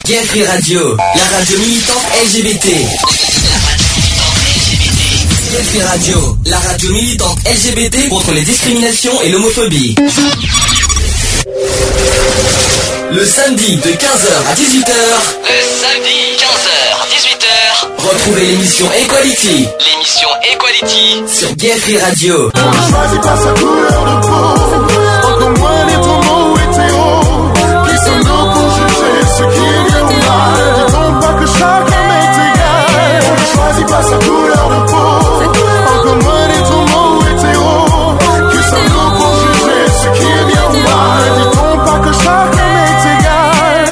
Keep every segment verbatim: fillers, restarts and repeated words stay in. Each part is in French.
Gay Free Radio, la radio militante L G B T. Gay Free Radio, la radio militante L G B T contre les discriminations et l'homophobie. Le samedi de quinze heures à dix-huit heures. Le samedi quinze heures dix-huit heures. Retrouvez l'émission Equality. L'émission Equality sur Gay Free Radio. On ne choisit pas sa couleur de peau. Encore moins les homo hétéros. Qui sommes-nous pour juger ce qui est bien ou mal? Dit-on pas que chacun est égal? On ne choisit pas sa couleur de peau. Encore moins les homo hétéros. Qui sommes-nous pour juger ce qui est bien ou mal? Dit-on pas que chacun est égal?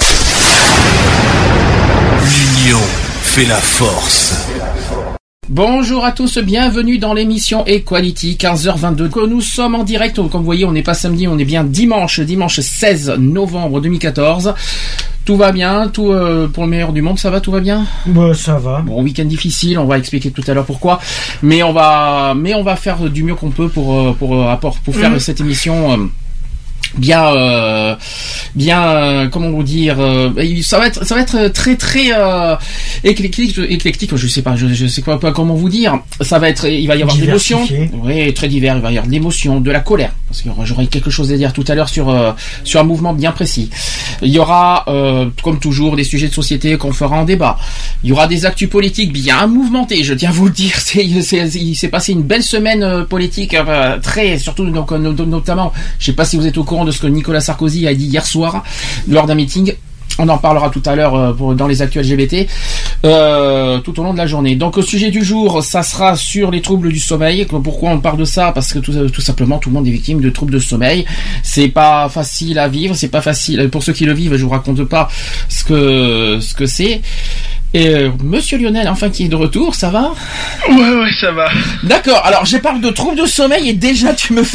L'union fait la force. Bonjour à tous, bienvenue dans l'émission Equality, quinze heures vingt-deux. Nous sommes en direct, comme vous voyez, on n'est pas samedi, on est bien dimanche, dimanche seize novembre deux mille quatorze. Tout va bien, tout euh, pour le meilleur du monde, ça va, tout va bien? Bah ça va. Bon, week-end difficile, on va expliquer tout à l'heure pourquoi, mais on va, mais on va faire du mieux qu'on peut pour pour pour, pour faire mmh. cette émission. Euh, bien euh, bien euh, comment vous dire euh, ça va être ça va être très très euh, éclectique éclectique je sais pas je, je sais pas, pas comment vous dire, ça va être, il va y avoir de l'émotion, oui, très divers, il va y avoir de l'émotion, de la colère, parce que j'aurai quelque chose à dire tout à l'heure sur euh, sur un mouvement bien précis. Il y aura euh, comme toujours des sujets de société qu'on fera en débat, il y aura des actus politiques bien mouvementés, je tiens à vous le dire. C'est, c'est, il s'est passé une belle semaine euh, politique, euh, très surtout donc, notamment, je sais pas si vous êtes au courant de ce que Nicolas Sarkozy a dit hier soir lors d'un meeting. On en parlera tout à l'heure euh, pour, dans les actus L G B T euh, tout au long de la journée. Donc au sujet du jour, ça sera sur les troubles du sommeil. Pourquoi on parle de ça? Parce que tout, tout simplement tout le monde est victime de troubles de sommeil. C'est pas facile à vivre, c'est pas facile pour ceux qui le vivent. Je vous raconte pas ce que ce que c'est. Et euh, Monsieur Lionel, enfin, qui est de retour, ça va? Ouais, ouais, ça va. D'accord. Alors, je parle de troubles de sommeil et déjà tu me fais.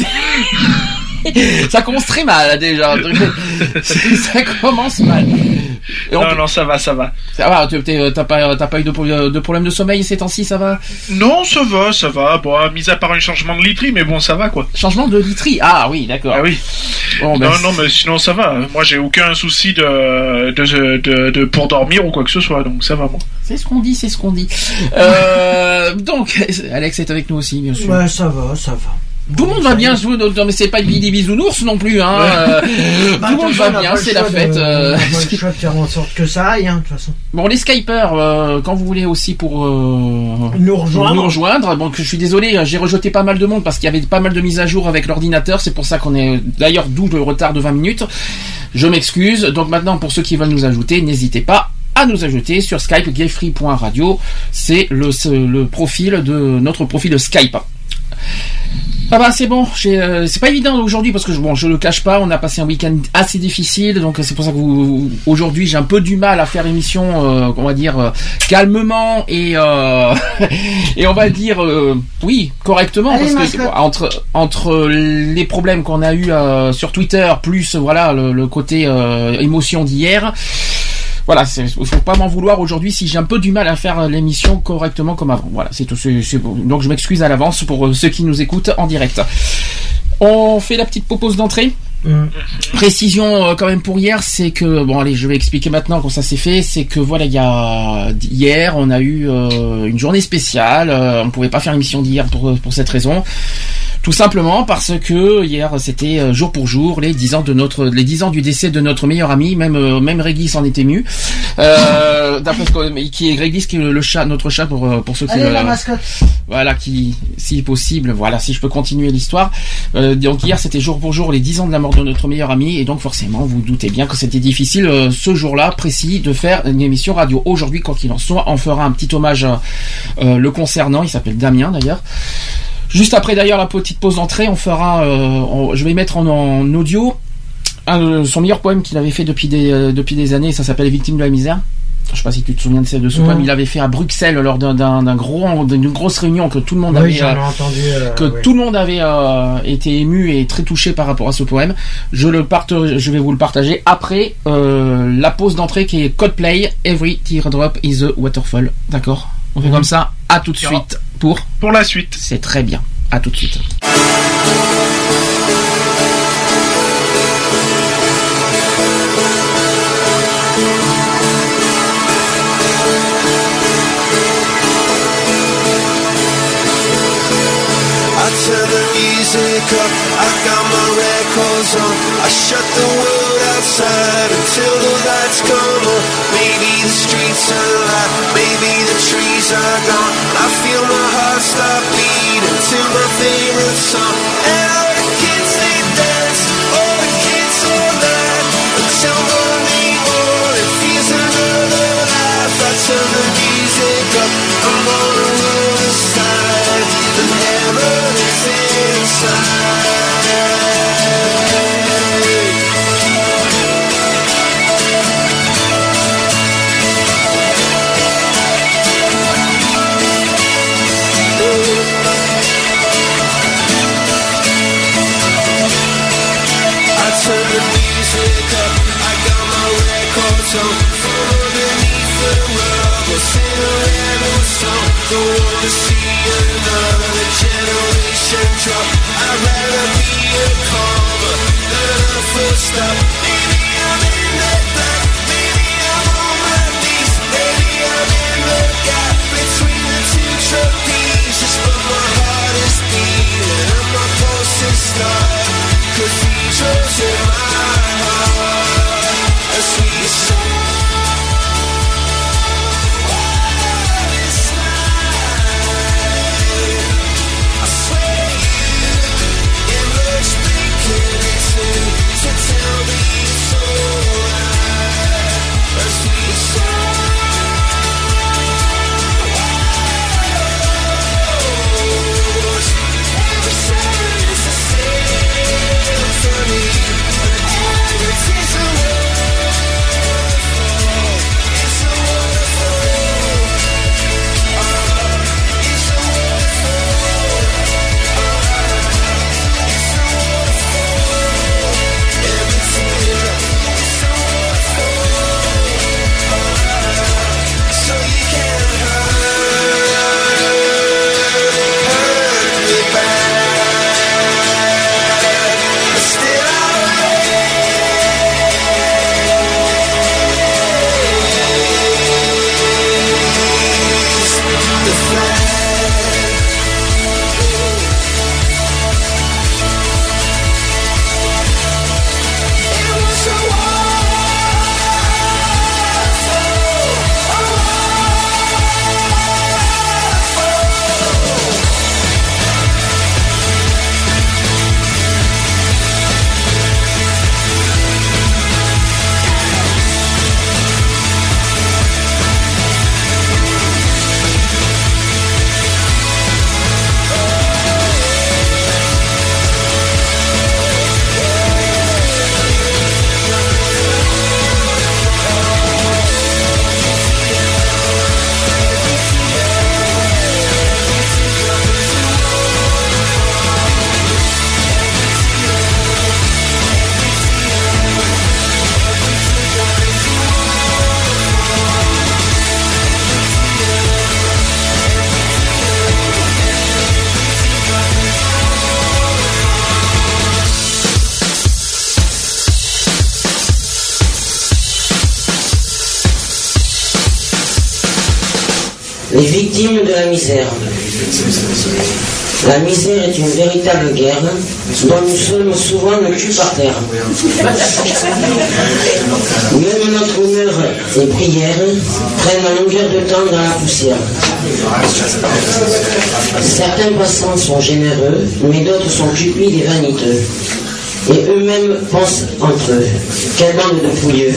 Ça commence très mal déjà. Ça commence mal. Non, peut... non, ça va, ça va. Ça va, t'as pas, t'as pas eu de, de problème de sommeil ces temps-ci, ça va? Non, ça va, ça va. Bon, mis à part un changement de literie, mais bon, ça va quoi. Changement de literie? Ah oui, d'accord. Ah oui. Bon, ben, non, non, mais sinon ça va. Moi, j'ai aucun souci de, de, de, de pour dormir ou quoi que ce soit, donc ça va moi. C'est ce qu'on dit, c'est ce qu'on dit. Euh, donc, Alex est avec nous aussi, bien sûr. Ouais, ça va, ça va. Tout le monde va bien, non mais c'est pas des bisounours non plus, hein. Euh, bah, tout le monde va bien, c'est la fête. De, euh... On n'a pas le choix de faire en sorte que ça aille, hein, de toute façon. Bon, les Skypers, euh, quand vous voulez aussi pour euh, nous rejoindre. Nous rejoindre. Bon, je suis désolé, j'ai rejeté pas mal de monde parce qu'il y avait pas mal de mises à jour avec l'ordinateur. C'est pour ça qu'on est, d'ailleurs, d'où le retard de vingt minutes. Je m'excuse. Donc maintenant, pour ceux qui veulent nous ajouter, n'hésitez pas à nous ajouter sur Skype, gayfree point radio. C'est le, le profil de notre profil de Skype. Ah bah c'est bon, j'ai, euh, c'est pas évident aujourd'hui parce que je, bon, je le cache pas, on a passé un week-end assez difficile, donc c'est pour ça que vous, aujourd'hui j'ai un peu du mal à faire l'émission, euh, on va dire euh, calmement et euh, et on va dire euh, oui correctement. Allez, parce que bon, entre entre les problèmes qu'on a eu euh, sur Twitter plus voilà le, le côté euh, émotion d'hier. Voilà, il faut pas m'en vouloir aujourd'hui si j'ai un peu du mal à faire l'émission correctement comme avant. Voilà, c'est tout. C'est, c'est bon. Donc je m'excuse à l'avance pour ceux qui nous écoutent en direct. On fait la petite pause d'entrée. Mmh. Précision euh, quand même pour hier, c'est que bon allez, je vais expliquer maintenant comment ça s'est fait. C'est que voilà, il y a hier, on a eu euh, une journée spéciale. Euh, on pouvait pas faire l'émission d'hier pour pour cette raison. Tout simplement parce que hier c'était jour pour jour les dix ans de notre les dix ans du décès de notre meilleur ami, même euh, même Régis en était ému. Euh, d'après ce qui est Régis qui est le, le chat, notre chat pour pour ceux qui Allez, le, la mascotte. Voilà, qui si possible, voilà, si je peux continuer l'histoire. Euh, donc hier c'était jour pour jour les dix ans de la mort de notre meilleur ami et donc forcément vous, vous doutez bien que c'était difficile euh, ce jour-là précis de faire une émission radio. Aujourd'hui, quoi qu'il en soit, on fera un petit hommage euh, le concernant, il s'appelle Damien d'ailleurs. Juste après d'ailleurs la petite pause d'entrée, on fera, euh, on, je vais mettre en, en audio un, son meilleur poème qu'il avait fait depuis des euh, depuis des années. Ça s'appelle Victime de la misère. Je sais pas si tu te souviens de ce, de ce mmh. poème. Il avait fait à Bruxelles lors d'un, d'un, d'un gros, d'une grosse réunion que tout le monde oui, avait, j'en ai euh, entendu, euh, que oui. tout le monde avait euh, été ému et très touché par rapport à ce poème. Je le partage, je vais vous le partager après euh, la pause d'entrée qui est Coldplay. Every teardrop is a waterfall. D'accord. On fait mmh. comme ça. À tout de suite pour pour la suite. C'est très bien. À tout de suite. music up, I got my records on. I shut the world outside until the lights come on. Maybe the streets are alive, maybe the trees are gone. I feel my heart start beating to my favorite song. And all the kids they dance, all the kids all night until morning morning feels another life. I turn the music up, I'm on the other side, and heaven is inside. Turn the music up, I got my records on. From underneath the rug, I'll sing a rebel song. Don't wanna see another generation drop. I'd rather be a comma than a full stop. Maybe I'm in the back, maybe I'm on my knees. Maybe I'm in the gap between the two trapezes. But my heart is beating and my pulse is starting. Cathedrals in my heart, a sweet song. This night, I swear you emerged thinking it's new to tell me it's alright. A sweet song. Every sound is the same. For me, but everything's a waterfall. It's a waterfall. Uh, it's a waterfall. Uh, it's a waterfall. Everything is a waterfall. Uh, so you can't hurt, hurt me back. Les victimes de la misère. La misère est une véritable guerre dont nous sommes souvent le cul par terre. Même notre honneur et prière prennent en longueur de temps dans la poussière. Certains passants sont généreux, mais d'autres sont cupides et vaniteux. Et eux-mêmes pensent entre eux. Quelle bande de fouilleux!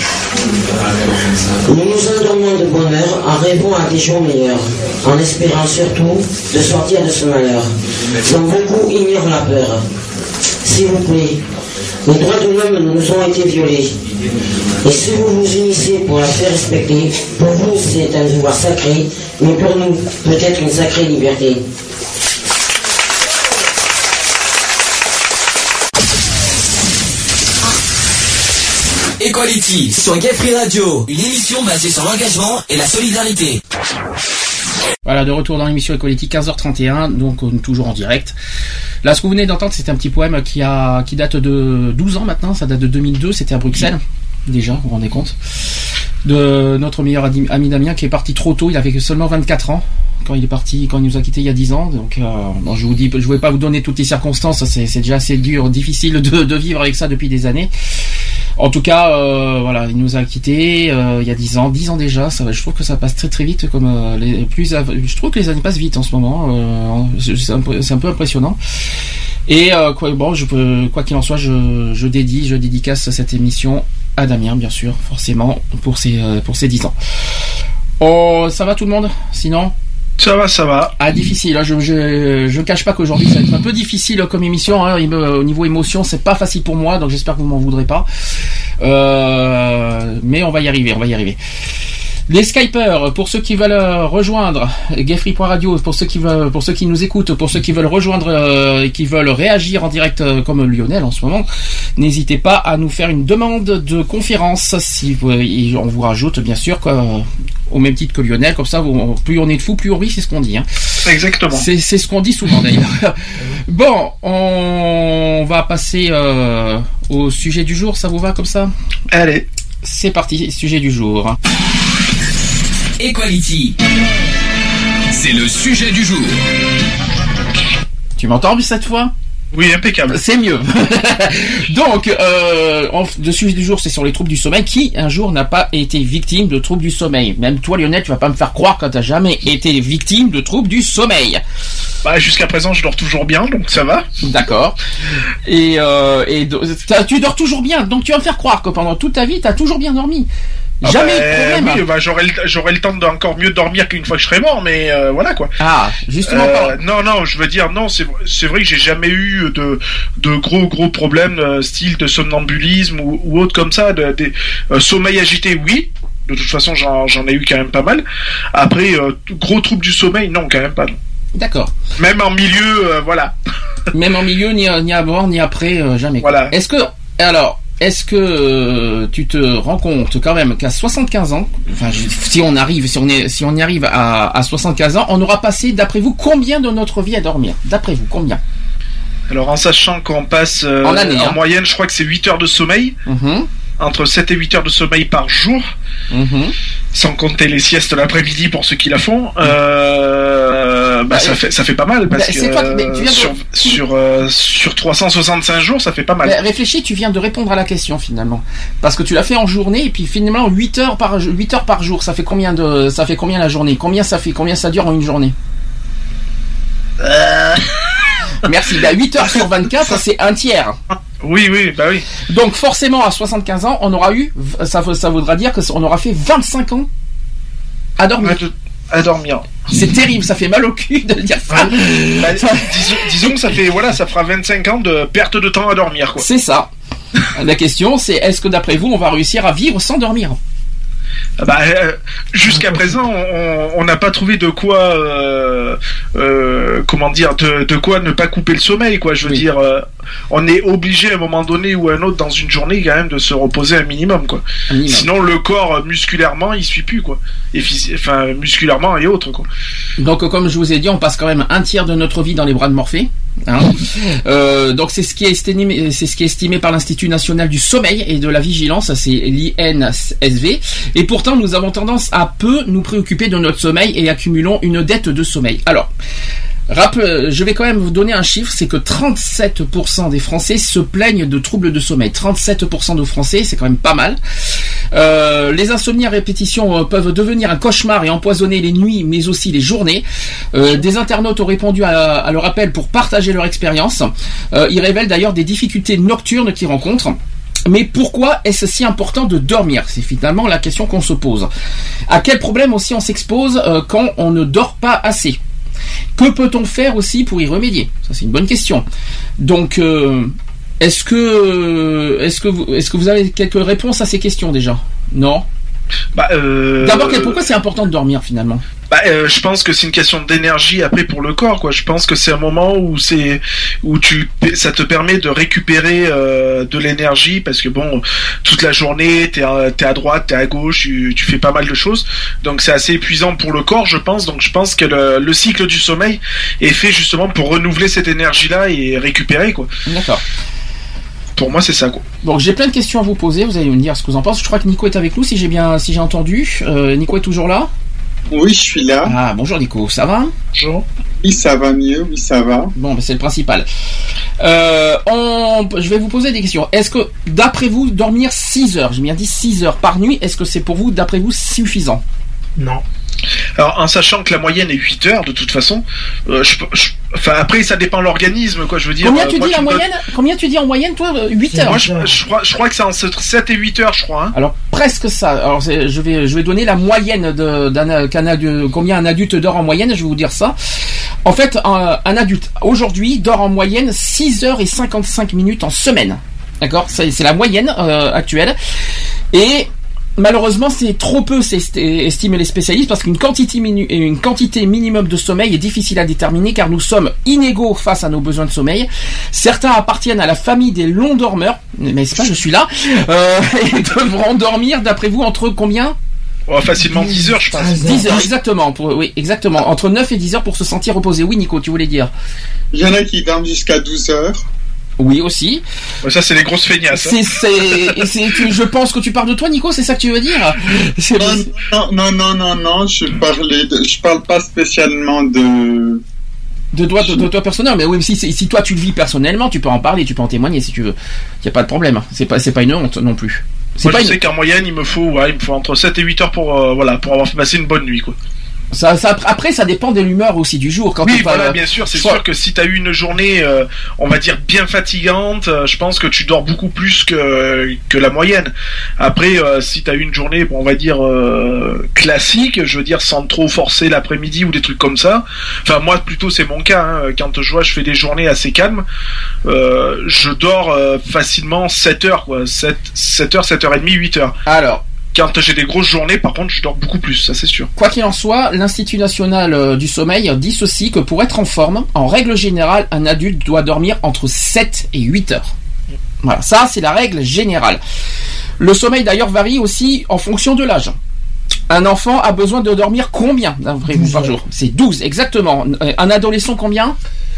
Nous nous endormons de bonheur en rêvant à des jours meilleurs, en espérant surtout de sortir de ce malheur, dont beaucoup ignorent la peur. S'il vous plaît, les droits de l'homme nous ont été violés. Et si vous vous unissez pour la faire respecter, pour vous c'est un devoir sacré, mais pour nous peut-être une sacrée liberté. Equality sur Gay Free Radio, une émission basée sur l'engagement et la solidarité. Voilà, de retour dans l'émission Equality, quinze heures trente et un, donc toujours en direct. Là, ce que vous venez d'entendre, c'est un petit poème qui a qui date de douze ans maintenant, ça date de deux mille deux, c'était à Bruxelles, déjà, vous vous rendez compte. de notre meilleur ami, ami Damien qui est parti trop tôt. Il avait seulement vingt-quatre ans quand il est parti, quand il nous a quittés il y a dix ans. Donc, euh, bon, je vous dis, je vais pas vous donner toutes les circonstances. C'est, c'est déjà assez dur, difficile de, de vivre avec ça depuis des années. En tout cas, euh, voilà, il nous a quittés euh, il y a dix ans, dix ans déjà. Ça, je trouve que ça passe très très vite. Comme euh, les plus, je trouve que les années passent vite en ce moment. Euh, c'est, un peu, c'est un peu impressionnant. Et euh, quoi, bon, je peux, quoi qu'il en soit, je, je dédie, je dédicace cette émission à Damien, bien sûr, forcément, pour ses euh, pour ses dix ans. Oh, ça va tout le monde? Sinon. Ça va, ça va. Ah, difficile. Hein. Je, je, je cache pas qu'aujourd'hui ça va être un peu difficile comme émission. Hein. Au niveau émotion, c'est pas facile pour moi, donc j'espère que vous m'en voudrez pas. Euh, mais on va y arriver, on va y arriver. Les Skypers, pour ceux qui veulent rejoindre Gayfree point radio, pour ceux qui veulent, pour ceux qui nous écoutent, pour ceux qui veulent rejoindre euh, et qui veulent réagir en direct euh, comme Lionel en ce moment, n'hésitez pas à nous faire une demande de conférence. Si vous, on vous rajoute bien sûr quoi, au même titre que Lionel, comme ça, vous, plus on est de fous, plus on rit, c'est ce qu'on dit. Hein. Exactement. C'est, c'est ce qu'on dit souvent d'ailleurs. Bon, on va passer euh, au sujet du jour. Ça vous va comme ça? Allez. C'est parti, sujet du jour. Equality. C'est le sujet du jour. Tu m'entends cette fois? Oui, impeccable. C'est mieux. Donc, euh, le sujet du jour, c'est sur les troubles du sommeil. Qui, un jour, n'a pas été victime de troubles du sommeil? Même toi, Lionel, tu vas pas me faire croire que t'as jamais été victime de troubles du sommeil. Bah, jusqu'à présent, je dors toujours bien, donc ça va. D'accord. Et, euh, et tu dors toujours bien, donc tu vas me faire croire que pendant toute ta vie, t'as toujours bien dormi. Jamais ah bah, eu de problème. Oui, bah, j'aurais, le, j'aurais le temps d'encore mieux dormir qu'une fois que je serai mort, mais euh, voilà quoi. Ah, justement euh, pas. Non, non, je veux dire, non, c'est, c'est vrai que j'ai jamais eu de, de gros, gros problèmes, euh, style de somnambulisme ou, ou autre comme ça. De, de, euh, sommeil agité, oui. De toute façon, j'en, j'en ai eu quand même pas mal. Après, euh, gros trouble du sommeil, non, quand même pas. Non. D'accord. Même en milieu, euh, voilà. Même en milieu, ni, ni avant, ni après, euh, jamais. Voilà. Est-ce que, alors, est-ce que euh, tu te rends compte quand même qu'à soixante-quinze ans, enfin, je, si on arrive, si on est, si on y arrive à, à soixante-quinze ans, on aura passé, d'après vous, combien de notre vie à dormir? D'après vous, combien? Alors, en sachant qu'on passe euh, en, année, en hein. moyenne, je crois que c'est huit heures de sommeil. Mm-hmm. Entre sept et huit heures de sommeil par jour, mmh. sans compter les siestes l'après-midi pour ceux qui la font, euh, bah, bah, ça, fait, ça fait pas mal, parce bah, que toi, tu viens sur, de... sur, euh, sur trois cent soixante-cinq jours, ça fait pas mal. Bah, réfléchis, tu viens de répondre à la question finalement, parce que tu l'as fait en journée, et puis finalement huit heures par, huit heures par jour, ça fait combien, de, ça fait combien la journée? Combien ça fait, combien ça dure en une journée? euh... Merci, bah, huit heures sur vingt-quatre, c'est un tiers. Oui, oui, bah oui. Donc forcément, à soixante-quinze ans, on aura eu, ça, ça voudra dire qu'on aura fait vingt-cinq ans à dormir. À, de, à dormir. C'est terrible, ça fait mal au cul de dire ça. Ouais. Bah, disons, disons que ça fait, voilà, ça fera vingt-cinq ans de perte de temps à dormir, quoi. C'est ça. La question, c'est est-ce que d'après vous, on va réussir à vivre sans dormir? Bah, euh, jusqu'à présent, on n'a pas trouvé de quoi, euh, euh, comment dire, de, de quoi ne pas couper le sommeil, quoi. Je veux oui. dire, euh, on est obligé à un moment donné ou à un autre dans une journée quand même de se reposer un minimum, quoi. Un minimum. Sinon, le corps musculairement, il suit plus, quoi. Et phys- enfin, musculairement et autres, quoi. Donc, comme je vous ai dit, on passe quand même un tiers de notre vie dans les bras de Morphée. Hein euh, donc c'est ce qui est estimé, c'est ce qui est estimé par l'Institut national du sommeil et de la vigilance, c'est l'I N S V. Et pourtant, nous avons tendance à peu nous préoccuper de notre sommeil et accumulons une dette de sommeil. Alors, rappel, je vais quand même vous donner un chiffre, c'est que trente-sept pour cent des Français se plaignent de troubles de sommeil. trente-sept pour cent de Français, c'est quand même pas mal. Euh, les insomnies à répétition euh, peuvent devenir un cauchemar et empoisonner les nuits, mais aussi les journées. Euh, des internautes ont répondu à, à leur appel pour partager leur expérience. Euh, ils révèlent d'ailleurs des difficultés nocturnes qu'ils rencontrent. Mais pourquoi est-ce si important de dormir? C'est finalement la question qu'on se pose. À quel problème aussi on s'expose euh, quand on ne dort pas assez? Que peut-on faire aussi pour y remédier? Ça, c'est une bonne question. Donc, euh, est-ce que, est-ce que vous, est-ce que vous avez quelques réponses à ces questions déjà? Non? Bah, euh... D'abord, pourquoi c'est important de dormir finalement? Bah, euh, je pense que c'est une question d'énergie après pour le corps, quoi. Je pense que c'est un moment où c'est où tu ça te permet de récupérer euh, de l'énergie parce que bon, toute la journée t'es à, t'es à droite, t'es à gauche, tu, tu fais pas mal de choses, donc c'est assez épuisant pour le corps, je pense. Donc je pense que le, le cycle du sommeil est fait justement pour renouveler cette énergie-là et récupérer, quoi. D'accord. pour moi, c'est ça, quoi. Donc j'ai plein de questions à vous poser. Vous allez me dire ce que vous en pensez. Je crois que Nico est avec nous, si j'ai bien, si j'ai entendu. Euh, Nico est toujours là ? Oui, je suis là. Ah, bonjour Nico, ça va ? Bonjour. Oui, ça va mieux, oui, ça va. Bon, ben, c'est le principal. Euh, on... Je vais vous poser des questions. Est-ce que, d'après vous, dormir six heures, j'ai bien dit six heures par nuit, est-ce que c'est pour vous, d'après vous, suffisant ? Non. Alors, en sachant que la moyenne est huit heures, de toute façon, euh, je, je, enfin, après, ça dépend de l'organisme, quoi, je veux dire. Combien euh, tu moi, dis tu en me moyenne donnes... Combien tu dis en moyenne, toi ? huit heures. Moi, je, je, crois, je crois que c'est entre sept et huit heures, je crois. Hein. Alors, presque ça. Alors, c'est, je vais, je vais donner la moyenne de, d'un, qu'un, de combien un adulte dort en moyenne, je vais vous dire ça. En fait, un, un adulte, aujourd'hui, dort en moyenne six heures et cinquante-cinq minutes en semaine. D'accord ? C'est, c'est la moyenne euh, actuelle. Et... malheureusement, c'est trop peu, c'est estiment les spécialistes, parce qu'une quantité, minu- une quantité minimum de sommeil est difficile à déterminer, car nous sommes inégaux face à nos besoins de sommeil. Certains appartiennent à la famille des longs dormeurs, mais c'est pas, je suis là, euh, et devront dormir, d'après vous, entre combien ? Oh, facilement dix heures, je pense. dix heures, exactement, pour, oui, exactement. Entre neuf et dix heures pour se sentir reposé. Oui, Nico, tu voulais dire ? Il y en a qui dorment jusqu'à douze heures. Oui, aussi. Ouais, ça, c'est les grosses feignasses. C'est, c'est, c'est, tu, je pense que tu parles de toi, Nico, c'est ça que tu veux dire ? C'est non, non, non, non, non, je parlais de, je parle pas spécialement de... De toi, de, de toi personnel, mais oui, si, si toi tu le vis personnellement, tu peux en parler, tu peux en témoigner si tu veux. Y a pas de problème. C'est pas, c'est pas une honte non plus. C'est Moi, pas je une... sais qu'en moyenne, il me faut, ouais, il me faut entre sept et huit heures pour, euh, voilà, pour avoir passé une bonne nuit, quoi. Ça, ça, après, ça dépend de l'humeur aussi du jour. Quand oui, tu voilà, parles, bien sûr. C'est soit... sûr que si tu as eu une journée, euh, on va dire, bien fatigante, euh, je pense que tu dors beaucoup plus que, que la moyenne. Après, euh, si tu as eu une journée, bon, on va dire, euh, classique, je veux dire, sans trop forcer l'après-midi ou des trucs comme ça. Enfin, moi, plutôt, c'est mon cas. Hein, quand je vois, je fais des journées assez calmes. Euh, je dors euh, facilement sept heures, quoi. sept heures, sept heures trente, huit heures. Alors... Quand j'ai des grosses journées, par contre, je dors beaucoup plus, ça c'est sûr. Quoi qu'il en soit, l'Institut national du sommeil dit ceci, que pour être en forme, en règle générale, un adulte doit dormir entre sept et huit heures. Voilà, ça c'est la règle générale. Le sommeil d'ailleurs varie aussi en fonction de l'âge. Un enfant a besoin de dormir combien d'après vous par jour ? C'est douze, exactement. Un adolescent combien ?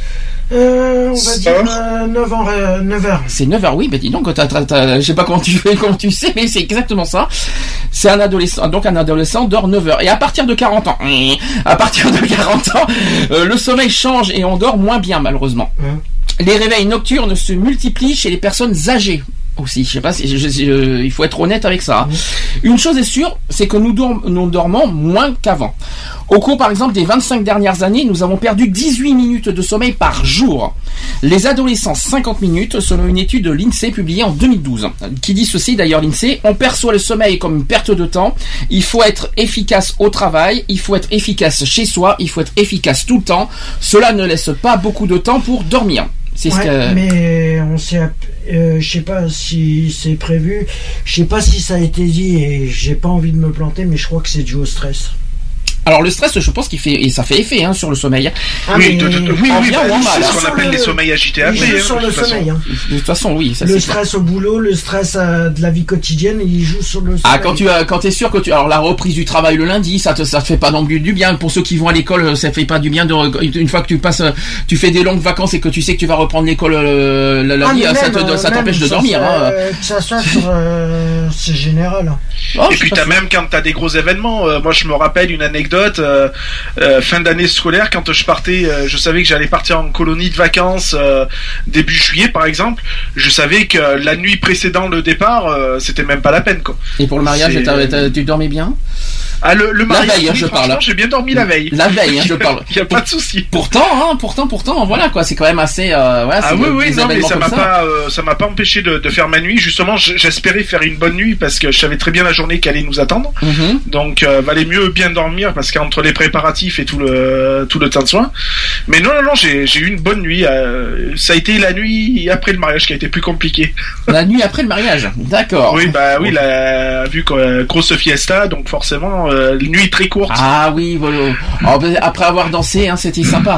Euh, on va dire euh, neuf heures, euh, neuf heures. C'est neuf heures, oui, mais dis donc, t'as, t'as, t'as, je sais pas comment tu fais, comment tu sais, mais c'est exactement ça. C'est un adolescent, donc un adolescent dort neuf heures. Et à partir de quarante ans, à partir de quarante ans, euh, le sommeil change et on dort moins bien, malheureusement. Hein? Les réveils nocturnes se multiplient chez les personnes âgées. Aussi, je sais pas si je, je, je, il faut être honnête avec ça. Hein. Une chose est sûre, c'est que nous, dorm, nous dormons moins qu'avant. Au cours, par exemple, des vingt-cinq dernières années, nous avons perdu dix-huit minutes de sommeil par jour. Les adolescents, cinquante minutes, selon une étude de l'INSEE publiée en deux mille douze. Qui dit ceci, d'ailleurs, l'INSEE, on perçoit le sommeil comme une perte de temps. Il faut être efficace au travail, il faut être efficace chez soi, il faut être efficace tout le temps. Cela ne laisse pas beaucoup de temps pour dormir. C'est ouais, ce que... mais on sait, euh, je sais pas si c'est prévu, je sais pas si ça a été dit et j'ai pas envie de me planter, mais je crois que c'est dû au stress. Alors le stress, je pense qu'il fait et ça fait effet hein, sur le sommeil. Ah, oui, de, de, de, oui, en oui, bien bah, ou en mal. C'est ce qu'on appelle le... les sommeils agités après. Il joue hein, sur le sommeil. Hein. De toute façon, oui. Ça, le c'est stress clair. au boulot, le stress euh, de la vie quotidienne, il joue sur le sommeil. Ah, quand tu as, quand t'es sûr que tu, alors la reprise du travail le lundi, ça te, ça te fait pas non plus du bien. Pour ceux qui vont à l'école, ça fait pas du bien de, une fois que tu passes, tu fais des longues vacances et que tu sais que tu vas reprendre l'école le, le lundi, ah, ça, même, te, ça t'empêche de ça, dormir. Ça, hein. que ça soit sur, euh, c'est général. Oh, et puis t'as sûr. Même quand t'as des gros événements, euh, moi je me rappelle une anecdote, euh, euh, fin d'année scolaire, quand je partais, euh, je savais que j'allais partir en colonie de vacances euh, début juillet par exemple, je savais que la nuit précédant le départ, euh, c'était même pas la peine quoi. Et pour le mariage, t'as, t'as, tu dormais bien? Ah, le, le mariage, la veille, oui, je parle. J'ai bien dormi la veille. La veille, hein, je parle. Il y a pas de souci. Pourtant, hein, pourtant, pourtant, voilà quoi, c'est quand même assez. Euh, voilà, ah oui, oui, non, mais ça m'a ça. pas, euh, ça m'a pas empêché de, de faire ma nuit. Justement, j'espérais faire une bonne nuit parce que je savais très bien la journée qui allait nous attendre. Mm-hmm. Donc, euh, valait mieux bien dormir parce qu'entre les préparatifs et tout le, tout le temps de soin. Mais non, non, non, j'ai, j'ai eu une bonne nuit. Euh, ça a été la nuit après le mariage qui a été plus compliquée. La nuit après le mariage, d'accord. Oui, bah oui, la, vu que grosse fiesta, donc forcément, euh, nuit très courte. Ah oui, voilà. Oh, après avoir dansé, hein, c'était sympa.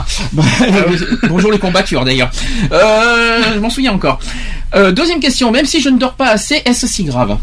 Bonjour les combattures d'ailleurs. Euh, je m'en souviens encore. Euh, deuxième question, même si je ne dors pas assez, est-ce si grave?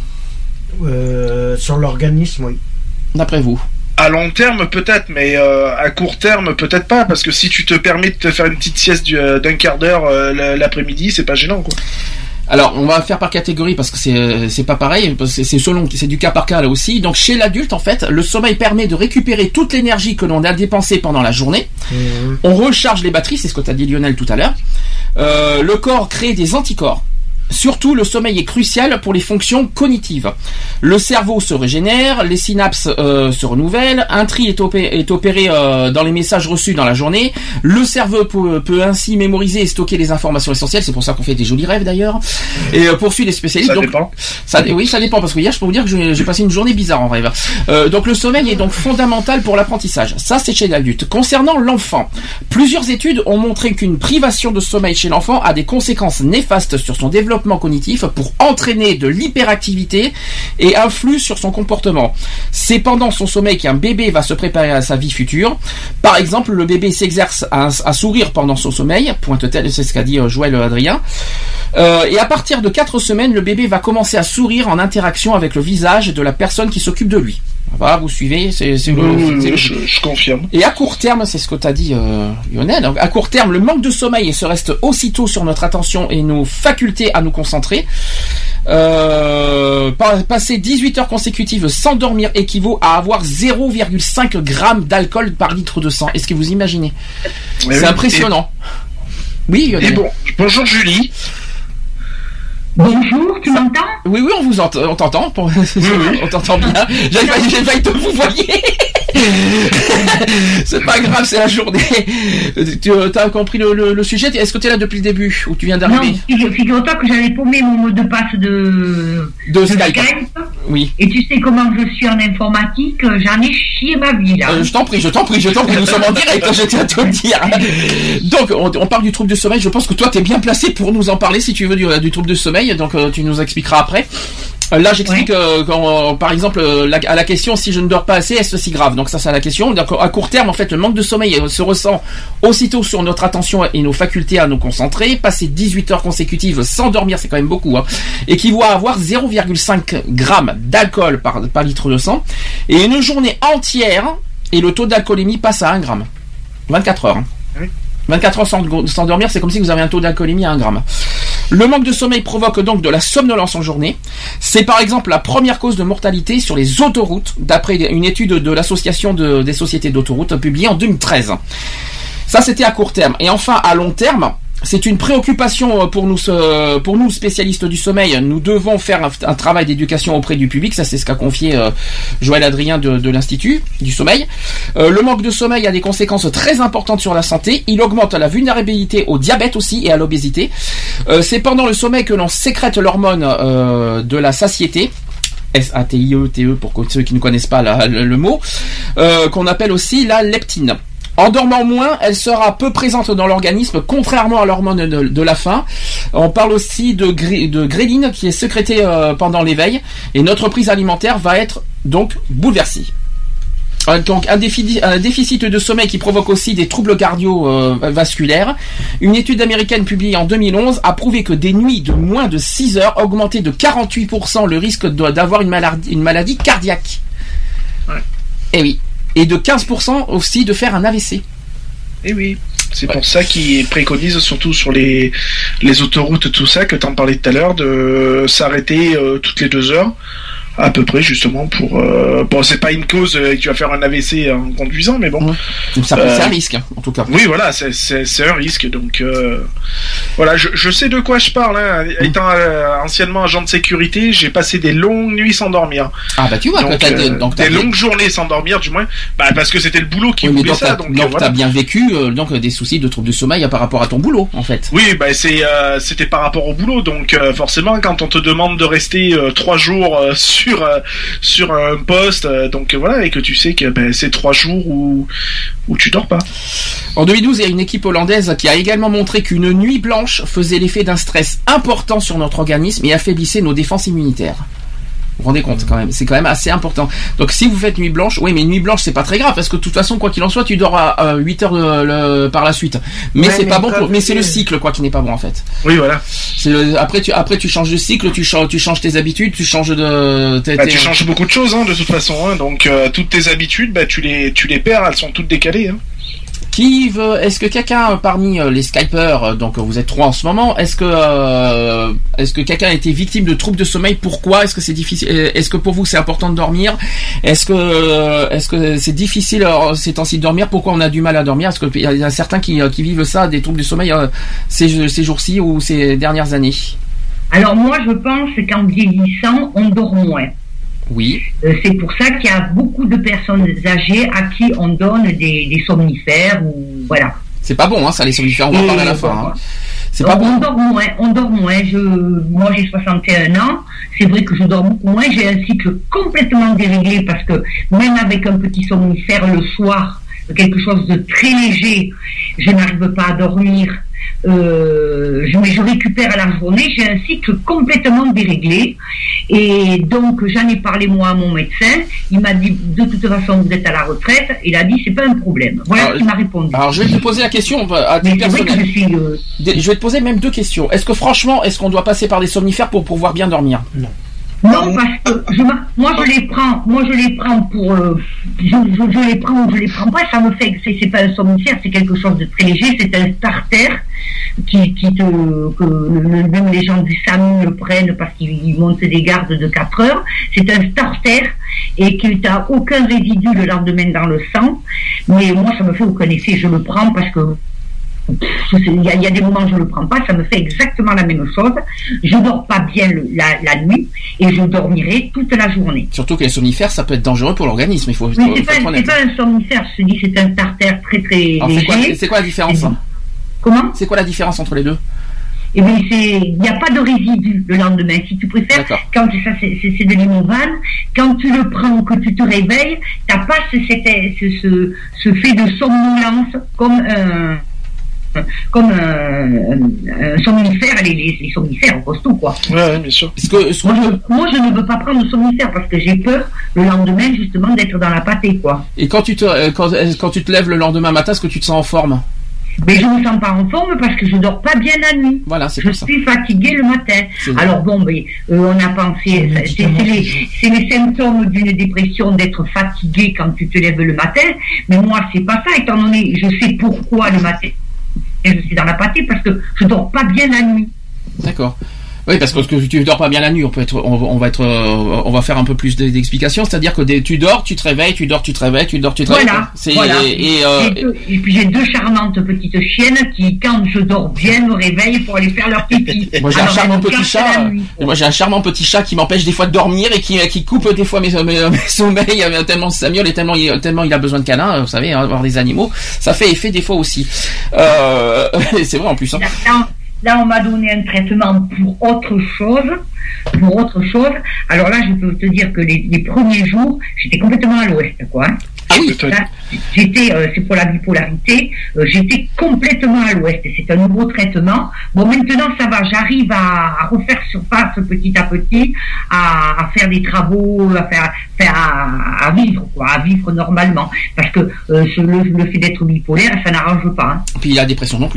euh, Sur l'organisme, oui. D'après vous? À long terme peut-être, mais euh, à court terme peut-être pas, parce que si tu te permets de te faire une petite sieste du, euh, d'un quart d'heure euh, l'après-midi, c'est pas gênant quoi. Alors, on va faire par catégorie parce que c'est c'est pas pareil, c'est, c'est selon, c'est du cas par cas là aussi. Donc, chez l'adulte, en fait, le sommeil permet de récupérer toute l'énergie que l'on a dépensée pendant la journée. Mmh. On recharge les batteries, c'est ce que t'as dit Lionel tout à l'heure. Euh, le corps crée des anticorps. Surtout, le sommeil est crucial pour les fonctions cognitives. Le cerveau se régénère, les synapses euh, se renouvellent, un tri est, opé- est opéré euh, dans les messages reçus dans la journée. Le cerveau peut, peut ainsi mémoriser et stocker les informations essentielles. C'est pour ça qu'on fait des jolis rêves d'ailleurs. Et euh, poursuit les spécialistes. Ça donc, dépend. Ça, oui, ça dépend parce que hier, je peux vous dire que j'ai, j'ai passé une journée bizarre en rêve. Euh, donc le sommeil est donc fondamental pour l'apprentissage. Ça, c'est chez l'adulte. Concernant l'enfant, plusieurs études ont montré qu'une privation de sommeil chez l'enfant a des conséquences néfastes sur son développement cognitif pour entraîner de l'hyperactivité et influe sur son comportement. C'est pendant son sommeil qu'un bébé va se préparer à sa vie future. Par exemple, le bébé s'exerce à, à sourire pendant son sommeil, pointe-t-elle, c'est ce qu'a dit Joël Adrien. Euh, et à partir de quatre semaines, le bébé va commencer à sourire en interaction avec le visage de la personne qui s'occupe de lui. Voilà, vous suivez, c'est, c'est, oui, le, oui, c'est oui, le... Je, je confirme. Et à court terme, c'est ce que t'as dit euh, Lionel, donc, à court terme, le manque de sommeil se reste aussitôt sur notre attention et nos facultés à nous concentrer. Euh, passer dix-huit heures consécutives sans dormir équivaut à avoir zéro virgule cinq grammes d'alcool par litre de sang. Est-ce que vous imaginez? Mais C'est oui, impressionnant. Et... Oui, Lionel. Et bon, bonjour Julie. Bonjour, tu m'entends? Oui, oui, on vous entend, on t'entend. Oui, oui. On t'entend bien. J'ai failli, j'ai failli te vous voyez. C'est pas grave, c'est la journée. Tu as compris le, le, le sujet? Est-ce que tu es là depuis le début ou tu viens d'arriver? Non, figure-toi que j'avais paumé mon mot de passe de, de, de Skype. Skype. Oui. Et tu sais comment je suis en informatique, j'en ai chié ma vie là. Euh, je t'en prie, je t'en prie, je t'en prie, nous sommes en direct, je tiens à te le dire. Donc, on, on parle du trouble du sommeil, je pense que toi t'es bien placé pour nous en parler si tu veux du, du trouble du sommeil, donc euh, tu nous expliqueras après. Là, j'explique, ouais. euh, quand, euh, par exemple, euh, la, à la question si je ne dors pas assez, est-ce si grave? Donc ça, c'est la question. Donc, à court terme, en fait, le manque de sommeil se ressent aussitôt sur notre attention et nos facultés à nous concentrer. Passer dix-huit heures consécutives sans dormir, c'est quand même beaucoup, hein, équivaut à avoir zéro virgule cinq grammes d'alcool par, par litre de sang. Et une journée entière, et le taux d'alcoolémie passe à un gramme. vingt-quatre heures. Hein. Oui. vingt-quatre heures sans, sans dormir, c'est comme si vous avez un taux d'alcoolémie à un gramme. Le manque de sommeil provoque donc de la somnolence en journée. C'est par exemple la première cause de mortalité sur les autoroutes, d'après une étude de l'association de, des sociétés d'autoroutes publiée en deux mille treize. Ça, c'était à court terme. Et enfin, à long terme, c'est une préoccupation pour nous, pour nous spécialistes du sommeil. Nous devons faire un, un travail d'éducation auprès du public. Ça, c'est ce qu'a confié euh, Joël Adrien de, de l'Institut du sommeil. Euh, le manque de sommeil a des conséquences très importantes sur la santé. Il augmente la vulnérabilité au diabète aussi et à l'obésité. Euh, c'est pendant le sommeil que l'on sécrète l'hormone euh, de la satiété. S A T I E T E pour ceux qui ne connaissent pas la, le, le mot, euh, qu'on appelle aussi la leptine. En dormant moins, elle sera peu présente dans l'organisme, contrairement à l'hormone de, de la faim. On parle aussi de, gré, de gréline qui est sécrétée euh, pendant l'éveil, et notre prise alimentaire va être donc bouleversée. Euh, donc un déficit, un déficit de sommeil qui provoque aussi des troubles cardiovasculaires. Euh, Une étude américaine publiée en deux mille onze a prouvé que des nuits de moins de six heures augmentaient de quarante-huit pour cent le risque de, d'avoir une maladie, une maladie cardiaque. Ouais. Et oui. Et de quinze pour cent aussi de faire un A V C. Eh oui, c'est ouais. pour ça qu'ils préconisent, surtout sur les, les autoroutes, tout ça, que tu en parlais tout à l'heure, de s'arrêter euh, toutes les deux heures, à peu près, justement, pour... Euh, bon, c'est pas une cause euh, que tu vas faire un A V C en conduisant, mais bon... Mmh. Ça, euh, c'est un risque, en tout cas. Oui, voilà, c'est, c'est, c'est un risque, donc... Euh, voilà, je, je sais de quoi je parle, hein. Mmh. Étant euh, anciennement agent de sécurité, j'ai passé des longues nuits sans dormir. Ah bah tu vois, donc, que t'as, euh, donc, t'as des bien... longues journées sans dormir, du moins, bah, parce que c'était le boulot qui oui, voulait donc ça, t'as, donc... donc euh, voilà. t'as bien vécu euh, donc, des soucis de troubles du sommeil par rapport à ton boulot, en fait. Oui, bah c'est, euh, c'était par rapport au boulot, donc euh, forcément, quand on te demande de rester euh, trois jours euh, sur... Euh, sur un poste, euh, donc voilà, et que tu sais que ben, c'est trois jours où, où tu dors pas. En deux mille douze, il y a une équipe hollandaise qui a également montré qu'une nuit blanche faisait l'effet d'un stress important sur notre organisme et affaiblissait nos défenses immunitaires. Vous vous rendez compte quand même, c'est quand même assez important. Donc si vous faites nuit blanche, oui mais nuit blanche c'est pas très grave parce que de toute façon quoi qu'il en soit tu dors à, à huit heures de, le, par la suite. Mais ouais, c'est mais pas bon pour, mais c'est le cycle quoi qui n'est pas bon en fait. Oui voilà. C'est le, après tu après tu changes de cycle, tu changes tu changes tes habitudes, tu changes de t'es, bah, t'es, tu changes beaucoup de choses hein, de toute façon hein, donc euh, toutes tes habitudes bah tu les tu les perds, elles sont toutes décalées hein. Qui veut, est-ce que quelqu'un parmi les Skypers, donc vous êtes trois en ce moment, est-ce que euh, est-ce que quelqu'un a été victime de troubles de sommeil? Pourquoi? Est-ce que c'est difficile? Est-ce que pour vous c'est important de dormir? Est-ce que est-ce que c'est difficile ces temps-ci de dormir? Pourquoi on a du mal à dormir? Est-ce qu'il y a certains qui, qui vivent ça, des troubles de sommeil ces, ces jours-ci ou ces dernières années? Alors moi je pense qu'en vieillissant on dort moins. Oui. Euh, c'est pour ça qu'il y a beaucoup de personnes âgées à qui on donne des, des somnifères ou voilà. C'est pas bon, hein, ça, les somnifères, on va en parler à la fin. Hein. C'est pas on, bon. On dort moins, on dort moins. Je, moi, j'ai soixante et un ans. C'est vrai que je dors beaucoup moins. J'ai un cycle complètement déréglé parce que même avec un petit somnifère le soir, quelque chose de très léger, je n'arrive pas à dormir. Euh, je, mais je récupère à la journée, j'ai un cycle complètement déréglé et donc j'en ai parlé moi à mon médecin, il m'a dit de toute façon vous êtes à la retraite, il a dit c'est pas un problème, voilà alors, ce qu'il m'a répondu. Alors je vais te poser la question à titre personnel. Je, suis, euh... je vais te poser même deux questions. Est-ce que franchement, est-ce qu'on doit passer par des somnifères pour pouvoir bien dormir? Non. Non, parce que je, moi je les prends, moi je les prends pour, euh, je, je, je les prends ou je les prends pas, ça me fait, c'est, c'est pas un somnifère, c'est quelque chose de très léger, c'est un starter qui, qui te, que même les gens du SAMU le prennent parce qu'ils montent des gardes de quatre heures, c'est un starter et qui n'a aucun résidu le lendemain dans le sang, mais moi ça me fait aucun effet, je le prends parce que il y, a, il y a des moments où je ne le prends pas, ça me fait exactement la même chose. Je dors pas bien le, la, la nuit et je dormirai toute la journée. Surtout que les somnifères, ça peut être dangereux pour l'organisme. Il faut. Mais c'est, faut pas, c'est pas un somnifère. Je te dis, c'est un tartare très très Alors, léger. C'est quoi, c'est quoi la différence hein Comment? C'est quoi la différence entre les deux? Eh bien, c'est, il n'y a pas de résidu le lendemain. Si tu préfères, D'accord. quand ça, c'est, c'est, c'est de l'Imovan, quand tu le prends, que tu te réveilles, t'as pas ce, ce, ce, ce fait de somnolence comme un. comme un, un, un somnifère, les, les, les somnifères costauds quoi. Ouais, bien sûr. Est-ce que, est-ce que... Moi, je, moi je ne veux pas prendre de somnifère parce que j'ai peur le lendemain justement d'être dans la pâtée quoi. Et quand tu te quand, quand tu te lèves le lendemain matin, est-ce que tu te sens en forme? Mais je ne me sens pas en forme parce que je dors pas bien la nuit. Voilà, c'est je pour ça. suis fatiguée le matin. C'est Alors bon, ben, euh, on a pensé, c'est, c'est, c'est, les, c'est les symptômes d'une dépression d'être fatigué quand tu te lèves le matin. Mais moi, c'est pas ça, étant donné, je sais pourquoi le matin. Et je suis dans la pâtée parce que je dors pas bien la nuit. D'accord. Oui, parce que tu dors pas bien la nuit, on peut être, on, on va être, on va faire un peu plus d'explications, c'est-à-dire que des, tu dors, tu te réveilles, tu dors, tu te réveilles, tu dors, tu te réveilles. Voilà. C'est, voilà. Et, et, euh, deux, et puis j'ai deux charmantes petites chiennes qui, quand je dors bien, me réveillent pour aller faire leur pipi. Moi j'ai Alors, un charmant petit chat. Et moi j'ai un charmant petit chat qui m'empêche des fois de dormir et qui, qui coupe des fois mes, mes, mes sommeils tellement Samuel et tellement, tellement il a besoin de câlins, vous savez, hein, avoir des animaux, ça fait effet des fois aussi. Euh, c'est vrai en plus. Hein. Là, on m'a donné un traitement pour autre chose, pour autre chose. Alors là, je peux te dire que les, les premiers jours, j'étais complètement à l'ouest, quoi. Ah oui. Là, j'étais, euh, c'est pour la bipolarité, euh, j'étais complètement à l'ouest. Et c'est un nouveau traitement. Bon, maintenant, ça va. J'arrive à, à refaire surface petit à petit, à, à faire des travaux, à faire, faire à, à vivre, quoi, à vivre normalement. Parce que euh, le, le fait d'être bipolaire, ça n'arrange pas. Hein. Et puis la dépression non plus.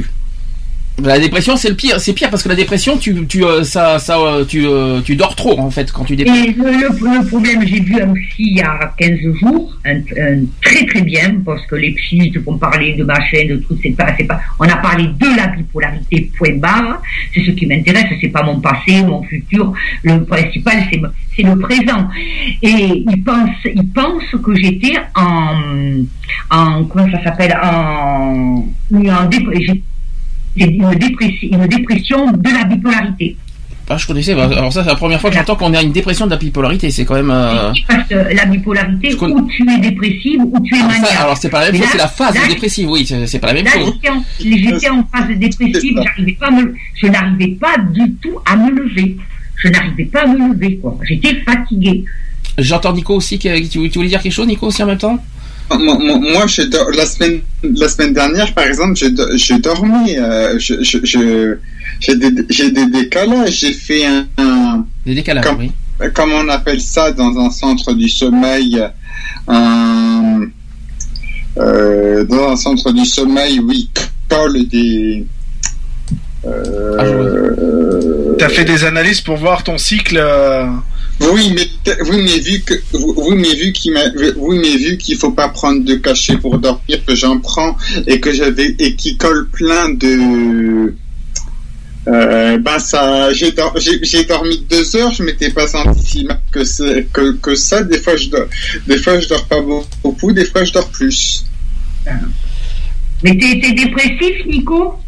La dépression, c'est le pire, c'est pire parce que la dépression, tu, tu, euh, ça, ça, euh, tu, euh, tu dors trop en fait quand tu dépresses. Et le, le, le problème, j'ai vu un psy il y a quinze jours, un, un très très bien, parce que les psys te font parler de machin, de tout, c'est pas, c'est pas. On a parlé de la bipolarité, point barre. C'est ce qui m'intéresse, c'est pas mon passé, mon futur. Le principal, c'est, c'est le présent. Et il pense, il pense que j'étais en, en, comment ça s'appelle, en, en dépression. Une dépression, une dépression de la bipolarité. Ah, je connaissais. Alors ça, c'est la première fois que j'entends qu'on a une dépression de la bipolarité. C'est quand même. Euh... Parce que la bipolarité, con... où tu es dépressive, où tu es alors, maniaque. Ça, alors c'est pas la même chose. C'est la phase là, dépressive. Oui, c'est, c'est pas la même là, chose. J'étais en, j'étais en phase dépressive. J'arrivais pas à me, je n'arrivais pas du tout à me lever. Je n'arrivais pas à me lever, quoi. J'étais fatiguée. J'entends Nico aussi. Tu, tu voulais dire quelque chose, Nico, aussi en même temps? Moi, moi j'ai do- la semaine la semaine dernière, par exemple, j'ai, do- j'ai dormi. Euh, je, je, je, j'ai, des, j'ai des décalages. J'ai fait un, un des décalages. Com- oui. Comment on appelle ça dans un centre du sommeil? Un, euh, dans un centre du sommeil, oui, colle des. Euh, ah, T'as fait des analyses pour voir ton cycle. Euh... Oui, mais oui, mais vu que oui, mais vu qu'il m'a, oui, mais vu qu'il faut pas prendre de cachet pour dormir, que j'en prends et que j'avais et qui colle plein de. Euh, ben ça, j'ai, dor- j'ai, j'ai dormi deux heures, je m'étais pas senti si mal que, c'est, que que ça. Des fois je dors, des fois je dors pas beaucoup, des fois je dors plus. Mais t'es, t'es dépressif, Nico?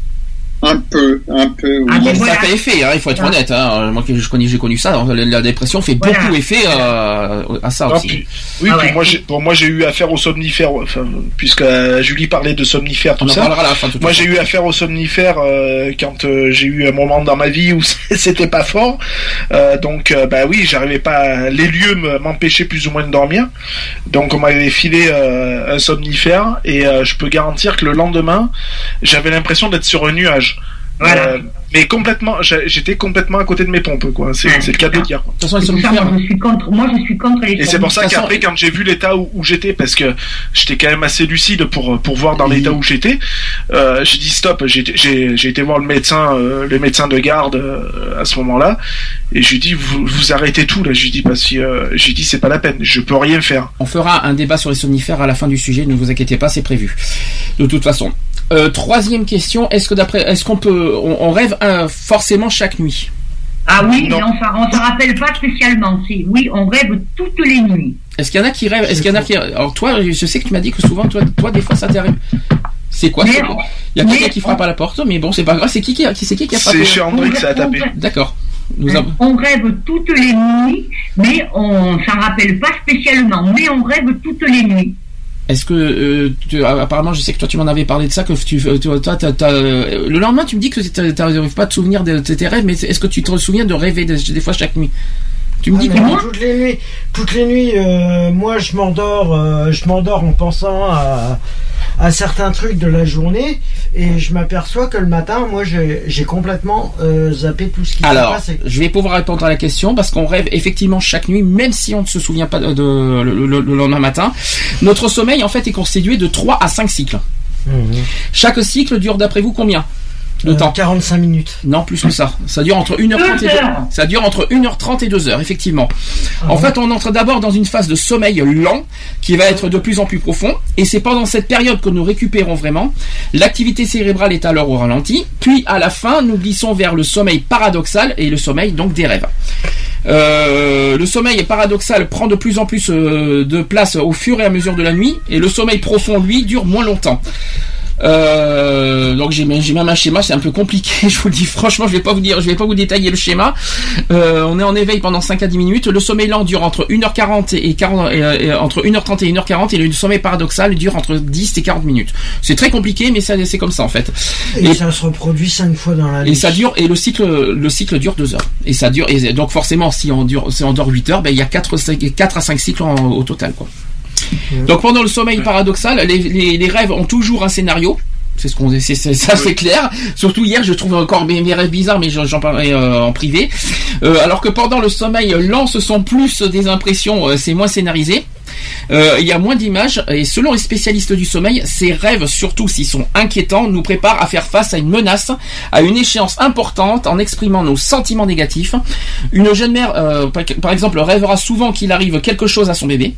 Un peu, un peu. Oui. Ah, bon, voilà. Ça fait effet, hein, il faut être Voilà. honnête. Hein. Moi, que je connais, j'ai connu ça. La, la dépression fait Voilà. beaucoup effet euh, à ça Non, aussi. puis- oui, Ah puis ouais. moi, j'ai, bon, moi j'ai eu affaire aux somnifères, enfin, puisque euh, Julie parlait de somnifères, tout On en ça. parlera à la fin. de toute Moi, façon. j'ai eu affaire aux somnifères euh, quand euh, j'ai eu un moment dans ma vie où c'était pas fort. Euh, donc, euh, bah oui, j'arrivais pas. Les lieux me- m'empêchaient plus ou moins de dormir. Donc, on m'avait filé euh, un somnifère et euh, je peux garantir que le lendemain, j'avais l'impression d'être sur un nuage. Voilà. Euh, mais complètement, j'ai- j'étais complètement à côté de mes pompes, quoi. C'est, Ouais, c'est le cas de le dire. De toute façon, les C'est pour ça, somnifères. moi, je suis contre, moi, je suis contre les Et c'est pour ça De toute qu'après, façon- quand j'ai vu l'état où, où j'étais, parce que j'étais quand même assez lucide pour pour voir dans Oui. l'état où j'étais, euh, j'ai dit stop. J'ai j'ai j'ai été voir le médecin, euh, le médecin de garde euh, à ce moment-là, et je lui dis vous vous arrêtez tout là. Je lui dis parce que euh, j'ai dit c'est pas la peine, je peux rien faire. On fera un débat sur les somnifères à la fin du sujet, ne vous inquiétez pas, c'est prévu. De toute façon. Euh, troisième question, est-ce que d'après, est-ce qu'on peut, on, on rêve euh, forcément chaque nuit? Ah oui, Non. mais on s'en, on s'en rappelle pas spécialement. C'est, oui, on rêve toutes les nuits. Est-ce qu'il y en a qui rêvent? Est-ce qu'il y en a qui, alors toi, je sais que tu m'as dit que souvent, toi, toi, des fois, ça t'arrive. C'est quoi? Mais c'est- on- Il y a quelqu'un mais qui frappe on- à la porte, mais bon, c'est pas grave. C'est qui qui, a- qui c'est qui qui a frappé? C'est chez André que ça a tapé. D'accord. Nous avons. On rêve toutes les nuits, mais on s'en rappelle pas spécialement. Mais on rêve toutes les nuits. Est-ce que euh, tu- apparemment, je sais que toi, tu m'en avais parlé de ça, que tu, euh, toi, toi, t'as, t'as, euh, le lendemain, tu me dis que tu n'arrives pas à te souvenir de, de tes rêves, mais est-ce que tu te souviens de rêver des, des fois chaque nuit? Tu me Ah, dis que mais moi. toutes les nuits, toutes les nuits, euh, moi je m'endors, euh, je m'endors en pensant à, à certains trucs de la journée et je m'aperçois que le matin, moi j'ai, j'ai complètement euh, zappé tout ce qui s'est Alors, passé. je vais pouvoir répondre à la question parce qu'on rêve effectivement chaque nuit, même si on ne se souvient pas de, de- le, le- le lendemain matin. Notre sommeil en fait est constitué de trois à cinq cycles. Mhm. Chaque cycle dure d'après vous combien de Euh, temps? quarante-cinq minutes. Non, plus que ça. Ça dure entre une heure trente et Deux deux. heures. Ça dure entre une heure trente et deux heures, effectivement. Ah En ouais. fait, on entre d'abord dans une phase de sommeil lent qui va être de plus en plus profond et c'est pendant cette période que nous récupérons vraiment. L'activité cérébrale est alors au ralenti, puis à la fin, nous glissons vers le sommeil paradoxal et le sommeil donc des rêves. Euh, le sommeil paradoxal prend de plus en plus euh, de place au fur et à mesure de la nuit et le sommeil profond, lui, dure moins longtemps. Euh, donc j'ai, j'ai même un schéma, c'est un peu compliqué, je vous le dis franchement, je vais pas vous dire, je vais pas vous détailler le schéma. Euh, on est en éveil pendant cinq à dix minutes, le sommeil lent dure entre une heure quarante et quarante, et, et, entre une heure trente et une heure quarante et le sommeil paradoxal dure entre dix et quarante minutes. C'est très compliqué mais ça, c'est comme ça en fait. Et, Et- ça se reproduit cinq fois dans la Et nuit. ça dure, et le cycle, le cycle dure deux heures. Et ça dure, et donc forcément, si on dure, si on dort huit heures, ben, il y a quatre, quatre à cinq cycles en- au total, quoi. Donc pendant le sommeil paradoxal, les, les, les rêves ont toujours un scénario. C'est ce qu'on, c'est, c'est- ça c'est clair. Surtout hier, je trouve encore mes, mes rêves bizarres, mais j'en, j'en parlerai euh, en privé. Euh, alors que pendant le sommeil lent, ce sont plus des impressions, euh, c'est moins scénarisé. Euh, il y a moins d'images et selon les spécialistes du sommeil, ces rêves, surtout s'ils sont inquiétants, nous préparent à faire face à une menace, à une échéance importante en exprimant nos sentiments négatifs. Une jeune mère, euh, par, par exemple, rêvera souvent qu'il arrive quelque chose à son bébé.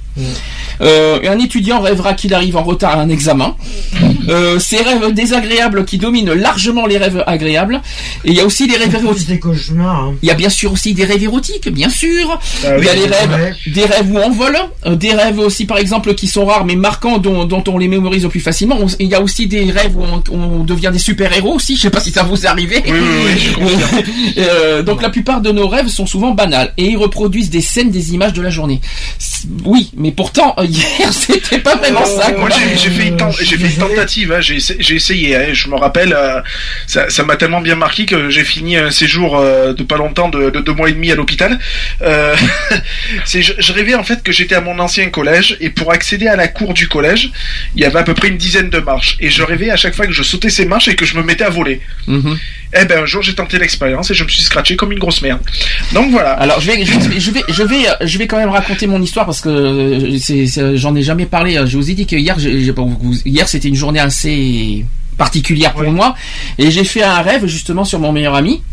Euh, un étudiant rêvera qu'il arrive en retard à un examen. Euh, ces rêves désagréables qui dominent largement les rêves agréables. Et il y a aussi des rêves C'est plus érotiques. des cauchemars. Hein. Il y a bien sûr aussi des rêves érotiques, bien sûr. Ah Il y a oui, les rêves, ouais. des rêves où on vole, euh, des rêves aussi par exemple qui sont rares mais marquants dont, dont on les mémorise le plus facilement. On- il y a aussi des rêves où on, on devient des super-héros aussi. Je sais pas si ça vous est arrivé. Oui, oui, oui, je confirme. Euh, donc la plupart de nos rêves sont souvent banals et ils reproduisent des scènes, des images de la journée. C'est- Oui, mais pourtant euh, hier c'était pas vraiment ça. Moi, quoi. j'ai, j'ai fait une, ten- je suis j'ai fait une désolé. tentative, hein, j'ai, essa- j'ai essayé, hein, je me rappelle, euh, ça, ça m'a tellement bien marqué que j'ai fini un séjour euh, de pas longtemps, de, de deux mois et demi à l'hôpital. Euh, c'est, je, je rêvais en fait que j'étais à mon ancien collège et pour accéder à la cour du collège, il y avait à peu près une dizaine de marches et je rêvais à chaque fois que je sautais ces marches et que je me mettais à voler. Mhm. Eh ben un jour j'ai tenté l'expérience et je me suis scratché comme une grosse merde. Donc voilà. Alors je vais, je vais, je vais, je vais, je vais quand même raconter mon histoire parce que c'est, c'est- j'en ai jamais parlé. Je vous ai dit que hier, j'ai, j'ai- vous- hier c'était une journée assez particulière pour Oui. moi et j'ai fait un rêve justement sur mon meilleur ami.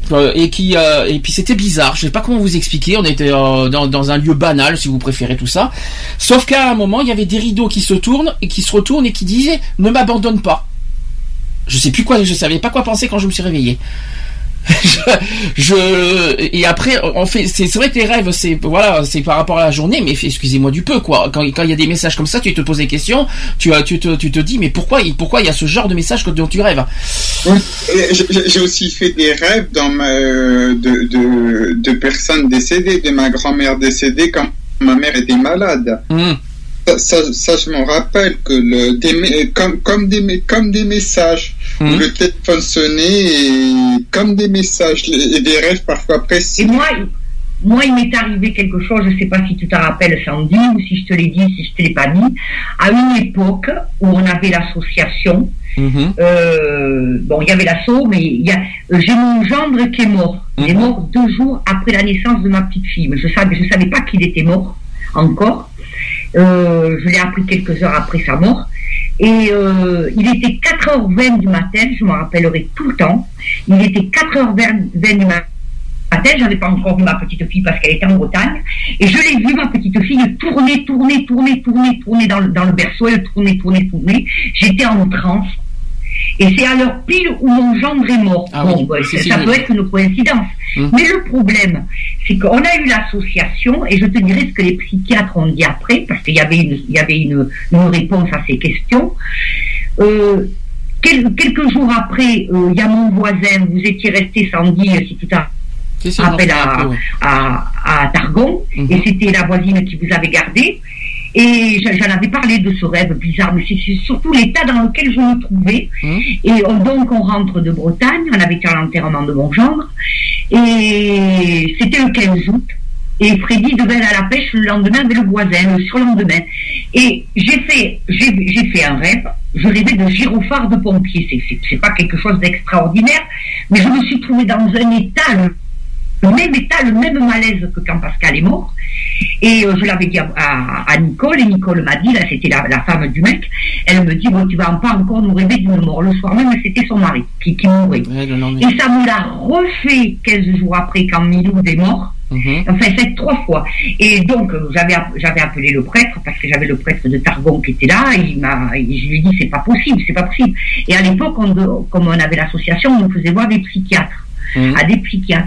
Euh, et qui euh, et puis c'était bizarre, je sais pas comment vous expliquer, on était euh, dans, dans un lieu banal si vous préférez tout ça, sauf qu'à un moment il y avait des rideaux qui se tournent et qui se retournent et qui disaient ne m'abandonne pas. Je sais plus quoi, je savais pas quoi penser quand je me suis réveillé. je, je et après on fait c'est, c'est vrai que les rêves c'est voilà c'est par rapport à la journée, mais excusez-moi du peu quoi, quand quand il y a des messages comme ça tu te poses des questions, tu tu te tu te dis mais pourquoi pourquoi il y a ce genre de message dont tu rêves. Oui, j'ai aussi fait des rêves dans ma, de, de de personnes décédées, de ma grand-mère décédée quand ma mère était malade. Mmh. Ça, ça, ça, je m'en rappelle que le, des, comme, comme, des, comme des messages, mmh. où le téléphone sonnait et comme des messages et des rêves parfois précis. Et moi, moi, il m'est arrivé quelque chose, je ne sais pas si tu te rappelles, Sandy, ou si je te l'ai dit, si je te l'ai pas dit, à une époque où on avait l'association. Mmh. Euh, bon, il y avait l'asso, mais il y a, euh, j'ai mon gendre qui est mort. Mmh. Il est mort deux jours après la naissance de ma petite fille. Mais je savais, je savais pas qu'il était mort encore. Euh, je l'ai appris quelques heures après sa mort. Et euh, il était quatre heures vingt du matin, je m'en rappellerai tout le temps. Il était quatre heures vingt du matin. J'avais pas encore vu ma petite fille parce qu'elle était en Bretagne. Et je l'ai vu, ma petite fille, tourner, tourner, tourner, tourner, tourner dans le, dans le berceau. Elle tournait, tourner, tourner. J'étais en transe. Et c'est à l'heure pile où mon gendre est mort. Ah bon, oui, ça, ça peut être une coïncidence. Hum. Mais le problème, c'est qu'on a eu l'association, et je te dirai ce que les psychiatres ont dit après, parce qu'il y avait une, il y avait une, une réponse à ces questions. Euh, quel, quelques jours après, euh, il y a mon voisin, vous étiez resté sans dire si tu t'as rappelles à, à, à Targon, hum. et c'était la voisine qui vous avait gardé. Et j'en avais parlé de ce rêve bizarre, mais c'est surtout l'état dans lequel je me trouvais. Mmh. Et on, donc on rentre de Bretagne, on avait été à l'enterrement de mon gendre, et c'était le quinze août, et Freddy devait aller à la pêche le lendemain avec le voisin, le surlendemain. Et j'ai fait, j'ai, j'ai fait un rêve, je rêvais de gyrophare de pompier, c'est, c'est, c'est pas quelque chose d'extraordinaire, mais je me suis trouvée dans un état, le, le même état, le même malaise que quand Pascal est mort. Et euh, je l'avais dit à, à, à Nicole, et Nicole m'a dit, là c'était la, la femme du mec, elle me dit, bon tu vas pas encore nous rêver d'une mort. Le soir même, c'était son mari qui, qui mourait. Ouais, non, mais... Et ça me l'a refait quinze jours après quand Milou est mort. Mm-hmm. Enfin, c'est trois fois. Et donc, euh, j'avais, j'avais appelé le prêtre, parce que j'avais le prêtre de Targon qui était là, et il m'a, et je lui ai dit, c'est pas possible, c'est pas possible. Et à l'époque, on, comme on avait l'association, on nous faisait voir des psychiatres, mm-hmm. à des psychiatres.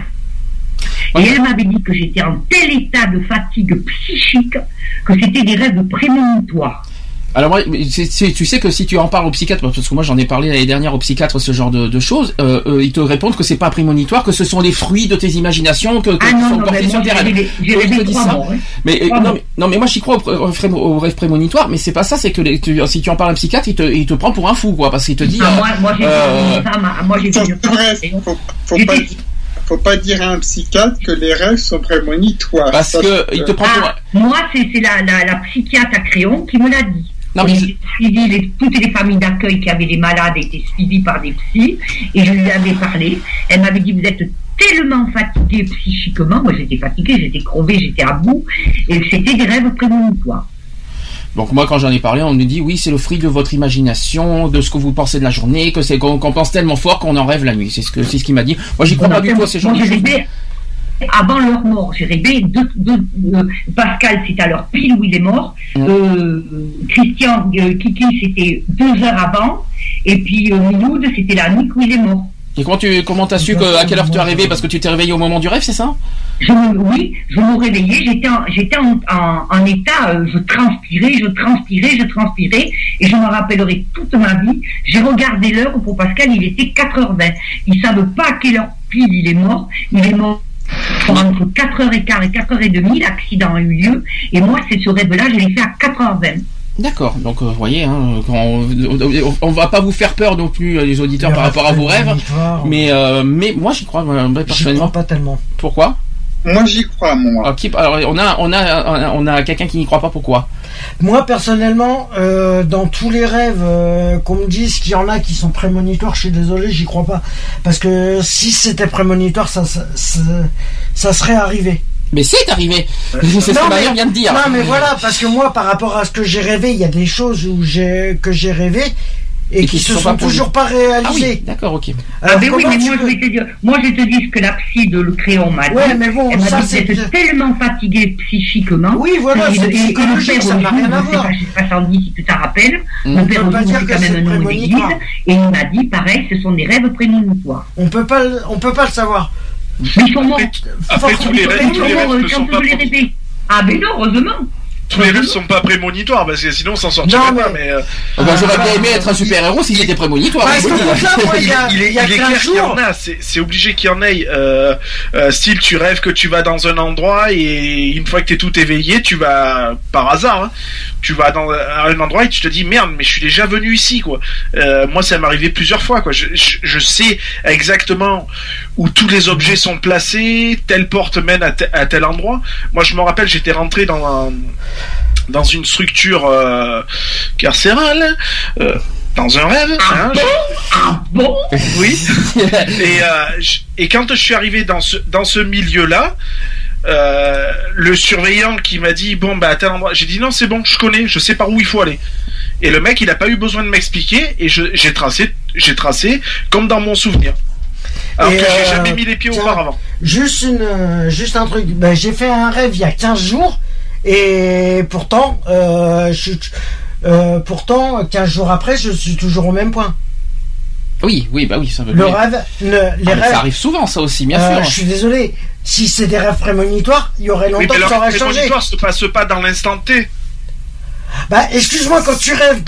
Et elle m'avait dit que j'étais en tel état de fatigue psychique que c'était des rêves prémonitoires. Alors moi, c'est, c'est, tu sais que si tu en parles au psychiatre, parce que moi j'en ai parlé l'année dernière au psychiatre, ce genre de, de choses, euh, euh, ils te répondent que c'est pas prémonitoire, que ce sont les fruits de tes imaginations, que, que ah non, sont portés sur tes rêves. J'ai rêvé trois morts, hein. Mais euh, non, mais non, mais moi j'y crois au, au, au rêve prémonitoire, mais c'est pas ça, c'est que les, tu, si tu en parles à un psychiatre, il te, il te prend pour un fou, quoi, parce qu'il te dit. Ah, euh, moi, moi j'ai euh, vu moi j'ai vu. Faut, faut pas dire. Faut pas dire à un psychiatre que les rêves sont prémonitoires. Parce ça, que il te prend pour... ah, moi, c'est, c'est la, la, la psychiatre à Créon qui me l'a dit. Non, mais je... suivi les, toutes les familles d'accueil qui avaient des malades étaient suivies par des psys, et je lui avais parlé. Elle m'avait dit, vous êtes tellement fatigué psychiquement. Moi, j'étais fatiguée, j'étais crevée, j'étais à bout, et c'était des rêves prémonitoires. Donc moi, quand j'en ai parlé, on me dit oui, c'est le fruit de votre imagination, de ce que vous pensez de la journée, que c'est qu'on, qu'on pense tellement fort qu'on en rêve la nuit. C'est ce que c'est ce qu'il m'a dit. Moi, j'y crois pas du tout à ces gens. Moi, j'ai rêvé avant leur mort. J'ai rêvé de, de, de, de Pascal, c'était à l'heure pile où il est mort. Mmh. Euh, Christian, euh, Kiki, c'était deux heures avant. Et puis euh, Miloud, c'était la nuit où il est mort. Et comment tu comment t'as su que, à quelle heure tu as rêvé? Parce que tu t'es réveillé au moment du rêve, c'est ça? je me, Oui, je me réveillais, j'étais en, j'étais en, en, en état, euh, je transpirais, je transpirais, je transpirais, et je me rappellerai toute ma vie. J'ai regardé l'heure pour Pascal, il était quatre heures vingt. Ils savent pas à quelle heure pile il est mort. Il est mort entre quatre heures quinze et quatre heures trente, l'accident a eu lieu, et moi, c'est ce rêve-là, je l'ai fait à quatre heures vingt. D'accord, donc vous euh, voyez, hein, on, on, on va pas vous faire peur non plus les auditeurs par rapport à vos rêves, mais euh, mais moi j'y crois euh, personnellement. J'y crois pas tellement. Pourquoi? Moi j'y crois, moi. Okay, alors on a on a on a quelqu'un qui n'y croit pas. Pourquoi? Moi personnellement, euh, dans tous les rêves euh, qu'on me dise qu'il y en a qui sont prémonitoires, je suis désolé, j'y crois pas, parce que si c'était prémonitoire, ça ça, ça, ça serait arrivé. Mais c'est arrivé. C'est ce que ma mère vient de dire. Non mais voilà, parce que moi par rapport à ce que j'ai rêvé, il y a des choses où j'ai que j'ai rêvé et, et qui se sont, sont pas toujours pas réalisés. Ah oui, d'accord, ok. Alors, ah mais oui, mais moi peux... je vais te dire, moi je te dis ce que la psy de le crayon m'a dit. Ouais, mais bon, elle m'a ça dit c'est d'être tellement fatiguée psychiquement. Oui, voilà, c'est psychologique, ça n'a rien à voir. Je sais pas, Sandy, si tu t'en rappelles. Mon père aujourd'hui est quand même un homme d'église, et il m'a dit, pareil, ce sont des rêves prémonitoires. On peut pas, on peut pas le savoir. Mais ils sont morts. Après, tous les rêves ne sont pas. Ah, mais non, heureusement. Tous les rêves sont pas prémonitoires parce que sinon on s'en sortirait non, mais... pas. Mais euh... oh bah, j'aurais bien aimé être un super héros s'il était prémonitoire. Bah, il, il, il est, il est clair qu'il y en a. C'est, c'est obligé qu'il y en ait. Euh, euh, style, tu rêves que tu vas dans un endroit et une fois que t'es tout éveillé, tu vas par hasard, hein, tu vas dans un endroit et tu te dis merde, mais je suis déjà venu ici quoi. Euh, moi, ça m'est arrivé plusieurs fois quoi. Je, je, je sais exactement où tous les objets sont placés, telle porte mène à, te, à tel endroit. Moi, je me rappelle, j'étais rentré dans un dans une structure euh, carcérale, euh, dans un rêve. Ah hein, bon, je... ah bon oui. et, euh, je... et quand je suis arrivé dans ce, dans ce milieu-là, euh, le surveillant qui m'a dit, bon, bah à tel endroit, j'ai dit non, c'est bon, je connais, je sais par où il faut aller. Et le mec, il n'a pas eu besoin de m'expliquer, et je, j'ai tracé, j'ai tracé comme dans mon souvenir. Alors et que j'ai euh, jamais mis les pieds tiens, auparavant. Juste, une, juste un truc, ben, j'ai fait un rêve il y a quinze jours, et pourtant, euh, je, euh, pourtant, quinze jours après, je suis toujours au même point. Oui, oui, bah oui, ça veut Le dire. rêve, le, les ah, rêves. Ça arrive souvent, ça aussi, bien euh, sûr. Je suis désolé. Si c'est des rêves prémonitoires, il y aurait longtemps oui, que ça aurait changé. Les prémonitoires se passent pas dans l'instant T. Bah, excuse-moi, quand tu rêves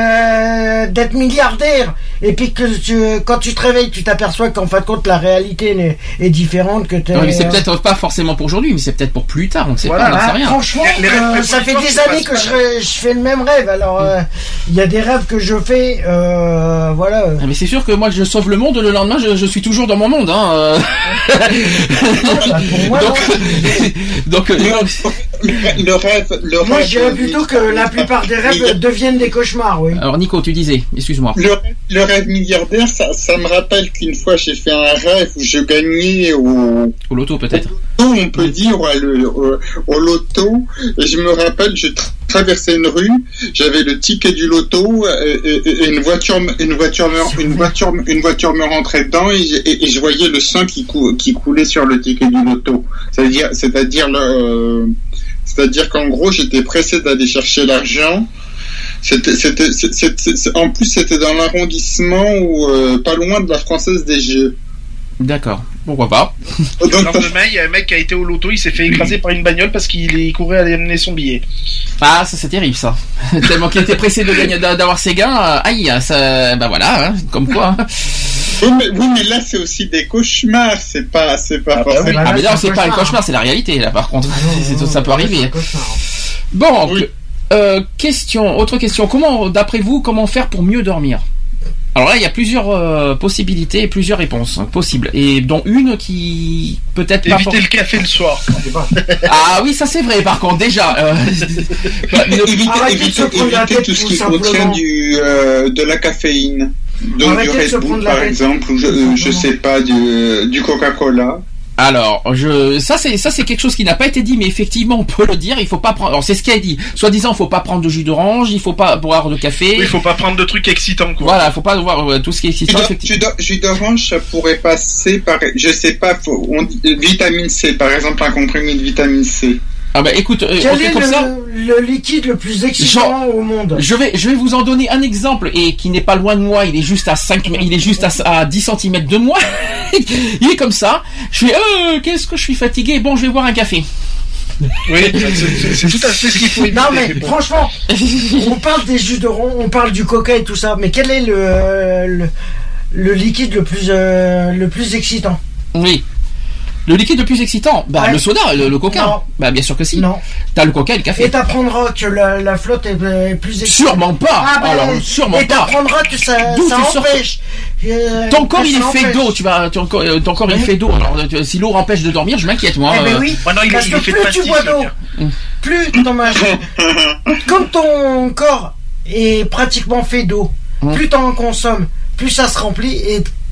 de, d'être milliardaire, et puis que tu, quand tu te réveilles, tu t'aperçois qu'en fin de compte, la réalité est, est différente que t'es... Non, mais c'est peut-être pas forcément pour aujourd'hui, mais c'est peut-être pour plus tard, on ne sait voilà, pas, on bah, sait rien. Franchement, les, les euh, ça fait des années que je, je fais le même rêve, alors, il mm. euh, y a des rêves que je fais, euh, voilà. Ah, mais c'est sûr que moi, je sauve le monde, le lendemain, je, je suis toujours dans mon monde, hein. Euh... non, bah, pour moi, donc, donc, le, le rêve, le moi, rêve, je dirais plutôt que la plupart des rêves deviennent des cauchemars, oui. Alors Nico, tu disais, excuse-moi. Le, le rêve milliardaire, ça, ça me rappelle qu'une fois j'ai fait un rêve où je gagnais au... Au loto peut-être. Au loto, on peut dire, ouais, le, au, au loto. Et je me rappelle, je traversais une rue, j'avais le ticket du loto et, et, et une voiture, une voiture, me, une voiture, une voiture me rentrait dedans et, et, et je voyais le sang qui, cou, qui coulait sur le ticket du loto. C'est-à-dire, c'est-à-dire le, euh, c'est-à-dire qu'en gros, j'étais pressé d'aller chercher l'argent. C'était, c'était, c'était, c'était, en plus, c'était dans l'arrondissement où, euh, pas loin de la Française des Jeux. D'accord, pourquoi pas. Donc, le lendemain, il y a un mec qui a été au loto, il s'est fait écraser par une bagnole parce qu'il il courait à aller amener son billet. Ah, ça c'est terrible ça. Tellement qu'il était pressé de gagner, d'avoir ses gains, euh, aïe, ça, bah voilà, hein, comme quoi. Hein. Oui, mais, oui, mais là c'est aussi des cauchemars, c'est pas, c'est pas ah, forcément. Bah, oui. Ah, mais là c'est pas un cauchemar, c'est la réalité là par contre. Ah, non, non, ça peut arriver. Bon. Oui. Euh, question, autre question. Comment, d'après vous, comment faire pour mieux dormir ? Alors là, il y a plusieurs euh, possibilités et plusieurs réponses hein, possibles, et dont une qui peut-être éviter pas le café le soir. Ah oui, ça c'est vrai. Par contre, déjà, euh... éviter, éviter, éviter tout ce qui contient du euh, de la caféine, donc du Red Bull par exemple, ou je, euh, je sais pas du, du Coca-Cola. Alors, je, ça c'est, ça c'est quelque chose qui n'a pas été dit, mais effectivement on peut le dire. Il faut pas prendre. Alors c'est ce qu'elle dit. Soit disant, il faut pas prendre de jus d'orange, il faut pas boire de café. Oui, il faut pas prendre de trucs excitants, quoi. Voilà, il faut pas boire euh, tout ce qui est excitant. Jus, jus d'orange, ça pourrait passer par, je sais pas, faut, on, vitamine C, par exemple, un comprimé de vitamine C. Ah bah écoute, euh, quel on fait est comme le, ça. le liquide le plus excitant Genre, au monde? Je vais, je vais vous en donner un exemple et qui n'est pas loin de moi. Il est juste à cinq, il est juste à, à dix centimètres de moi. Il est comme ça. Je fais, euh, qu'est-ce que je suis fatigué. Bon, je vais boire un café. Oui, c'est, c'est tout à fait ce qu'il faut éviter. Non mais franchement, on parle des jus d'orange, on parle du coca et tout ça, mais quel est le le, le liquide le plus euh, le plus excitant? Oui. Le liquide le plus excitant, bah ouais. le soda, le, le coca. Non. Bah bien sûr que si. Non. T'as le coca et le café. Et t'apprendras que la, la flotte est, est plus excitante. Sûrement pas. Ah bah, Alors sûrement et pas. Et t'apprendras que ça, ça empêche. Euh, ton corps il est fait d'eau, tu vas, ton corps, ton corps oui. il est fait d'eau. Alors si l'eau empêche de dormir, je m'inquiète moi. Eh ben oui. Oh non, il parce il que fait plus tu bois d'eau, mmh. plus ton comme ton corps est pratiquement fait d'eau, mmh. plus t'en consommes, plus ça se remplit et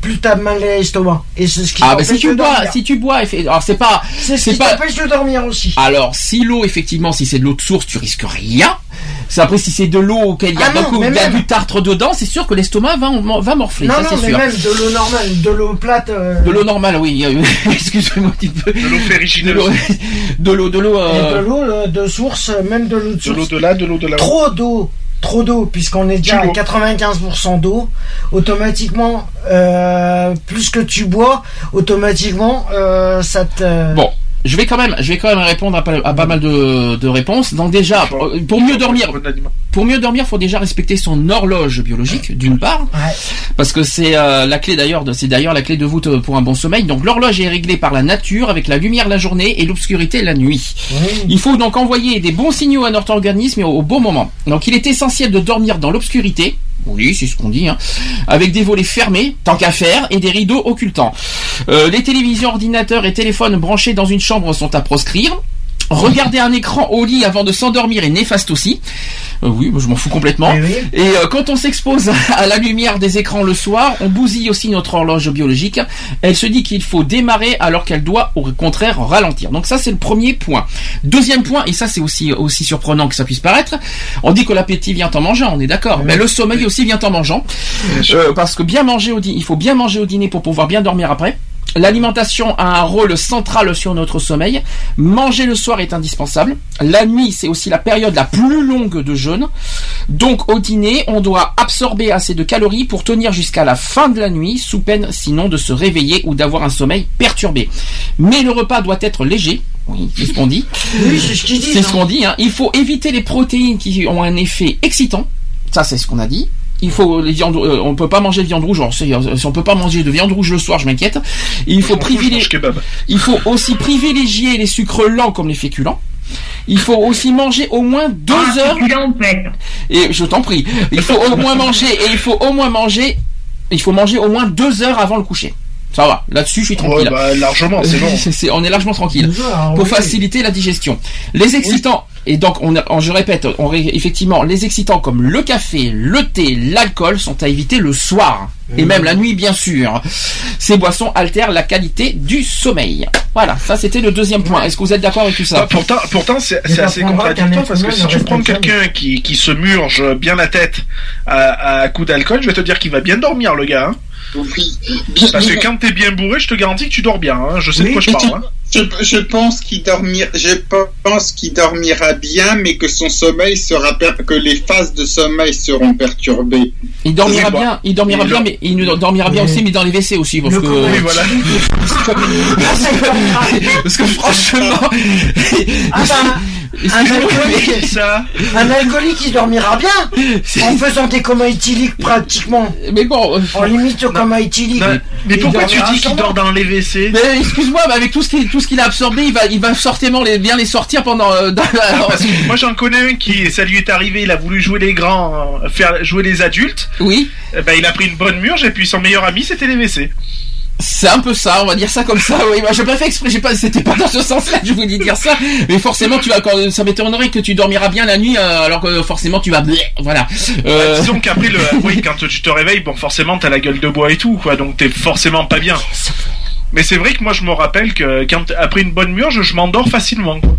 plus t'as mal à l'estomac. Et c'est ce qui Ah bah si t'empêche tu de bois, dormir. si tu bois, effe- alors c'est pas, C'est ce qui pas. t'empêche de dormir aussi. Alors si l'eau, effectivement, si c'est de l'eau de source, tu risques rien. C'est après si c'est de l'eau auquel il y a Ah non, beaucoup, mais il y a même- du tartre dedans, c'est sûr que l'estomac va va morfler, Non, ça non, c'est mais sûr. même de l'eau normale, de l'eau plate. euh, De l'eau normale, oui. euh, Excuse-moi un petit peu. De l'eau De ferrigineuse. l'eau, de l'eau, de l'eau. et euh, de l'eau euh, de source, euh, même de l'eau de De source. l'eau de là, de l'eau de là. Trop d'eau, trop d'eau, puisqu'on est déjà Tu à bois. quatre-vingt-quinze pour cent d'eau. Automatiquement, euh, plus que tu bois, automatiquement, euh, ça te. Bon. Je vais quand même, je vais quand même répondre à pas, à pas mal de, de réponses. Donc déjà, pour, pour mieux dormir, pour mieux dormir, faut déjà respecter son horloge biologique, d'une part, Ouais. parce que c'est euh, la clé d'ailleurs, de- c'est d'ailleurs la clé de voûte pour un bon sommeil. Donc l'horloge est réglée par la nature, avec la lumière la journée et l'obscurité la nuit. Oui. Il faut donc envoyer des bons signaux à notre organisme au, au bon moment. Donc il est essentiel de dormir dans l'obscurité. Oui, c'est ce qu'on dit, hein. Avec des volets fermés, tant qu'à faire, et des rideaux occultants. Euh, les télévisions, ordinateurs et téléphones branchés dans une chambre sont à proscrire. Regarder un écran au lit avant de s'endormir est néfaste aussi. Euh, oui, moi, je m'en fous complètement. Eh oui. Et euh, quand on s'expose à la lumière des écrans le soir, on bousille aussi notre horloge biologique. Elle se dit qu'il faut démarrer alors qu'elle doit au contraire ralentir. Donc ça c'est le premier point. Deuxième point, et ça c'est aussi aussi surprenant que ça puisse paraître, on dit que l'appétit vient en mangeant, on est d'accord. Mais le sommeil aussi vient en mangeant. Euh, parce que bien manger au dîner, il faut bien manger au dîner pour pouvoir bien dormir après. L'alimentation a un rôle central sur notre sommeil. Manger le soir est indispensable. La nuit, c'est aussi la période la plus longue de jeûne. Donc, au dîner, on doit absorber assez de calories pour tenir jusqu'à la fin de la nuit, sous peine sinon de se réveiller ou d'avoir un sommeil perturbé. Mais le repas doit être léger. Oui, c'est ce qu'on dit. Oui, c'est ce qu'ils disent. C'est ce qu'on dit, hein. Il faut éviter les protéines qui ont un effet excitant. Ça, c'est ce qu'on a dit. Il faut les viandes, euh, on peut pas manger de viande rouge. Alors, si, si on peut pas manger de viande rouge le soir, je m'inquiète. Il faut privilégier. Il faut aussi privilégier les sucres lents comme les féculents. Il faut aussi manger au moins deux Ah, heures. féculents, en fait. Et je t'en prie, il faut au moins manger et il faut au moins manger. Il faut manger au moins deux heures avant le coucher. Ça va, là-dessus je suis tranquille. Ouais, bah, largement, c'est bon. C'est- c'est- on est largement tranquille. Deux heures, Pour oui. faciliter la digestion. Les excitants, et donc on, a- je répète, on, ré- effectivement, les excitants comme le café, le thé, l'alcool sont à éviter le soir. Et même la nuit, bien sûr. Ces boissons altèrent la qualité du sommeil. Voilà, ça c'était le deuxième point. Est-ce que vous êtes d'accord avec tout ça? Bah, pourtant, pourtant c'est Mais c'est assez t'apprendras qu'un contradictoire être parce que humain si ne tu prends respecte quelqu'un qui, qui se murge bien la tête à, à coup d'alcool, je vais te dire qu'il va bien dormir, le gars. Hein. Oui. Bien- Parce que quand t'es bien bourré, je te garantis que tu dors bien. Hein. Je sais de quoi je Mais parle. tu- Hein. Je, je pense qu'il dormira, je pense qu'il dormira bien, mais que son sommeil sera per- que les phases de sommeil seront perturbées. Il dormira Oui, bien, il dormira il bien, dort- mais il nous dormira bien Oui. aussi, mais dans les W C aussi, parce Le que, corps, Oui, voilà. parce que franchement, Ah bah, un alcoolique, Qui ça un alcoolique, il dormira bien en faisant des comas éthyliques pratiquement. mais bon, euh, En limite au coma éthylique. Non, Mais Il pourquoi tu dormira dis qu'il sûrement. dort dans les W C mais excuse-moi, mais avec tout ce qu'il tout ce qu'il a absorbé, il va il va forcément les, bien les sortir pendant. Euh, dans la- Ah, parce que moi j'en connais un qui, ça lui est arrivé, il a voulu jouer les grands, euh, faire jouer les adultes. Oui, Eh ben, il a pris une bonne murge et puis son meilleur ami c'était les W C. c'est un peu ça, on va dire ça comme ça. Oui, moi je pas fait exprès, j'ai pas, c'était pas dans ce sens-là que je voulais dire ça, mais forcément tu vas, quand, ça m'étonnerait que tu dormiras bien la nuit, euh, alors que forcément tu vas, bleh, voilà. Euh, Bah, disons qu'après le, oui, quand tu te réveilles, bon forcément t'as la gueule de bois et tout, quoi, donc t'es forcément pas bien. Mais c'est vrai que moi je me rappelle que quand après une bonne murge, je m'endors facilement. Quoi.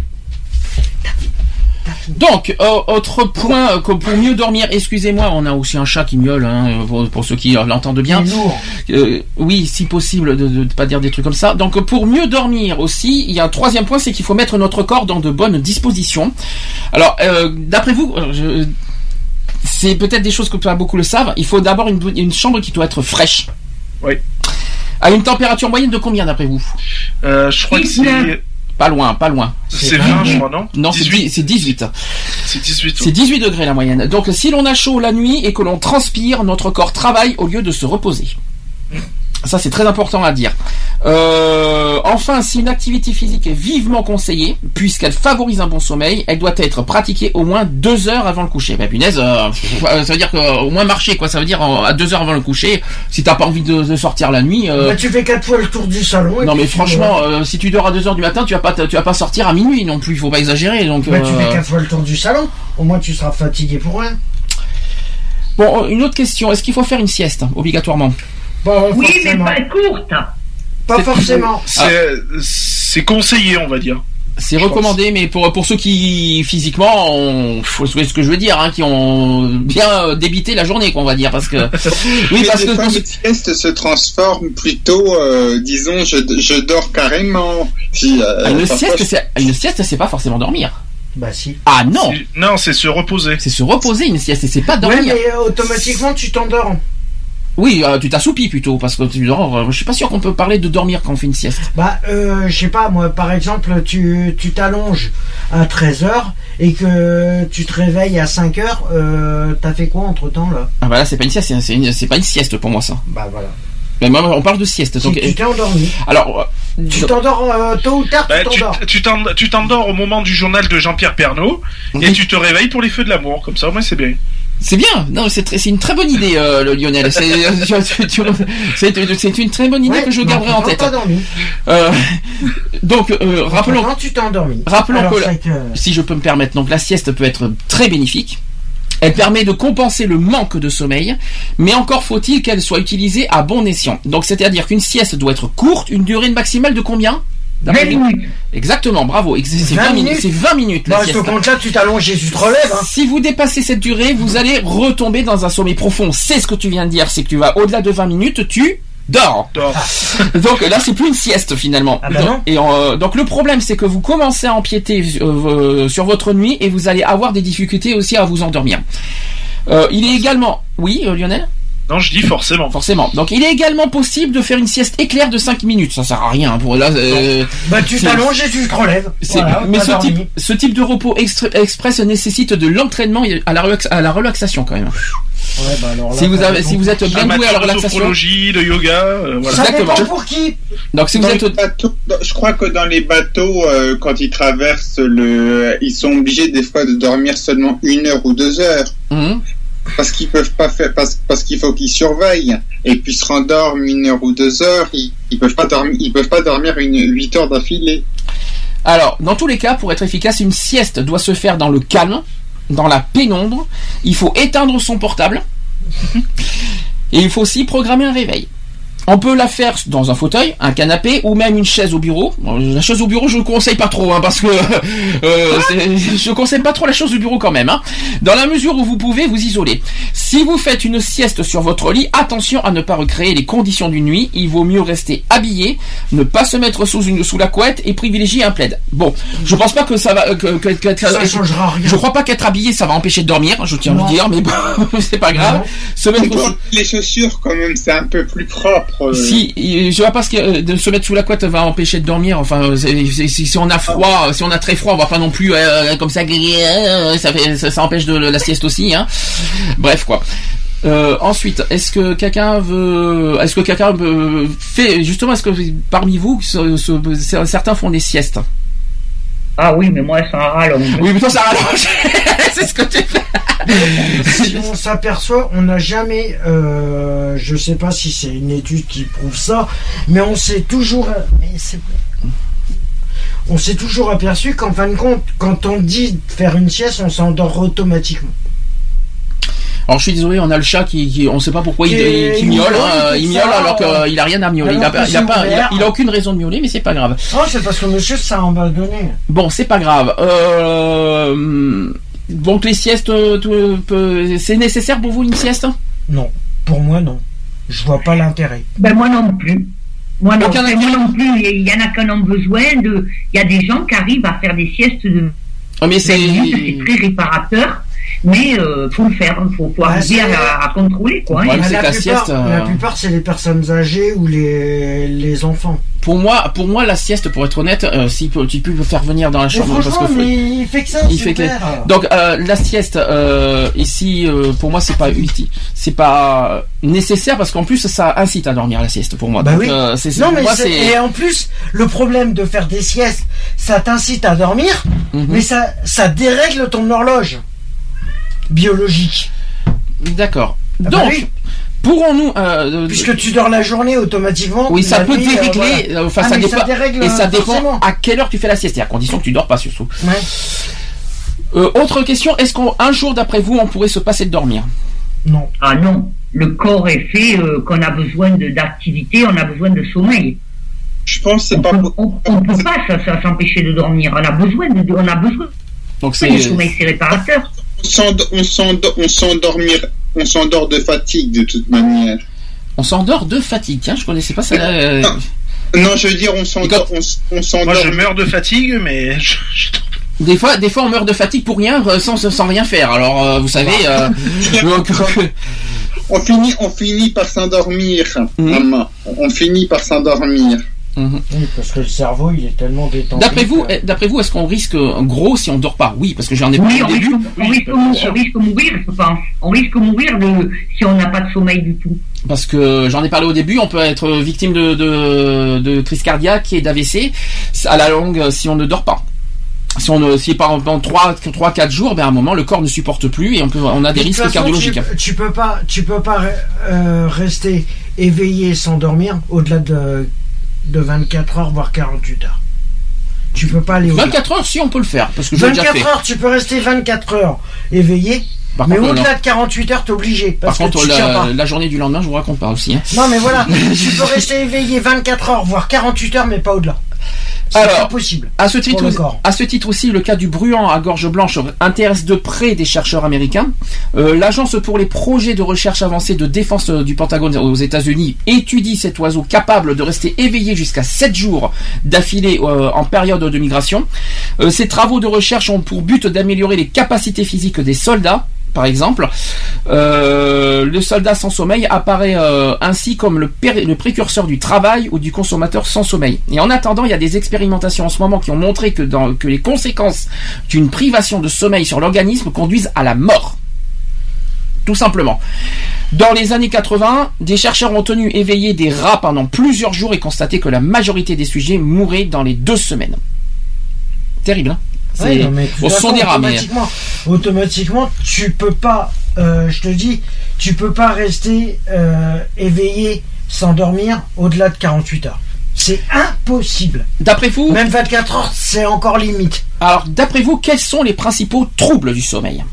Donc, euh, autre point, euh, que pour mieux dormir, excusez-moi, on a aussi un chat qui miaule, hein, pour, pour ceux qui euh, l'entendent bien. Il est lourd. Euh, oui, si possible, de ne pas dire des trucs comme ça. Donc, pour mieux dormir aussi, il y a un troisième point, c'est qu'il faut mettre notre corps dans de bonnes dispositions. Alors, euh, d'après vous, euh, je- c'est peut-être des choses que pas beaucoup le savent, il faut d'abord une, une chambre qui doit être fraîche. Oui. À une température moyenne de combien, d'après vous? Euh, je crois que c'est, Pas loin, pas loin. c'est vingt, je crois, non? Non, c'est dix-huit. dix- c'est dix-huit. C'est dix-huit. C'est dix-huit degrés la moyenne. Donc si l'on a chaud la nuit et que l'on transpire, notre corps travaille au lieu de se reposer. Ça c'est très important à dire. Euh, enfin, si une activité physique est vivement conseillée, puisqu'elle favorise un bon sommeil, elle doit être pratiquée au moins deux heures avant le coucher. Ben punaise, euh, ça veut dire qu'au moins marcher quoi. Ça veut dire euh, à deux heures avant le coucher. Si t'as pas envie de, de sortir la nuit. Euh, Bah, tu fais quatre fois le tour du salon. et non puis mais tu- franchement, euh, si tu dors à deux heures du matin, tu vas pas, tu vas pas sortir à minuit non plus. Il faut pas exagérer. Donc. Bah, tu euh, fais quatre fois le tour du salon. Au moins, tu seras fatigué pour rien. Bon, une autre question. Est-ce qu'il faut faire une sieste obligatoirement? Pas Oui, mais forcément. pas courte. Pas forcément. C'est c'est conseillé, on va dire. C'est Je recommandé, mais pour pour ceux qui physiquement, ont, faut ce que je veux dire, hein, qui ont bien euh, débité la journée, quoi, on va dire, parce que oui, Mais parce des que fois, le sieste se transforme plutôt, euh, disons, je, je dors carrément. Si, euh, Ah, une parfois, sieste, je- c'est une sieste, c'est pas forcément dormir. Bah si. Ah non, C'est- Non, c'est se reposer. c'est se reposer une sieste, et c'est pas Ouais, dormir. mais euh, automatiquement tu t'endors. Oui, euh, tu t'assoupis plutôt, parce que tu dors. euh, je suis pas sûr qu'on peut parler de dormir quand on fait une sieste. Bah, euh, je sais pas, moi, par exemple, tu tu t'allonges à treize heures et que tu te réveilles à cinq heures, euh, t'as fait quoi entre temps là? Ah bah là, c'est pas une sieste, c'est- c'est une- c'est pas une sieste pour moi ça. Bah voilà. Mais moi, on parle de sieste. Si Donc, tu t'es endormi. alors, euh, Tu donc- t'endors euh, tôt ou tard, Bah, tu tu t'endors. tu t'en- tu t'endors au moment du journal de Jean-Pierre Pernaut et Oui. tu te réveilles pour les feux de l'amour. Comme ça, au moins, c'est bien. c'est bien. Non, c'est très- c'est une très bonne idée, euh, le Lionel. C'est tu- tu- c'est- c'est une très bonne idée Ouais, que je mais garderai en entre-temps, tête. t'as dormi. Euh, donc, euh, rappelons. Entre-temps, tu t'es endormi. Rappelons Alors, que la- c'est que- si je peux me permettre, donc la sieste peut être très bénéfique. Elle permet de compenser le manque de sommeil, mais encore faut-il qu'elle soit utilisée à bon escient. Donc c'est-à-dire qu'une sieste doit être courte, une durée maximale de combien? vingt minutes. Exactement, bravo. Ex- C'est vingt vingt minutes. minutes. C'est vingt minutes la Dans ce sieste. compte-là, tu t'allonges et tu te relèves. Hein. Si vous dépassez cette durée, vous allez retomber dans un sommeil profond. C'est ce que tu viens de dire, c'est que tu vas au-delà de vingt minutes, tu dors. Dors. Donc là, c'est plus une sieste finalement. Ah bah donc, non. et euh, donc le problème, c'est que vous commencez à empiéter euh, euh, sur votre nuit et vous allez avoir des difficultés aussi à vous endormir. Euh, il est également, oui, euh, Lionel. Non, je dis forcément. Forcément. Donc il est également possible de faire une sieste éclair de cinq minutes. Ça sert à rien pour là. euh, Bah, tu c'est- t'allonges et tu te relèves. c'est- Voilà, mais t'as ce dormi. type, ce type de repos extra- express nécessite de l'entraînement et à la, relax- à la relaxation quand même. Ouais, bah alors là, Si vous t'as avez, raison. si vous êtes bien doué à la Amateur de relaxation, sophrologie, de yoga, euh, voilà. Ça Exactement. dépend pour qui. donc si vous Dans êtes les bateaux, dans- je crois que dans les bateaux, euh, quand ils traversent le, ils sont obligés des fois de dormir seulement une heure ou deux heures. Mhm. Parce qu'ils peuvent pas faire, parce, parce qu'il faut qu'ils surveillent. Et puis se rendorment une heure ou deux heures, ils, ils peuvent pas dormir, ils peuvent pas dormir une, huit heures d'affilée. Alors, dans tous les cas, pour être efficace, une sieste doit se faire dans le calme, dans la pénombre. Il faut éteindre son portable. Et il faut aussi programmer un réveil. On peut la faire dans un fauteuil, un canapé ou même une chaise au bureau. Bon, la chaise au bureau, je ne conseille pas trop, hein, parce que euh, c'est- je conseille pas trop la chaise au bureau quand même. Hein, dans la mesure où vous pouvez vous isoler. Si vous faites une sieste sur votre lit, attention à ne pas recréer les conditions d'une nuit. Il vaut mieux rester habillé, ne pas se mettre sous une sous la couette et privilégier un plaid. Bon, je pense pas que ça va. Que, que, que- que- Ça changera rien. Je crois pas qu'être habillé, ça va empêcher de dormir. Je tiens à Non. vous dire, mais bon, c'est pas grave. Non. Se mettre Pour sous- les chaussures, quand même, c'est un peu plus propre. euh. si, euh, je vois pas ce que euh, de se mettre sous la couette va empêcher de dormir. Enfin, euh, c'est- c'est- si, si on a froid, si on a très froid, on va pas non plus euh, comme ça. euh, Ça, fait, ça, ça empêche de la sieste aussi. Hein. Bref, quoi. Euh, ensuite, est-ce que quelqu'un veut, est-ce que quelqu'un veut- fait justement, est-ce que parmi vous, ce- ce- certains font des siestes? Ah oui, mais moi, ça rallonge. Oui, mais toi, ça rallonge. C'est ce que tu fais. Si on s'aperçoit, on n'a jamais, euh, je sais pas si c'est une étude qui prouve ça, mais on s'est toujours, mais c'est vrai. On s'est toujours aperçu qu'en fin de compte, quand on dit de faire une sieste, on s'endort automatiquement. Alors je suis désolé, on a le chat qui, qui on sait pas pourquoi il, Qui- il, qui il miaule, miaule, hein, tout il ça, miaule alors euh, qu'il a rien à miauler. Il a, alors que il a c'est pas, il a, ouvert. il a aucune raison de miauler, mais c'est pas grave. Oh, c'est parce que monsieur, ça en va donner. Bon, c'est pas grave. Euh, donc les siestes, euh, tout- peu- c'est nécessaire pour vous une sieste? Non, pour moi, non. Je vois pas l'intérêt. Ben moi non plus. Moi non, Aucun moi intérêt. non plus. Il y en a qui en ont besoin. De... Il y a des gens qui arrivent à faire des siestes de Ah, mais c'est vingt minutes, c'est très réparateur. Mais euh, faut le faire, faut, faut Ah, arriver c'est- à, à contrôler quoi. Ouais, hein. mais c'est la, que la plupart, sieste, euh, la plupart, c'est les personnes âgées ou les, les enfants. pour moi, pour moi la sieste, pour être honnête, euh, si peut- tu peux me faire venir dans la Mais chambre, parce franchement, que mais il fait que ça, il c'est fait que clair. donc euh, la sieste euh, ici euh, pour moi c'est pas utile, c'est pas nécessaire parce qu'en plus ça incite à dormir la sieste pour moi. Bah Donc, oui. euh, c'est, c'est- Non, pour mais moi, c'est- c'est et en plus, le problème de faire des siestes, ça t'incite à dormir, Mhm. mais ça, ça dérègle ton horloge biologique. D'accord. Ah bah Donc oui. pourrons-nous euh, Puisque tu dors la journée automatiquement. oui, ça la peut nuit, euh, dérégler. voilà. euh, Enfin, Ah, ça mais dépend. ça dérègle, et ça dépend forcément. à quelle heure tu fais la sieste, et à condition que tu dors pas surtout. Ouais. Euh, autre question, est-ce qu'un jour d'après vous on pourrait se passer de dormir? Non. Ah non. le corps est fait, euh, qu'on a besoin de, d'activité, on a besoin de sommeil. Je pense que c'est on pas. Peut, on, on peut pas ça, ça, s'empêcher de dormir. On a besoin de, on a besoin. Donc c'est. Le sommeil, c'est réparateur. On s'endort, on s'endort, on s'endormir, on s'endort de fatigue de toute manière. On s'endort de fatigue. Tiens, je connaissais pas ça. Euh... Non. non, je veux dire, on s'endort, on, on s'endort. Moi, je meurs de fatigue, mais. Je, je... Des fois, des fois, on meurt de fatigue pour rien, sans, sans rien faire. Alors, euh, vous savez. Euh... on finit, on finit par s'endormir, mmh. maman. On finit par s'endormir. Mmh. Oui, parce que le cerveau, il est tellement détendu. D'après vous, que... d'après vous, est-ce qu'on risque gros si on dort pas? Oui, parce que j'en ai oui, parlé au début. Risque, on, risque, on, on risque mourir, je pense. On risque mourir de, si on n'a pas de sommeil du tout. Parce que j'en ai parlé au début, on peut être victime de, de, de crise cardiaque et d'A V C à la longue si on ne dort pas. Si on si par exemple trois trois quatre jours, ben à un moment le corps ne supporte plus et on peut on a des risques façon, cardiologiques. Tu, tu peux pas tu peux pas euh, rester éveillé sans dormir au-delà de de vingt-quatre heures voire quarante-huit heures. Tu peux pas aller au-delà. vingt-quatre heures si on peut le faire parce que je l'ai déjà fait. vingt-quatre heures, tu peux rester vingt-quatre heures éveillé. Par mais contre, au-delà non. de quarante-huit heures, t'es obligé. Parce Par que contre, tu la, la journée du lendemain, je vous raconte pas aussi. Hein. Non, mais voilà, tu peux rester éveillé vingt-quatre heures, voire quarante-huit heures, mais pas au-delà. C'est Alors, impossible. À ce titre, à ce titre aussi, le cas du bruant à gorge blanche intéresse de près des chercheurs américains. Euh, L'agence pour les projets de recherche avancée de défense du Pentagone aux États-Unis étudie cet oiseau capable de rester éveillé jusqu'à sept jours d'affilée euh, en période de migration. Euh, ces travaux de recherche ont pour but d'améliorer les capacités physiques des soldats. Par exemple, euh, le soldat sans sommeil apparaît euh, ainsi comme le, pé- le précurseur du travail ou du consommateur sans sommeil. Et en attendant, il y a des expérimentations en ce moment qui ont montré que, dans, que les conséquences d'une privation de sommeil sur l'organisme conduisent à la mort. Tout simplement. Dans les années quatre-vingts, des chercheurs ont tenu éveillés des rats pendant plusieurs jours et constaté que la majorité des sujets mouraient dans les deux semaines. Terrible, hein? C'est ouais, non, mais au son des rats, mais... automatiquement, tu peux pas, euh, je te dis, tu peux pas rester euh, éveillé sans dormir au-delà de quarante-huit heures. C'est impossible. D'après vous, même vingt-quatre heures, c'est encore limite. Alors, d'après vous, quels sont les principaux troubles du sommeil?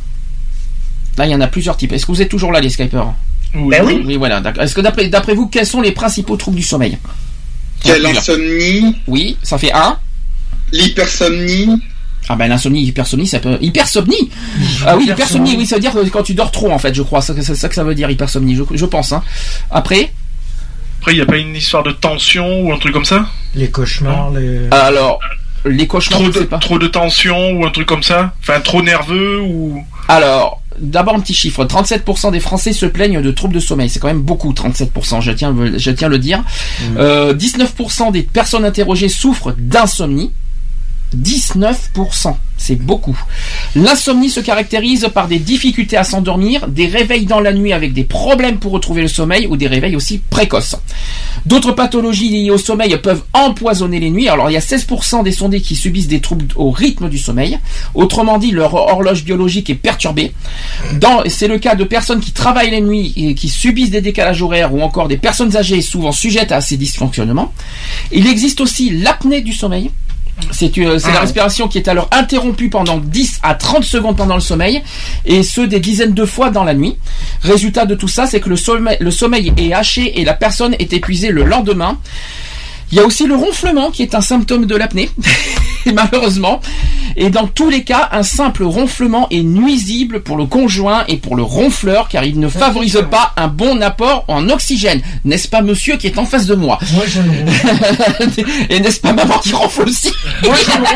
Là, il y en a plusieurs types. Est-ce que vous êtes toujours là, les Skypers? Oui. Ben oui. Oui, voilà. Est-ce que d'après, d'après vous, quels sont les principaux troubles du sommeil? Quelle insomnie? Oui, ça fait un. L'hypersomnie. Ah ben l'insomnie, hypersomnie, ça peut... Hypersomnie Ah oui, hypersomnie, oui, ça veut dire que quand tu dors trop, en fait, je crois. C'est ça que ça veut dire, hypersomnie, je, je pense. Hein. Après Après, il n'y a pas une histoire de tension ou un truc comme ça? Les cauchemars, les... Alors, les cauchemars, trop je de, sais pas. Trop de tension ou un truc comme ça? Enfin, trop nerveux ou... Alors, d'abord un petit chiffre. trente-sept pour cent des Français se plaignent de troubles de sommeil. C'est quand même beaucoup, trente-sept pour cent, je tiens, je tiens à le dire. Mmh. Euh, dix-neuf pour cent des personnes interrogées souffrent d'insomnie. dix-neuf pour cent, c'est beaucoup. L'insomnie se caractérise par des difficultés à s'endormir, des réveils dans la nuit avec des problèmes pour retrouver le sommeil ou des réveils aussi précoces. D'autres pathologies liées au sommeil peuvent empoisonner les nuits. Alors il y a seize pour cent des sondés qui subissent des troubles au rythme du sommeil. Autrement dit, leur horloge biologique est perturbée. Dans, c'est le cas de personnes qui travaillent les nuits et qui subissent des décalages horaires ou encore des personnes âgées souvent sujettes à ces dysfonctionnements. Il existe aussi l'apnée du sommeil. C'est, euh, c'est ah, la respiration qui est alors interrompue pendant dix à trente secondes pendant le sommeil, et ce des dizaines de fois dans la nuit. Résultat de tout ça, c'est que le sommeil, le sommeil est haché et la personne est épuisée le lendemain. Il y a aussi le ronflement qui est un symptôme de l'apnée, malheureusement. Et dans tous les cas, un simple ronflement est nuisible pour le conjoint et pour le ronfleur, car il ne favorise pas un bon apport en oxygène. N'est-ce pas monsieur qui est en face de moi? Moi je ne ronfle. Et n'est-ce pas maman qui ronfle aussi? Moi je ne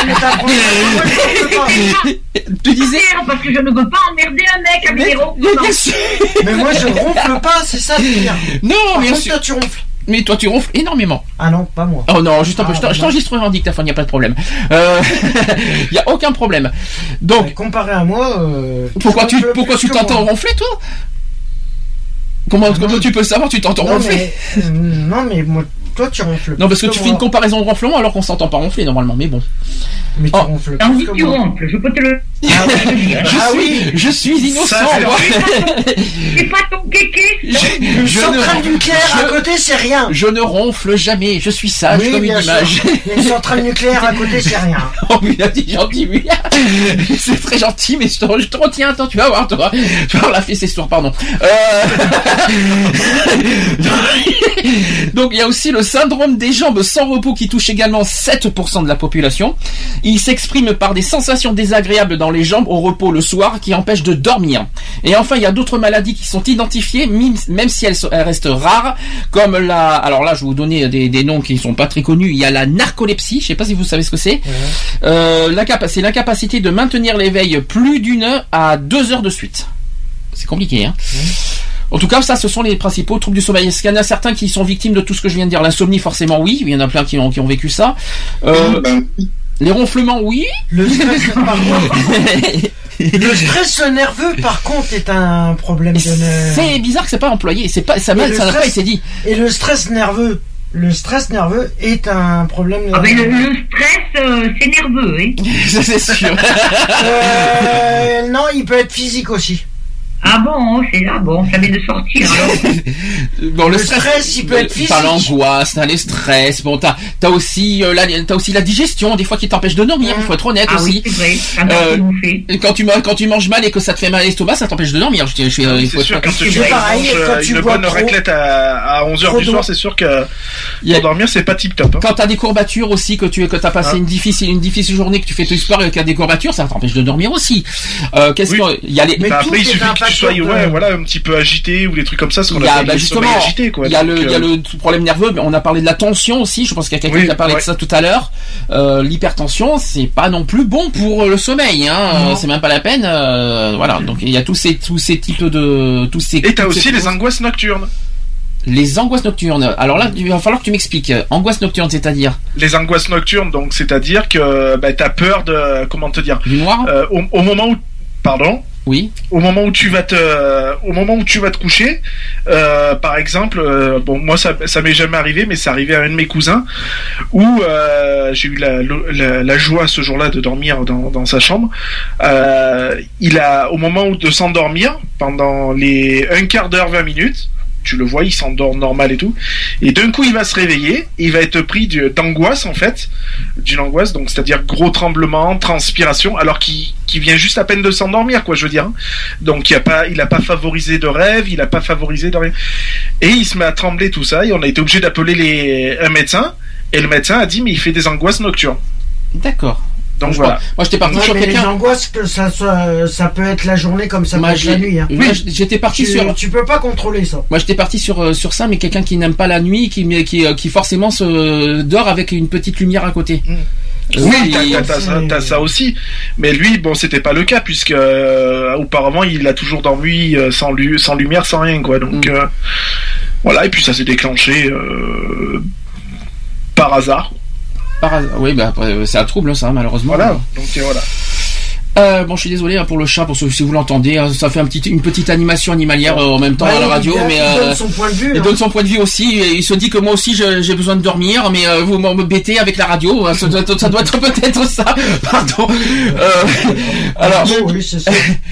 ronfle pas. Tu disais? Parce que je ne veux pas emmerder un mec avec des ronflements. Mais moi je ronfle pas, c'est ça le pire. Non, mais contre, toi tu ronfles. Mais toi tu ronfles énormément. Ah non, pas moi. Oh non, juste un peu. Ah, je t'enregistrerai en dictaphone, il n'y a pas de problème. Il euh, n'y a aucun problème. Donc, mais comparé à moi, euh, pourquoi tu pourquoi tu t'entends ronfler, toi? Comment, ah, comment tu peux savoir? Tu t'entends non, ronfler mais, euh, Non, mais moi, toi tu ronfles. Non, parce que, que tu moi. fais une comparaison de ronflement alors qu'on s'entend pas ronfler normalement, mais bon. Mais tu oh. ronfles. Ah oui, tu ronfles, je peux te le. je, Ah suis, oui. je suis innocent. Ça, c'est moi. C'est pas ton kéké. Je, Une je centrale ne, nucléaire à je- côté, c'est rien. je ne ronfle jamais. Je suis sage Oui, comme une bien image. sûr. Une centrale nucléaire à côté, c'est rien. Oh, mais il a dit gentil, oui. C'est très gentil, mais je te, je te retiens. Attends, tu vas voir, toi. Tu vas voir la fée, c'est sourd, pardon. Euh... Donc, il y a aussi le syndrome des jambes sans repos qui touche également sept pour cent de la population. Il s'exprime par des sensations désagréables dans les jambes au repos le soir qui empêchent de dormir. Et enfin, il y a d'autres maladies qui sont identifiées, même si elles, elles restent rares, comme la... Alors là, je vais vous donner des, des noms qui sont pas très connus. Il y a la narcolepsie, je sais pas si vous savez ce que c'est. Ouais. Euh, l'incapa- c'est l'incapacité de maintenir l'éveil plus d'une à deux heures de suite. C'est compliqué, hein. Ouais. En tout cas, ça, ce sont les principaux troubles du sommeil. Est-ce qu'il y en a certains qui sont victimes de tout ce que je viens de dire? L'insomnie, forcément, oui. Il y en a plein qui ont, qui ont vécu ça. Euh, les ronflements, oui. Le stress, par contre. Le stress nerveux, par contre, est un problème de nerfs. C'est bizarre que c'est pas employé. C'est pas, ça n'a pas été dit. Et le stress nerveux. Le stress nerveux est un problème. Ah ben le, le stress, euh, c'est nerveux, hein. Ça, c'est sûr. euh, non, il peut être physique aussi. Ah bon, c'est là, bon, ça vient de sortir. Bon, le, le stress, stress, il peut être physique. T'as l'angoisse, t'as les stress, bon, t'as, t'as aussi, euh, la, t'as aussi la digestion, des fois qui t'empêche de dormir, il faut être honnête ah aussi. Oui, c'est vrai. Euh, quand tu, quand tu manges mal et que ça te fait mal à l'estomac, ça t'empêche de dormir. Je, je, je, euh, il faut c'est sûr, être... quand tu manges une bonne raclette à, à onze heures du soir, c'est sûr que pour dormir, c'est pas tip top. Hein. Quand t'as des courbatures aussi, que tu, que t'as passé ah. une difficile, une difficile journée, que tu fais tout sport et qu'il y a des courbatures, ça t'empêche de dormir aussi. Euh, qu'est-ce oui. que, il y a les, mais bah, après, il suffit que tu sois, ouais, voilà, un petit peu agité ou des trucs comme ça, ce qu'on appelle bah, le sommeil agité, quoi. Il y a donc, le, il y a euh... le problème nerveux, mais on a parlé de la tension aussi. Je pense qu'il y a quelqu'un oui, qui a parlé ouais. de ça tout à l'heure. Euh, l'hypertension, c'est pas non plus bon pour le sommeil, hein. Non. C'est même pas la peine. Euh, voilà. Donc il y a tous ces, tous ces types de, tous ces. Et t'as aussi les angoisses nocturnes. Les angoisses nocturnes. Alors là, il va falloir que tu m'expliques. Angoisse nocturne, c'est-à-dire? Les angoisses nocturnes, donc c'est-à-dire que bah, t'as peur de, comment te dire, du noir. Euh, au, au moment où, pardon. Oui. Au moment où tu vas te, euh, au moment où tu vas te coucher, euh, par exemple, euh, bon moi ça, ça m'est jamais arrivé, mais c'est arrivé à un de mes cousins où euh, j'ai eu la, la, la joie ce jour-là de dormir dans, dans sa chambre. Euh, il a, au moment où de s'endormir, pendant les un quart d'heure, vingt minutes. Tu le vois, il s'endort normal et tout. Et d'un coup, il va se réveiller. Et il va être pris de, d'angoisse, en fait. D'une angoisse, donc c'est-à-dire gros tremblement, transpiration, alors qu'il, qu'il vient juste à peine de s'endormir, quoi, je veux dire. Donc il a pas, il a pas favorisé de rêve, il a pas favorisé de rien. Et il se met à trembler, tout ça. Et on a été obligé d'appeler les, un médecin. Et le médecin a dit, mais il fait des angoisses nocturnes. D'accord. Donc voilà. Moi j'étais parti ouais, sur mais quelqu'un. Les angoisses que ça soit, ça peut être la journée comme ça peut être la nuit. Hein. Oui, j'étais parti tu, sur. Tu peux pas contrôler ça. Moi j'étais parti sur sur ça, mais quelqu'un qui n'aime pas la nuit, qui qui qui forcément se dort avec une petite lumière à côté. Mmh. Oui, oui t'as, t'as, t'as, ça, t'as ça aussi. Mais lui, bon, c'était pas le cas puisque euh, auparavant il a toujours dormi euh, sans lu- sans lumière, sans rien, quoi. Donc mmh. euh, voilà. Et puis ça s'est déclenché euh, par hasard. Par hasard. Oui, bah c'est un trouble ça, malheureusement. Voilà. Donc voilà. Euh, bon, je suis désolé hein, pour le chat, pour ceux, si vous l'entendez, hein, ça fait un petit, une petite animation animalière euh, en même temps ouais, à la radio, il mais il euh, donne son point de vue. Il hein. donne son point de vue aussi. Et il se dit que moi aussi je, j'ai besoin de dormir, mais euh, vous m'embêtez avec la radio. Hein, ça, doit, ça doit être peut-être ça. Pardon. Euh, alors. Oui, c'est ça.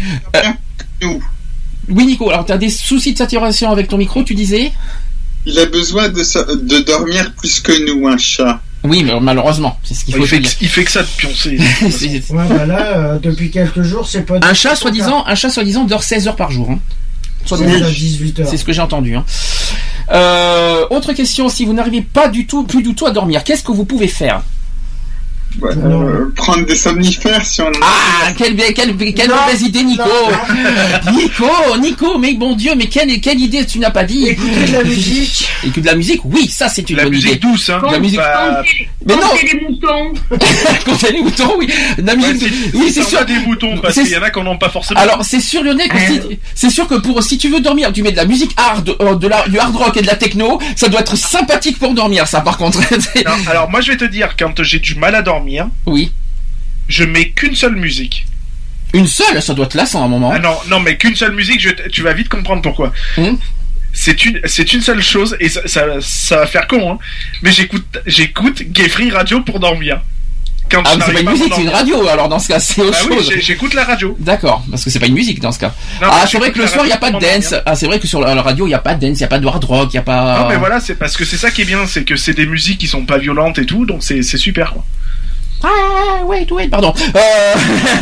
Oui, Nico. Alors, tu as des soucis de saturation avec ton micro, tu disais. Il a besoin de, de dormir plus que nous, un chat. Oui, mais malheureusement, c'est ce qu'il faut il fait dire. Que, il fait que ça de pioncer. Ouais, bah là, euh, depuis quelques jours, c'est pas. Un chat, soi-disant, un chat, soi-disant, dort seize heures par jour. Hein. seize à dix-huit heures. C'est ce que j'ai entendu. Hein. Euh, autre question, si vous n'arrivez pas du tout, plus du tout à dormir, qu'est-ce que vous pouvez faire? Ouais, euh, prendre des somnifères si on en a. Ah, quelle, quelle, quelle non, mauvaise idée, Nico. Non, Nico, Nico, mais bon Dieu, mais quelle, quelle idée tu n'as pas dit? Écouter de la musique. Écouter de la musique, oui, ça c'est une la bonne idée. La musique douce, hein. La musique. Bah... Mais non. Compter les moutons. Compter les moutons, oui. La musique. Ouais, c'est, oui, c'est sûr. des moutons, parce c'est... qu'il y en a qu'on n'en pas forcément. Alors, c'est sûr, Lionel, que si... c'est sûr que pour, si tu veux dormir, tu mets de la musique hard, euh, de la, du hard rock et de la techno, ça doit être sympathique pour dormir, ça, par contre. Non, alors, moi, je vais te dire, quand j'ai du mal à dormir. Oui. Je mets qu'une seule musique. Une seule? Ça doit être lassant à un moment. Ah non, non, mais qu'une seule musique, je, tu vas vite comprendre pourquoi. Hum. C'est une, c'est une seule chose, et ça, ça, ça va faire con, hein. Mais j'écoute, j'écoute Gay Free Radio pour dormir. quand ah, je mais c'est pas n'arrive une pas à musique, c'est une m'endormir. radio. Alors dans ce cas, c'est autre Bah oui, chose. j'ai- j'écoute la radio. D'accord, parce que c'est pas une musique dans ce cas. Non, ah, mais c'est vrai j'écoute que le la soir il y a radio pas de pour dance. m'endormir. Ah, c'est vrai que sur la la radio il y a pas de dance, il y a pas de hard rock, il y a pas. Non mais voilà, c'est parce que c'est ça qui est bien, c'est que c'est des musiques qui sont pas violentes et tout, donc c'est c'est super quoi. Ah, wait, wait, pardon. Euh...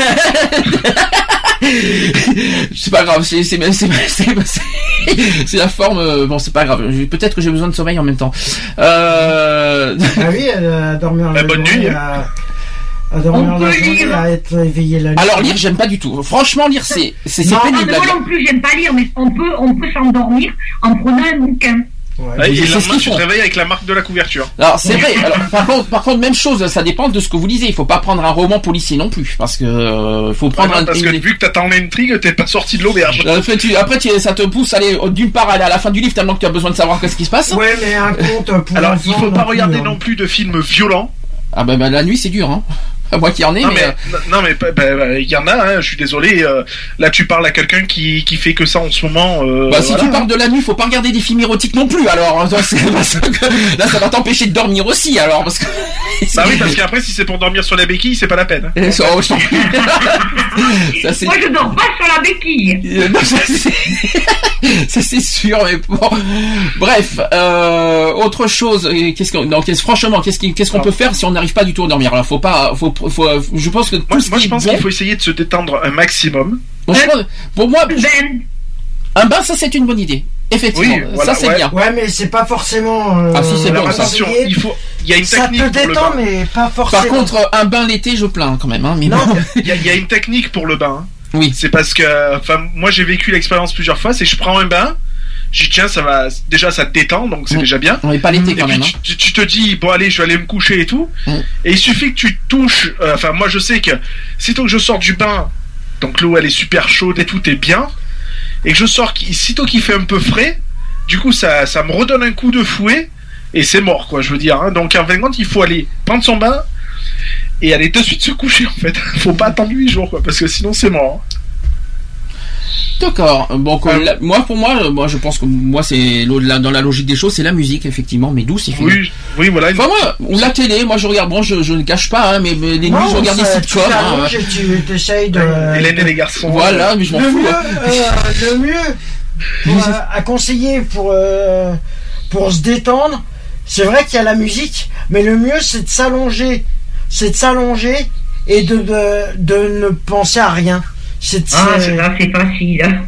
c'est pas grave, c'est c'est c'est c'est, c'est, c'est la forme. euh, Bon, c'est pas grave. Peut-être que j'ai besoin de sommeil en même temps. Euh... Ah oui, à dormir la bonne journée, nuit. à, à dormir On la peut journée, lire. à être éveillé la nuit. Alors lire, j'aime pas du tout. Franchement, lire, c'est c'est c'est Non, ah, pénible. mais moi non plus, j'aime pas lire, mais on peut, on peut s'endormir en prenant un bouquin. Ouais. Ouais, et c'est le ce lendemain, qu'ils tu te font. réveilles avec la marque de la couverture. Alors c'est vrai. Alors, par contre, par contre, même chose. Ça dépend de ce que vous lisez. Il faut pas prendre un roman policier non plus, parce que euh, faut prendre Ah non, un. parce que une- vu que t'attends l'intrigue, t'es pas sorti de l'auberge. Après, tu, après tu, ça te pousse à aller d'une part à aller à la fin du livre tellement que tu as besoin de savoir qu'est-ce qui se passe. Ouais, mais un conte pour Alors enfants, il faut pas plus, regarder hein. non plus de films violents. Ah bah, bah, la nuit c'est dur, hein. Moi qui en ai, Non mais. mais euh, non mais bah, bah, bah, il y en a, hein, je suis désolé. euh, là tu parles à quelqu'un qui qui fait que ça en ce moment. euh, Bah si voilà. tu parles de la nuit, faut pas regarder des films érotiques non plus. Alors hein, c'est parce que là ça va t'empêcher de dormir aussi. Alors parce que. Bah oui, parce qu'après si c'est pour dormir sur la béquille, c'est pas la peine. Eh, ça, oh, je t'en prie. Ça, c'est- Moi, je dors pas sur la béquille. Euh, non, ça, c'est... ça, c'est sûr, mais bon. Bref, euh, autre chose. euh, Qu'est-ce qu'on, non, qu'est-ce, franchement, qu'est-ce, qui- qu'est-ce qu'on peut faire si on n'arrive pas du tout à dormir? Alors, faut pas, faut, faut, je pense que tout Moi, ce moi qui je est pense bon- qu'il faut essayer de se détendre un maximum. Bon, je pense- pour moi, Ben, un bain, ça c'est une bonne idée. Effectivement, Oui, voilà, ça c'est ouais. bien. Ouais, mais c'est pas forcément. euh, Ah, si, c'est Alors bon, ça. attention, il faut, il y a une Ça technique te pour le détend, bain. mais pas forcément. Par contre, un bain l'été, je plains quand même, hein, mais Non, bon. Il y, a- il y a une technique pour le bain. Oui. C'est parce que, enfin, moi j'ai vécu l'expérience plusieurs fois. C'est je prends un bain, je dis tiens ça va, déjà ça te détend donc c'est Mm. déjà bien. On est pas l'été Et quand puis même. tu, Hein. tu- tu te dis bon allez je vais aller me coucher et tout. Mm. Et il suffit que tu touches. euh, Enfin moi je sais que sitôt que je sors du bain, donc l'eau elle est super chaude et tout est bien, et que je sors, qui- sitôt qu'il fait un peu frais, du coup ça ça me redonne un coup de fouet et c'est mort quoi je veux dire. Hein. Donc en fin de compte il faut aller prendre son bain et aller de suite se coucher en fait. Faut pas attendre huit jours quoi parce que sinon c'est mort. Hein. D'accord. Bon, que Euh, la- moi, pour moi, euh, moi, je pense que moi, c'est l'au- la- dans la logique des choses, c'est la musique, effectivement, mais douce, c'est fini. Oui, oui, voilà. Enfin, moi, ou la télé, moi, je regarde. Bon, je, je ne cache pas, hein, mais, mais les nuits, je regarde des ça- tu sitcoms. hein, t'allonges et tu t'essayes de. Hélène et les garçons. Voilà, mais je m'en Le fous. mieux, hein. euh, le mieux pour, euh, à conseiller pour, euh, pour se détendre, c'est vrai qu'il y a la musique, mais le mieux c'est de s'allonger, c'est de s'allonger et de, de, de ne penser à rien. C'est de ah, se- c'est là, c'est facile. hein.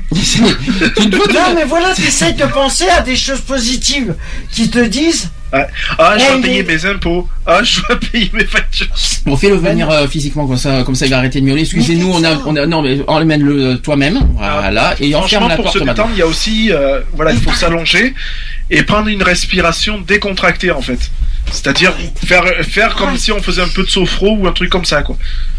Tu ne peux Non mais voilà, tu essaies de penser à des choses positives qui te disent Ouais. Ah, je Eh, dois il payer est- mes impôts. Ah, je dois payer mes factures. Bon, fais-le venir euh, physiquement comme ça, comme ça il va arrêter de miauler. Excusez-nous, on a, on a, non mais emmène-le euh, toi-même, voilà, et enferme Franchement, la pour porte se maintenant. détendre, il y a aussi, euh, voilà, il faut s'allonger et prendre une respiration décontractée en fait. C'est-à-dire faire faire comme si on faisait un peu de sophro ou un truc comme ça quoi.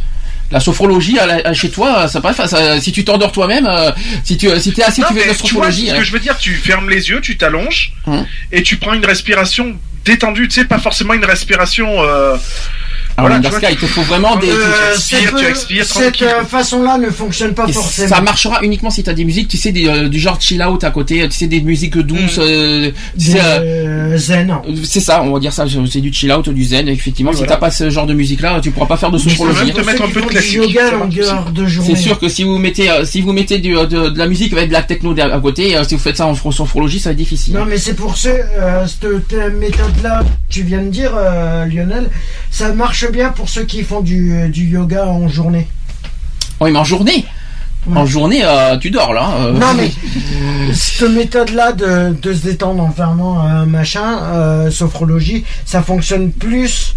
La sophrologie à la- à chez toi, ça pas ça, si tu t'endors toi-même, euh, si tu, si t'es assis, Non, tu fais de mais la tu vois, sophrologie. ce hein. que je veux dire, tu fermes les yeux, tu t'allonges Hum. et tu prends une respiration détendue. Tu sais, pas forcément une respiration. Euh, Alors, voilà, dans tu ce vois, cas, il te faut vraiment des. euh, expires, cette- tu expires, cette tranquille. euh, façon-là ne fonctionne pas Et forcément. ça marchera uniquement si t'as des musiques, tu sais, des, euh, du genre chill out à côté, tu sais, des musiques douces, Mm. euh, tu Des, sais, euh, euh, zen. c'est ça, on va dire ça, c'est du chill out, du zen, effectivement. Oui, si voilà. t'as pas ce genre de musique-là, tu pourras pas faire de peux sophrologie. même te mettre un peu de Du classique. yoga ça à marche longueur de journée. C'est sûr que si vous mettez, euh, si vous mettez du, euh, de, de la musique avec de la techno à côté, euh, si vous faites ça en sophrologie, ça va être difficile. Non mais c'est pour ce, euh, cette t- méthode-là que tu viens de dire, euh, Lionel, ça marche bien pour ceux qui font du, euh, du yoga en journée. Oui, mais en journée, Ouais. en journée, euh, tu dors là. euh. Non mais cette méthode-là de, de se détendre en fermant un machin, euh, sophrologie, ça fonctionne plus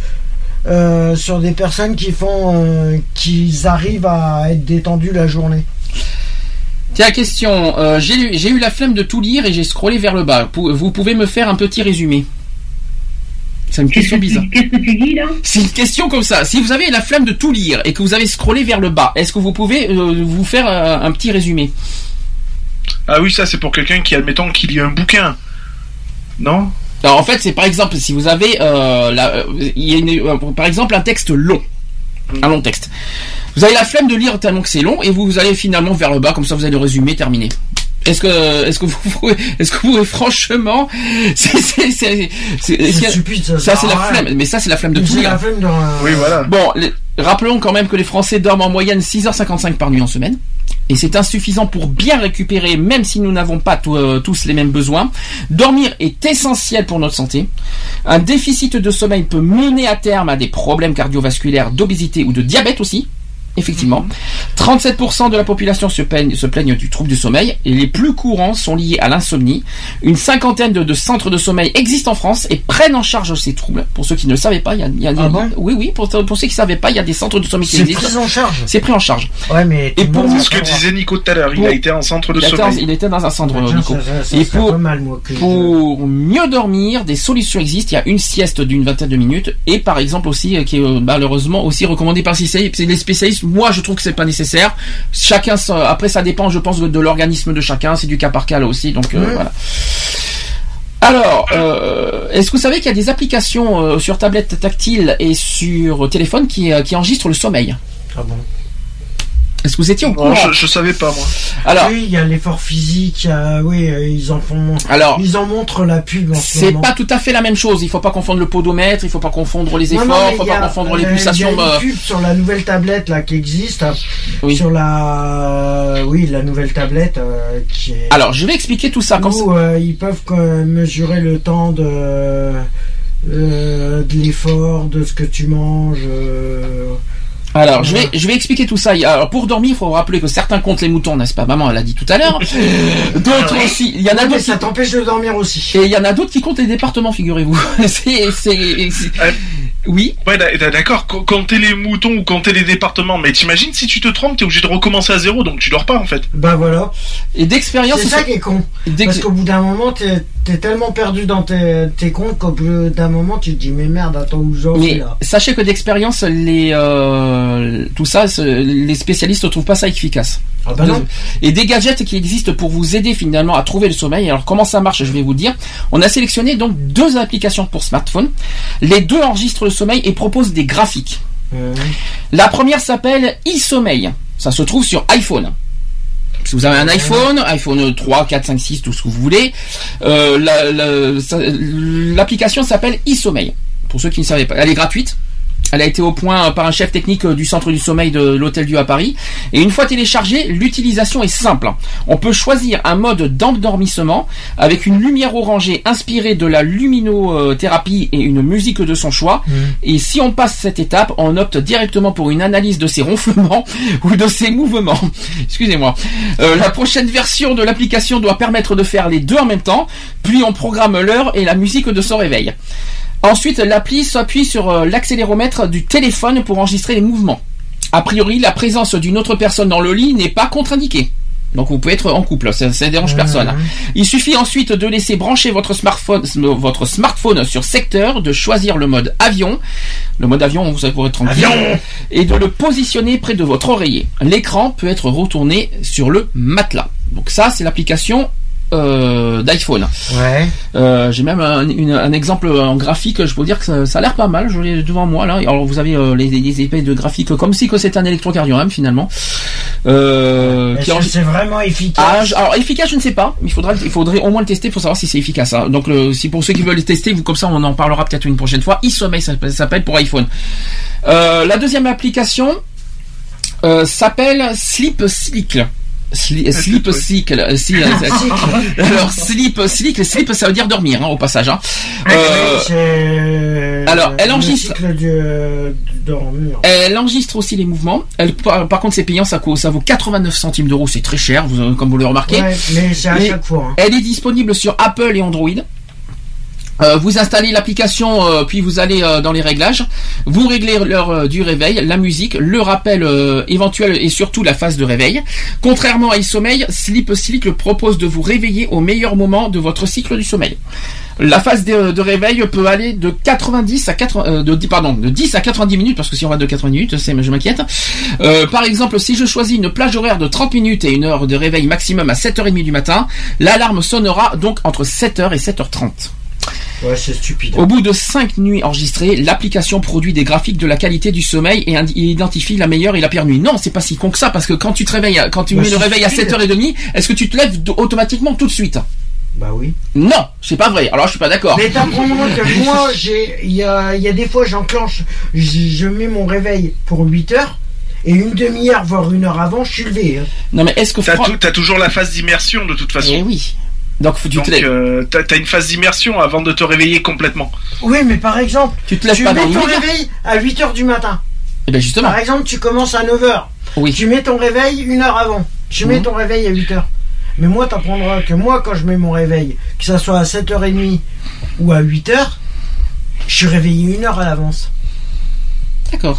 euh, sur des personnes qui font, euh, qui arrivent à être détendues la journée. Tiens, question. Euh, j'ai, lu- j'ai eu la flemme de tout lire et j'ai scrollé vers le bas. Pou- Vous pouvez me faire un petit résumé? C'est une Qu'est-ce question que tu- bizarre. Qu'est-ce que tu dis là? C'est une question comme ça. Si vous avez la flemme de tout lire et que vous avez scrollé vers le bas, est-ce que vous pouvez euh, vous faire euh, un petit résumé? Ah oui, ça c'est pour quelqu'un qui, admettons, qu'il lit un bouquin. Non? Alors en fait, c'est par exemple si vous avez, euh, la, euh, il y a une, euh, par exemple un texte long, un long texte. Vous avez la flemme de lire tellement que c'est long et vous, vous allez finalement vers le bas, comme ça vous allez le résumer, terminé. Est-ce que, est-ce que vous pouvez, est-ce que vous pouvez franchement, c'est, c'est, c'est, c'est, C'est stupide, ça. ça c'est la Ah, flemme, mais ça c'est la flemme de tout C'est le la monde. flemme dans. Oui, voilà. Bon, les- rappelons quand même que les Français dorment en moyenne six heures cinquante-cinq par nuit en semaine. Et c'est insuffisant pour bien récupérer, même si nous n'avons pas tout, euh, tous les mêmes besoins. Dormir est essentiel pour notre santé. Un déficit de sommeil peut mener à terme à des problèmes cardiovasculaires, d'obésité ou de diabète aussi. Effectivement. trente-sept pour cent de la population se plaignent, se plaignent du trouble du sommeil et les plus courants sont liés à l'insomnie. Une cinquantaine de, de centres de sommeil existent en France et prennent en charge ces troubles. Pour ceux qui ne le savaient pas, il y a, il y a Ah bon oui, oui, pour, pour ceux qui ne savaient pas, il y a des centres de sommeil qui C'est existent. pris en charge. C'est pris en charge. Ouais, mais. Et pour C'est ce que disait Nico tout à l'heure. Il Pour- a été en centre de il était, sommeil. il était dans un centre, Tiens, Nico. ça- ça- ça Et serait pour, pas mal, moi, que je- pour mieux dormir, des solutions existent. Il y a une sieste d'une vingtaine de minutes et par exemple aussi, euh, qui est euh, malheureusement aussi recommandée par les spécialistes. Moi, je trouve que c'est pas nécessaire. Chacun, ça- après, ça dépend, je pense, de, de l'organisme de chacun. C'est du cas par cas là aussi. Donc euh, Ouais. voilà. Alors, euh, est-ce que vous savez qu'il y a des applications euh, sur tablette tactile et sur téléphone qui, euh, qui enregistrent le sommeil? Ah bon. Est-ce que vous étiez au Non, courant? je, je savais pas, moi. Alors, Oui, il y a l'effort physique, il y a- oui, euh, ils en font. Alors, ils en montrent la pub en ce c'est moment. pas tout à fait la même chose. Il faut pas confondre le podomètre, il faut pas confondre les Non, efforts, non, mais il faut il y pas a- confondre les euh, pulsations. Il y a euh, une pub sur la nouvelle tablette là qui existe. Oui. Sur la, oui, la nouvelle tablette euh, qui est. Alors, je vais expliquer tout ça. Comme ça. Où euh, ils peuvent euh, mesurer le temps de, euh, de l'effort, de ce que tu manges. euh, Alors, je vais, je vais expliquer tout ça. Il y a- Alors, pour dormir, il faut rappeler que certains comptent les moutons, n'est-ce pas? Maman, elle a dit tout à l'heure. D'autres aussi. Il y en a Ouais, mais d'autres. ça qui- t'empêche de dormir aussi. Et il y en a d'autres qui comptent les départements, figurez-vous. c'est, c'est, c'est- Euh, Oui. Ouais, d'a- d'accord, co- compter les moutons ou compter les départements, mais t'imagines si tu te trompes, t'es obligé de recommencer à zéro, donc tu dors pas en fait. Bah voilà. Et d'expérience. C'est ça qui est con. D'ex- Parce qu'au bout d'un moment, t'es es tellement perdu dans tes, tes comptes qu'au bout d'un moment, tu te dis mais merde, attends où j'en suis Mais là. sachez que d'expérience, les euh, tout ça, ce- les spécialistes ne trouvent pas ça efficace. Ah bah non. Et des gadgets qui existent pour vous aider finalement à trouver le sommeil. Alors comment ça marche? Je vais vous dire. On a sélectionné donc deux applications pour smartphone. Les deux enregistrent le sommeil et proposent des graphiques. Euh, La première s'appelle e-sommeil. Ça se trouve sur iPhone. Si vous avez un iPhone, iPhone trois, quatre, cinq, six, tout ce que vous voulez, euh, la- la- ça- l'application s'appelle e-sommeil. Pour ceux qui ne savaient pas, elle est gratuite. Elle a été au point par un chef technique du centre du sommeil de l'Hôtel Dieu à Paris. Et une fois téléchargée, l'utilisation est simple. On peut choisir un mode d'endormissement avec une lumière orangée inspirée de la luminothérapie et une musique de son choix. Mmh. Et si on passe cette étape, on opte directement pour une analyse de ses ronflements ou de ses mouvements. Excusez-moi. Euh, la prochaine version de l'application doit permettre de faire les deux en même temps. Puis on programme l'heure et la musique de son réveil. Ensuite, l'appli s'appuie sur euh, l'accéléromètre du téléphone pour enregistrer les mouvements. A priori, la présence d'une autre personne dans le lit n'est pas contre-indiquée. Donc vous pouvez être en couple, ça ne dérange personne. Il suffit ensuite de laisser brancher votre smartphone, votre smartphone sur secteur, de choisir le mode avion, le mode avion, vous pourrez être tranquille, Avion et de le positionner près de votre oreiller. L'écran peut être retourné sur le matelas. Donc ça, c'est l'application euh, d'iPhone. Ouais. Euh, j'ai même un, une- un exemple en graphique, je peux vous dire que ça, ça a l'air pas mal, je l'ai devant moi là. Alors vous avez euh, les, les épées de graphique comme si que c'était un électrocardiogramme finalement. Euh, Est-ce qui que enregistre- c'est vraiment efficace? ah, je- alors efficace, je ne sais pas. Il faudra, il faudrait au moins le tester pour savoir si c'est efficace. Hein. Donc, le, si pour ceux qui veulent le tester, vous comme ça, on en parlera peut-être une prochaine fois. e-sommeil, ça, ça s'appelle pour iPhone. Euh, la deuxième application euh, s'appelle Sleep Cycle. Sli- Sleep Cycle. euh, si, euh, alors Sleep Cycle, Sleep, ça veut dire dormir, hein, au passage. Hein. Euh, C'est alors, elle le enregistre- cycle du, du dormir. Elle enregistre aussi les mouvements. Elle, par, par contre, c'est payant, ça, coûte- ça vaut quatre-vingt-neuf centimes d'euros, c'est très cher, vous, comme vous le remarquez. Ouais, mais c'est à Et chaque fois. hein. Elle est disponible sur Apple et Android. Euh, vous installez l'application, euh, puis vous allez euh, dans les réglages. Vous réglez l'heure euh, du réveil, la musique, le rappel euh, éventuel et surtout la phase de réveil. Contrairement à e-sommeil, Sleep Cycle propose de vous réveiller au meilleur moment de votre cycle du sommeil. La phase de, de réveil peut aller de quatre-vingt-dix à quatre, euh, de, pardon, de dix à quatre-vingt-dix minutes, parce que si on va de quatre-vingts minutes, c'est, je m'inquiète. Euh, par exemple, si je choisis une plage horaire de trente minutes et une heure de réveil maximum à sept heures trente du matin, l'alarme sonnera donc entre sept heures et sept heures trente. Ouais, c'est stupide. Au bout de cinq nuits enregistrées, l'application produit des graphiques de la qualité du sommeil et indi- identifie la meilleure et la pire nuit. Non, c'est pas si con que ça, parce que quand tu te réveilles, à- quand tu Bah, mets le c'est réveil à stupide. sept heures trente, est-ce que tu te lèves d- automatiquement tout de suite? Bah oui. Non, c'est pas vrai. Alors je suis pas d'accord. Mais t'apprendras que moi, j'ai, il y a, il y a des fois, j'enclenche, je, je mets mon réveil pour huit heures, et une demi-heure, voire une heure avant, je suis levé. hein. Non, mais est-ce que T'as, Fran- tou- t'as toujours la phase d'immersion de toute façon. Eh oui. Donc, faut- tu Donc te lèves. euh, t'as, t'as une phase d'immersion avant de te réveiller complètement. Oui, mais par exemple, Tu te lèves tu pas mets dans le ton lit. réveil à huit heures du matin. Eh ben justement. Par exemple, tu commences à neuf heures. Oui. Tu mets ton réveil une heure avant. Tu mets Mhm. ton réveil à huit heures. Mais moi, t'apprendras que moi, quand je mets mon réveil, que ça soit à sept heures trente ou à huit heures, je suis réveillé une heure à l'avance. D'accord.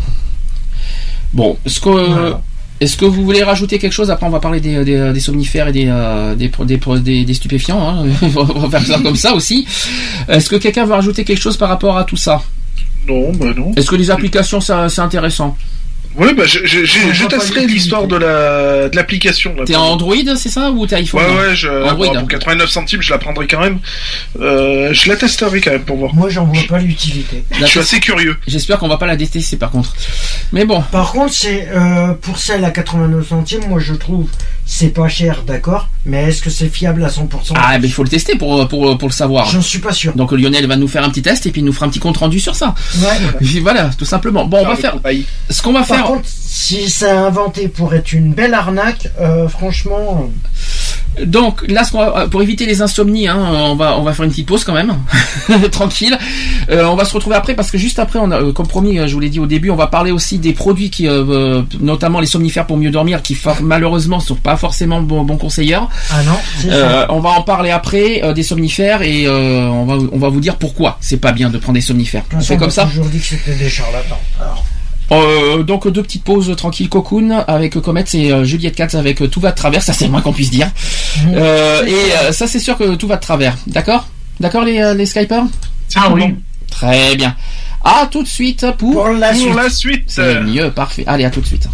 Bon, est-ce que, Voilà. est-ce que vous voulez rajouter quelque chose? Après, on va parler des, des, des somnifères et des, euh, des, pro- des, pro- des, des stupéfiants. Hein. On va faire ça comme ça aussi. Est-ce que quelqu'un veut rajouter quelque chose par rapport à tout ça? Non, bah non. Est-ce que les applications, ça, c'est intéressant? Ouais, bah je, je, je, On je voit pas testerai l'utilité. l'histoire de la de l'application. Là, T'es pour- en Android, c'est ça, ou t'es iPhone? Ouais, ouais, je, Android. bon, pour quatre-vingt-neuf centimes, je la prendrai quand même. Euh, je la testerai quand même pour voir. Moi, j'en vois pas l'utilité. Je suis assez curieux. J'espère qu'on va pas la détester par contre. Mais bon. Par contre, c'est euh, pour celle à quatre-vingt-neuf centimes, moi je trouve c'est pas cher, d'accord. Mais est-ce que c'est fiable à cent pour cent? Ah, ben il faut le tester pour, pour, pour le savoir. J'en suis pas sûr. Donc Lionel va nous faire un petit test et puis il nous fera un petit compte rendu sur ça. Ouais, voilà. Et puis voilà, tout simplement. Bon, on va faire. Ce qu'on va Par faire. contre, si c'est inventé pour être une belle arnaque, euh, franchement. Donc là, ce qu'on va- pour éviter les insomnies, hein, on va on va faire une petite pause quand même, tranquille. Euh, on va se retrouver après parce que juste après, on a, euh, comme promis, euh, je vous l'ai dit au début, on va parler aussi des produits qui, euh, euh, notamment les somnifères pour mieux dormir, qui fa- malheureusement sont pas forcément bons bon conseilleurs. Ah non, c'est Euh, ça. on va en parler après euh, des somnifères et euh, on va on va vous dire pourquoi c'est pas bien de prendre des somnifères. De toute On façon, fait comme on ça. m'a toujours dit que c'était des charlatans. Alors, Euh, donc deux petites pauses tranquilles, Cocoon avec Comet et euh, Juliette Katz avec euh, Tout va de travers, ça c'est le moins qu'on puisse dire. Euh, et euh, ça c'est sûr que tout va de travers, d'accord? D'accord les, euh, les Skypers? Ah oui. Très bien. À tout de suite pour, pour la Pour suite. la suite. C'est euh, mieux, parfait. Allez, à tout de suite.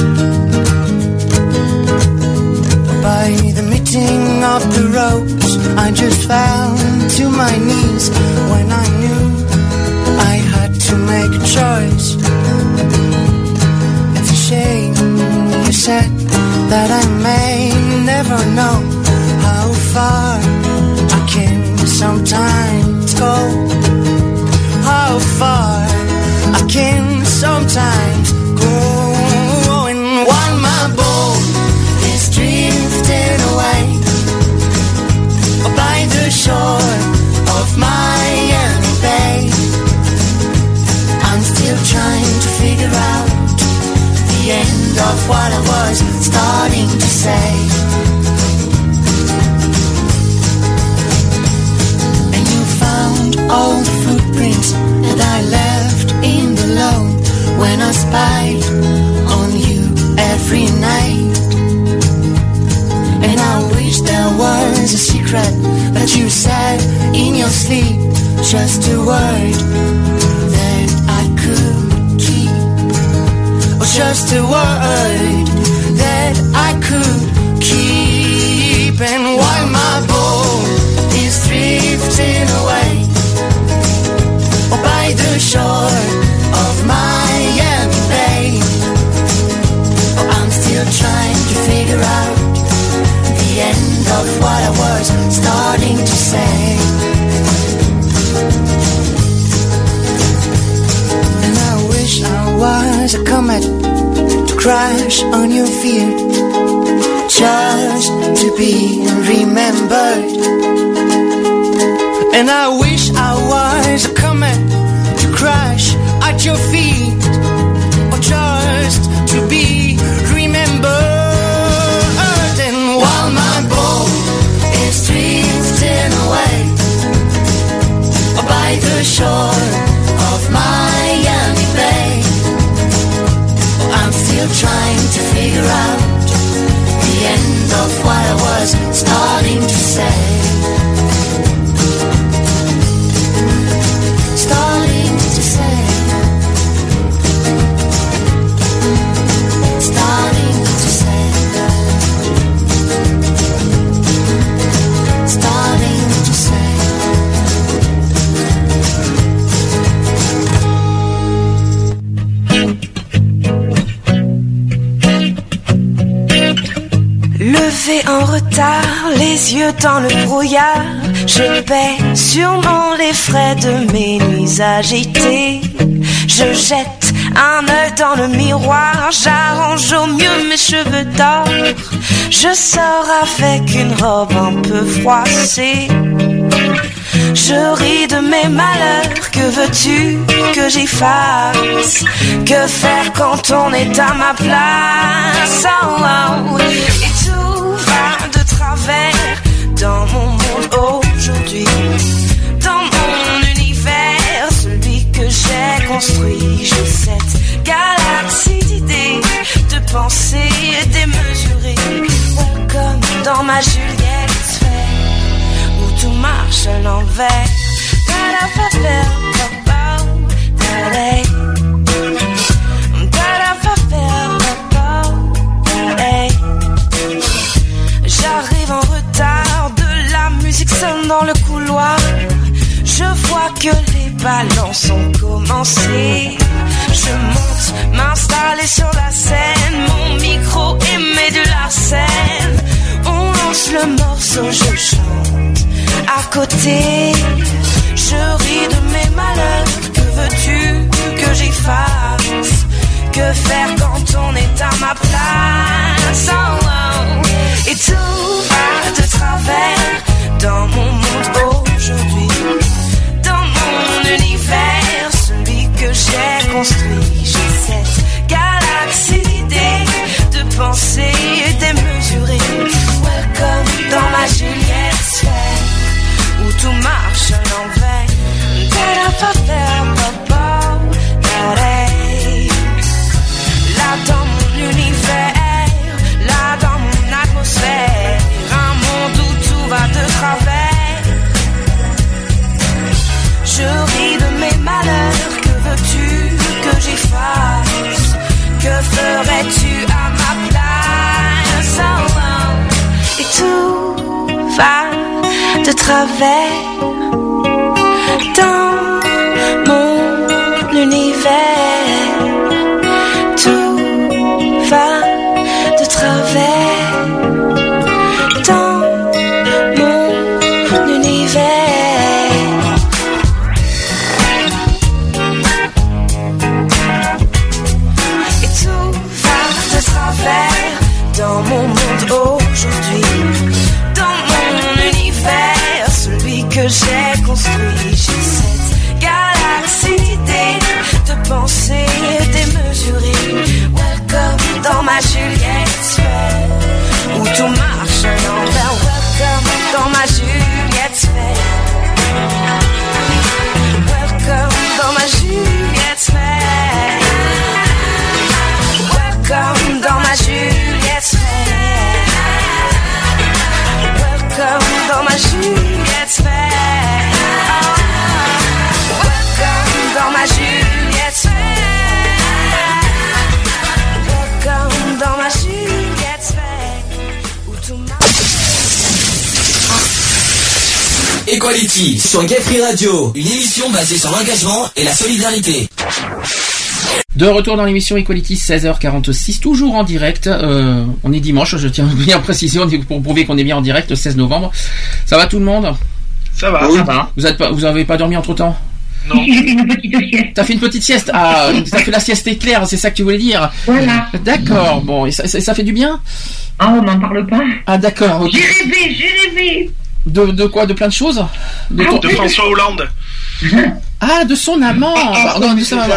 By the meeting of the roads, I just fell to my knees when I knew I had to make a choice. It's a shame you said that I may never know how far I can sometimes go. How far I can sometimes go. And while my boat is drifting away by the shore of Miami Bay, I'm still trying to figure out the end of what I was starting to say. And you found all the footprints that I left in the load when I spied on you every night. And I wish there was a secret that you said in your sleep, just a word that I could keep, or just a word that I could keep. And while my boat is drifting away by the shore of Miami Bay, I'm still trying to figure out the end of what I was starting to say. And I wish I was a comet to crash on your field, just to be remembered. And I wish I was a comet to crash at your feet, or just to be remembered. And while my boat is drifting away by the shore of Miami Bay, I'm still trying to figure out the end of what I was starting to say. Starting to say. Arrivé en retard, les yeux dans le brouillard, je paie sûrement les frais de mes nuits agitées. Je jette un œil dans le miroir, j'arrange au mieux mes cheveux d'or. Je sors avec une robe un peu froissée. Je ris de mes malheurs, que veux-tu que j'y fasse? Que faire quand on est à ma place? Oh, oh. Et tout va de travers dans mon monde aujourd'hui, dans mon univers, celui que j'ai construit. J'ai cette galaxie d'idées, de pensées démesurées. Welcome dans ma Juliette sphère, où tout marche à l'envers. J'arrive en retard, de la musique sonne dans le couloir. Je vois que les balances ont commencé. Je monte, m'installer sur la scène, mon micro émet de la scène. On lance le morceau, je chante à côté. Je ris de mes malheurs, que veux-tu que j'y fasse? Que faire quand on est à ma place? Oh, oh. Et tout va de travers dans mon monde aujourd'hui, dans mon univers, celui que j'ai construit. J'ai cette galaxie d'idées, de pensées démesurées. Welcome dans ma Juliette sphère, où tout marche à l'envers. Là dans mon univers, là dans mon atmosphère, un monde où tout va de travers. Je ris de mes malheurs, que veux-tu que j'y fasse? Que ferais-tu à ma place? Oh, oh. Et tout va de travers dans mon univers. Tout va de travers dans mon univers. Et tout va de travers dans mon monde aujourd'hui, dans mon univers, celui que j'ai construit. J'ai cette galaxie d'idées, de pensées démesurées. Welcome dans ma Juliette sphère, où tout marche à l'envers. Welcome dans ma Juliette sphère. Welcome dans ma Juliette sphère. Welcome dans ma Juliette sphère. Welcome dans ma Juliette sphère. Welcome dans ma Juliette sphère. Welcome dans ma Juliette sphère, où tout marche. Equality sur Gay Free Radio, une émission basée sur l'engagement et la solidarité. De retour dans l'émission Equality, seize heures quarante-six, toujours en direct. Euh, on est dimanche, je tiens bien à préciser, pour prouver qu'on est bien en direct, le seize novembre. Ça va tout le monde? Ça va, oui. Ça va. Vous êtes pas, vous avez pas dormi entre temps? Non. J'ai fait une petite sieste. T'as fait une petite sieste? Ah, t'as fait la sieste éclair, c'est ça que tu voulais dire? Voilà. D'accord, bon, et ça, ça, ça fait du bien? Ah, on n'en parle pas. Ah, d'accord. Okay. J'ai rêvé, j'ai rêvé. De, de quoi? De plein de choses? De, ah, ton... de François Hollande. Ah, de son amant. Pardon, de son amant.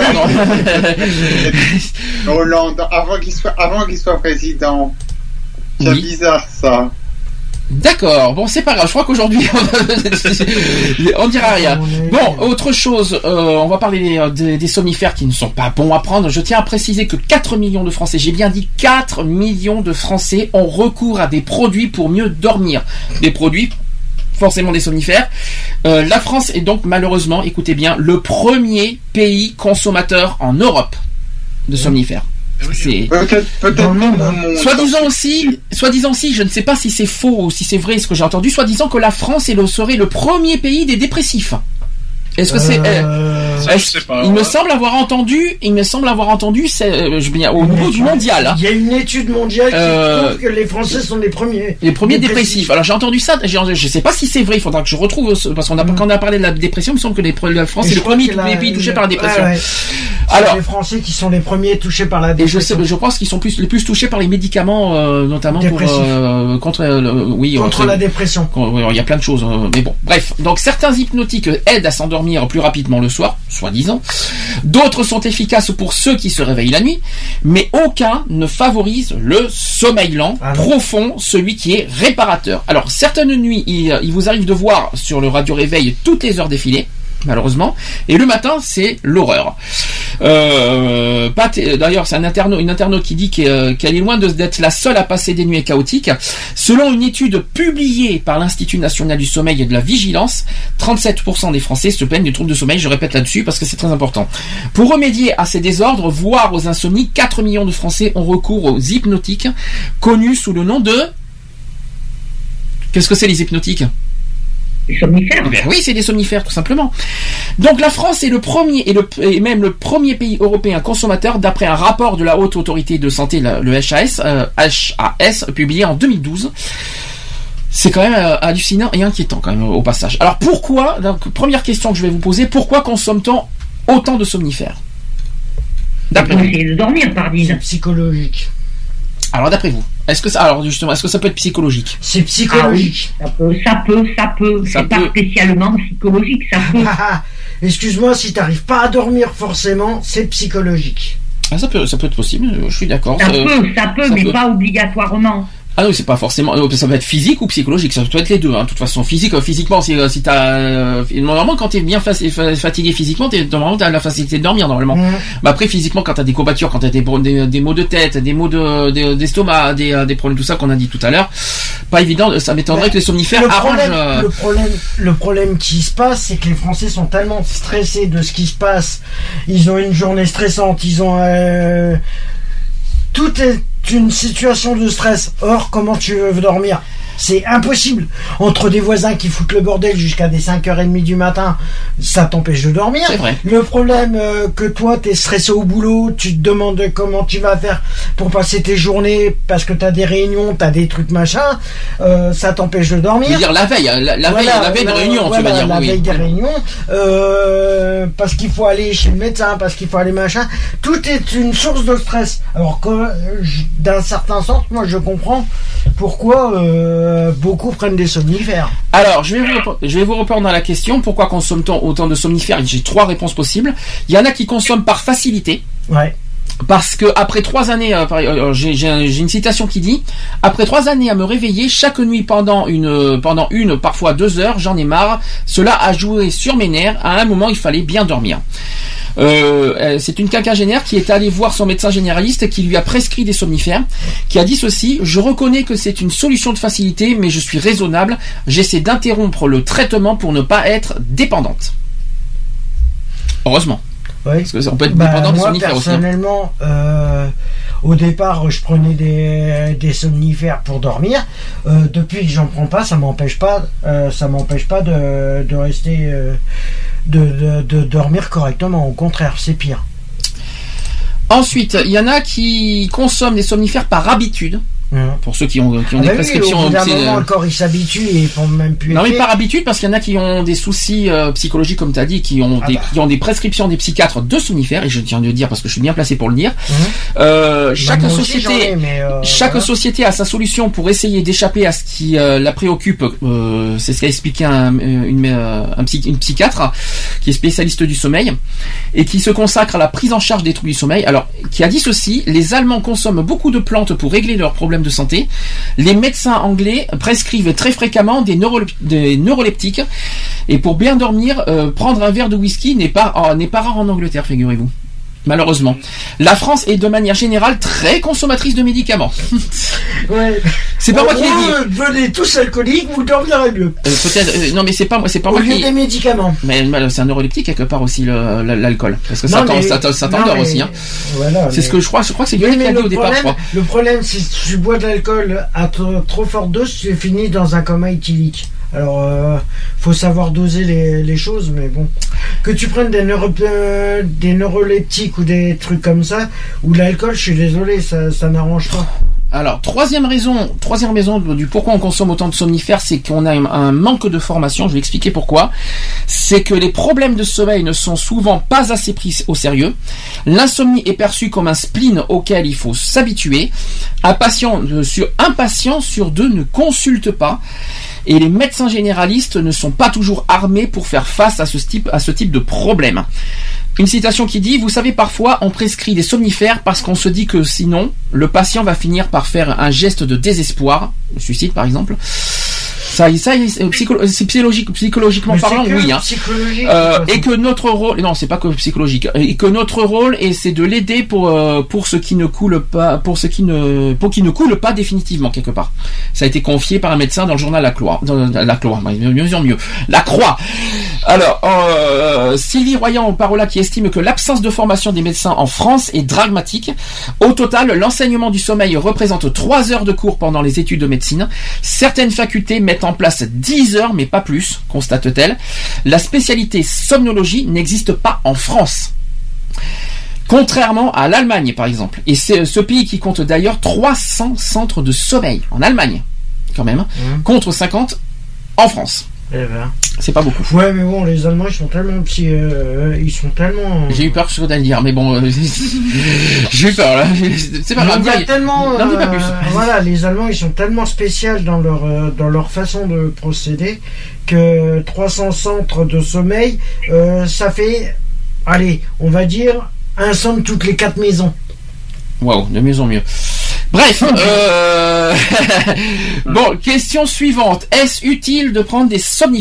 Hollande, avant qu'il soit, avant qu'il soit président. C'est oui. Bizarre ça. D'accord, bon c'est pas grave, je crois qu'aujourd'hui on dira rien. Bon, autre chose, euh, on va parler des, des somnifères qui ne sont pas bons à prendre. Je tiens à préciser que quatre millions de Français, j'ai bien dit quatre millions de Français ont recours à des produits pour mieux dormir. Des produits, forcément des somnifères. Euh, la France est donc malheureusement, écoutez bien, le premier pays consommateur en Europe de somnifères. C'est... Peut-être, peut-être même. Soi-disant aussi, soi-disant aussi, je ne sais pas si c'est faux ou si c'est vrai ce que j'ai entendu, soi-disant que la France est le, serait le premier pays des dépressifs. Est-ce que c'est, euh... ça, je sais pas. Il me semble avoir entendu, il me semble avoir entendu, c'est, euh, je veux dire, au niveau du mondial. Il y a une étude mondiale qui Euh, prouve que les Français sont les premiers. Les premiers dépressifs. Alors j'ai entendu ça, j'ai- je sais pas si c'est vrai, il faudra que je retrouve, ce- parce qu'on a, quand on a parlé de la dépression, il me semble que les, la France Et est je le crois premier que la- pays touché par la dépression. Ouais, ouais. Alors- C'est les Français qui sont les premiers touchés par la Et je dépression. sais, je pense qu'ils sont plus, les plus touchés par les médicaments, euh, notamment pour, Dépressifs. euh, contre, euh, le- oui, Contre euh, la dépression. Ouais, il y a plein de choses, euh, mais bon, bref. Donc certains hypnotiques aident à s'endormir plus rapidement le soir, soi-disant. D'autres sont efficaces pour ceux qui se réveillent la nuit, mais aucun ne favorise le sommeil lent, Ah non. profond, celui qui est réparateur. Alors certaines nuits, il, il vous arrive de voir sur le radio réveil toutes les heures défiler, malheureusement, et le matin c'est l'horreur. Euh, Pat, d'ailleurs, c'est un internaute, une internaute qui dit qu'elle qu'elle est loin de- d'être la seule à passer des nuits chaotiques. Selon une étude publiée par l'Institut national du sommeil et de la vigilance, trente-sept pour cent des Français se plaignent du trouble de sommeil. Je répète là-dessus parce que c'est très important. Pour remédier à ces désordres, voire aux insomnies, quatre millions de Français ont recours aux hypnotiques, connus sous le nom de... Qu'est-ce que c'est les hypnotiques ? Les somnifères. Ben oui, c'est des somnifères, tout simplement. Donc la France est le premier et, le, et même le premier pays européen consommateur d'après un rapport de la Haute Autorité de Santé, la- le H A S, euh, H A S, publié en deux mille douze. C'est quand même euh, hallucinant et inquiétant quand même au passage. Alors pourquoi, donc première question que je vais vous poser, pourquoi consomme-t-on autant de somnifères ? D'après Pour vous. essayer de dormir, pardis. C'est psychologique. Alors d'après vous, est-ce que ça, alors justement, est-ce que ça peut être psychologique ? C'est Ah oui, psychologique. ça peut, ça peut, ça peut. Ça C'est pas peut. spécialement psychologique, ça peut. Ah, ah, excuse-moi, si t'arrives pas à dormir forcément, c'est psychologique. Ah, ça peut, ça peut être possible. Je suis d'accord. Ça Euh, peut, ça peut, ça mais peut. pas obligatoirement. Ah non, c'est pas forcément. euh, Ça peut être physique ou psychologique. Ça peut être les deux. Hein. De toute façon, physique, euh, physiquement, si, euh, si t'as euh, normalement quand t'es bien fa- fa- fatigué physiquement, t'es normalement t'as la facilité de dormir normalement. Mmh. Mais après, physiquement, quand t'as des courbatures, quand t'as des, bro- des des maux de tête, des maux de des- d'estomac, des euh, des problèmes tout ça qu'on a dit tout à l'heure, pas évident. Ça m'étonnerait Bah, que les somnifères le arrangent. problème, euh, le problème, le problème qui se passe, c'est que les Français sont tellement stressés de ce qui se passe. Ils ont une journée stressante. Ils ont euh, tout est une situation de stress. Or, comment tu veux dormir ? C'est impossible. Entre des voisins qui foutent le bordel jusqu'à des cinq heures trente du matin, ça t'empêche de dormir. C'est vrai. Le problème euh, que toi, t'es stressé au boulot, tu te demandes comment tu vas faire pour passer tes journées parce que t'as des réunions, t'as des trucs machin, euh, ça t'empêche de je dormir. veux dire la veille, hein, la, la veille, Voilà, la veille de la- réunion, voilà, tu vas dire. la oui, veille oui. des réunions, euh, parce qu'il faut aller chez le médecin, parce qu'il faut aller machin. Tout est une source de stress. Alors que, euh, je- d'un certain sens, moi je comprends pourquoi euh, beaucoup prennent des somnifères. Alors, je vais, vous, répondre- je vais vous répondre à la question. Pourquoi consomme-t-on autant de somnifères ? J'ai trois réponses possibles. Il y en a qui consomment par facilité. Ouais. Parce que après trois années, euh, par- euh, j'ai j'ai un- j'ai une citation qui dit: après trois années à me réveiller chaque nuit pendant une, euh, pendant une, parfois deux heures, j'en ai marre. Cela a joué sur mes nerfs. À un moment, il fallait bien dormir. Euh, euh, c'est une quinquagénaire qui est allée voir son médecin généraliste qui lui a prescrit des somnifères, qui a dit ceci: je reconnais que c'est une solution de facilité, mais je suis raisonnable. J'essaie d'interrompre le traitement pour ne pas être dépendante. Heureusement. Ouais. Parce que on peut être Bah, dépendant de moi, somnifères aussi. hein. personnellement, euh, au départ, je prenais des, des somnifères pour dormir. Euh, depuis que j'en prends pas, ça m'empêche pas, euh, ça m'empêche pas de, de rester, euh, de, de, de dormir correctement. Au contraire, c'est pire. Ensuite, il y en a qui consomment des somnifères par habitude. Hum. Pour ceux qui ont, qui ont Ah des bah oui, prescriptions. au bout d'un psy- moment, le corps il s'habitue et ils font même plus. Non mais effet. par habitude, parce qu'il y en a qui ont des soucis euh, psychologiques comme tu as dit, qui ont Ah des bah. qui ont des prescriptions des psychiatres de somnifères, et je tiens à le dire parce que je suis bien placé pour le dire. Hum. Euh, chaque Bah, moi aussi, j'en société ai, mais, euh, chaque voilà. société a sa solution pour essayer d'échapper à ce qui euh, la préoccupe. Euh, c'est ce qu'a expliqué un, une, euh, un psy, une psychiatre qui est spécialiste du sommeil et qui se consacre à la prise en charge des troubles du sommeil. Alors, qui a dit ceci: les Allemands consomment beaucoup de plantes pour régler leurs problèmes de santé. Les médecins anglais prescrivent très fréquemment des, neuro, des neuroleptiques. Et pour bien dormir, euh, prendre un verre de whisky n'est pas, oh, n'est pas rare en Angleterre, figurez-vous. Malheureusement. La France est de manière générale très consommatrice de médicaments. Ouais. C'est pas En moi qui l'ai gros, dit. Venez tous alcooliques, vous dormirez mieux. Euh, peut-être, euh, non mais c'est pas moi, c'est pas Au moi lieu qui. des médicaments. Mais, mais c'est un neuroleptique quelque part aussi le- la- l'alcool, parce que Non, ça, t'en- mais- ça, t'en- ça non, t'endort mais- aussi. Hein. Voilà, C'est mais- ce que je crois. Je crois que c'est Oui, Lionel qui mais a dit le au départ, je problème, crois. le problème, c'est que si tu bois de l'alcool à trop, trop forte dose, tu finis dans un coma éthylique. Alors, euh, faut savoir doser les, les choses, mais bon. Que tu prennes des, neuro, euh, des neuroleptiques ou des trucs comme ça, ou de l'alcool, je suis désolé, ça, ça n'arrange pas. Alors, troisième raison, troisième raison du pourquoi on consomme autant de somnifères, c'est qu'on a un manque de formation. Je vais expliquer pourquoi. C'est que les problèmes de sommeil ne sont souvent pas assez pris au sérieux. L'insomnie est perçue comme un spleen auquel il faut s'habituer. Un patient sur, un patient sur deux ne consulte pas. Et les médecins généralistes ne sont pas toujours armés pour faire face à ce type, à ce type de problème. Une citation qui dit « Vous savez, parfois, on prescrit des somnifères parce qu'on se dit que sinon, le patient va finir par faire un geste de désespoir, le suicide par exemple. » Ça, ça c'est psycholo- psychologique, psychologiquement parlant, oui. Hein. Euh, et que notre rôle, non, c'est pas que psychologique, et que notre rôle, et c'est de l'aider pour euh, pour ce qui ne coule pas, pour ce qui ne, pour qui ne coule pas définitivement quelque part. Ça a été confié par un médecin dans le journal La Croix, dans La Croix, mieux en mieux, La Croix. Alors, euh, Sylvie Royan-Parola qui estime que l'absence de formation des médecins en France est dramatique. Au total, l'enseignement du sommeil représente trois heures de cours pendant les études de médecine. Certaines facultés mettent en place dix heures, mais pas plus, constate-t-elle. La spécialité somnologie n'existe pas en France. Contrairement à l'Allemagne, par exemple. Et c'est ce pays qui compte d'ailleurs trois cents centres de sommeil en Allemagne, quand même, mmh. contre cinquante en France. Eh ben. C'est pas beaucoup. Ouais, mais bon, les Allemands, ils sont tellement petits, euh, ils sont tellement. J'ai eu peur que ce que t'allais dire, mais bon, euh, j'ai eu peur là. C'est pas grave. Il tellement. Non, dis pas plus. Euh, voilà, les Allemands, ils sont tellement spéciaux dans leur euh, dans leur façon de procéder que trois cents centres de sommeil, euh, ça fait, allez, on va dire un centre toutes les quatre maisons. Waouh, de mieux en mieux. Bref, euh... bon, question suivante. Est-ce utile de prendre des somnifères ?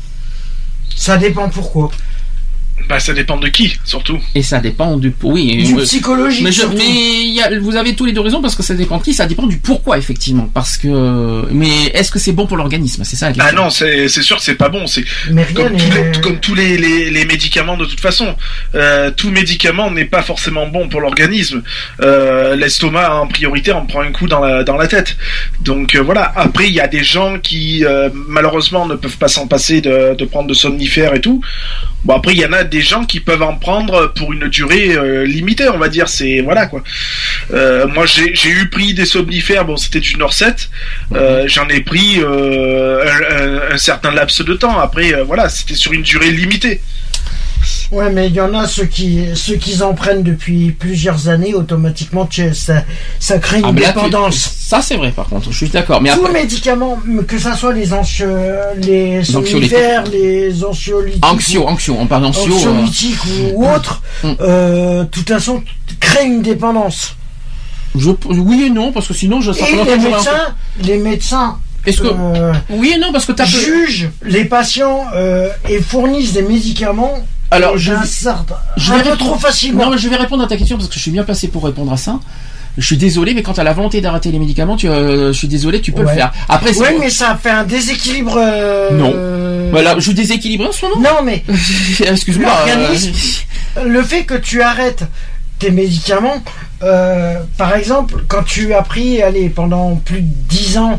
Ça dépend pourquoi. Bah, ça dépend de qui, surtout. Et ça dépend du... Oui. Du euh, psychologique, Mais, je, surtout. mais y a, vous avez tous les deux raisons, parce que ça dépend de qui, ça dépend du pourquoi, effectivement. Parce que... Mais est-ce que c'est bon pour l'organisme ? C'est ça la question. Ah non, c'est, c'est sûr que c'est pas bon. C'est mais comme, rien tous n'est... les, comme tous les, les, les médicaments de toute façon. Euh, tout médicament n'est pas forcément bon pour l'organisme. Euh, l'estomac, en priorité, en prend un coup dans la, dans la tête. Donc euh, voilà. Après, il y a des gens qui, euh, malheureusement, ne peuvent pas s'en passer de, de prendre de somnifères et tout. Bon, après, il y en a des gens qui peuvent en prendre pour une durée euh, limitée, on va dire. C'est voilà quoi. Euh, moi, j'ai, j'ai eu pris des somnifères. Bon, c'était du Norset. Euh, j'en ai pris euh, un, un, un certain laps de temps. Après, euh, voilà, c'était sur une durée limitée. Ouais, mais il y en a ceux qui ceux qui en prennent depuis plusieurs années, automatiquement ça, ça crée une ah, dépendance. Tu, ça c'est vrai par contre, je suis d'accord. Mais tout après... médicament, que ça soit les anxio, les somnifères, les anxiolytiques, anxio, anxio, on parle d'anxio, anxiolytiques euh... ou, ou autres, mm. euh, de toute façon, crée une dépendance. Je, oui et non, parce que sinon je. Ça et les médecins, les médecins. Est-ce que euh, oui et non parce que t'as jugent peu... les patients euh, et fournissent des médicaments. Alors je, certain, je vais répondre trop facilement. Non, mais je vais répondre à ta question parce que je suis bien placé pour répondre à ça. Je suis désolé, mais quand tu as la volonté d'arrêter les médicaments, tu, euh, je suis désolé, tu peux ouais. le faire. Après, ouais, mais ça fait un déséquilibre. Euh... Non. Voilà, je déséquilibre en ce moment. Non, mais excuse-moi. L'organisme, euh... le fait que tu arrêtes tes médicaments, euh, par exemple, quand tu as pris, allez, pendant plus de dix ans,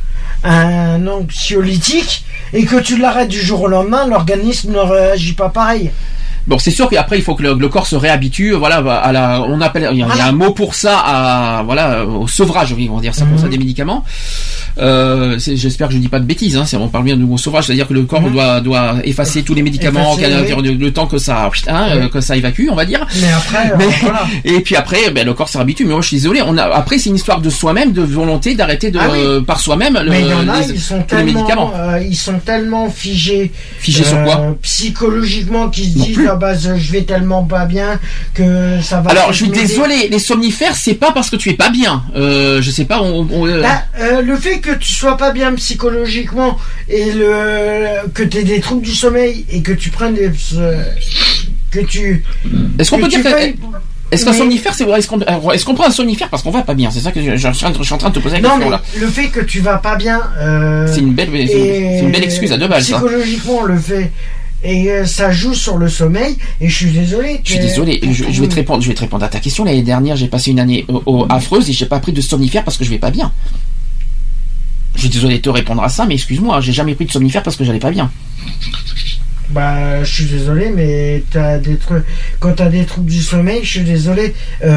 un anxiolytique et que tu l'arrêtes du jour au lendemain, l'organisme ne réagit pas pareil. Bon, c'est sûr qu'après il faut que le, le corps se réhabitue, voilà, à la, on appelle, il y, a, il y a un mot pour ça, à, voilà, au sevrage, oui, on va dire ça pour ça, des médicaments. Euh, c'est, j'espère que je dis pas de bêtises, hein, on parle bien du mot sauvage, c'est-à-dire que le corps mmh. doit, doit effacer tous les médicaments, effacer, oui. le temps que ça, hein, oui. que ça évacue, on va dire. Mais après, mais, euh, voilà. Et puis après, ben, le corps se réhabitue, mais moi je suis désolé, on a, après c'est une histoire de soi-même, de volonté d'arrêter de, ah oui. euh, par soi-même, le, mais il y en a, les, ils sont les tellement, médicaments. Euh, ils sont tellement figés. Figés euh, sur quoi? Psychologiquement, qu'ils se disent, ah bah, je vais tellement pas bien que ça va. Alors, je suis désolé, les somnifères, c'est pas parce que tu es pas bien. Euh, je sais pas, on, on euh... Bah, euh, le fait que tu sois pas bien psychologiquement et le que tu aies des troubles du sommeil et que tu prennes des euh, que tu est-ce qu'on que peut dire que fais... est-ce qu'un mais... somnifère c'est est-ce qu'on est-ce qu'on prend un somnifère parce qu'on va pas bien, c'est ça que je, je, je, je suis en train de te poser la non, question mais là. Le fait que tu vas pas bien euh, c'est une belle c'est une, c'est une belle excuse à deux balles. Psychologiquement ça. Le fait et euh, ça joue sur le sommeil et je suis désolé. Je suis désolé, je, je vais te répondre je vais te répondre à ta question. L'année dernière, j'ai passé une année au, au, affreuse et j'ai pas pris de somnifère parce que je vais pas bien. suis désolé de te répondre à ça, mais excuse-moi, j'ai jamais pris de somnifère parce que j'allais pas bien. Bah, je suis désolé, mais t'as des trucs. Quand t'as des troubles du sommeil, je suis désolé,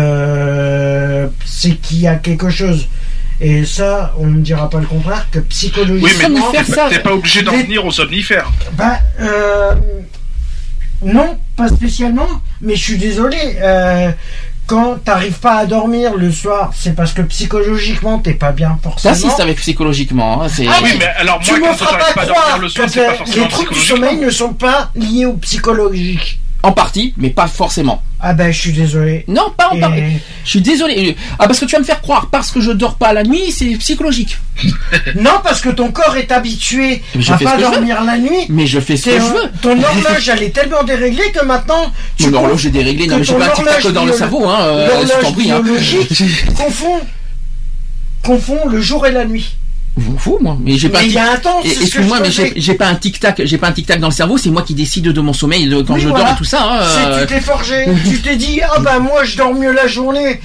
euh, c'est qu'il y a quelque chose. Et ça, on ne dira pas le contraire, que psychologiquement. Oui, mais t'es, ça, t'es pas obligé d'en les... venir au somnifère. Bah, euh, non, pas spécialement, mais je suis désolé. Euh, quand t'arrives pas à dormir le soir, c'est parce que psychologiquement t'es pas bien forcément. Ça, si, c'est avec psychologiquement. Hein, c'est... Ah oui, mais alors tu moi, me feras pas, pas croire le soir, que c'est pas forcément les troubles du sommeil ne sont pas liés au psychologique. En partie, mais pas forcément. Ah ben, je suis désolé. Non, pas en Et... partie. Je suis désolé. Ah, parce que tu vas me faire croire, parce que je dors pas la nuit, c'est psychologique. Non, parce que ton corps est habitué à pas dormir la nuit. Mais je fais ce que je veux. Ton horloge, elle est tellement déréglée que maintenant... Mon horloge est déréglée. Non, mais j'ai pas un tic-tac dans le cerveau, hein. L'horloge biologique confond, confond le jour et la nuit. Je m'en fous, moi. Mais j'ai pas. Mais il y a un temps. Excuse-moi, mais j'ai, j'ai pas un tic-tac, j'ai pas un tic-tac dans le cerveau. C'est moi qui décide de mon sommeil de, quand oui, je voilà. dors et tout ça. Hein, c'est, tu t'es forgé. Tu t'es dit, ah ben moi je dors mieux la journée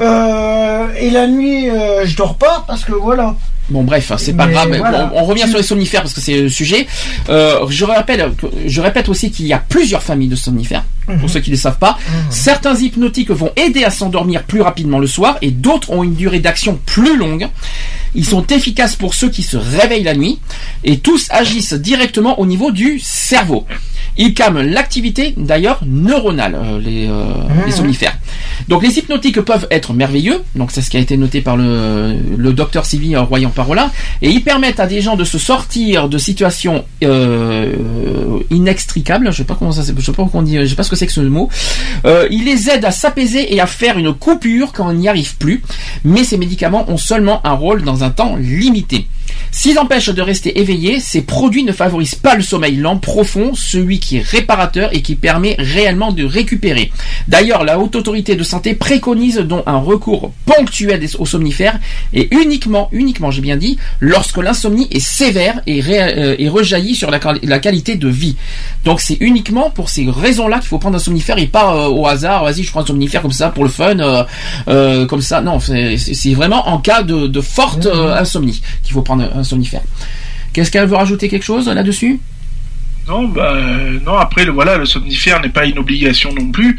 euh, et la nuit euh, je dors pas parce que voilà. Bon bref, c'est pas mais grave. Voilà. On, on revient sur les somnifères parce que c'est le sujet. Euh, je rappelle, je répète aussi qu'il y a plusieurs familles de somnifères. Mmh. Pour ceux qui ne le savent pas, mmh. certains hypnotiques vont aider à s'endormir plus rapidement le soir et d'autres ont une durée d'action plus longue. Ils sont efficaces pour ceux qui se réveillent la nuit et tous agissent directement au niveau du cerveau. Ils calment l'activité d'ailleurs neuronale, euh, les, euh, mmh. les somnifères. Donc les hypnotiques peuvent être merveilleux, donc c'est ce qui a été noté par le, le docteur Sylvie Royan-Parola, et ils permettent à des gens de se sortir de situations euh, inextricables, je sais pas comment ça, je sais pas comment on dit, je sais pas ce que c'est que ce mot. Euh, ils les aident à s'apaiser et à faire une coupure quand on n'y arrive plus, mais ces médicaments ont seulement un rôle dans un temps limité. S'ils empêchent de rester éveillés, ces produits ne favorisent pas le sommeil lent, profond, celui qui est réparateur et qui permet réellement de récupérer. D'ailleurs, la Haute Autorité de Santé préconise donc un recours ponctuel aux somnifères et uniquement, uniquement, j'ai bien dit, lorsque l'insomnie est sévère et, ré, euh, et rejaillit sur la, la qualité de vie. Donc c'est uniquement pour ces raisons-là qu'il faut prendre un somnifère et pas euh, au hasard, vas-y je prends un somnifère comme ça pour le fun, euh, euh, comme ça. Non, c'est, c'est vraiment en cas de, de forte euh, insomnie qu'il faut prendre un somnifère. Qu'est-ce qu'elle veut rajouter quelque chose là-dessus ? Non, bah non. Après, le voilà, le somnifère n'est pas une obligation non plus.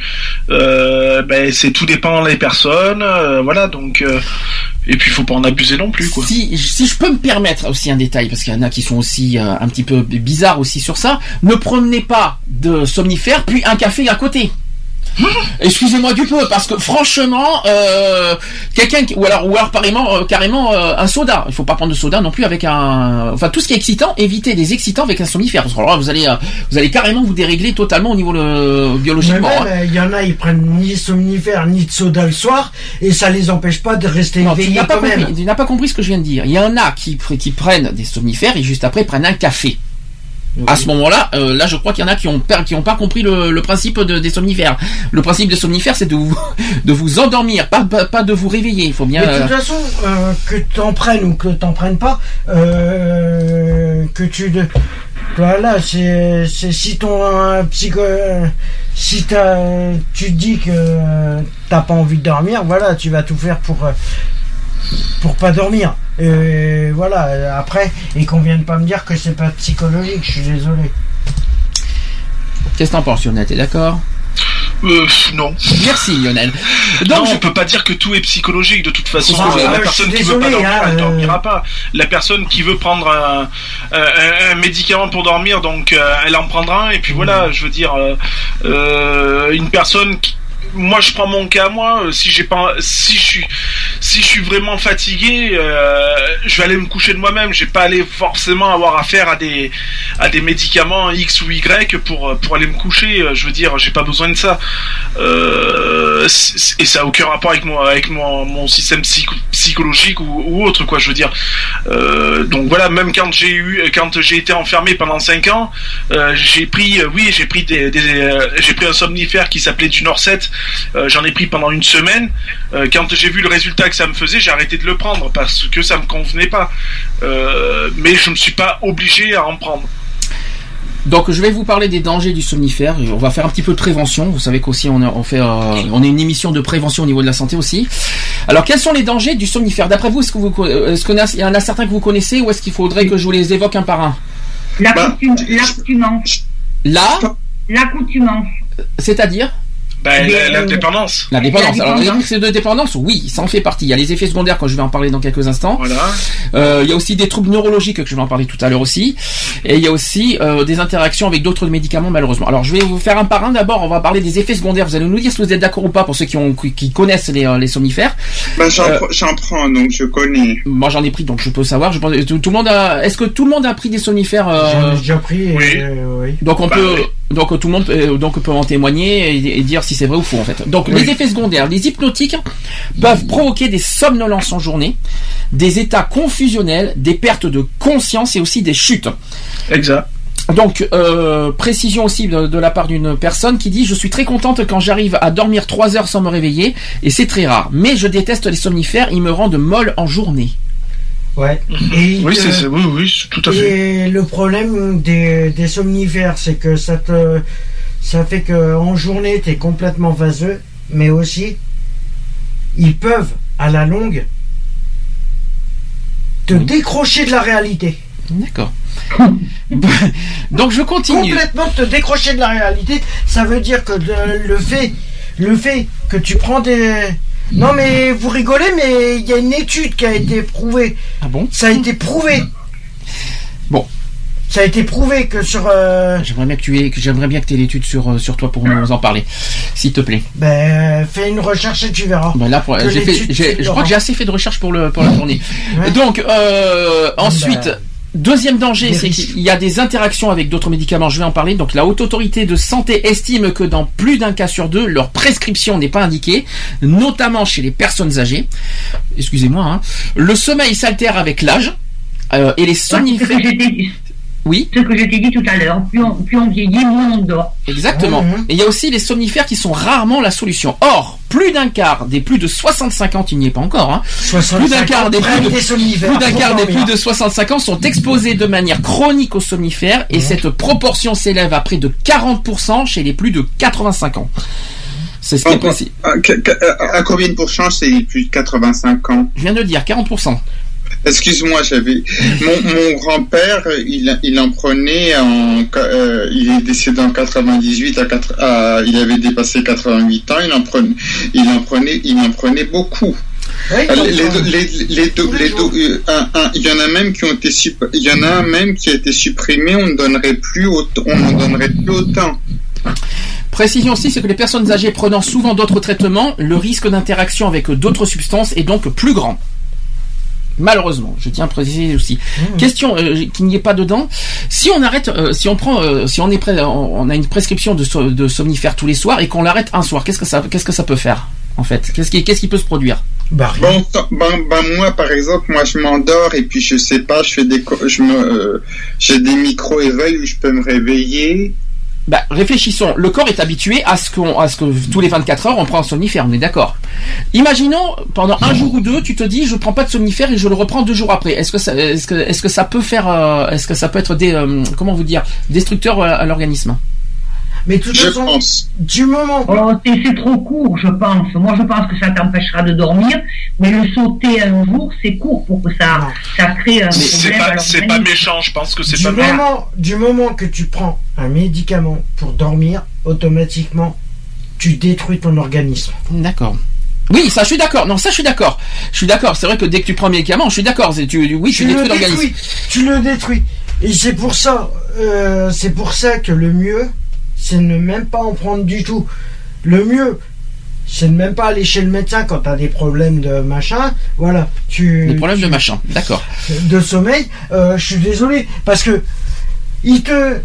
Euh, ben c'est tout dépend des personnes, euh, voilà. Donc euh, et puis il faut pas en abuser non plus, quoi. Si si je peux me permettre aussi un détail, parce qu'il y en a qui sont aussi euh, un petit peu bizarres aussi sur ça. Ne prenez pas de somnifère puis un café à côté. Excusez-moi du peu, parce que franchement, euh, quelqu'un qui, ou alors ou alors carrément, euh, carrément euh, un soda. Il faut pas prendre de soda non plus avec un, enfin tout ce qui est excitant, évitez des excitants avec un somnifère, parce que alors, vous allez, euh, vous allez carrément vous dérégler totalement au niveau le, biologiquement. Il hein. y en a, ils prennent ni de somnifère ni de soda le soir, et ça les empêche pas de rester non, éveillés quand compris, même. Tu n'as pas compris ce que je viens de dire. Il y en a qui qui prennent des somnifères et juste après prennent un café. Oui. À ce moment-là, euh, là, je crois qu'il y en a qui ont qui ont pas compris le, le principe de, des somnifères. Le principe des somnifères, c'est de vous de vous endormir, pas pas, pas de vous réveiller. Il faut bien. Mais de toute façon, euh, que t'en prennes ou que t'en prennes pas, euh, que tu de voilà, c'est c'est si ton euh, psycho, euh, si t'as, tu te dis que euh, t'as pas envie de dormir, voilà, tu vas tout faire pour. Euh, pour pas dormir. Et voilà, après, et qu'on vienne pas me dire que c'est pas psychologique, je suis désolé. Qu'est-ce que t'en penses, Lionel, t'es d'accord ? Euh, non. Merci, Lionel. Donc, non, je peux pas dire que tout est psychologique, de toute façon. Ah, la euh, personne qui désolé, veut pas dormir, hein, elle euh... dormira pas. La personne qui veut prendre un, un, un médicament pour dormir, donc, euh, elle en prendra un, et puis mmh. voilà, je veux dire, euh, euh, une personne qui moi je prends mon cas à moi, si j'ai pas si je suis si je suis vraiment fatigué, euh, je vais aller me coucher de moi-même, je vais pas aller forcément avoir affaire à des à des médicaments X ou Y pour pour aller me coucher, je veux dire, j'ai pas besoin de ça. Euh, et ça a aucun rapport avec moi avec mon mon système psycho, psychologique ou, ou autre, quoi, je veux dire. Euh, donc voilà, même quand j'ai eu quand j'ai été enfermé pendant cinq ans, euh, j'ai pris oui, j'ai pris des, des euh, j'ai pris un somnifère qui s'appelait du Norset. Euh, j'en ai pris pendant une semaine. Euh, quand j'ai vu le résultat que ça me faisait, j'ai arrêté de le prendre parce que ça me convenait pas. Euh, mais je me suis pas obligé à en prendre. Donc je vais vous parler des dangers du somnifère. On va faire un petit peu de prévention. Vous savez qu'aussi on, a, on fait, euh, on est une émission de prévention au niveau de la santé aussi. Alors quels sont les dangers du somnifère d'après vous? Est-ce que vous, est-ce qu'il y en a certains que vous connaissez ou est-ce qu'il faudrait que je vous les évoque un par un? L'accoutumance. La L'accoutumance. C'est-à-dire? Bah, la, la dépendance. La dépendance. Alors, les excès de dépendance, oui, ça en fait partie. Il y a les effets secondaires, quand je vais en parler dans quelques instants. Voilà. Euh, il y a aussi des troubles neurologiques, que je vais en parler tout à l'heure aussi. Et il y a aussi euh, des interactions avec d'autres médicaments, malheureusement. Alors, je vais vous faire un par un. D'abord, on va parler des effets secondaires. Vous allez nous dire si vous êtes d'accord ou pas pour ceux qui, ont, qui connaissent les, les somnifères. Bah, j'en, euh, j'en prends, donc je connais. Moi, j'en ai pris, donc je peux savoir. Je pense, tout, tout le monde a, est-ce que tout le monde a pris des somnifères euh, J'en ai déjà pris. Oui. Euh, oui. Donc, on bah, peut... oui. Donc tout le monde euh, donc peut en témoigner et, et dire si c'est vrai ou faux en fait. Donc oui. Les effets secondaires, les hypnotiques peuvent provoquer des somnolences en journée, des états confusionnels, des pertes de conscience et aussi des chutes. Exact. Donc euh, précision aussi de, de la part d'une personne qui dit: je suis très contente quand j'arrive à dormir trois heures sans me réveiller et c'est très rare. Mais je déteste les somnifères, ils me rendent molle en journée. Ouais. Et oui, te, c'est, c'est, oui, oui, c'est tout à fait. Et le problème des, des somnifères, c'est que ça te, ça fait que en journée, t'es complètement vaseux, mais aussi, ils peuvent, à la longue, te mmh. décrocher de la réalité. D'accord. Donc je continue. Complètement te décrocher de la réalité, ça veut dire que le, le fait, le fait que tu prends des... Non mais vous rigolez, mais il y a une étude qui a été prouvée. Ah bon? Ça a été prouvé. Bon. Ça a été prouvé que sur... Euh... J'aimerais bien que tu aies, j'aimerais bien que tu aies l'étude sur, sur toi pour nous en parler, s'il te plaît. Ben, fais une recherche et tu verras. Ben là, pour, j'ai fait, j'ai, je crois que j'ai assez fait de recherche pour, le, pour la journée. Ouais. Donc, euh, ensuite... Ben... Deuxième danger, c'est qu'il y a des interactions avec d'autres médicaments, je vais en parler. Donc la Haute Autorité de Santé estime que dans plus d'un cas sur deux, leur prescription n'est pas indiquée, notamment chez les personnes âgées. Excusez-moi, hein. Le sommeil s'altère avec l'âge euh, et les somnifères... Oui. Ce que je t'ai dit tout à l'heure, plus on, plus on vieillit, moins on dort. Exactement. Mmh. Et il y a aussi les somnifères qui sont rarement la solution. Or, plus d'un quart des plus de soixante-cinq ans, tu n'y es pas encore, hein. Plus d'un quart des plus de, plus d'un quart des plus de soixante-cinq ans sont exposés de manière chronique aux somnifères et mmh. cette proportion s'élève à près de quarante pour cent chez les plus de quatre-vingt-cinq ans. C'est ce qui est précis. À, à, à combien de pourcents c'est les plus de quatre-vingt-cinq ans? Je viens de le dire, quarante pour cent. Excuse-moi, j'avais mon, mon grand-père, il, il en prenait en, euh, il est décédé en quatre-vingt-dix-huit à, quatre, à il avait dépassé quatre-vingt-huit ans, il en prenait, il en prenait, il en prenait beaucoup. Oui, les, les, les, les, deux, les deux, un, un, il y en a même qui ont été, il y en a un même qui a été supprimé, on ne donnerait plus autant, on n'en donnerait plus autant. Précision aussi, c'est que les personnes âgées prenant souvent d'autres traitements, le risque d'interaction avec d'autres substances est donc plus grand. Malheureusement, je tiens à préciser aussi. Mmh. Question euh, qu'il n'y ait pas dedans. Si on arrête, euh, si on prend, euh, si on est prêt, on, on a une prescription de, so, de somnifères tous les soirs et qu'on l'arrête un soir, qu'est-ce que ça, qu'est-ce que ça peut faire en fait? Qu'est-ce qui, qu'est-ce qui peut se produire? Bah, bon, ben, ben moi par exemple, moi je m'endors et puis je sais pas, je fais des, je me, euh, j'ai des micro-éveils où je peux me réveiller. Bah, réfléchissons. Le corps est habitué à ce qu'on, à ce que tous les vingt-quatre heures on prend un somnifère. On est d'accord. Imaginons pendant un jour ou deux, tu te dis je prends pas de somnifère et je le reprends deux jours après. Est-ce que ça, est-ce que, est-ce que ça peut faire, euh, est-ce que ça peut être des, euh, comment vous dire, destructeur à, à l'organisme? Mais tout je façon, pense. Du moment. Oh, c'est, c'est trop court, je pense. Moi, je pense que ça t'empêchera de dormir, mais le sauter un jour, c'est court pour que ça, ça crée un mais problème. C'est pas, c'est pas méchant, je pense que c'est du pas moment, méchant. Du moment que tu prends un médicament pour dormir, automatiquement, tu détruis ton organisme. D'accord. Oui, ça, je suis d'accord. Non, ça, je suis d'accord. Je suis d'accord. C'est vrai que dès que tu prends un médicament, je suis d'accord. C'est, tu, oui, tu, tu détruis l'organisme. Tu le détruis. Et c'est pour ça, euh, c'est pour ça que le mieux, c'est de ne même pas en prendre du tout. Le mieux, c'est de même pas aller chez le médecin quand tu as des problèmes de machin. Voilà. Tu, des problèmes tu, de machin, d'accord. De sommeil. Euh, je suis désolé. Parce que, ils te.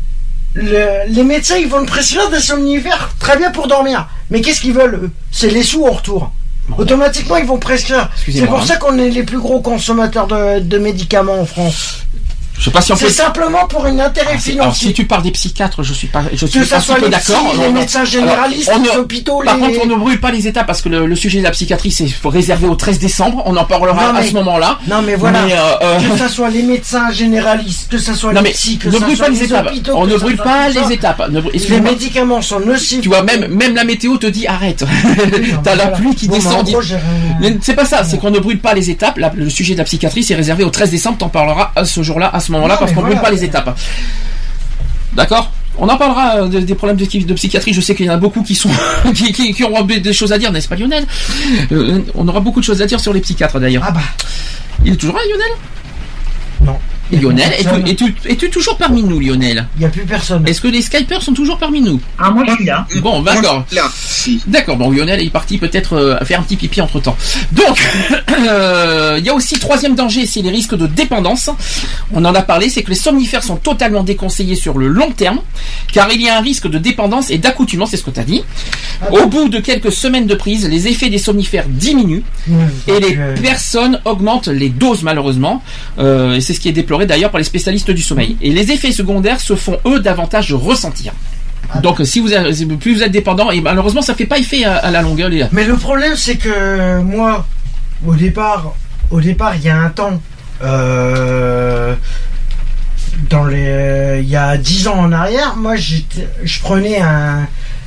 Le, les médecins, ils vont te prescrire des somnifères très bien pour dormir. Mais qu'est-ce qu'ils veulent, eux? C'est les sous en retour. Bon. Automatiquement, ils vont prescrire. C'est pour hein. ça qu'on est les plus gros consommateurs de, de médicaments en France. Je sais pas si on c'est peut. simplement pour un intérêt Alors, financier. si tu parles des psychiatres, je suis pas, je suis Que ça un soit petit peu les d'accord. psys, les Alors, médecins généralistes, alors, on les ne- hôpitaux, Par les- contre, on ne brûle pas les étapes parce que le, le sujet de la psychiatrie, c'est réservé au treize décembre. On en parlera Non, mais- à ce moment-là. Non mais voilà, Mais, euh, euh, que ça soit les médecins généralistes, que ça soit Non les mais psys, que ne ça brûle soit pas les étapes. hôpitaux, On que ne ça brûle soit pas tout ça. les étapes. Ne brûle- Les excuse-moi. médicaments sont nocifs. Tu vois, même, même la météo te dit arrête. T'as la voilà. pluie qui Bon, mais en descend. gros, j'ai rien- Mais c'est pas ça, c'est qu'on ne brûle pas les étapes. La- le sujet de la psychiatrie, c'est réservé au treize décembre. T'en parleras à ce jour-là, à ce moment-là, Non, parce mais qu'on ne voilà. brûle pas les étapes. D'accord? On en parlera euh, de- des problèmes de, de psychiatrie. Je sais qu'il y en a beaucoup qui sont qui, qui, qui ont des choses à dire, n'est-ce pas, Lionel? Euh, On aura beaucoup de choses à dire sur les psychiatres d'ailleurs. Ah bah. Il est toujours là, Lionel? Non. Et Lionel, Personne. es-tu, es-tu, es-tu toujours parmi nous, Lionel? Il n'y a plus personne. Est-ce que les Skypers sont toujours parmi nous? Ah, moi je suis là. Bon, d'accord. Là, si. D'accord, bon, Lionel est parti peut-être euh, faire un petit pipi entre temps. Donc, euh, il y a aussi troisième danger, c'est les risques de dépendance. On en a parlé, c'est que les somnifères sont totalement déconseillés sur le long terme, car il y a un risque de dépendance et d'accoutumance, c'est ce que tu as dit. Au bout de quelques semaines de prise, les effets des somnifères diminuent Mmh, et les euh, personnes augmentent les doses malheureusement. Euh, et c'est ce qui est déploré d'ailleurs par les spécialistes du sommeil. Et les effets secondaires se font eux davantage ressentir. Donc si vous êtes, plus vous êtes dépendant, et malheureusement ça fait pas effet à, à la longueur. Les... Mais le problème, c'est que moi, au départ, au départ, il y a un temps, euh, dans les, il y a dix ans en arrière, moi, j'étais- je prenais un,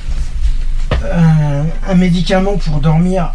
un, un médicament pour dormir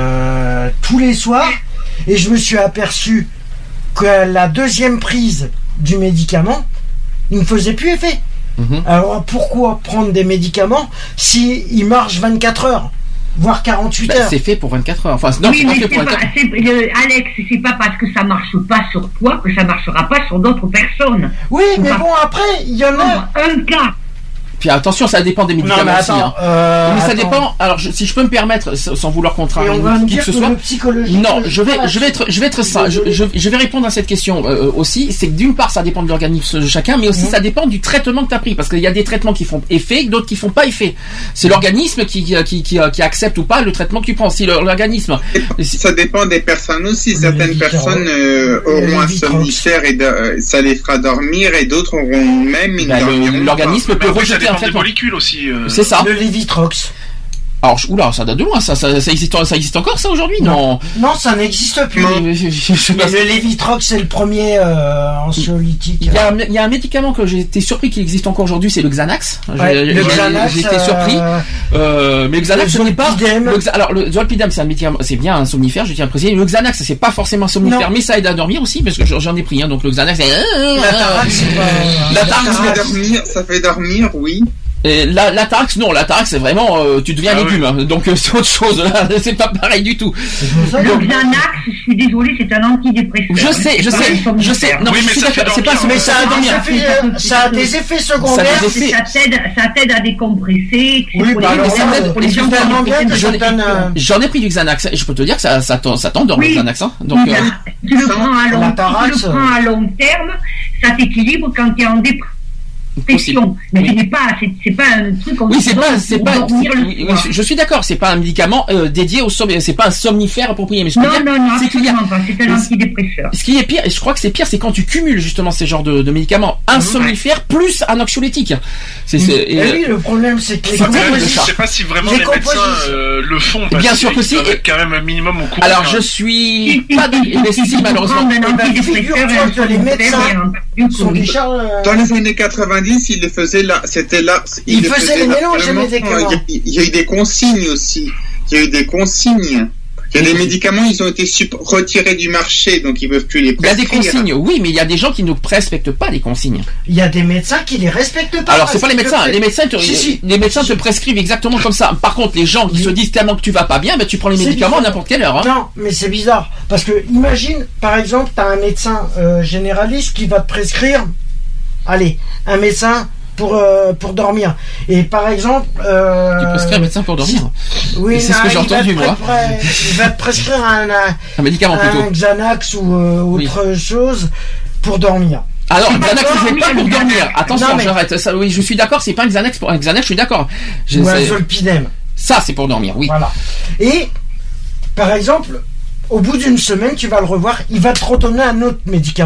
euh, tous les soirs, et je me suis aperçu que la deuxième prise du médicament, il ne faisait plus effet. Mhm. Alors pourquoi prendre des médicaments si ils marchent vingt-quatre heures, voire quarante-huit Bah, heures? c'est fait pour vingt-quatre heures. Enfin, non, oui, c'est pas mais fait c'est pour pas, vingt-quatre heures. c'est- le- Alex, c'est pas parce que ça marche pas sur toi que ça marchera pas sur d'autres personnes. Oui, mais Enfin, bon, après, il y en a. un cas. Puis attention, ça dépend des médicaments Non, mais aussi. attends, hein. euh, mais ça attends. dépend. Alors, je- si je peux me permettre, sans sans vouloir contrarier Et on va me qui dire que ce que soit. le psychologique. Non, je vais, je vais être, je vais être ça. Je, je, je vais répondre à cette question euh, aussi. C'est que d'une part, ça dépend de l'organisme de chacun, mais aussi Mhm. ça dépend du traitement que tu as pris, parce qu'il y a des traitements qui font effet, d'autres qui font pas effet. C'est l'organisme qui, qui, qui, qui, qui accepte ou pas le traitement que tu prends. Si le- l'organisme, Ça dépend des personnes aussi. Certaines les personnes euh, les auront un Vitrox. somnifère et de- euh, ça les fera dormir, et d'autres auront même une bah, le- l'organisme peut Mais après, ça rejeter un dépend des traitement. molécules aussi. euh. C'est ça. Le Levitrox. Alors, je- oula, ça date de loin. Ça, ça, ça existe, ça existe encore ça aujourd'hui? Non. Non, ça n'existe plus. Mais- je- je- je sais pas. Mais le Levitrox, c'est le premier euh, anxiolytique. Il y, a un, il y a un médicament que j'ai été surpris qu'il existe encore aujourd'hui, c'est le Xanax. J'ai- Ouais, le j'ai- Xanax, J'ai été euh, surpris. Euh, mais le Xanax, le ce n'est pas. Zolpidem. le Xa- alors, le Zolpidem, c'est un médicament, c'est bien un somnifère, je tiens à préciser. Le Xanax, c'est pas forcément un somnifère, Non. mais ça aide à dormir aussi, parce que j'en j'en ai pris. Hein, donc le Xanax, c'est. La Tarax, c'est pas. La Ça Tarax, fait dormir, ça fait dormir, oui. Et la, la Tarax, non, la Tarax, c'est vraiment, euh, tu deviens Ah légume. hein. Donc euh, c'est autre chose. Là, c'est pas pareil du tout. C'est pour ça que- Le Xanax, je suis désolée, c'est un antidépresseur. Je sais, je C'est pas sais, un je somnifère. sais. Non, Oui, je mais suis ça fait d'accord. C'est pas, dormir, mais hein. ça Ça fait a, dormir. des effets, ça a des effets secondaires. Ça a des effets. Ça t'aide, ça t'aide à décompresser. Oui, pour bah les alors gens- là, pour les gens tellement qui bien ont que des je dépressions. donne un- J'en ai pris du Xanax et je peux te dire que ça, ça, t'en- ça t'endort Oui. le Xanax. Hein. Donc, Oui, euh, tu le prends à long, la si tu Tarax, le prends à long terme, ça t'équilibre quand tu es en dépression. possible. Mais Oui. ce n'est pas, c'est, c'est pas un truc qu'on Oui, c'est donne pas, c'est pour pas, dormir c'est- le oui, soir. oui, je suis d'accord, c'est pas un médicament euh, dédié au sommeil, c'est pas un somnifère approprié, mais ce que je Non, veux dire, non, non, c'est qu'il y a, absolument pas. C'est un antidépresseur. ce qui est pire, et je crois que c'est pire, c'est quand tu cumules justement ces genres de, de médicaments, un somnifère plus un anxiolytique. C'est, c'est, et, Eh oui, le problème, c'est que les C'est Après, terrible, je ça. sais pas si vraiment Les les, médecins compositions. euh, le font. Parce Bien sûr que qu'ils si, doivent et- être quand même un minimum au courant. alors quand je même. suis pas d'accord, mais si, malheureusement. Un Eh ben, antidépresseur et figure-toi un que les somnifère, médecins bien entendu, sont oui. déjà. euh, Dans les années quatre-vingt-dix, il le faisait là, c'était là. Il le faisait les mélanges, largement. les médicaments. Il y a- il y a eu des consignes aussi. Il y a eu des consignes. Il y a des médicaments, ils ont été sup- retirés du marché, donc ils peuvent plus les Il y a des prescrire. consignes, oui, mais il y a des gens qui ne respectent pas les consignes. Il y a des médecins qui les respectent pas. Alors c'est parce pas les qu'ils médecins, le- les médecins te, Si, si. les médecins te prescrivent exactement comme ça. Par contre, les gens qui Oui. se disent tellement que tu vas pas bien, ben tu prends les C'est médicaments à bizarre. n'importe quelle heure. Hein. Non, mais c'est bizarre. Parce que imagine, par exemple, tu as un médecin euh, généraliste qui va te prescrire, allez, un médecin pour, euh, pour dormir. Et par exemple... Euh, Tu prescris un médecin pour dormir. Oui, C'est ce non, que j'ai il va entendu, te moi. pré- Il va te prescrire un, un, Un médicament plutôt. un Xanax ou euh, autre chose pour dormir. Alors, C'est pas Xanax, pour c'est pas dormir, pour le dormir. Xanax. Attention, Non, mais- j'arrête. Ça, oui, je suis d'accord, c'est pas un Xanax pour un Xanax, je suis d'accord. Je- Ou un c'est- Zolpidem. Ça, c'est pour dormir, oui. Voilà. Et, par exemple, au bout d'une semaine, tu vas le revoir, il va te redonner un autre médicament.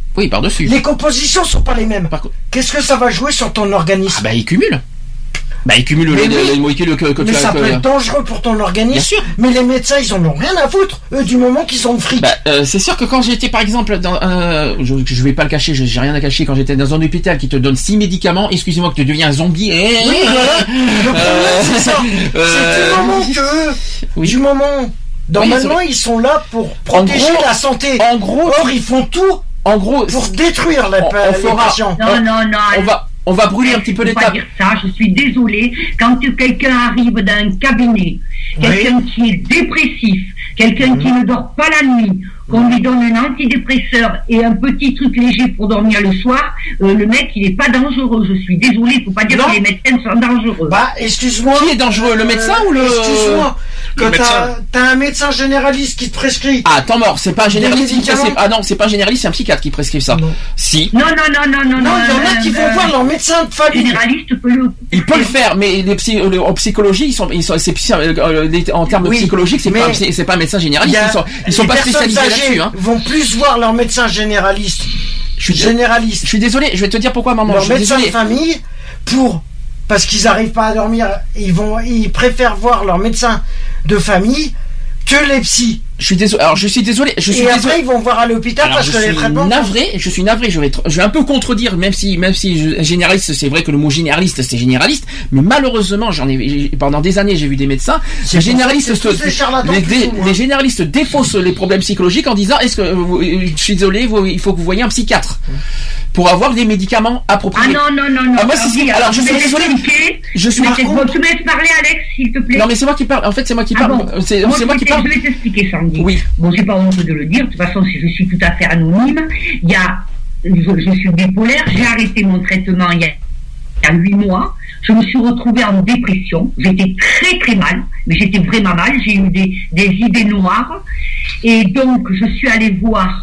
Oui, par-dessus. Les compositions sont pas les mêmes. Par... Qu'est-ce que ça va jouer sur ton organisme? Ah bah il cumule. Bah il cumule les, oui, les molécules que, que mais tu as. Mais ça que... peut être dangereux pour ton organisme. Bien sûr. Mais les médecins, ils en ont rien à foutre, eux, du moment qu'ils ont le fric. Bah, euh, c'est sûr que quand j'étais par exemple dans euh, je, je vais pas le cacher, j'ai rien à cacher, quand j'étais dans un hôpital qui te donne six médicaments, excusez-moi, que tu deviens un zombie. Oui, voilà. Le problème, euh, c'est ça. Euh... C'est du moment que oui. du moment. Normalement, oui, ils sont là pour protéger gros, la santé. En gros, or ils font tout. En gros, pour détruire les, on, on les fera, patients. Non, non, non. On va. On va brûler un petit peu l'étape. Je ne peux pas dire ça, je suis désolée. Quand quelqu'un arrive d'un cabinet, quelqu'un oui. qui est dépressif, quelqu'un mmh. qui ne dort pas la nuit, qu'on lui donne un antidépresseur et un petit truc léger pour dormir le soir, euh, le mec, il n'est pas dangereux. Je suis désolée, il ne faut pas dire non. que les médecins sont dangereux. Bah, excuse-moi. Qui est dangereux, le médecin euh, ou le... Excuse-moi. Quand t'as, t'as un médecin généraliste qui te prescrit. Ah, tant mort, c'est pas un généraliste qui prescrit. Ah non, c'est pas un généraliste, c'est un psychiatre qui prescrit ça. Non. Si. Non, non, non, non, non. Non, il y en a qui vont voir leur médecin de famille. Généraliste peut le. Il peut le faire, mais les psy, en psychologie, ils sont, ils sont, c'est, en termes oui, psychologiques, c'est pas, c'est, c'est pas un médecin généraliste. Ils sont, ils sont pas spécialisés là-dessus, hein. Vont plus voir leur médecin généraliste. Je suis généraliste. Je suis désolé, je vais te dire pourquoi, maman. Leur médecin de famille pour. Parce qu'ils n'arrivent pas à dormir, ils vont, ils préfèrent voir leur médecin de famille que les psys. Je suis désolé. Alors je suis désolé. Je suis et désolé. après ils vont voir à l'hôpital alors, parce que les traitements. Navré, je suis navré. Je vais, être, je vais un peu contredire, même si, même si je, généraliste, c'est vrai que le mot généraliste c'est généraliste, mais malheureusement j'en ai pendant des années j'ai vu des médecins. Les généralistes, se, les, les, les généralistes défaussent les problèmes psychologiques en disant est-ce que je suis désolé, vous, il faut que vous voyez un psychiatre pour avoir des médicaments appropriés. Ah non non non non. Ah, moi, c'est, alors je suis désolé. Je suis. Tu me laisses parler, Alex, s'il te plaît. Non mais c'est moi qui parle. En fait c'est moi qui parle. Ah bon. C'est, moi, c'est moi qui parle. Je vais t'expliquer, Sandy. Oui. Bon, j'ai pas honte de le dire. De toute façon, je suis tout à fait anonyme. Il y a, je, je suis bipolaire. J'ai arrêté mon traitement il y a, il y a huit mois. Je me suis retrouvée en dépression. J'étais très très mal, mais j'étais vraiment mal. J'ai eu des, des idées noires. Et donc, je suis allée voir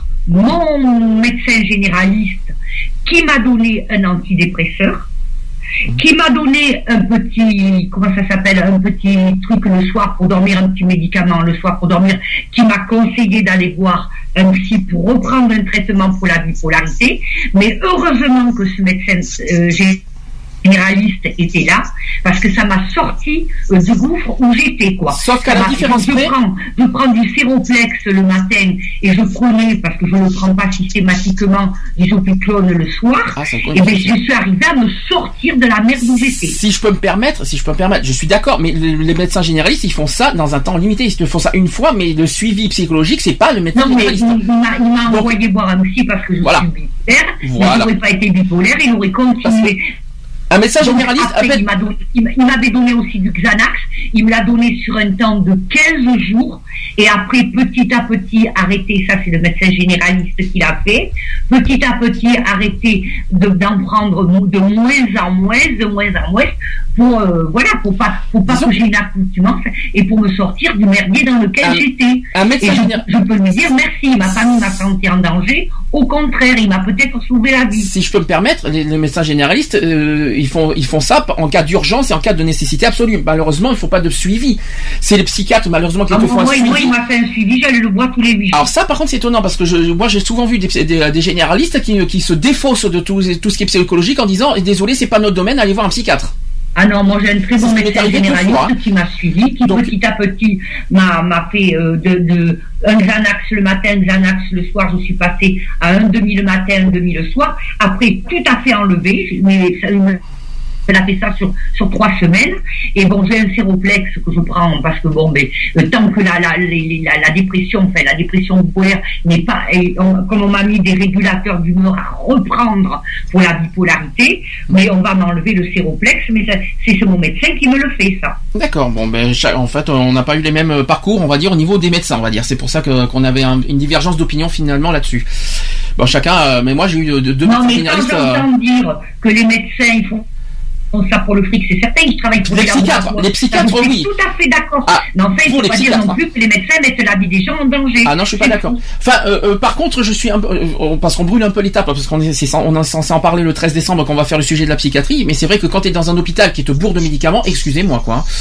mon médecin généraliste qui m'a donné un antidépresseur, qui m'a donné un petit, comment ça s'appelle, un petit truc le soir pour dormir, un petit médicament le soir pour dormir, qui m'a conseillé d'aller voir un psy pour reprendre un traitement pour la bipolarité. Mais heureusement que ce médecin euh, généraliste était là, parce que ça m'a sorti euh, du gouffre où j'étais, quoi. Sauf qu'à la différence je, je prends, je prends du séroplex le matin et je prenais, parce que je ne prends pas systématiquement, du zopiclone le soir, ah, et bien je suis arrivée à me sortir de la merde où j'étais. Si je peux me permettre, si je peux me permettre, je suis d'accord, mais les, les médecins généralistes, ils font ça dans un temps limité, ils te font ça une fois, mais le suivi psychologique, c'est pas le médecin non, généraliste. Il, il m'a, il m'a Donc, envoyé boire un psy parce que je voilà. suis bipolaire, voilà. mais il n'aurait pas été bipolaire, il aurait continué. Un médecin généraliste après, appelle... il, m'a donné, il m'avait donné aussi du Xanax, il me l'a donné sur un temps de quinze jours, et après petit à petit arrêté, ça c'est le médecin généraliste qui l'a fait, petit à petit arrêté de, d'en prendre de moins en moins, de moins en moins, pour euh, voilà, pour pas, pour pas Disons... que j'ai une accoutumance et pour me sortir du merdier dans lequel un, j'étais. Un médecin et général... je, je peux lui dire merci, il m'a pas mis ma santé en danger, au contraire, il m'a peut-être sauvé la vie. Si je peux me permettre, les, les médecins généralistes, euh, ils font, ils font ça en cas d'urgence et en cas de nécessité absolue. Malheureusement, il ne faut pas de suivi. C'est les psychiatres, malheureusement, qui ah, te font moi, un suivi. Moi, il m'a fait un suivi, j'allais le voir tous les huit jours. Alors ça, par contre, c'est étonnant parce que je, moi, j'ai souvent vu des, des, des généralistes qui, qui se défaussent de tout, tout ce qui est psychologique en disant, désolé, c'est pas notre domaine, allez voir un psychiatre. Ah non, moi j'ai un très bon médecin généraliste fois, hein. qui m'a suivi, qui Donc, petit à petit m'a, m'a fait euh, de, de un Xanax le matin, un Xanax le soir. Je suis passée à un demi le matin, un demi le soir. Après, tout à fait enlevé, mais ça me Elle a fait ça sur, sur trois semaines. Et bon, j'ai un séroplex que je prends parce que bon, mais euh, tant que la, la, la, la dépression, enfin, la dépression bipolaire n'est pas, et on, comme on m'a mis des régulateurs d'humeur à reprendre pour la bipolarité, mais on va m'enlever le séroplex, mais ça, c'est mon médecin qui me le fait, ça. D'accord. Bon, ben, en fait, on n'a pas eu les mêmes parcours, on va dire, au niveau des médecins, on va dire. C'est pour ça que, qu'on avait un, une divergence d'opinion finalement là-dessus. Bon, chacun, euh, mais moi, j'ai eu deux, deux médecins généralistes. Non, mais quand j'entends euh... dire que les médecins, ils font ça pour le fric, c'est certain, ils travaillent pour les psychiatres. Les psychiatres, je suis oui. tout à fait d'accord. Ah, mais enfin, il ne faut pas dire non plus que les médecins mettent la vie des gens en danger. Ah non, je suis pas d'accord. Enfin, euh, euh, par contre, je suis un peu, euh, parce qu'on brûle un peu l'étape, parce qu'on est, c'est, on est censé en parler le treize décembre, qu'on va faire le sujet de la psychiatrie, mais c'est vrai que quand tu es dans un hôpital qui te bourre de médicaments, excusez-moi, quoi.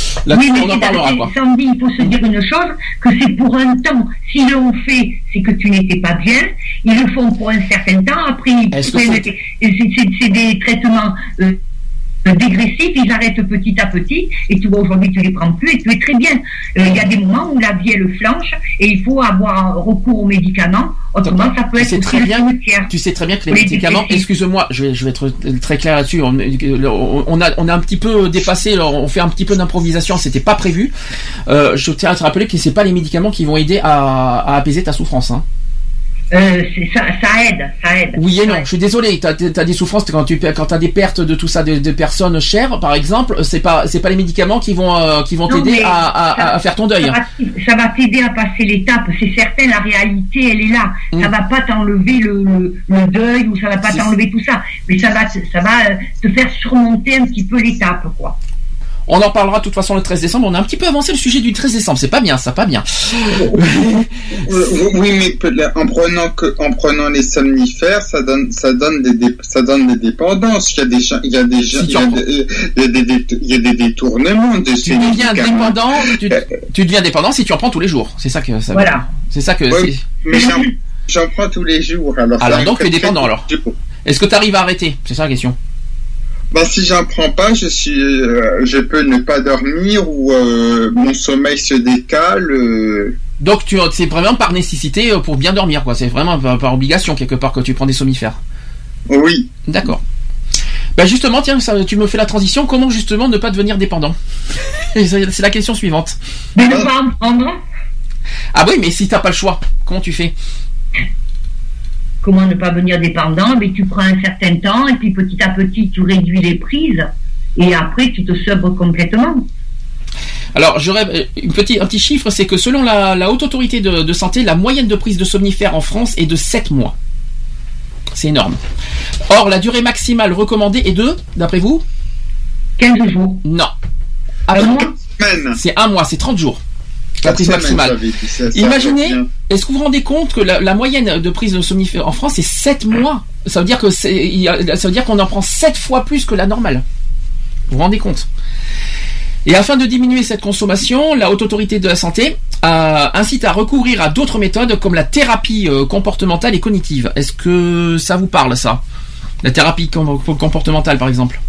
Là, oui, mais on en parlera, quoi. Sandy, il faut se dire une chose, que c'est pour un temps. S'ils l'ont fait, c'est que tu n'étais pas bien. Ils le font pour un certain temps. Après, ils prennent, c'est... C'est, c'est, c'est des traitements euh, dégressifs. Ils arrêtent petit à petit. Et tu vois, aujourd'hui, tu les prends plus et tu es très bien. Il euh, y a des moments où la vie, elle flanche et il faut avoir recours aux médicaments. Autrement, ça peut tu être sais très bien, tu sais très bien que les, les médicaments, excuse-moi, je vais, je vais être très clair là-dessus. On, on a, on a un petit peu dépassé, on fait un petit peu d'improvisation. C'était pas prévu. Euh, je tiens à te rappeler que c'est pas les médicaments qui vont aider à, à apaiser ta souffrance, hein. Euh, c'est, ça, ça aide, ça aide. Oui et non, je suis désolé, t'as, t'as des souffrances quand tu quand t'as des pertes de tout ça, de, de personnes chères, par exemple, c'est pas c'est pas les médicaments qui vont euh, qui vont non, t'aider à, à, ça, à faire ton deuil. Ça va, ça va t'aider à passer l'étape, c'est certain, la réalité elle est là. Mmh. Ça va pas t'enlever le, le, le deuil ou ça va pas c'est... t'enlever tout ça, mais ça va ça va te faire surmonter un petit peu l'étape, quoi. On en parlera de toute façon le treize décembre. On a un petit peu avancé le sujet du treize décembre. C'est pas bien, ça, pas bien. Oui, mais en prenant que, en prenant les somnifères, ça donne, ça donne des, ça donne des dépendances. Il y a des, il y a des, si il y a des, il y a des, il y a des détournements de ces médicaments. Tu deviens dépendant. Tu, tu deviens dépendant si tu en prends tous les jours. C'est ça que ça. Voilà. C'est ça que. Oui, c'est... Mais j'en, j'en prends tous les jours. Alors. Alors donc tu es dépendant alors. Est-ce que tu arrives à arrêter? C'est ça la question. Bah, si j'en prends pas, je suis, euh, je peux ne pas dormir ou euh, mon sommeil se décale. Euh... Donc tu, c'est vraiment par nécessité pour bien dormir, quoi. C'est vraiment par, par obligation quelque part que tu prends des somnifères. Oui. D'accord. Bah justement, tiens, ça, tu me fais la transition. Comment justement ne pas devenir dépendant? C'est la question suivante. Mais ne pas en prendre. Ah oui, mais si t'as pas le choix, comment tu fais? Comment ne pas devenir dépendant? Mais tu prends un certain temps et puis petit à petit tu réduis les prises et après tu te sobres complètement. Alors, j'aurais une petit, un petit chiffre, c'est que selon la, la Haute Autorité de, de Santé, la moyenne de prise de somnifères en France est de sept mois. C'est énorme. Or, la durée maximale recommandée est de, d'après vous? quinze jours. Non. Un mois. C'est un mois, c'est trente jours. La prise maximale. Imaginez, est-ce que vous vous rendez compte que la, la moyenne de prise de somnifères en France c'est sept mois? Ça veut dire que c'est, il y a, ça veut dire qu'on en prend sept fois plus que la normale. Vous vous rendez compte? Et afin de diminuer cette consommation, la Haute Autorité de la Santé euh, incite à recourir à d'autres méthodes comme la thérapie euh, comportementale et cognitive. Est-ce que ça vous parle, ça? La thérapie com- comportementale, par exemple?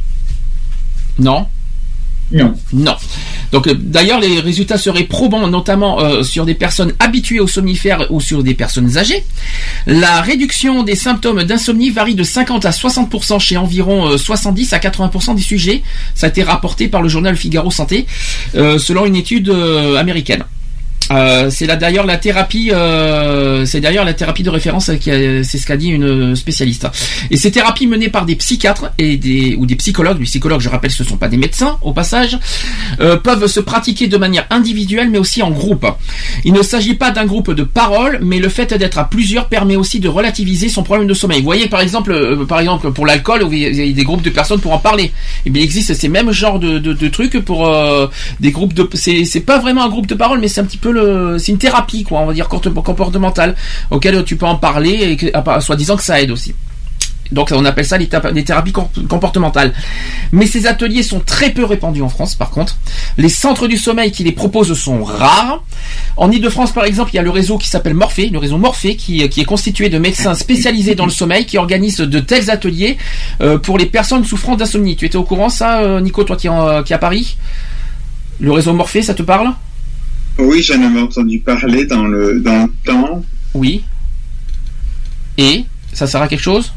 Non? Non. Non. Donc euh, d'ailleurs les résultats seraient probants notamment euh, sur des personnes habituées aux somnifères ou sur des personnes âgées. La réduction des symptômes d'insomnie varie de cinquante à soixante pour cent chez environ euh, soixante-dix à quatre-vingts pour cent des sujets. Ça a été rapporté par le journal Figaro Santé euh, selon une étude euh, américaine. Euh, c'est là d'ailleurs la thérapie, euh, c'est d'ailleurs la thérapie de référence, qui a, c'est ce qu'a dit une spécialiste. Et ces thérapies menées par des psychiatres et des ou des psychologues, les psychologues, je rappelle, ce sont pas des médecins au passage, euh, peuvent se pratiquer de manière individuelle, mais aussi en groupe. Il ne s'agit pas d'un groupe de parole, mais le fait d'être à plusieurs permet aussi de relativiser son problème de sommeil. Vous voyez, par exemple, euh, par exemple pour l'alcool, où il y a des groupes de personnes pour en parler. Et bien, il existe ces mêmes genres de, de, de trucs pour euh, des groupes de. C'est, c'est pas vraiment un groupe de parole, mais c'est un petit peu le c'est une thérapie, quoi, on va dire comportementale, auquel tu peux en parler et que, soi-disant que ça aide aussi. Donc on appelle ça les, ta- les thérapies comportementales. Mais ces ateliers sont très peu répandus en France, par contre. Les centres du sommeil qui les proposent sont rares. En Ile-de-France, par exemple, il y a le réseau qui s'appelle Morphée, le réseau Morphée, qui, qui est constitué de médecins spécialisés dans le sommeil, qui organisent de tels ateliers euh, pour les personnes souffrant d'insomnie. Tu étais au courant, ça, euh, Nico, toi qui es, en, qui es à Paris? Le réseau Morphée, ça te parle? Oui, j'en avais entendu parler dans le, dans le temps. Oui. Et ça sert à quelque chose?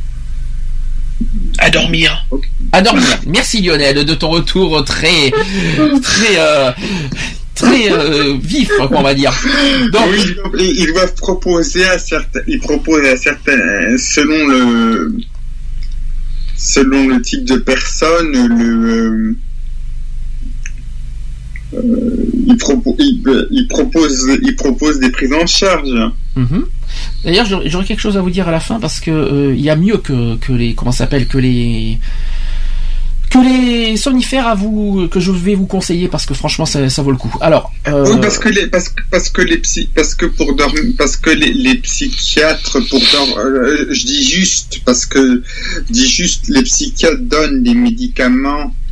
À dormir. Okay. À dormir. Merci Lionel de ton retour très, très, euh, très euh, vif, on va dire. Donc, oui, ils doivent proposer à certains, ils proposent à certains, selon le, selon le type de personne, le. Euh, il, propo- il, il, propose, il propose des prises en charge. Mmh. D'ailleurs, j'aurais quelque chose à vous dire à la fin parce que euh, il y a mieux que, que les comment ça s'appelle que les que les somnifères à vous que je vais vous conseiller parce que franchement ça, ça vaut le coup. Alors euh... oui, parce que les parce que parce que les psy, parce que pour dormir parce que les, les psychiatres pour dormir euh, je dis juste parce que je dis juste les psychiatres donnent des médicaments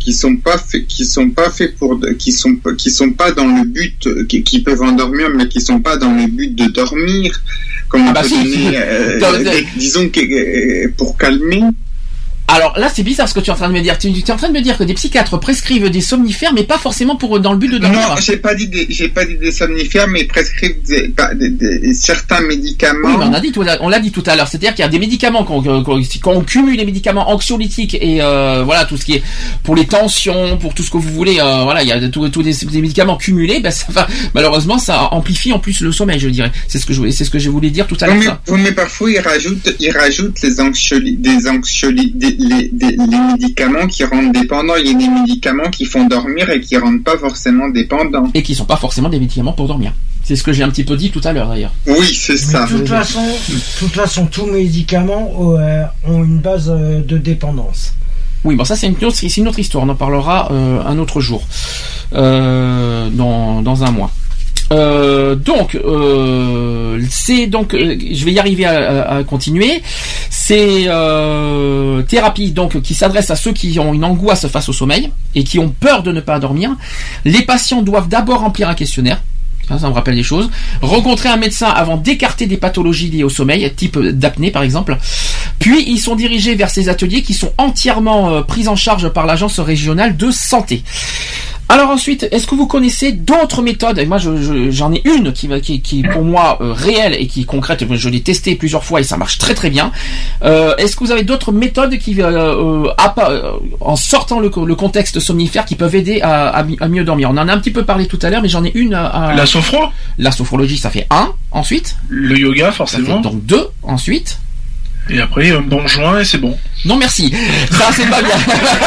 qui sont pas faits, qui sont pas faits pour, qui sont, qui sont pas dans le but, qui, qui peuvent endormir, mais qui sont pas dans le but de dormir. Comme on Ah bah peut si, donner, si. euh, Dans- des- disons que euh, pour calmer. Alors là, c'est bizarre ce que tu es en train de me dire. Tu es en train de me dire que des psychiatres prescrivent des somnifères, mais pas forcément pour dans le but de dormir. Non, j'ai pas dit des, j'ai pas dit des somnifères, mais ils prescrivent des, pas- des- des- certains médicaments. Oui, mais on a dit tout, on l'a dit tout à l'heure. C'est-à-dire qu'il y a des médicaments qu'on, qu'on- quand on cumule les médicaments anxiolytiques et euh, voilà tout ce qui est pour les tensions, pour tout ce que vous voulez. Euh, voilà, il y a tous tous des, des médicaments cumulés. Ben ça va, malheureusement, ça amplifie en plus le sommeil, je dirais. C'est ce que je voulais, c'est ce que je voulais dire tout à l'heure. Oui, mais, ça. oui, mais parfois ils rajoutent, ils rajoutent les anxioli, des anxioli, des, les, des- les médicaments qui rendent dépendants. Il y a des médicaments qui font dormir et qui rendent pas forcément dépendants. Et qui sont pas forcément des médicaments pour dormir. C'est ce que j'ai un petit peu dit tout à l'heure d'ailleurs. Oui, c'est Mais ça. de toute façon, de toute façon, tous médicaments euh, ont une base euh, de dépendance. Oui, bon ça c'est une autre, c'est une autre histoire. On en parlera euh, un autre jour, euh, dans dans un mois. Euh, donc, euh, c'est donc, euh, je vais y arriver à, à, à continuer. C'est euh, thérapie donc qui s'adresse à ceux qui ont une angoisse face au sommeil et qui ont peur de ne pas dormir. Les patients doivent d'abord remplir un questionnaire. Ça, ça me rappelle des choses. Rencontrer un médecin avant d'écarter des pathologies liées au sommeil, type d'apnée par exemple. Puis ils sont dirigés vers ces ateliers qui sont entièrement euh, pris en charge par l'agence régionale de santé. Alors ensuite, est-ce que vous connaissez d'autres méthodes? Et moi, je, je, j'en ai une qui, qui, qui est pour moi euh, réelle et qui est concrète. Je l'ai testée plusieurs fois et ça marche très très bien. Euh, est-ce que vous avez d'autres méthodes qui, euh, euh, à, euh, en sortant le, le contexte somnifère, qui peuvent aider à, à, à mieux dormir? On en a un petit peu parlé tout à l'heure, mais j'en ai une. À, à... La sophro. La sophrologie, ça fait un. Ensuite. Le yoga, forcément. Ça fait donc deux. Ensuite. Et après, un bon joint et c'est bon. Non merci, ça c'est pas bien.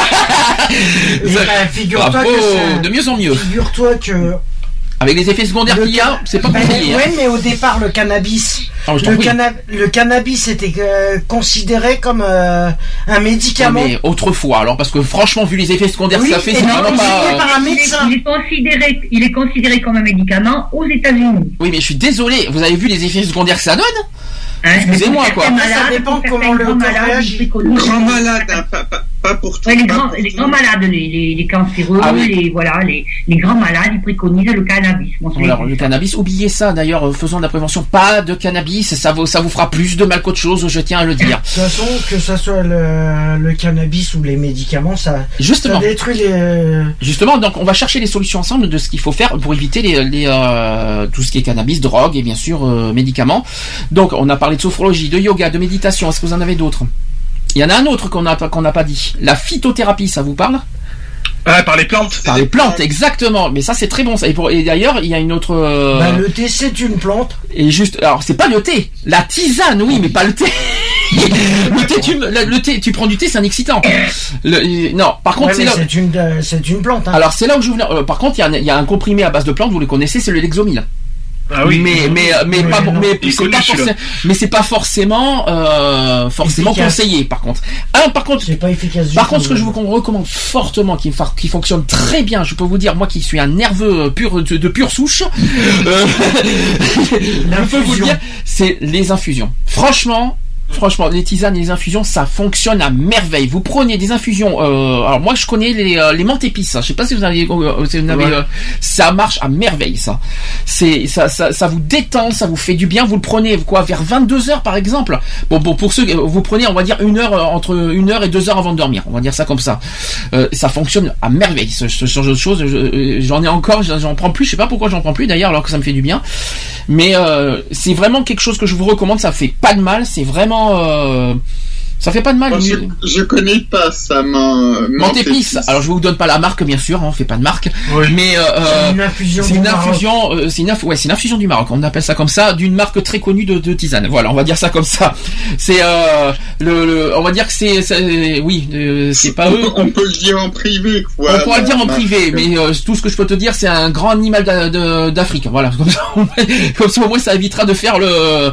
Eh ben, figure-toi Bravo, que ça- de mieux en mieux. Figure-toi que Avec les effets secondaires qu'il y a, c'est pas Ben, conseillé. hein. ouais, mais au départ, le cannabis, Ah, je t'en le, prie. canna- le cannabis était euh, considéré comme euh, un médicament. Mais autrefois, alors parce que franchement, vu les effets secondaires Oui, que ça fait, et c'est non, vraiment il pas. est par un Il est, médecin. il est considéré, il est considéré comme un médicament aux États-Unis. Oui, mais je suis désolé. Vous avez vu les effets secondaires que ça donne? Hein, Excusez-moi, pour quoi. certains Ça malades, dépend pour comment certains le grands corps malades, réagit. ils préconisent- Grand malade, hein, pas, pas, pas pour tout. Ouais, les pas grands, pour les tout. grands malades, les, les, les cancéreux, Ah oui. les, voilà, les, les grands malades, ils préconisent le cannabis. Bon, c'est- Alors le cannabis, oubliez ça. D'ailleurs, euh, faisons de la prévention. Pas de cannabis, ça vous, ça vous fera plus de mal qu'autre chose. Je tiens à le dire. De toute façon, que ça soit le, le cannabis ou les médicaments, ça, Justement. ça détruit les. Justement, donc on va chercher les solutions ensemble de ce qu'il faut faire pour éviter les, les euh, tout ce qui est cannabis, drogue et bien sûr euh, médicaments. Donc on a parlé de sophrologie, de yoga, de méditation. Est-ce que vous en avez d'autres? Il y en a un autre qu'on n'a qu'on n'a pas dit. La phytothérapie, ça vous parle? Ah, par les plantes. Par les plantes, exactement. Mais ça c'est très bon ça. Et, pour, et d'ailleurs il y a une autre. euh, Bah, le thé, c'est une plante. Et juste, alors c'est pas le thé, la tisane, oui, mais pas le thé. le thé, tu, le, le thé, tu prends du thé, c'est un excitant. Le- non, par contre Ouais, c'est mais là. c'est une, euh, c'est une plante. Hein. Alors c'est là où je voulais. euh, par contre, il y, a un- il y a un comprimé à base de plantes, vous les connaissez, c'est le Lexomil. Ah oui. Mais mais mais Oui, pas non. mais Il est c'est connu, pas celui-là. forcément mais c'est pas forcément euh, forcément Efficace. conseillé par contre. Un par contre C'est pas efficace du par tout. contre ce que je vous recommande fortement qui fa- qui fonctionne très bien, je peux vous dire moi qui suis un nerveux pur de, de pure souche, euh, je peux vous le dire, c'est les infusions. Franchement Franchement, les tisanes et les infusions, ça fonctionne à merveille. Vous prenez des infusions. Euh, alors moi, je connais les, euh, les menthes épices. Je sais pas si vous avez, euh, si vous avez Ouais. euh, ça marche à merveille. Ça, c'est ça, ça, ça vous détend, ça vous fait du bien. Vous le prenez quoi vers vingt-deux heures par exemple. Bon, bon pour ceux, vous prenez, on va dire une heure euh, entre une heure et deux heures avant de dormir. On va dire ça comme ça. Euh, ça fonctionne à merveille. Ce, ce genre de choses, je- j'en ai encore, j'en prends plus. Je sais pas pourquoi j'en prends plus d'ailleurs, alors que ça me fait du bien. Mais euh, c'est vraiment quelque chose que je vous recommande. Ça fait pas de mal. C'est vraiment Euh, ça fait pas de mal. Oh, je, je connais pas ça, mon. Menthe épice. Alors je vous donne pas la marque bien sûr, hein, on fait pas de marque. Oui. Mais euh, C'est une infusion c'est du une Maroc. infusion, euh, c'est une inf- ouais, c'est une infusion du Maroc. On appelle ça comme ça, d'une marque très connue de, de tisane. Voilà, on va dire ça comme ça. C'est euh, le, le, on va dire que c'est, c'est- oui, euh, c'est pas eux. On peut le dire en privé, quoi. On pourra le dire en Bah, privé, mais euh, tout ce que je peux te dire, c'est un grand animal d'a- de- d'Afrique. Voilà, comme ça, comme ça au moins ça évitera de faire le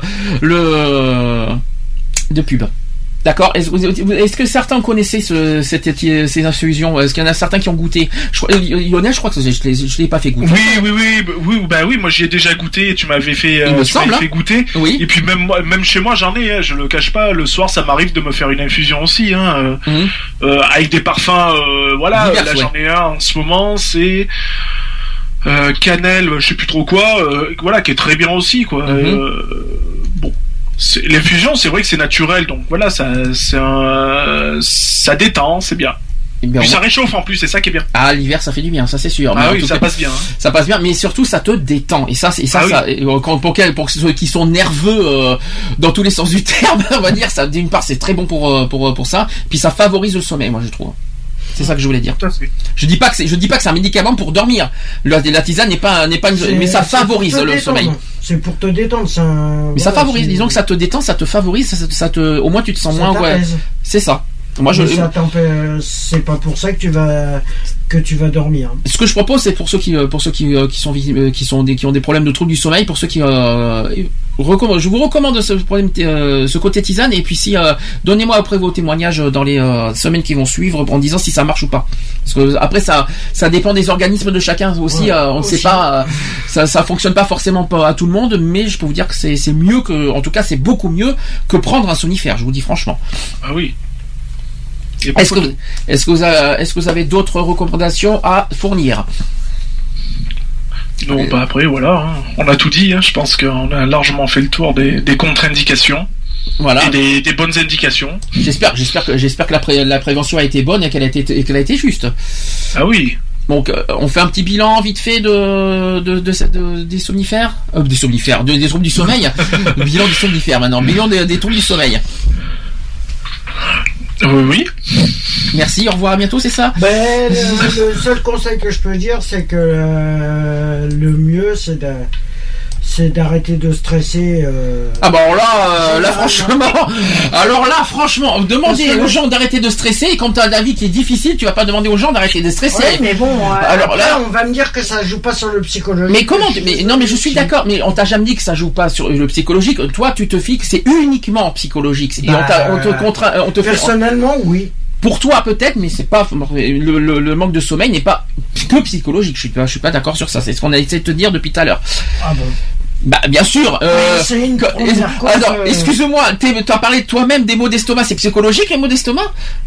le de pub. D'accord. Est-ce, est-ce que certains connaissaient ce, cette, ces infusions? Est-ce qu'il y en a certains qui ont goûté? Je crois, Lionel, je crois que je l'ai, je l'ai pas fait goûter. Oui, oui, oui, bah, oui, bah oui, moi j'y ai déjà goûté et tu m'avais fait, euh, Il me tu semble, m'avais hein. fait goûter. Oui. Et puis même moi, même chez moi j'en ai, hein, je le cache pas, le soir ça m'arrive de me faire une infusion aussi, hein. euh, Mhm. euh, avec des parfums, euh, voilà. Divers, là ouais. j'en ai un en ce moment, c'est euh, cannelle, je sais plus trop quoi, euh, voilà, qui est très bien aussi, quoi. Mm-hmm. Euh, bon, c'est, l'infusion, c'est vrai que c'est naturel, donc voilà, ça, c'est un, ça détend, c'est bien. Eh bien, Puis on- ça réchauffe en plus, c'est ça qui est bien. Ah, l'hiver, ça fait du bien, ça c'est sûr. Mais Ah en oui, tout ça cas, passe bien. hein. Ça passe bien, mais surtout ça te détend. Et ça, c'est et ça, Ah oui. ça et, euh, quand- pour, quel- pour ceux qui sont nerveux euh, dans tous les sens du terme, on va dire, ça d'une part c'est très bon pour euh, pour euh, pour ça, puis ça favorise le sommeil, moi je trouve. C'est ça que je voulais dire. Tout à fait. Je dis pas que c'est, je dis pas que c'est un médicament pour dormir. La, la tisane n'est pas n'est pas une, C'est- mais ça c'est pour favorise te le détendre. sommeil. C'est pour te détendre. C'est un... Mais ça voilà, favorise. c'est- Disons que ça te détend, ça te favorise, ça, ça te, au moins tu te sens ça moins. Ouais, t'apaise. c'est ça. Moi je. Mais ça t'empê- c'est pas pour ça que tu vas que tu vas dormir. Ce que je propose, c'est pour ceux qui, euh, pour ceux qui, euh, qui sont, vi- euh, qui sont des, qui ont des problèmes de troubles du sommeil, pour ceux qui, euh, recommande, je vous recommande ce problème, euh, ce côté tisane, et puis si, euh, donnez-moi après vos témoignages dans les euh, semaines qui vont suivre, en disant si ça marche ou pas. Parce que après ça, ça dépend des organismes de chacun aussi. Ouais, euh, on ne aussi. sait pas, euh, ça, ça fonctionne pas forcément pas à tout le monde, mais je peux vous dire que c'est, c'est mieux que, en tout cas, c'est beaucoup mieux que prendre un somnifère. Je vous dis franchement. Ah oui. Est-ce que, est-ce que vous avez, est-ce que vous avez d'autres recommandations à fournir? Non, bah après, voilà, hein. On a tout dit, hein. Je pense qu'on a largement fait le tour des, des contre-indications. Voilà. Et des, des bonnes indications. J'espère, j'espère que, j'espère que la, pré- la prévention a été bonne et qu'elle a été, et qu'elle a été juste. Ah oui. Donc, euh, on fait un petit bilan vite fait de, de, de, de- de- des somnifères, euh, des somnifères, de- des troubles du sommeil. Le bilan des somnifères maintenant, bilan des, des troubles du sommeil. Oui, oui. Merci, au revoir, à bientôt, c'est ça? Ben, le, le seul conseil que je peux dire, c'est que euh, le mieux, c'est de, c'est d'arrêter de stresser. Euh, Ah bah alors là, euh, là franchement, alors là franchement, demander Parce que aux là- gens d'arrêter de stresser, et quand t'as la vie qui est difficile, tu vas pas demander aux gens d'arrêter de stresser. Ouais, mais bon, euh, Alors après, là- on va me dire que ça joue pas sur le psychologique. Mais comment mais non mais je suis d'accord, mais on t'a jamais dit que ça joue pas sur le psychologique. Toi tu te fixes, c'est uniquement psychologique. Et Bah, on, t'a- on te contraint, on te fait. Personnellement, oui. Pour toi peut-être, mais c'est pas le, le, le manque de sommeil n'est pas que psychologique. Je suis pas, je suis pas d'accord sur ça. C'est ce qu'on a essayé de te dire depuis tout à l'heure. Ah bon. Bah bien sûr. Euh, C'est une que- première cause, alors, euh, excuse-moi, t'es- t'as parlé de toi-même des maux d'estomac. C'est psychologique les maux d'estomac?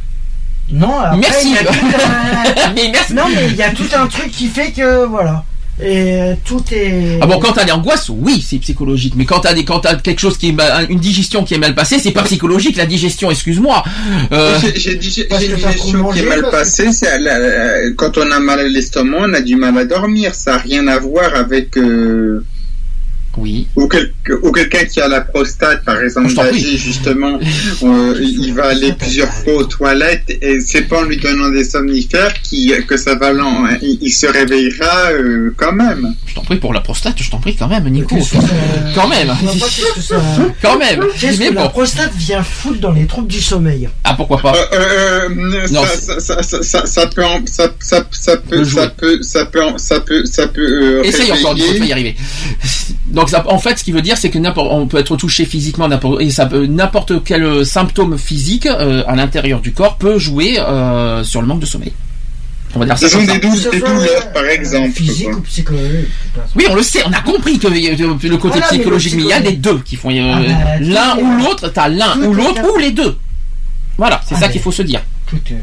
Non, après, Merci. il y a tout un- Mais merci. Non, mais il y a tout un truc qui fait que voilà. Et tout est. Ah bon, quand t'as des angoisses, oui, c'est psychologique. Mais quand t'as des, quand t'as quelque chose qui est mal- une digestion qui est mal passée, c'est pas psychologique. La digestion, excuse-moi. Euh, J'ai- J'ai dit, j'ai parce une que t'as trop digestion qui est mangé, mal parce que- passée. C'est à la- la- quand on a mal à l'estomac, on a du mal à dormir. Ça n'a rien à voir avec. euh, Oui. Ou, quel- ou quelqu'un qui a la prostate, par exemple, Je t'en prie. âgé, justement, euh, il va aller plusieurs fois aux toilettes et c'est pas en lui donnant des somnifères qui, que ça va l'en, il, il se réveillera euh, quand même. Je t'en prie pour la prostate, je t'en prie quand même, Nico. Qu'est-ce que ça- Quand même. Je vois pas qu'est-ce que ça- Quand même. Qu'est-ce Mais que la bon. prostate vient foutre dans les troubles du sommeil? Ah pourquoi pas. Euh, euh, Non, ça, ça, ça, ça, ça peut, en- ça, ça, ça peut, Le ça jouet. peut, ça peut, en- ça peut, ça peut. Euh, Essaye encore une fois, tu vas y réveiller. arriver. Donc ça, en fait, ce qui veut dire, c'est que n'importe, on peut être touché physiquement, n'importe, et ça peut, n'importe quel symptôme physique euh, à l'intérieur du corps peut jouer euh, sur le manque de sommeil. On va dire ça Ce sont comme ça. des, dou- Que ce des soit, douleurs, par euh, exemple. Physique quoi. ou psychologique. de toute façon. Oui, on le sait, on a compris que euh, le côté Voilà, mais psychologique, le mais il y a les psychologique. deux qui font euh, Ah bah, l'un tout est- ou l'autre. T'as l'un tout ou est- l'autre ou les deux. Voilà, c'est Ah, ça mais- qu'il faut se dire. Tout est-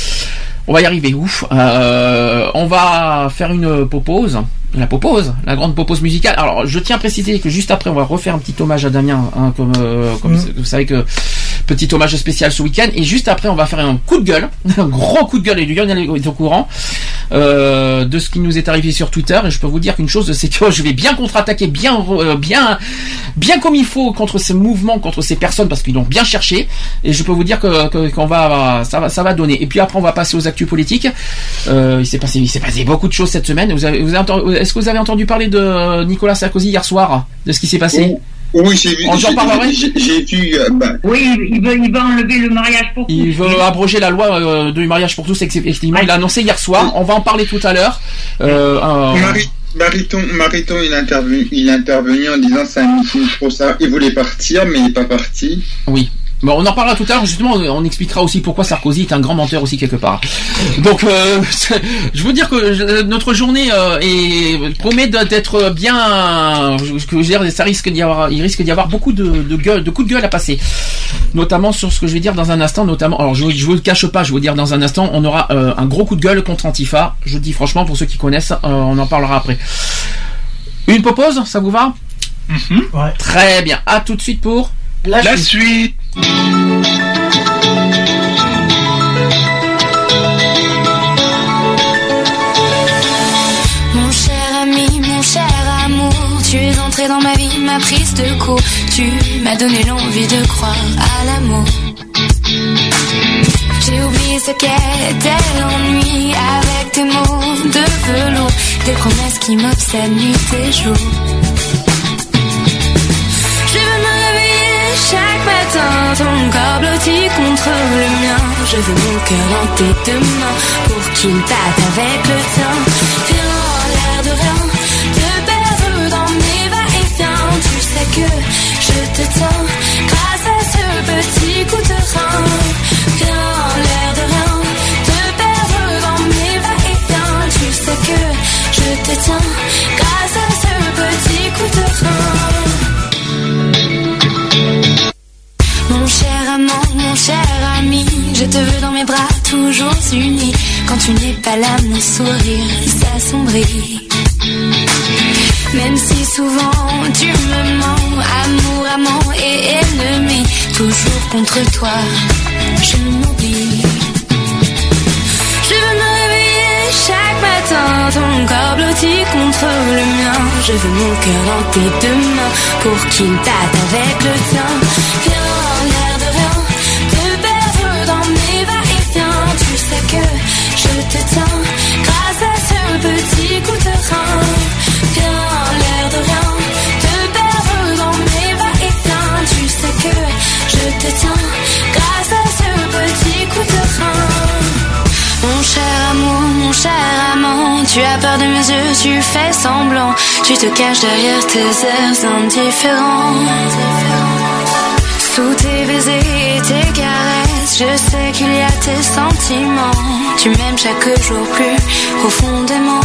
On va y arriver, ouf. Euh, on va faire une pause. La pause, la grande pause musicale. Alors, je tiens à préciser que juste après, on va refaire un petit hommage à Damien, hein, comme, euh, comme Mm. vous savez que petit hommage spécial ce week-end. Et juste après, on va faire un coup de gueule, un gros coup de gueule. Et Lyon est au courant euh, de ce qui nous est arrivé sur Twitter. Et je peux vous dire qu'une chose, c'est que je vais bien contre-attaquer, bien, euh, bien, bien comme il faut contre ces mouvements, contre ces personnes, parce qu'ils l'ont bien cherché. Et je peux vous dire que, que qu'on va, ça va, ça va donner. Et puis après, on va passer aux actus politiques. Euh, il s'est passé, il s'est passé beaucoup de choses cette semaine. Vous avez, vous avez entendu, est-ce que vous avez entendu parler de Nicolas Sarkozy hier soir, de ce qui s'est passé? Oui, j'ai vu. On j'ai- en parlerait j'ai- J'ai vu. euh, bah, Oui, il veut, il veut enlever le mariage pour tous. Il veut abroger la loi euh, du mariage pour tous, effectivement. Il l'a annoncé hier soir. On va en parler tout à l'heure. Euh, un- Marie- Mariton, Mariton, il est intervenu, il est intervenu en disant c'est un meeting trop ça. Il voulait partir, mais il n'est pas parti. Oui. Bon, on en parlera tout à l'heure, justement, on expliquera aussi pourquoi Sarkozy est un grand menteur aussi quelque part. Donc, euh, je veux dire que notre journée euh, est, promet d'être bien, que je veux dire, ça risque d'y avoir, il risque d'y avoir beaucoup de, de gueule, de coups de gueule à passer. Notamment sur ce que je vais dire dans un instant, notamment, alors je, je vous le cache pas, je vais vous dire dans un instant, on aura euh, un gros coup de gueule contre Antifa. Je le dis franchement, pour ceux qui connaissent, euh, on en parlera après. Une pause, ça vous va? Mmh. Ouais. Très bien, à tout de suite pour la, la suite. suite. Mon cher ami, mon cher amour, tu es entré dans ma vie, ma prise de court. Tu m'as donné l'envie de croire à l'amour. J'ai oublié ce qu'était l'ennui avec tes mots de velours, des promesses qui m'obsèdent nuit et jour. Je veux me réveiller chaque matin, ton corps blotti contre le mien. Je veux mon cœur dans tes deux mains pour qu'il batte avec le tien. Viens, l'air de rien, te perdre dans mes va-et-vient. Tu sais que je te tiens grâce à ce petit coup de rein. Viens, l'air de rien, te perdre dans mes va-et-vient. Tu sais que je te tiens grâce à ce petit coup de rein. Mon cher amant, mon cher ami, je te veux dans mes bras toujours unis. Quand tu n'es pas là, mon sourire s'assombrit. Même si souvent tu me mens, amour, amant et ennemi, toujours contre toi, je m'oublie. Je veux me réveiller chaque matin, ton corps blotti contre le mien. Je veux mon cœur dans tes deux mains pour qu'il batte avec le tien. Viens, l'air de rien, te perdre dans mes va-et-vient. Tu sais que je te tiens grâce à ce petit coup de rein. Viens, l'air de rien, te perdre dans mes va-et-vient. Tu sais que je te tiens grâce à ce petit coup de rein. Mon cher amour, mon cher amant, tu as peur de mes yeux, tu fais semblant. Tu te caches derrière tes airs indifférents. Sous tes baisers et tes caresses, je sais qu'il y a tes sentiments. Tu m'aimes chaque jour plus profondément.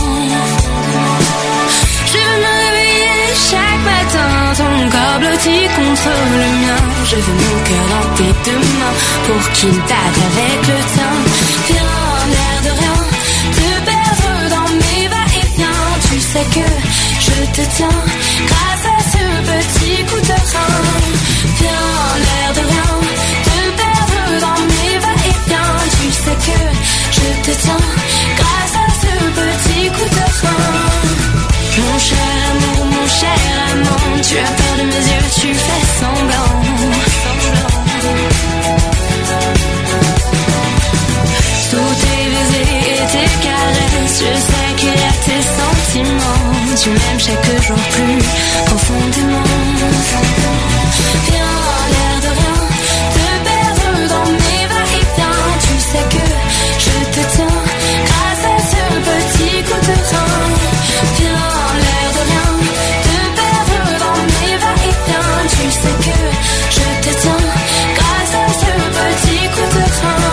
Je veux me réveiller chaque matin, ton corps blotti contre le mien. Je veux mon cœur dans tes deux mains pour qu'il batte avec le tien. Viens, l'air de rien, te perdre dans mes va-et-vient. Tu sais que je te tiens grâce à ce petit coup de rein. Viens, l'air de rien, te perdre dans mes va-et-vient. Tu sais que je te tiens grâce à ce petit coup de rein. Mon cher amour, mon cher amant, tu as peur de mes yeux, tu fais semblant. Sous tes baisers et tes caresses, je sais qu'il y a tes sentiments. Tu m'aimes chaque jour plus profondément. Viens, l'air de rien, te perdre dans mes va-et-vient. Tu sais que je te tiens grâce à ce petit coup de rein. Viens, l'air de rien, te perdre dans mes va-et-vient. Tu sais que je te tiens grâce à ce petit coup de rein.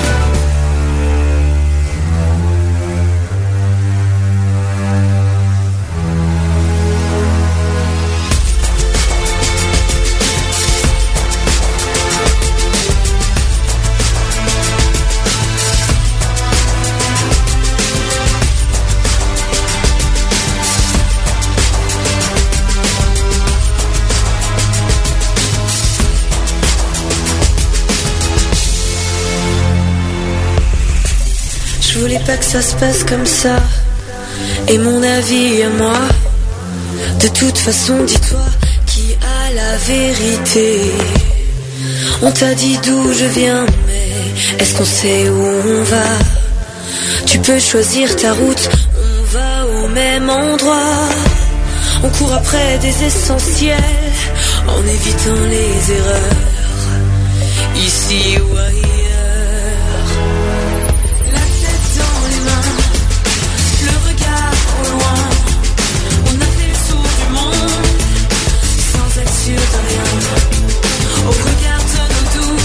Je voulais pas que ça se passe comme ça. Et mon avis à moi, de toute façon, dis-toi qui a la vérité. On t'a dit d'où je viens, mais est-ce qu'on sait où on va? Tu peux choisir ta route, on va au même endroit. On court après des essentiels, en évitant les erreurs, ici ou ailleurs. Au regard de nos doutes,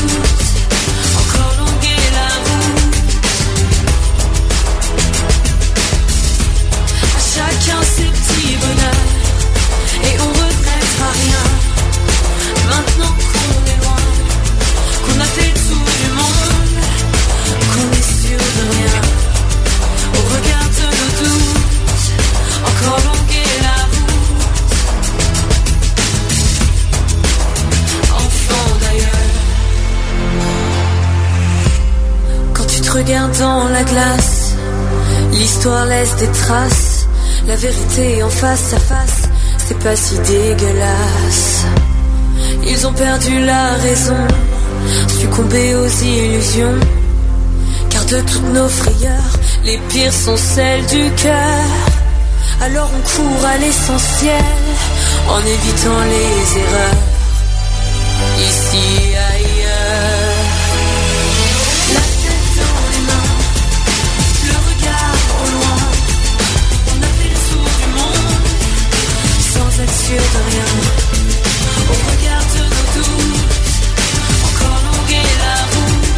mains dans la glace. L'histoire laisse des traces. La vérité en face à face, c'est pas si dégueulasse. Ils ont perdu la raison, succombé aux illusions. Car de toutes nos frayeurs, les pires sont celles du cœur. Alors on court à l'essentiel, en évitant les erreurs. Ici, ailleurs. La tête dans les mains, le regard au loin. On a fait le tour du monde, sans être sûr de rien. On regarde nos doutes, encore longuer la route.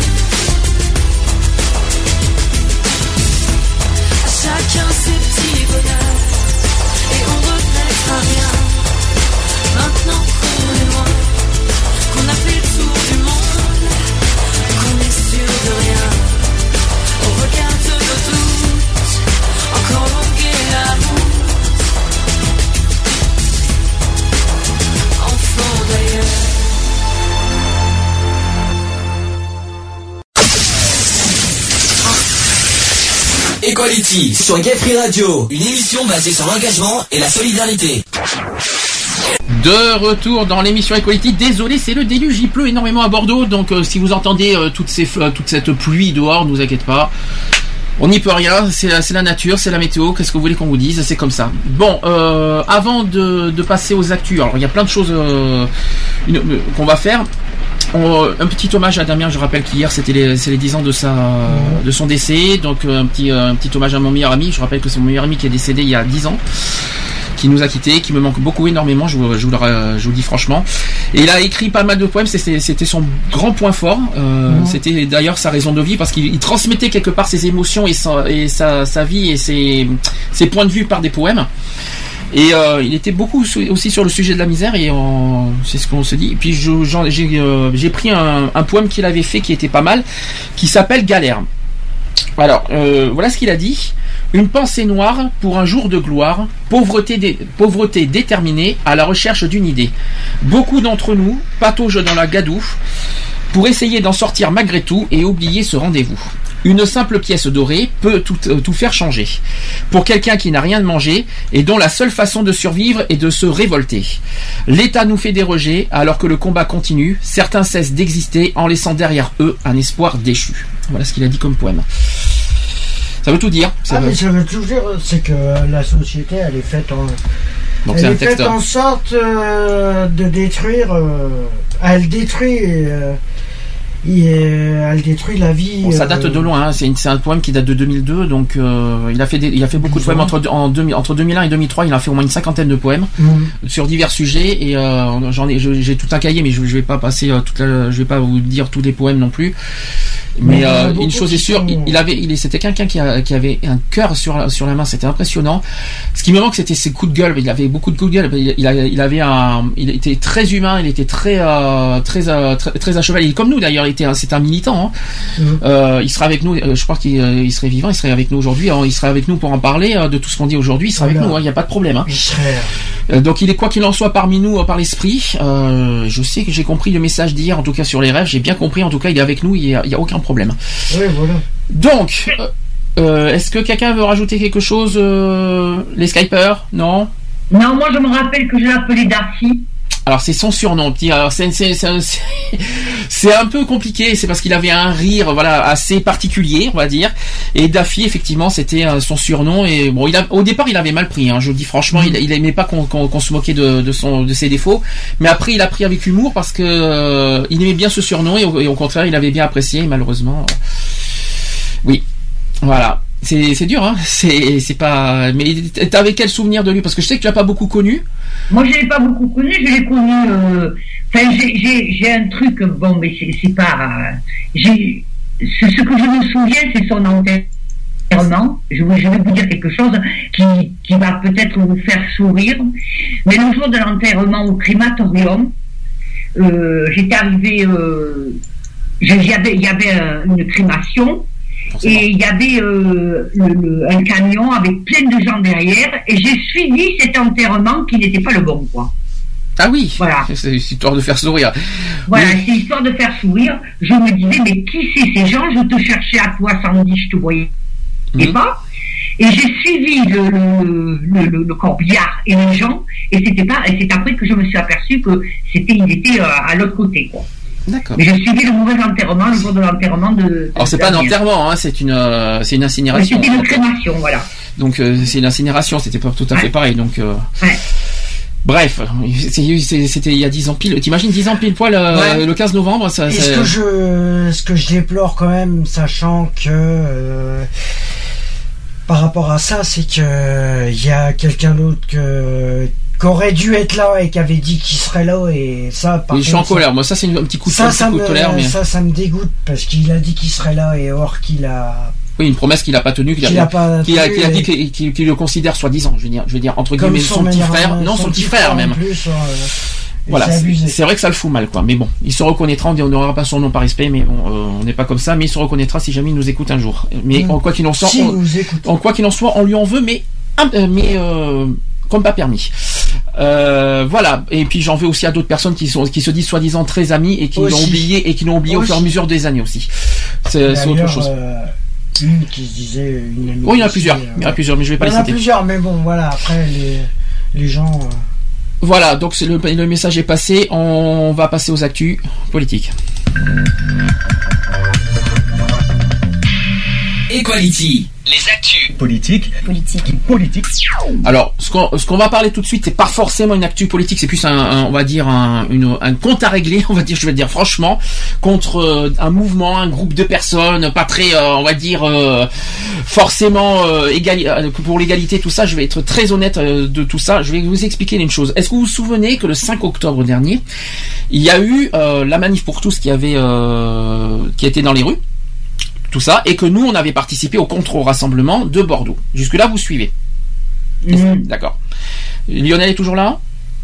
À chacun ses petits bonheurs, et on regrette rien. Maintenant qu'on est loin, qu'on a fait le tour du monde, qu'on est sûr de rien. On regarde nos doutes, encore longuer la route. Enfant d'ailleurs. Equality sur Gay Free Radio, une émission basée sur l'engagement et la solidarité. De retour dans l'émission Equality. Désolé, c'est le déluge, il pleut énormément à Bordeaux, donc euh, si vous entendez euh, toutes ces, euh, toute cette pluie dehors, ne vous inquiétez pas. On n'y peut rien, c'est la, c'est la nature, c'est la météo, qu'est-ce que vous voulez qu'on vous dise, c'est comme ça. Bon, euh, avant de, de passer aux actus, alors il y a plein de choses euh, une, euh, qu'on va faire. On, un petit hommage à Damien, je rappelle qu'hier c'était les, c'est les dix ans de, sa, de son décès, donc un petit, un petit hommage à mon meilleur ami, je rappelle que c'est mon meilleur ami qui est décédé il y a dix ans. Qui nous a quittés, qui me manque beaucoup énormément, je vous, je vous, le, je vous le dis franchement. Et il a écrit pas mal de poèmes, c'était, c'était son grand point fort. Euh, mmh. C'était d'ailleurs sa raison de vie, parce qu'il il transmettait quelque part ses émotions et sa, et sa, sa vie et ses, ses points de vue par des poèmes. Et euh, il était beaucoup aussi sur le sujet de la misère, et on, c'est ce qu'on se dit. Et puis je, j'en, j'ai, euh, j'ai pris un, un poème qu'il avait fait qui était pas mal, qui s'appelle Galère. Alors, euh, voilà ce qu'il a dit. Une pensée noire pour un jour de gloire, pauvreté, dé, pauvreté déterminée à la recherche d'une idée. Beaucoup d'entre nous pataugent dans la gadoue pour essayer d'en sortir malgré tout et oublier ce rendez-vous. Une simple pièce dorée peut tout, euh, tout faire changer. Pour quelqu'un qui n'a rien mangé et dont la seule façon de survivre est de se révolter. L'État nous fait déroger alors que le combat continue. Certains cessent d'exister en laissant derrière eux un espoir déchu. Voilà ce qu'il a dit comme poème. Ça veut tout dire. Ça ah veut... mais ça veut tout dire, c'est que la société, elle est faite en, donc elle est faite en sorte euh, de détruire. Euh, elle détruit. Euh, et, euh, elle détruit la vie. Bon, ça date de loin. Hein. C'est, une, c'est un poème qui date de deux mille deux, donc euh, il a fait des, il a fait beaucoup de poèmes entre en deux, entre deux mille un et deux mille trois. Il a fait au moins une cinquantaine de poèmes mmh. sur divers sujets, et euh, j'en ai, j'ai tout un cahier, mais je, je vais pas passer euh, toute la, je vais pas vous dire tous les poèmes non plus. Mais euh, une chose est sûre, il, il avait, il, c'était quelqu'un qui, a, qui avait un cœur sur, sur la main, c'était impressionnant. Ce qui me manque, c'était ses coups de gueule. Il avait beaucoup de coups de gueule. Il, il, il avait un, il était très humain, il était très, euh, très, euh, très, très à cheval. Il est comme nous d'ailleurs. Il était, un, c'est un militant. Hein. Mmh. Euh, il sera avec nous. Je crois qu'il il serait vivant. Il serait avec nous aujourd'hui. Il serait avec nous pour en parler de tout ce qu'on dit aujourd'hui. Il sera voilà. avec nous. Il hein, n'y a pas de problème. Hein. Il serait... euh, donc il est quoi qu'il en soit parmi nous, par l'esprit. Euh, je sais que j'ai compris le message d'hier, en tout cas sur les rêves. J'ai bien compris. En tout cas, il est avec nous. Il n'y a, il y a aucun problème. Oui, voilà. Donc, euh, est-ce que quelqu'un veut rajouter quelque chose euh, les Skypers? Non. Non, moi je me rappelle que je l'appelais Darcy. Alors c'est son surnom, petit. Alors c'est, c'est, c'est, c'est, c'est un peu compliqué. C'est parce qu'il avait un rire, voilà, assez particulier, on va dire. Et Daffy, effectivement, c'était euh, son surnom. Et bon, il a, au départ, il avait mal pris. Hein, je le dis franchement, mmh. il, il aimait pas qu'on, qu'on, qu'on se moquait de, de son, de ses défauts. Mais après, il a pris avec humour parce que euh, il aimait bien ce surnom, et au, et au contraire, il avait bien apprécié. Et malheureusement, euh, oui, voilà. C'est, c'est dur, hein. C'est, c'est pas. Mais t'avais quel souvenir de lui? Parce que je sais que tu l'as pas beaucoup connu. Moi, je l'ai pas beaucoup connu. Je l'ai connu. Euh... Enfin, j'ai, j'ai, j'ai un truc. Bon, mais c'est, c'est pas. J'ai. Ce, ce que je me souviens, c'est son enterrement. Je, je vais vous dire quelque chose qui, qui va peut-être vous faire sourire. Mais le jour de l'enterrement au crématorium, euh, j'étais arrivée. Euh, il y avait, il y avait une crémation. Et il y avait euh, le, le, un camion avec plein de gens derrière, et j'ai suivi cet enterrement qui n'était pas le bon, quoi. Ah oui. Voilà. C'est histoire de faire sourire. Voilà, oui. c'est histoire de faire sourire. Je me disais, mais qui c'est ces gens? Je te cherchais à toi, Sandy, je te voyais mmh. pas. Et j'ai suivi le, le, le, le, le corbillard et les gens, et c'était pas, et c'est après que je me suis aperçu que c'était, ils étaient euh, à l'autre côté, quoi. D'accord. Mais j'ai suivi le mauvais enterrement, le jour de l'enterrement de. de Alors c'est pas un enterrement, hein, c'est une, euh, c'est une incinération. C'était une crémation, voilà. Donc euh, c'est une incinération, c'était pas tout à fait ouais. pareil, donc. Euh... Ouais. Bref, c'était il y a dix ans pile. T'imagines dix ans pile poil euh, ouais. le quinze novembre, ça. Et ce que je, ce que je déplore quand même, sachant que. Euh, par rapport à ça, c'est que il y a quelqu'un d'autre que qui aurait dû être là et qui avait dit qu'il serait là, et ça par oui, je suis en colère. Ça, moi ça c'est un petit coup de, ça, ça coup me, de colère, mais ça ça me dégoûte parce qu'il a dit qu'il serait là et or qu'il a oui, une promesse qu'il a pas tenue, qu'il a, qu'il a, pas qu'il a, qu'il a dit qu'il, qu'il, qu'il le considère soi-disant, je veux dire, je veux dire entre guillemets son, son petit frère, non son, son petit frère, frère même. Plus, euh, voilà, c'est, c'est vrai que ça le fout mal, quoi. Mais bon, il se reconnaîtra, on n'aura pas son nom par respect, mais bon, euh, on n'est pas comme ça, mais il se reconnaîtra si jamais il nous écoute un jour. Mais mmh. en quoi qu'il en soit, si on, en quoi qu'il en soit, on lui en veut, mais euh, mais euh, comme pas permis. Euh, voilà. Et puis j'en veux aussi à d'autres personnes qui sont qui se disent soi-disant très amis et qui aussi. l'ont oublié et qui l'ont oublié aussi. au fur et à mesure des années aussi. C'est, c'est autre chose. Euh... Une qui se disait une amie. Oui, il y en a plusieurs. Euh, il y en a plusieurs, mais je vais pas les citer. Il y en a plusieurs, mais bon, voilà. Après, les les gens. Euh... Voilà, donc c'est le, le message est passé. On va passer aux actus politiques. Equality. Les actus politiques. Politique. Politique. Alors, ce qu'on, ce qu'on va parler tout de suite, c'est pas forcément une actu politique, c'est plus un, un on va dire un, une, un compte à régler, on va dire, je vais dire franchement, contre euh, un mouvement, un groupe de personnes, pas très, euh, on va dire, euh, forcément euh, égali, pour l'égalité, tout ça. Je vais être très honnête euh, de tout ça. Je vais vous expliquer une chose. Est-ce que vous vous souvenez que le cinq octobre dernier, il y a eu euh, la manif pour tous qui avait, euh, qui était dans les rues? Tout ça, et que nous, on avait participé au contre-rassemblement de Bordeaux. Jusque-là, vous suivez. Mmh. D'accord. Lionel est toujours là?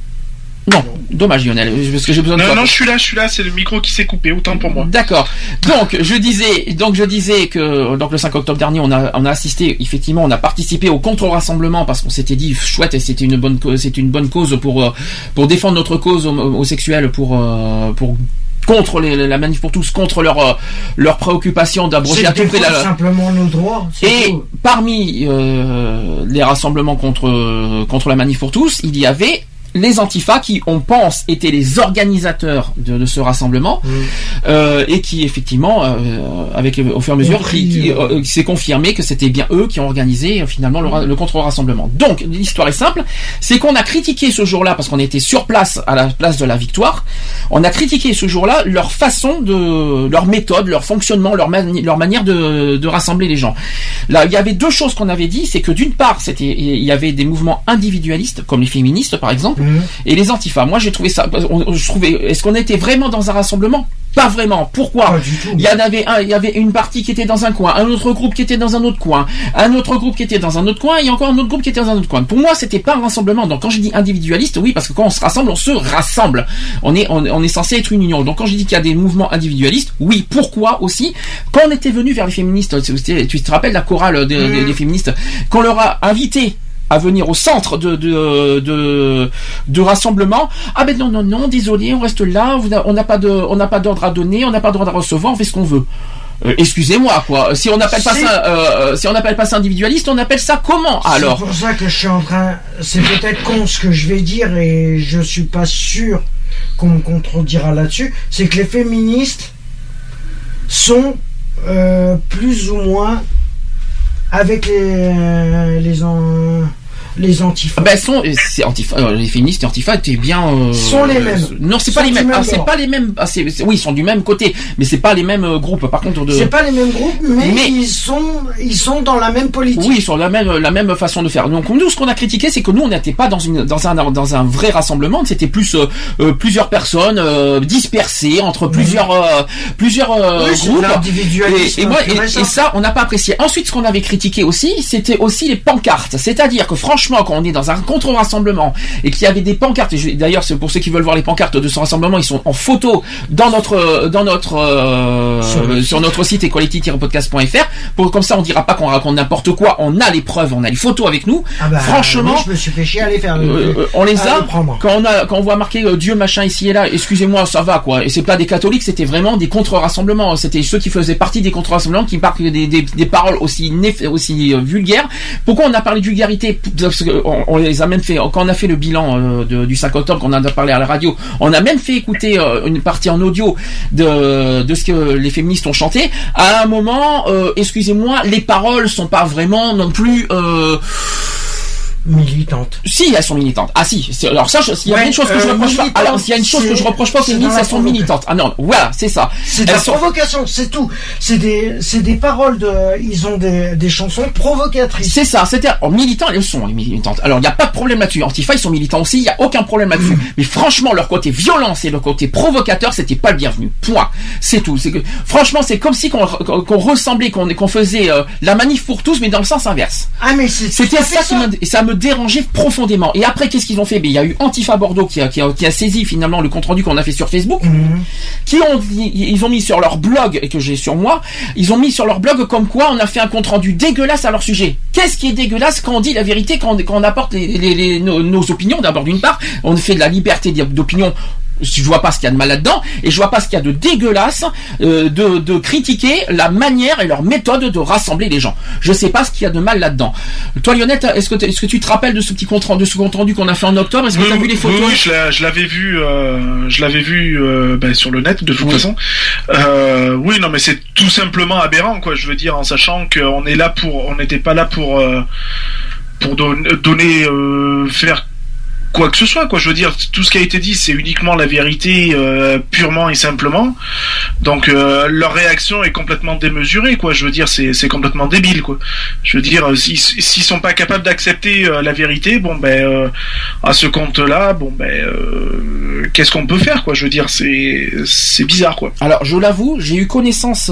Non, dommage Lionel, parce que j'ai besoin de non, toi. Non, non, je suis là, je suis là, c'est le micro qui s'est coupé, autant pour moi. D'accord. Donc, je disais, donc je disais que, donc le cinq octobre dernier, on a, on a assisté, effectivement, on a participé au contre-rassemblement parce qu'on s'était dit, chouette, et c'était une bonne, c'était une bonne cause pour, pour défendre notre cause homosexuelle, pour, pour, contre les, la manif pour tous, contre leur leur préoccupation d'abroger à tout prix la simplement nos droits. Et tout. Parmi euh, les rassemblements contre contre la manif pour tous, il y avait les Antifa qui, on pense, étaient les organisateurs de, de ce rassemblement mmh. euh, et qui effectivement, euh, avec au fur et à mesure, qui, qui, euh, qui s'est confirmé que c'était bien eux qui ont organisé euh, finalement le, le contre-rassemblement. Donc l'histoire est simple, c'est qu'on a critiqué ce jour-là parce qu'on était sur place à la place de la Victoire. On a critiqué ce jour-là leur façon de, leur méthode, leur fonctionnement, leur, mani- leur manière de, de rassembler les gens. Là, il y avait deux choses qu'on avait dit, c'est que d'une part, c'était, il y avait des mouvements individualistes comme les féministes par exemple. Et les Antifa, moi j'ai trouvé ça, je trouvais, est-ce qu'on était vraiment dans un rassemblement? Pas vraiment. Pourquoi? Pas du tout. Il y en avait un, il y avait une partie qui était dans un coin, un autre groupe qui était dans un autre coin, un autre groupe qui était dans un autre coin, et encore un autre groupe qui était dans un autre coin. Pour moi, c'était pas un rassemblement. Donc quand je dis individualiste, oui, parce que quand on se rassemble, on se rassemble. On est, on, on est censé être une union. Donc quand je dis qu'il y a des mouvements individualistes, oui. Pourquoi aussi? Quand on était venu vers les féministes, tu te rappelles la chorale des, des, des féministes, qu'on leur a invité à venir au centre de, de, de, de rassemblement. Ah ben non, non, non, désolé, on reste là, on n'a pas de, on n'a pas d'ordre à donner, on n'a pas d'ordre à recevoir, on fait ce qu'on veut. Euh, excusez-moi, quoi. Si on n'appelle pas ça, euh, si on n'appelle pas ça individualiste, on appelle ça comment, alors? C'est pour ça que je suis en train, c'est peut-être con ce que je vais dire et je suis pas sûr qu'on me contredira là-dessus, c'est que les féministes sont, euh, plus ou moins avec les les en, les Antifa. Ben sont c'est Antifa, euh, les féministes et Antifa étaient bien. Euh, sont les mêmes. Euh, non, c'est pas les mêmes. Ah, c'est pas les mêmes. Ah, c'est, c'est, oui, ils sont du même côté, mais c'est pas les mêmes euh, groupes. Par contre, de. C'est pas les mêmes groupes, mais, mais ils sont ils sont dans la même politique. Oui, ils sont la même la même façon de faire. Donc nous, ce qu'on a critiqué, c'est que nous, on n'était pas dans une dans un dans un vrai rassemblement. C'était plus euh, euh, plusieurs personnes euh, dispersées entre plusieurs euh, plusieurs euh, oui, groupes. Et, et moi et, et ça, on n'a pas apprécié. Ensuite, ce qu'on avait critiqué aussi, c'était aussi les pancartes. C'est-à-dire que franchement franchement, quand on est dans un contre-rassemblement et qu'il y avait des pancartes, et je, d'ailleurs, c'est pour ceux qui veulent voir les pancartes de ce rassemblement, ils sont en photo dans notre, dans notre, euh, sur, sur notre site equality tiret podcast point f r. Pour comme ça, on dira pas qu'on raconte n'importe quoi. On a les preuves, on a les photos avec nous. Ah bah, franchement, moi, je me suis fait chier à les faire. Euh, euh, on les a. Quand on a, quand on voit marquer euh, Dieu machin ici et là, excusez-moi, ça va quoi. Et c'est pas des catholiques, c'était vraiment des contre-rassemblements. C'était ceux qui faisaient partie des contre-rassemblements qui parlent des, des, des paroles aussi néf- aussi euh, vulgaires. Pourquoi on a parlé de vulgarité? Parce que on, on les a même fait quand on a fait le bilan euh, de, du cinq octobre, qu'on a parlé à la radio. On a même fait écouter euh, une partie en audio de de ce que les féministes ont chanté. À un moment, euh, excusez-moi, les paroles sont pas vraiment non plus. Euh, militantes. Si, elles sont militantes. Ah si, c'est, alors ça, s'il y a ouais, une chose que euh, je reproche pas, alors s'il y a une chose que je reproche pas, c'est féministes, elles sont militantes. Ah non, voilà, c'est ça. C'est de elles la sont... provocation, c'est tout. C'est des, c'est des paroles de, ils ont des, des chansons provocatrices. C'est ça, c'est-à-dire, oh, militants, elles sont les militantes. Alors, il n'y a pas de problème là-dessus. Antifa, ils sont militants aussi, il n'y a aucun problème là-dessus. Mmh. Mais franchement, leur côté violence et leur côté provocateur, c'était pas le bienvenu. Point. C'est tout. C'est que, franchement, c'est comme si qu'on, qu'on ressemblait, qu'on, qu'on faisait euh, la manif pour tous, mais dans le sens inverse. Ah, mais c'est, c'était ça, ça. Qui me, ça me dérangeait profondément. Et après, qu'est-ce qu'ils ont fait? Ben, il y a eu Antifa Bordeaux qui a, qui a, qui a saisi finalement le compte rendu qu'on a fait sur Facebook, mmh. qui ont, ils ont mis sur leur blog, et que j'ai sur moi, ils ont mis sur leur blog comme quoi on a fait un compte rendu dégueulasse à leur sujet. Qu'est-ce qui est dégueulasse quand on dit la vérité, quand on, quand on apporte les, les, les, nos, nos opinions, d'abord d'une part, on fait de la liberté d'opinion. Je vois pas ce qu'il y a de mal là-dedans, et je vois pas ce qu'il y a de dégueulasse euh, de, de critiquer la manière et leur méthode de rassembler les gens. Je sais pas ce qu'il y a de mal là-dedans. Toi, Lionette, est-ce que, est-ce que tu te rappelles de ce petit compte rendu, de ce compte rendu qu'on a fait en octobre? Est-ce que oui, tu as vu les photos? Oui, je, l'a, je l'avais vu, euh, je l'avais vu euh, ben, sur le net de toute oui. façon. Euh, oui, non, mais c'est tout simplement aberrant, quoi. Je veux dire, en sachant qu'on est là pour, on n'était pas là pour euh, pour don, donner, euh, faire quoi que ce soit, quoi. Je veux dire, tout ce qui a été dit, c'est uniquement la vérité, euh, purement et simplement. Donc euh, leur réaction est complètement démesurée, quoi. Je veux dire, c'est c'est complètement débile, quoi. Je veux dire, s'ils s'ils sont pas capables d'accepter euh, la vérité, bon ben euh, à ce compte-là, bon ben euh, qu'est-ce qu'on peut faire, quoi. Je veux dire, c'est c'est bizarre, quoi. Alors je l'avoue, j'ai eu connaissance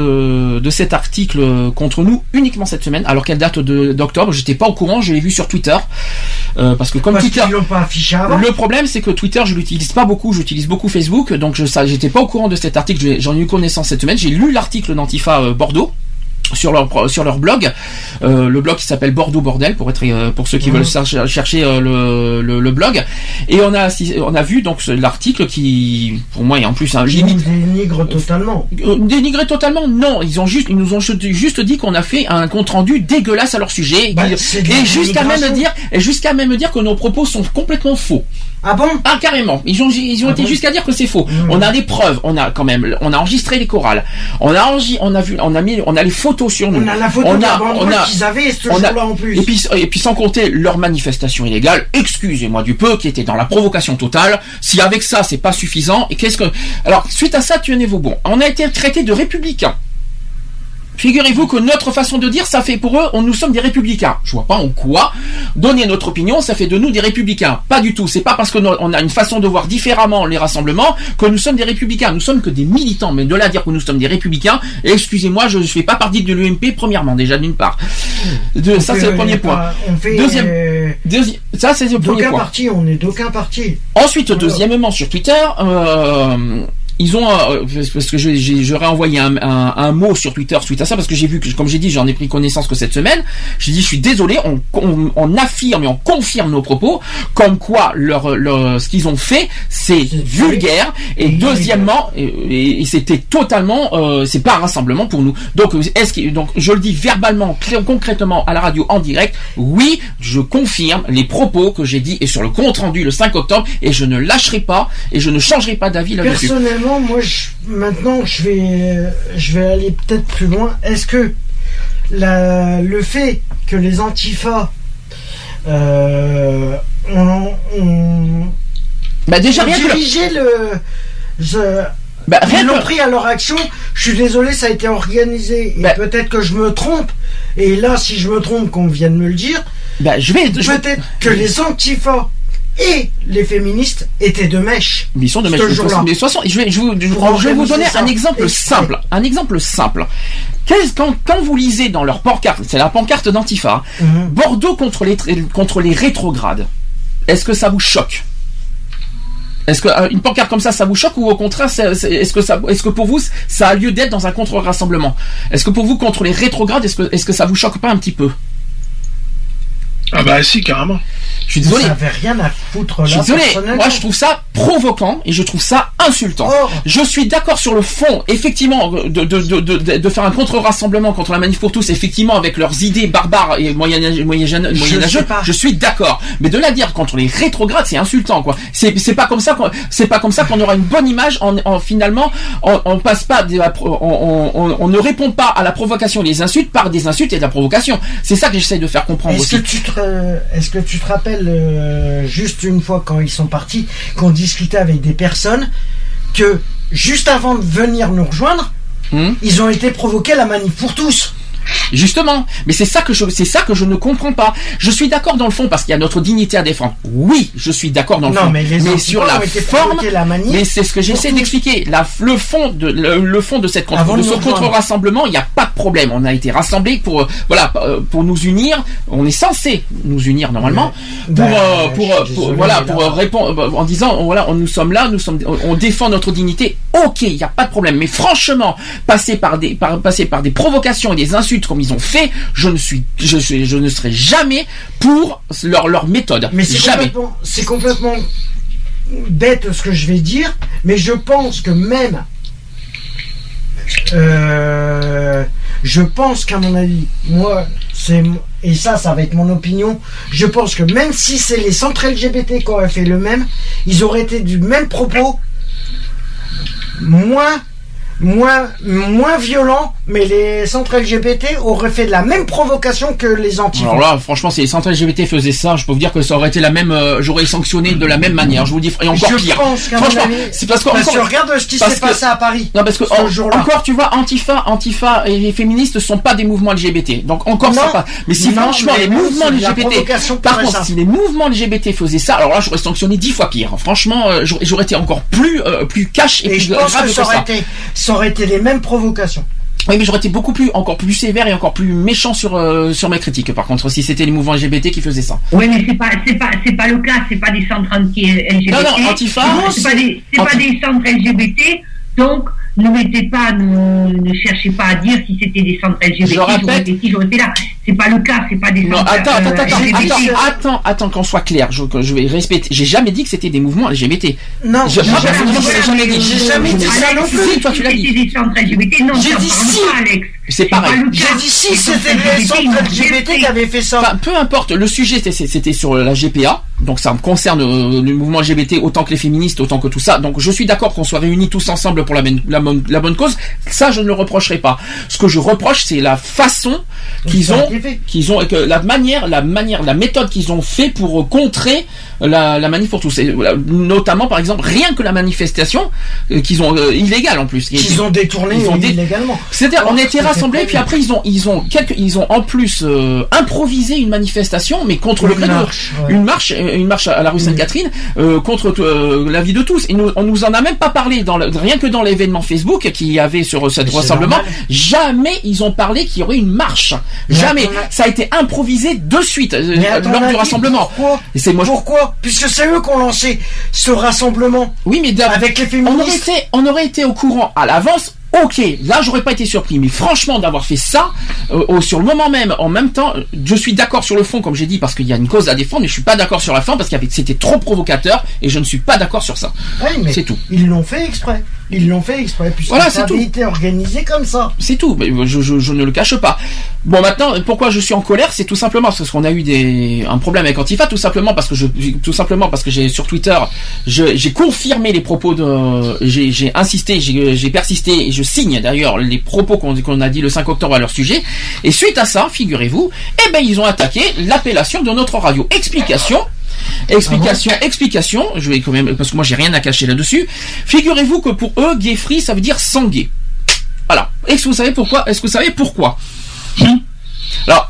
de de cet article contre nous uniquement cette semaine, alors qu'elle date de d'octobre. J'étais pas au courant, je l'ai vu sur Twitter euh, parce que comme parce Twitter. Affiché avant. Le problème, c'est que Twitter, je l'utilise pas beaucoup, j'utilise beaucoup Facebook, donc je ça, j'étais pas au courant de cet article, j'en ai eu connaissance cette semaine. J'ai lu l'article d'Antifa euh, Bordeaux sur leur sur leur blog, euh, le blog qui s'appelle Bordeaux Bordel pour être euh, pour ceux qui mmh. veulent cher- chercher euh, le, le le blog, et on a on a vu donc l'article qui pour moi est en plus un limite dénigre totalement. Euh, dénigré totalement, non, ils ont juste ils nous ont juste dit qu'on a fait un compte rendu dégueulasse à leur sujet, bah, et jusqu'à même dire et jusqu'à même dire que nos propos sont complètement faux. Ah bon? Ah carrément. Ils ont ils ont ah été bon jusqu'à dire que c'est faux. Mmh. On a des preuves. On a quand même on a enregistré les chorales. On a enregistré, on a vu on a mis on a les photos sur nous. On a la photo on de a, la on a qu'ils avaient ce on jour-là a, en plus. Et puis et puis sans compter leur manifestation illégale. Excusez-moi du peu, qui était dans la provocation totale. Si avec ça c'est pas suffisant, et qu'est-ce que alors suite à ça, tenez-vous bon. On a été traités de républicains. Figurez-vous que notre façon de dire, ça fait pour eux, on, nous sommes des républicains. Je vois pas en quoi donner notre opinion, ça fait de nous des républicains. Pas du tout. C'est pas parce que nous, on a une façon de voir différemment les rassemblements que nous sommes des républicains. Nous sommes que des militants. Mais de là à dire que nous sommes des républicains, excusez-moi, je ne fais pas partie de l'U M P, premièrement, déjà d'une part. De, ça, fait, c'est le premier point. Pas, on fait, Deuxième, euh, deuxi- ça, c'est le premier point. Parti, on est d'aucun parti. Ensuite, Alors. deuxièmement, sur Twitter, euh, ils ont euh, parce que je, j'ai, j'aurais envoyé un, un, un mot sur Twitter suite à ça, parce que j'ai vu que, comme j'ai dit, j'en ai pris connaissance que cette semaine. J'ai dit, je suis désolé, on, on, on affirme et on confirme nos propos, comme quoi leur, leur ce qu'ils ont fait, c'est, c'est vulgaire. Et, et deuxièmement, et, et, et c'était totalement, euh, c'est pas un rassemblement pour nous. Donc, est-ce que, donc, je le dis verbalement, concrètement à la radio en direct. Oui, je confirme les propos que j'ai dit et sur le compte rendu le cinq octobre, et je ne lâcherai pas et je ne changerai pas d'avis là-dessus. Personnellement, moi, je, maintenant, je vais, je vais aller peut-être plus loin. Est-ce que la, le fait que les antifas euh, ont, ont, bah déjà, ont rien dirigé que... le... Je, bah, ils l'ont que... pris à leur action. Je suis désolé, ça a été organisé. Et bah, peut-être que je me trompe. Et là, si je me trompe, qu'on vienne me le dire. Bah, je vais. Peut-être je... que les antifas et les féministes étaient de mèche. Mais ils sont de mèche. Mais de toute façon, je vais, je vais, je vais, je vais vous donner un exemple exprès. simple. Un exemple simple. Quand, quand vous lisez dans leur pancarte, c'est la pancarte d'Antifa, mm-hmm. Bordeaux contre les, contre les rétrogrades, est-ce que ça vous choque? Est-ce que euh, une pancarte comme ça, ça vous choque ou au contraire, c'est, c'est, est-ce que ça, est-ce que pour vous, ça a lieu d'être dans un contre-rassemblement? Est-ce que pour vous, contre les rétrogrades, est-ce que, est-ce que ça vous choque pas un petit peu? Ah bah si, carrément. Je suis désolé. Ça n'avait rien à foutre là. Je suis désolé. Moi, je trouve ça provoquant et je trouve ça insultant. Oh. Je suis d'accord sur le fond, effectivement, de, de, de, de, de faire un contre-rassemblement contre la manif pour tous, effectivement, avec leurs idées barbares et moyenâgeuses. Moyen, moyen je, je suis d'accord. Mais de la dire contre les rétrogrades, c'est insultant, quoi. C'est, c'est pas comme ça qu'on, c'est pas comme ça qu'on aura une bonne image en, en finalement, on, on passe pas, des, on, on, on, on ne répond pas à la provocation et les insultes par des insultes et de la provocation. C'est ça que j'essaie de faire comprendre Est-ce aussi. Que tu te, est-ce que tu te rappelles euh, juste une fois quand ils sont partis, qu'on discutait avec des personnes que juste avant de venir nous rejoindre, mmh. ils ont été provoqués à la manif pour tous. Justement, mais c'est ça que je, c'est ça que je ne comprends pas. Je suis d'accord dans le fond parce qu'il y a notre dignité à défendre. Oui, je suis d'accord dans le non, fond. Mais, les mais sur la forme, la manif, mais c'est ce que j'essaie d'expliquer. La, le fond de, le, le fond de cette contre, de ce contre-rassemblement, il n'y a pas de problème. On a été rassemblés pour, euh, voilà, pour nous unir. On est censé nous unir normalement mais, pour, ben, euh, pour, pour, pour voilà, pour euh, répondre en disant, voilà, on, nous sommes là, nous sommes, on, on défend notre dignité. Ok, il n'y a pas de problème. Mais franchement, passer par des, par, passer par des provocations et des insultes comme ils ont fait, je ne suis, je suis, je ne serai jamais pour leur leur méthode. Mais c'est jamais. Complètement, c'est complètement bête ce que je vais dire, mais je pense que même, euh, je pense qu'à mon avis, moi, c'est et ça, ça va être mon opinion. Je pense que même si c'est les centres L G B T qui auraient fait le même, ils auraient été du même propos, moins. Moins, moins violent, mais les centres L G B T auraient fait de la même provocation que les anti. Alors là, franchement, si les centres L G B T faisaient ça, je peux vous dire que ça aurait été la même, euh, j'aurais sanctionné de la même manière. Je vous dis, et encore je pire. Pense franchement, avis, c'est parce que, parce encore, que regarde ce qui s'est passé à Paris. Non, parce que, en, jour-là. encore, tu vois, Antifa, Antifa et les féministes sont pas des mouvements L G B T. Donc, encore, non, ça pas. Mais si non, franchement, mais les non, mouvements L G B T, par contre, ça. si les mouvements L G B T faisaient ça, alors là, j'aurais sanctionné dix fois pire. Franchement, euh, j'aurais, j'aurais été encore plus, euh, plus cash et, et plus je pense grave que que ça aurait ça. été, ça aurait été les mêmes provocations. Oui, mais j'aurais été beaucoup plus, encore plus sévère et encore plus méchant sur euh, sur mes critiques. Par contre, si c'était les mouvements L G B T qui faisaient ça. Oui, mais c'est pas c'est pas c'est pas le cas. C'est pas des centres anti-L G B T. Non, non, Antifa. Non, c'est, c'est pas des c'est anti... pas des centres L G B T. Donc, ne mettez pas, ne, ne cherchez pas à dire si c'était des centres L G B T. Je répète, si j'aurais été là. C'est pas le cas. C'est pas des non, centres. Attends, attends, euh, attends, attends, attends, attends, qu'on soit clair. Je, je vais respecter. J'ai jamais dit que c'était des mouvements L G B T. Non, je, moi, personnellement, je l'ai jamais dit. J'ai jamais dit ça non plus. Si, toi, tu l'as dit. C'était des centres L G B T. Non, j'ai dit si. Alex. C'est pareil. J'ai dit si, c'était les centres L G B T qui avaient fait ça. Enfin, peu importe. Le sujet, c'était sur la G P A. Donc, ça me concerne euh, le mouvement L G B T autant que les féministes, autant que tout ça. Donc, je suis d'accord qu'on soit réunis tous ensemble pour la, la, la bonne cause. Ça, je ne le reprocherai pas. Ce que je reproche, c'est la façon qu'ils ont, qu'ils ont, que la manière, la manière, la méthode qu'ils ont fait pour contrer la, la manif pour tous. Et, notamment, par exemple, rien que la manifestation euh, qu'ils ont euh, illégale en plus. Qu'ils ont détourné ils ont dé... illégalement. C'est-à-dire, on était rassemblés, puis après ils ont, ils ont quelques, ils ont en plus euh, improvisé une manifestation, mais contre une le gré marche, de, ouais. une marche, une marche à la rue Sainte-Catherine euh, contre euh, la vie de tous. Et nous, on nous en a même pas parlé dans le, rien que dans l'événement Facebook qu'il y avait sur cet rassemblement. Jamais ils ont parlé qu'il y aurait une marche. Mais jamais. A... Ça a été improvisé de suite euh, lors du rassemblement. Pourquoi Et c'est moi. Pourquoi Puisque c'est eux qui ont lancé ce rassemblement. Oui, mais avec les féministes. On aurait été, on aurait été au courant à l'avance. Ok, là j'aurais pas été surpris, mais franchement d'avoir fait ça euh, sur le moment même, en même temps, je suis d'accord sur le fond comme j'ai dit parce qu'il y a une cause à défendre, mais je suis pas d'accord sur la fin parce que c'était trop provocateur et je ne suis pas d'accord sur ça. Oui, mais c'est tout. Ils l'ont fait exprès. Ils l'ont fait exprès puisque voilà, ça avait été organisé comme ça. C'est tout, mais je, je, je ne le cache pas. Bon, maintenant, pourquoi je suis en colère, c'est tout simplement parce qu'on a eu des un problème avec Antifa, tout simplement parce que je tout simplement parce que j'ai sur Twitter, je, j'ai confirmé les propos de, j'ai, j'ai insisté, j'ai, j'ai persisté et je signe d'ailleurs les propos qu'on, qu'on a dit le cinq octobre à leur sujet. Et suite à ça, figurez-vous, eh ben ils ont attaqué l'appellation de notre radio. Explication. Explication, ah bon explication, je vais quand même, parce que moi j'ai rien à cacher là-dessus. Figurez-vous que pour eux, gay free, ça veut dire sans gay. Voilà. Est-ce que vous savez pourquoi? Est-ce que vous savez pourquoi? Alors,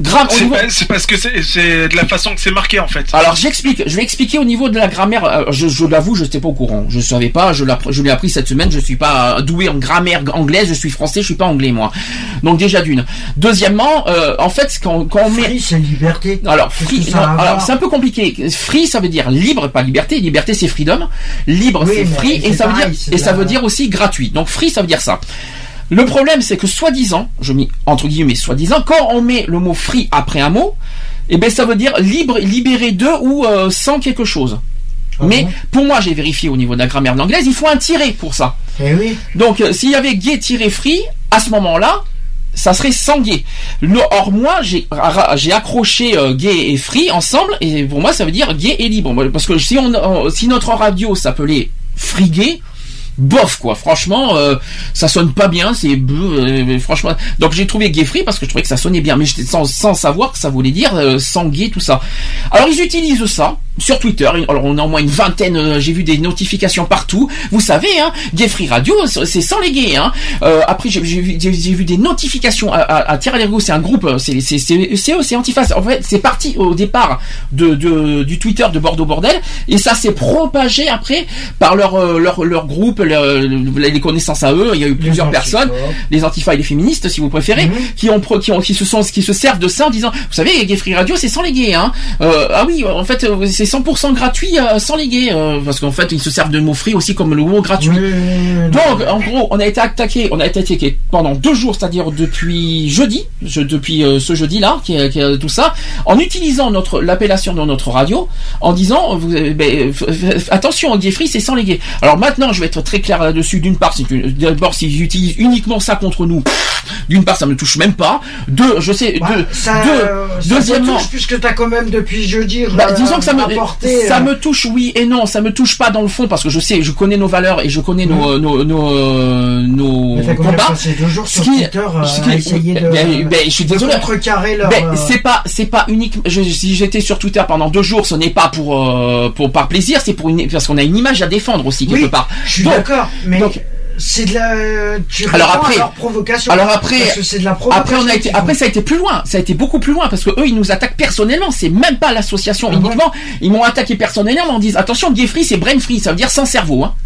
Gram- c'est, niveau... pas, c'est parce que c'est, c'est de la façon que c'est marqué en fait. Alors j'explique, je vais expliquer au niveau de la grammaire. Je, je l'avoue, je n'étais pas au courant. Je savais pas, je, je l'ai appris cette semaine. Je suis pas doué en grammaire anglaise. Je suis français, je suis pas anglais moi. Donc déjà d'une. Deuxièmement, euh, en fait, quand, quand on met free, c'est liberté. Alors free, non, alors c'est un peu compliqué. Free, ça veut dire libre, pas liberté. Liberté, c'est freedom. Libre, oui, c'est free, et ça veut dire et ça veut dire aussi gratuit. Donc free, ça veut dire ça. Le problème, c'est que soi-disant, je mets entre guillemets soi-disant, quand on met le mot free après un mot, eh ben ça veut dire libre, libéré de ou euh, sans quelque chose. Ah mais bon pour moi, j'ai vérifié au niveau de la grammaire anglaise, il faut un tiret pour ça. Eh oui. Donc euh, s'il y avait gay-free, à ce moment-là, ça serait sans gay. Or moi, j'ai j'ai accroché euh, gay et free ensemble, et pour moi, ça veut dire gay et libre. Parce que si on si notre radio s'appelait free gay, bof quoi, franchement euh, ça sonne pas bien, c'est euh, franchement, donc j'ai trouvé gay free parce que je trouvais que ça sonnait bien, mais j'étais sans, sans savoir que ça voulait dire euh, sans gay, tout ça. Alors ils utilisent ça sur Twitter. Alors on a au moins une vingtaine, euh, j'ai vu des notifications partout, vous savez hein, Gay Free Radio c'est sans les gays hein. Euh, après j'ai, j'ai, vu, j'ai, j'ai vu des notifications à, à, à Thierry Lergo, c'est un groupe, c'est c'est c'est c'est, c'est Antiface. En fait c'est parti au départ de, de du Twitter de Bordeaux Bordel, et ça s'est propagé après par leur euh, leur leur groupe, le, le, les connaissances à eux. Il y a eu plusieurs les personnes, les antifas et les féministes si vous préférez, mm-hmm. qui ont qui ont qui se sont qui se servent de ça en disant vous savez Gay Free Radio c'est sans les gays hein. Euh, ah oui en fait c'est cent pour cent gratuit euh, sans les gays euh, parce qu'en fait ils se servent de mot free aussi comme le mot gratuit. Oui, donc en gros on a été attaqué on a été attaqué pendant deux jours, c'est-à-dire depuis jeudi je, depuis euh, ce jeudi là qui est, qui est tout ça, en utilisant notre l'appellation de notre radio en disant vous, ben, f, f, attention Gay Free c'est sans les gays. Alors maintenant je vais être très clair là-dessus. D'une part si tu, d'abord si j'utilise uniquement ça contre nous, d'une part ça me touche même pas. Deux je sais bah, deux, ça, deux euh, ça deuxièmement touche puisque t'as quand même depuis jeudi bah, euh, disons que ça me apporté, ça euh... me touche oui et non, ça me touche pas dans le fond parce que je sais je connais nos valeurs et je connais mmh. nos nos nos, euh, nos mais combats. Passé deux jours sur Twitter euh, à essayer de, ben, ben, je suis de désolé. contrecarrer leur ben, c'est pas c'est pas unique. Je, si j'étais sur Twitter pendant deux jours, ce n'est pas pour euh, pour par plaisir, c'est pour une parce qu'on a une image à défendre aussi quelque oui, part. Je suis donc, d'accord, mais donc, c'est de la tu alors après à leur provocation alors après parce que c'est de la provocation après on a été après ça a été plus loin ça a été beaucoup plus loin parce que eux ils nous attaquent personnellement, c'est même pas l'association ah uniquement bon ils m'ont attaqué personnellement en disant attention Gay Free c'est brain free, ça veut dire sans cerveau hein.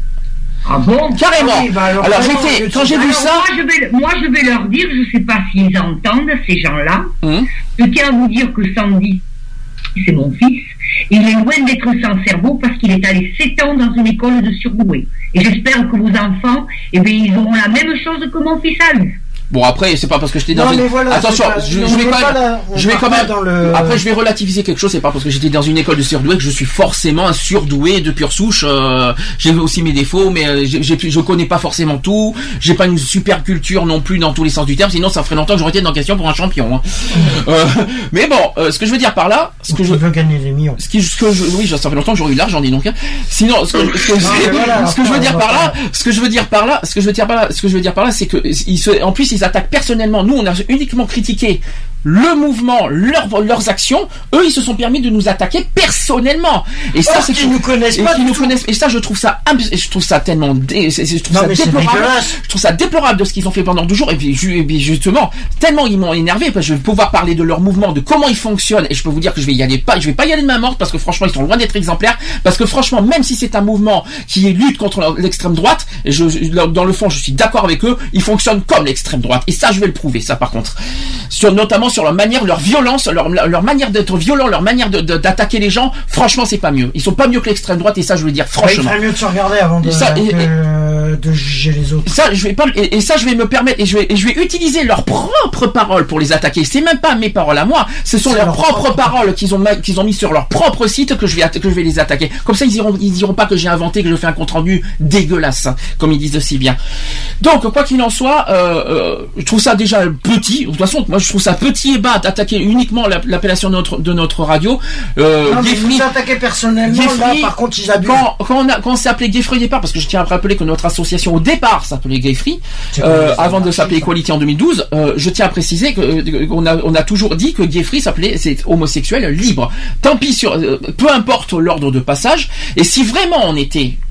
Ah bon carrément ah oui, bah alors, alors j'étais quand j'ai vu ça moi je, vais, moi je vais leur dire, je sais pas s'ils entendent ces gens-là, hum. Je tiens à vous dire que Sandy c'est mon fils, il est loin d'être sans cerveau parce qu'il est allé sept ans dans une école de surdoués. Et j'espère que vos enfants, eh bien, ils auront la même chose que mon fils a eu. Bon après c'est pas parce que j'étais dans non, une voilà, attention pas, je, je vais quand même la, je vais quand même le... après je vais relativiser quelque chose, c'est pas parce que j'étais dans une école de surdoués que je suis forcément un surdoué de pure souche. Euh, j'ai aussi mes défauts mais j'ai, j'ai je connais pas forcément tout, j'ai pas une super culture non plus dans tous les sens du terme, sinon ça ferait longtemps que j'aurais été dans question pour un champion hein. euh, mais bon euh, ce que je veux dire par là ce que je veux gagner des millions ce qui ce que je, oui ça fait longtemps que j'aurais eu l'argent dis donc hein. Sinon ce que, ce que, non, voilà, ce que je veux dire par là ce que je veux dire par là ce que je veux dire par là ce que je veux dire par là c'est que ils se, en plus ils attaquent personnellement. Nous, on a uniquement critiqué le mouvement, leur, leurs actions. Eux, ils se sont permis de nous attaquer personnellement. Et ça, oh, c'est qu'ils nous connaissent et pas. Qui nous connaissent. Et ça, je trouve ça, je trouve ça tellement, dé, je trouve non, ça déplorable. Je trouve ça déplorable de ce qu'ils ont fait pendant deux jours. Et puis, et puis justement, tellement ils m'ont énervé parce que je vais pouvoir parler de leur mouvement, de comment ils fonctionnent. Et je peux vous dire que je vais y aller pas, je vais pas y aller de main morte parce que franchement, ils sont loin d'être exemplaires. Parce que franchement, même si c'est un mouvement qui lutte contre l'extrême droite, et je, dans le fond, je suis d'accord avec eux, ils fonctionnent comme l'extrême droite. Et ça, je vais le prouver. Ça, par contre, sur notamment sur leur manière, leur violence, leur, leur manière d'être violent, leur manière de, de, d'attaquer les gens, franchement c'est pas mieux. Ils sont pas mieux que l'extrême droite et ça je veux dire franchement. Ouais, il ferait mieux de se regarder avant de, ça, et, que, de juger les autres. Ça je vais pas et, et ça je vais me permettre et je vais et je vais utiliser leurs propres paroles pour les attaquer. C'est même pas mes paroles à moi, ce sont c'est leurs leur propres propre. paroles qu'ils ont qu'ils ont mis sur leur propre site que je vais que je vais les attaquer. Comme ça ils diront ils diront pas que j'ai inventé, que je fais un compte rendu dégueulasse comme ils disent si bien. Donc quoi qu'il en soit, euh, euh, je trouve ça déjà petit. De toute façon moi je trouve ça petit et bas d'attaquer uniquement l'appellation de notre, de notre radio. Euh, non, mais vous attaquez personnellement, là, par contre, ils abusent. Quand, quand on a, quand on s'est appelé Gay Free au départ, parce que je tiens à rappeler que notre association au départ s'appelait Gay Free, euh, avant de s'appeler Equality en deux mille douze, euh, je tiens à préciser que, qu'on a, on a toujours dit que Gay Free s'appelait, c'est homosexuel libre. Tant pis sur, euh, peu importe l'ordre de passage, et si vraiment on était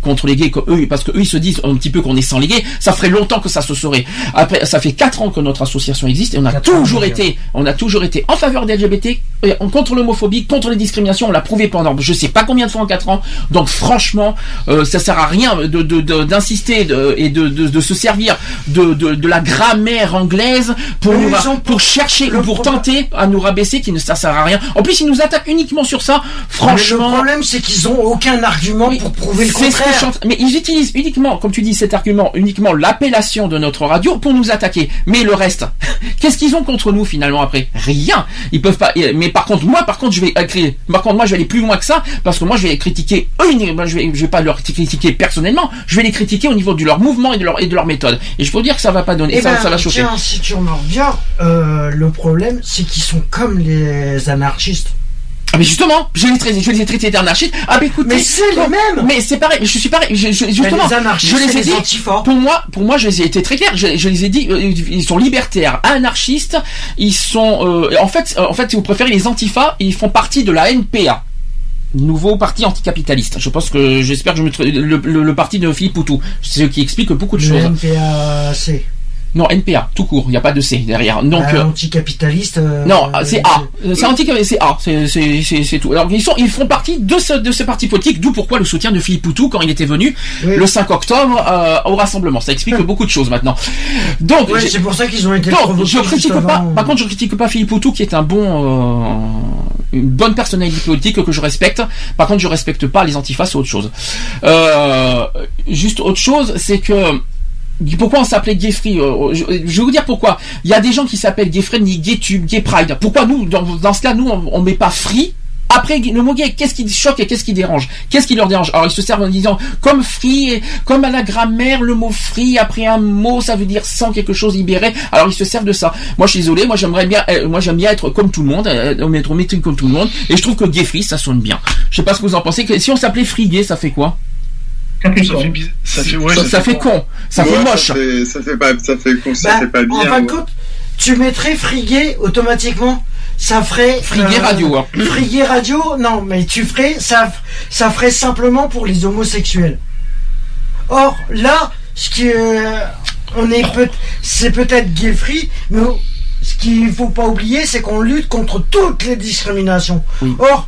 contre les gays, que eux, parce que eux ils se disent un petit peu qu'on est sans les gays. Ça ferait longtemps que ça se saurait. Après, ça fait quatre ans que notre association existe et on a toujours été, on a toujours été en faveur des L G B T, contre l'homophobie, contre les discriminations. On l'a prouvé pendant je sais pas combien de fois en quatre ans. Donc franchement, euh, ça sert à rien de, de, de d'insister de, et de, de, de se servir de, de, de la grammaire anglaise pour nous, pour chercher ou pour tenter à nous rabaisser, qui ne ça sert à rien. En plus, ils nous attaquent uniquement sur ça. Franchement, mais le problème c'est qu'ils ont aucun argument oui, pour prouver le contraire. Ce que mais ils utilisent uniquement, comme tu dis, cet argument, uniquement l'appellation de notre radio pour nous attaquer. Mais le reste, qu'est-ce qu'ils ont contre nous finalement après? Rien. Ils peuvent pas. Mais par contre, moi, par contre, je vais créer. Par contre, moi, je vais aller plus loin que ça parce que moi, je vais critiquer eux. Je vais, je vais pas leur critiquer personnellement. Je vais les critiquer au niveau de leur mouvement et de leur et de leur méthode. Et je peux dire que ça va pas donner. Eh ça, ben, ça va chauffer. Tiens, si tu remarques bien, euh, le problème, c'est qu'ils sont comme les anarchistes. Ah mais justement, je les traite, je les ai traités d'anarchistes. Ah mais écoutez, mais c'est les mêmes. Mais c'est pareil, je suis pareil. Je, je, justement, les anarchistes, je les ai les dit. Antifa. Pour moi, pour moi, je les ai été très clairs. Je, je les ai dit, euh, ils sont libertaires, anarchistes. Ils sont, euh, en fait, euh, en fait, si vous préférez, les Antifa, ils font partie de la N P A. Nouveau parti anticapitaliste. Je pense que j'espère que je me trompe. Le, le, le parti de Philippe Poutou, ce qui explique beaucoup de le choses. N P A C. Non, N P A, tout court, il n'y a pas de C derrière. Donc, euh, anticapitaliste. Euh, non, c'est A. C'est anti, c'est A. C'est, c'est, c'est, c'est tout. Alors, ils sont, ils font partie de ce, de ce parti politique, d'où pourquoi le soutien de Philippe Poutou quand il était venu oui. le cinq octobre euh, au rassemblement. Ça explique beaucoup de choses maintenant. Donc, ouais, c'est pour ça qu'ils ont été. Donc, je critique pas. Avant. Par contre, je critique pas Philippe Poutou qui est un bon, euh, une bonne personnalité politique que je respecte. Par contre, je respecte pas les antifas, c'est autre chose. Euh, juste autre chose, c'est que pourquoi on s'appelait Gay Free? Je vais vous dire pourquoi. Il y a des gens qui s'appellent Gay Friendly, Gay Tube, Gay Pride. Pourquoi nous, dans, dans ce cas, nous, on, on met pas Free? Après, le mot gay, qu'est-ce qui choque et qu'est-ce qui dérange? Qu'est-ce qui leur dérange? Alors, ils se servent en disant, comme free, comme à la grammaire, le mot free, après un mot, ça veut dire sans quelque chose libéré. Alors, ils se servent de ça. Moi, je suis désolé, moi, j'aimerais bien, euh, moi, j'aime bien être comme tout le monde, euh, être au meeting comme tout le monde, et je trouve que Gay Free, ça sonne bien. Je sais pas ce que vous en pensez, que si on s'appelait Free Gay, ça fait quoi? Ça fait ça con. Fait, ça fait, ouais, ça, ça ça fait fait con. Ça ouais, fait moche. Ça fait, ça fait pas, ça fait con, ça bah, fait pas bien. En fin de ouais. compte, tu mettrais Frigué automatiquement. Ça ferait. Frigué euh, Radio. Hein. Frigué Radio, non, mais tu ferais, ça, ça ferait simplement pour les homosexuels. Or, là, ce qui, euh, on est peut, c'est peut-être Gay Free, mais ce qu'il faut pas oublier, c'est qu'on lutte contre toutes les discriminations. Oui. Or,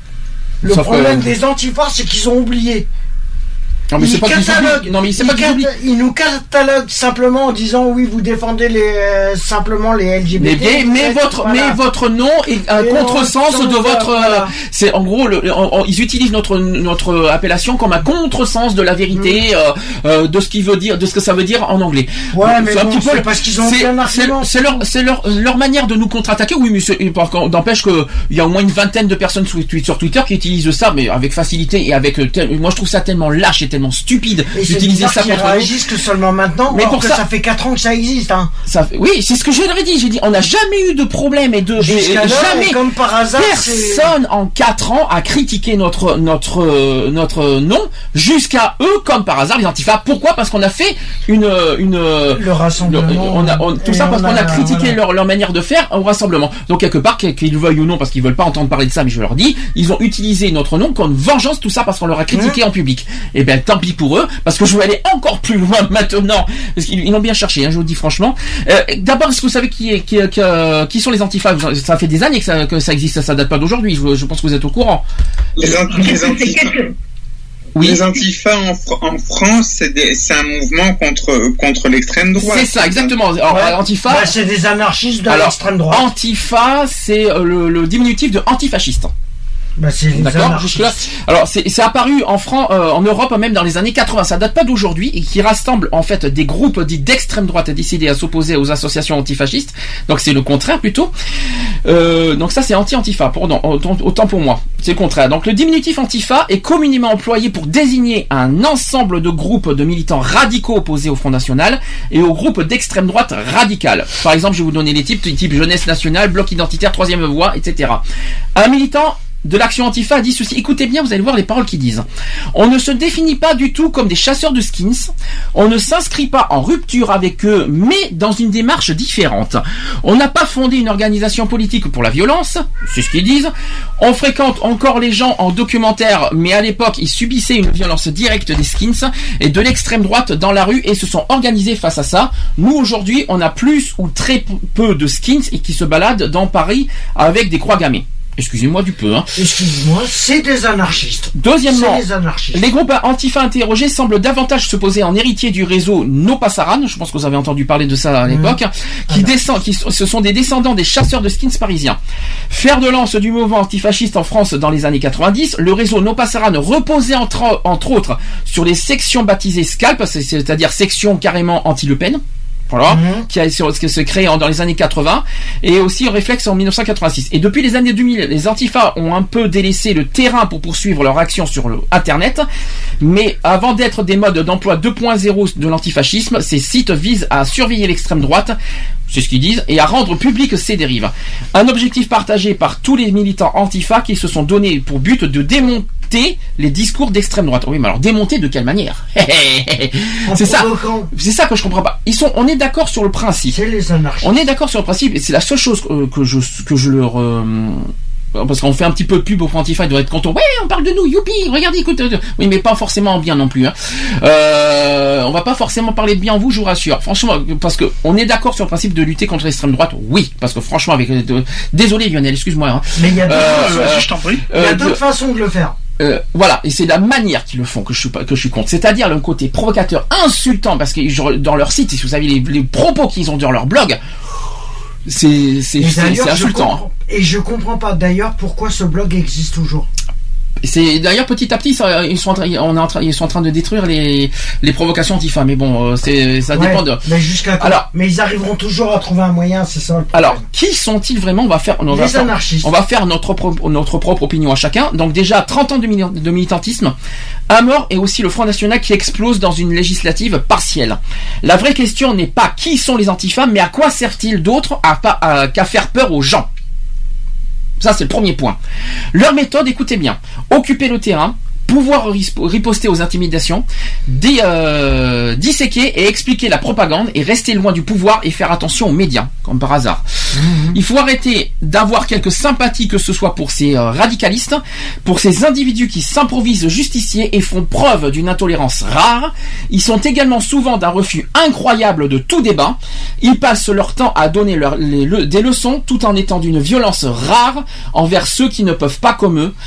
le Sauf problème que... des antifas, c'est qu'ils ont oublié. Non mais c'est pas qu'ils non mais c'est pas qu'ils ils nous cataloguent simplement en disant oui vous défendez les euh, simplement les L G B T. Mais, mais, mais votre voilà. mais votre nom est un contresens de votre voilà. C'est en gros le, en, en, ils utilisent notre notre appellation comme un contresens de la vérité mmh. euh, euh, de ce qui veut dire de ce que ça veut dire en anglais. Ouais mais c'est bon, un petit peu parce qu'ils ont c'est, un argument. C'est, c'est leur c'est leur leur manière de nous contre-attaquer. Oui mais c'est, n'empêche que il y a au moins une vingtaine de personnes sur, sur Twitter qui utilisent ça mais avec facilité et avec moi je trouve ça tellement lâche et tellement stupide et d'utiliser ça contre nous. Ils réagissent que seulement maintenant, mais pour que ça, ça fait quatre ans que ça existe. Hein. Ça fait, oui, c'est ce que j'ai dit. J'ai dit, on n'a jamais eu de problème et de et, et jamais. Et comme par hasard, personne c'est... en quatre ans a critiqué notre notre euh, notre nom jusqu'à eux comme par hasard les antifas. Pourquoi? Parce qu'on a fait une une le rassemblement. Le, on a on, tout ça parce qu'on a, a critiqué voilà. leur leur manière de faire au rassemblement. Donc quelque part qu'ils veuillent ou non parce qu'ils veulent pas entendre parler de ça, mais je leur dis, ils ont utilisé notre nom comme vengeance tout ça parce qu'on leur a critiqué mmh. en public. Et ben tant pis pour eux, parce que je vais aller encore plus loin maintenant, parce qu'ils l'ont bien cherché, hein, je vous le dis franchement. Euh, d'abord, est-ce que vous savez qui, qui, qui, qui sont les antifas? Ça fait des années que ça, que ça existe, ça date pas d'aujourd'hui, je, je pense que vous êtes au courant. Les, anti- les antifas, oui. Les antifas en, Fr- en France, c'est, des, c'est un mouvement contre, contre l'extrême droite. C'est ça, exactement. Alors, ouais. Antifa, bah, c'est des anarchistes de alors, l'extrême droite. Antifa, c'est le, le diminutif de antifasciste. Bah c'est d'accord jusque là. Alors c'est c'est apparu en France, euh, en Europe même dans les années quatre-vingts. Ça date pas d'aujourd'hui et qui rassemble en fait des groupes dits d'extrême droite décidés à s'opposer aux associations antifascistes. Donc c'est le contraire plutôt. Euh, donc ça c'est anti-antifa. Pardon, autant, autant pour moi. C'est le contraire. Donc le diminutif antifa est communément employé pour désigner un ensemble de groupes de militants radicaux opposés au Front National et aux groupes d'extrême droite radicale. Par exemple, je vais vous donner les types, type Jeunesse Nationale, Bloc Identitaire, Troisième Voie, et cetera. Un militant de l'action Antifa a dit ceci. Écoutez bien, vous allez voir les paroles qu'ils disent. On ne se définit pas du tout comme des chasseurs de skins. On ne s'inscrit pas en rupture avec eux, mais dans une démarche différente. On n'a pas fondé une organisation politique pour la violence. C'est ce qu'ils disent. On fréquente encore les gens en documentaire, mais à l'époque, ils subissaient une violence directe des skins et de l'extrême droite dans la rue et se sont organisés face à ça. Nous, aujourd'hui, on a plus ou très peu de skins et qui se baladent dans Paris avec des croix gammées. Excusez-moi du peu. Hein. Excusez-moi, c'est des anarchistes. Deuxièmement, c'est des anarchistes. Les groupes Antifa interrogés semblent davantage se poser en héritier du réseau No Passaran, je pense que vous avez entendu parler de ça à l'époque, mmh. qui ah descend, qui ce sont des descendants des chasseurs de skins parisiens. Fer de lance du mouvement antifasciste en France dans les années quatre-vingt-dix, le réseau No Passaran reposait entre, entre autres sur les sections baptisées Scalp, c'est-à-dire sections carrément anti-Le Pen. Voilà, mmh. qui a qui s'est créé dans les années quatre-vingts et aussi Réflexe en dix-neuf cent quatre-vingt-six. Et depuis les années deux mille, les Antifa ont un peu délaissé le terrain pour poursuivre leur action sur le Internet. Mais avant d'être des modes d'emploi deux point zéro de l'antifascisme, ces sites visent à surveiller l'extrême droite, c'est ce qu'ils disent, et à rendre publiques ses dérives. Un objectif partagé par tous les militants Antifa qui se sont donné pour but de démonter les discours d'extrême droite. Oui, mais alors démonter de quelle manière? C'est ça, c'est ça que je comprends pas. Ils sont, on est d'accord sur le principe. C'est les anarchistes. On est d'accord sur le principe, et c'est la seule chose que, que je que je leur euh, parce qu'on fait un petit peu de pub au Antifa, ils doivent être contents. Ouais, on parle de nous, youpi, regardez, écoute. Oui, mais pas forcément bien non plus. Hein. Euh, on va pas forcément parler de bien en vous, je vous rassure. Franchement, parce que on est d'accord sur le principe de lutter contre l'extrême droite. Oui, parce que franchement, avec de, désolé Lionel, excuse-moi. Hein. Mais il y a d'autres euh, façons, euh, il y a d'autres façons de le faire. Euh, voilà, et c'est la manière qu'ils le font que je suis pas, que je suis contre. C'est-à-dire le côté provocateur, insultant, parce que dans leur site, si vous savez les, les propos qu'ils ont dans leur blog, c'est c'est, c'est, c'est insultant. Je et je comprends pas d'ailleurs pourquoi ce blog existe toujours. C'est d'ailleurs petit à petit ça, ils sont en train, on est en train, ils sont en train de détruire les les provocations Antifa, mais bon, c'est ça ouais, dépend de. Mais jusqu'à quand? Alors, mais ils arriveront toujours à trouver un moyen, c'est ça le problème. Alors, qui sont-ils vraiment? On va faire, on les va faire, anarchistes. On va faire notre propre notre propre opinion à chacun. Donc déjà trente ans de, mili- de militantisme, un mort et aussi le Front National qui explose dans une législative partielle. La vraie question n'est pas qui sont les Antifa, mais à quoi servent-ils d'autres à, à, qu'à faire peur aux gens. Ça, c'est le premier point. Leur méthode, écoutez bien, occuper le terrain, pouvoir riposter aux intimidations, dé, euh, disséquer et expliquer la propagande et rester loin du pouvoir et faire attention aux médias, comme par hasard. Mmh. Il faut arrêter d'avoir quelques sympathies, que ce soit pour ces euh, radicalistes, pour ces individus qui s'improvisent justiciers et font preuve d'une intolérance rare. Ils sont également souvent d'un refus incroyable de tout débat. Ils passent leur temps à donner leur, les, le, des leçons tout en étant d'une violence rare envers ceux qui ne peuvent pas comme eux.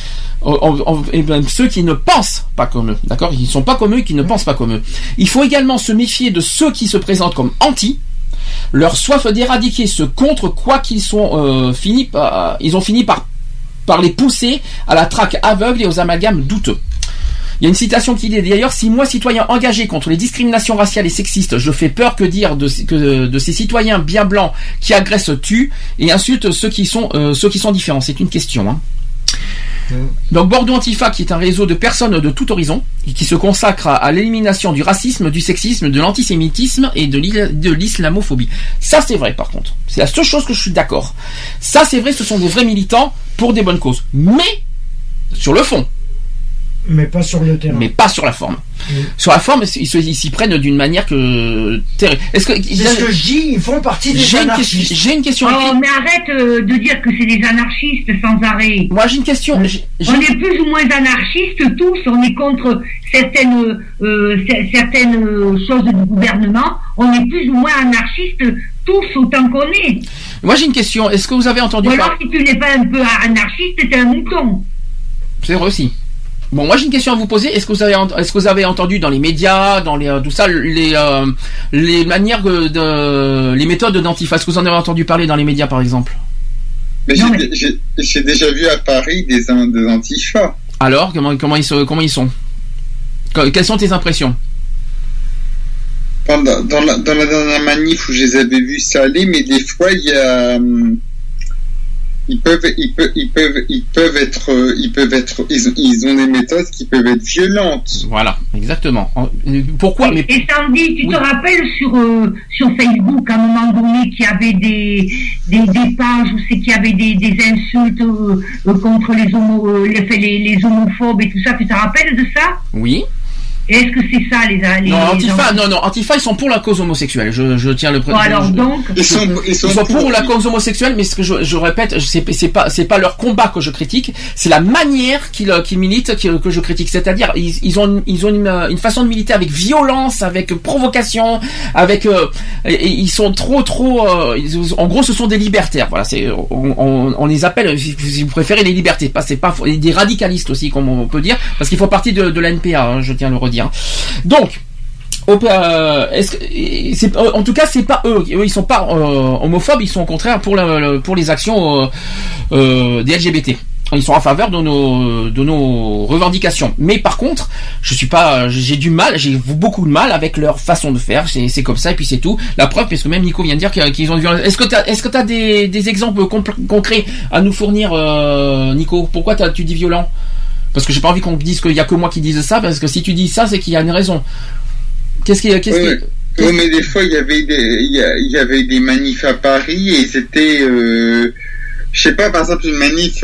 Et bien ceux qui ne pensent pas comme eux, d'accord, ils ne sont pas comme eux et qui ne pensent pas comme eux. Il faut également se méfier de ceux qui se présentent comme anti. Leur soif d'éradiquer ce contre quoi qu'ils sont euh, fini par, ils ont fini par par les pousser à la traque aveugle et aux amalgames douteux. Il y a une citation qui dit d'ailleurs: si moi, citoyen engagé contre les discriminations raciales et sexistes, je fais peur que dire de, que de ces citoyens bien blancs qui agressent, tuent et insultent ceux qui sont euh, ceux qui sont différents. C'est une question. Hein. Donc Bordeaux Antifa, qui est un réseau de personnes de tout horizon et qui se consacre à, à l'élimination du racisme, du sexisme, de l'antisémitisme et de, de l'islamophobie. Ça c'est vrai par contre. C'est la seule chose que je suis d'accord. Ça c'est vrai, ce sont des vrais militants pour des bonnes causes. Mais sur le fond. Mais pas sur le terrain. Mais pas sur la forme. Mmh. Sur la forme, ils, se, ils s'y prennent d'une manière que terrible. Est-ce que c'est ce que je dis, ils font partie des j'ai anarchistes. Une, j'ai une question. Oh, mais arrête euh, de dire que c'est des anarchistes sans arrêt. Moi, j'ai une question. J'ai, j'ai... On est plus ou moins anarchistes tous. On est contre certaines euh, c- certaines choses du gouvernement. On est plus ou moins anarchistes tous autant qu'on est. Moi, j'ai une question. Est-ce que vous avez entendu? Ou alors, par... si tu n'es pas un peu anarchiste, t'es un mouton. C'est vrai aussi. Bon, moi j'ai une question à vous poser. Est-ce que vous avez, est-ce que vous avez entendu dans les médias, dans les tout ça, les euh, les manières de, les méthodes d'Antifa? Est-ce que vous en avez entendu parler dans les médias, par exemple? Mais, non, j'ai, mais... j'ai, j'ai déjà vu à Paris des, des Antifa. Alors, comment comment ils sont, comment ils sont? Quelles sont tes impressions? Pendant, dans la dans la dernière manif où je les avais vus, ça allait, mais des fois il y a ils peuvent, ils peuvent, ils peuvent, ils peuvent être, euh, ils peuvent être, ils, ils ont des méthodes qui peuvent être violentes. Voilà, exactement. Pourquoi mais... Et Sandy, tu oui. te rappelles sur euh, sur Facebook à un moment donné qu'il y avait des des, des pages où c'est qu'il y avait des, des insultes euh, euh, contre les homo, euh, les, les les homophobes et tout ça. Tu te rappelles de ça? Oui. Est-ce que c'est ça les, les non Antifa les... non non Antifa ils sont pour la cause homosexuelle, je, je tiens le bon, alors je, donc ils sont ils sont, ils sont pour, pour la cause homosexuelle, mais ce que je, je répète, c'est c'est pas c'est pas leur combat que je critique, c'est la manière qu'ils qu'ils militent qui, que je critique, c'est-à-dire ils, ils ont ils ont une, une façon de militer avec violence, avec provocation, avec euh, et, ils sont trop trop euh, ils, en gros ce sont des libertaires, voilà, c'est on, on, on les appelle, si vous préférez, les libertés, pas c'est pas des radicalistes aussi comme on peut dire, parce qu'ils font partie de, de la N P A, hein, je tiens à le redire. Donc Donc, euh, est-ce que, c'est, en tout cas, c'est pas eux. Eux, ils sont pas euh, homophobes. Ils sont au contraire pour la, pour les actions euh, euh, des L G B T. Ils sont en faveur de nos de nos revendications. Mais par contre, je suis pas, j'ai du mal, j'ai beaucoup de mal avec leur façon de faire. C'est, c'est comme ça et puis c'est tout. La preuve, parce que même Nico vient de dire qu'ils ont. Est-ce que t'as, est-ce que t'as des des exemples compl- concrets à nous fournir, euh, Nico? Pourquoi t'as, tu dis violent? Parce que j'ai pas envie qu'on dise qu'il y a que moi qui dise ça, parce que si tu dis ça, c'est qu'il y a une raison. Qu'est-ce qu'il y a, qu'est-ce oui, qui... qu'est-ce... oui, mais des fois, il y avait des, il y, a, il y avait des manifs à Paris et c'était, euh, je sais pas, par exemple, une manif,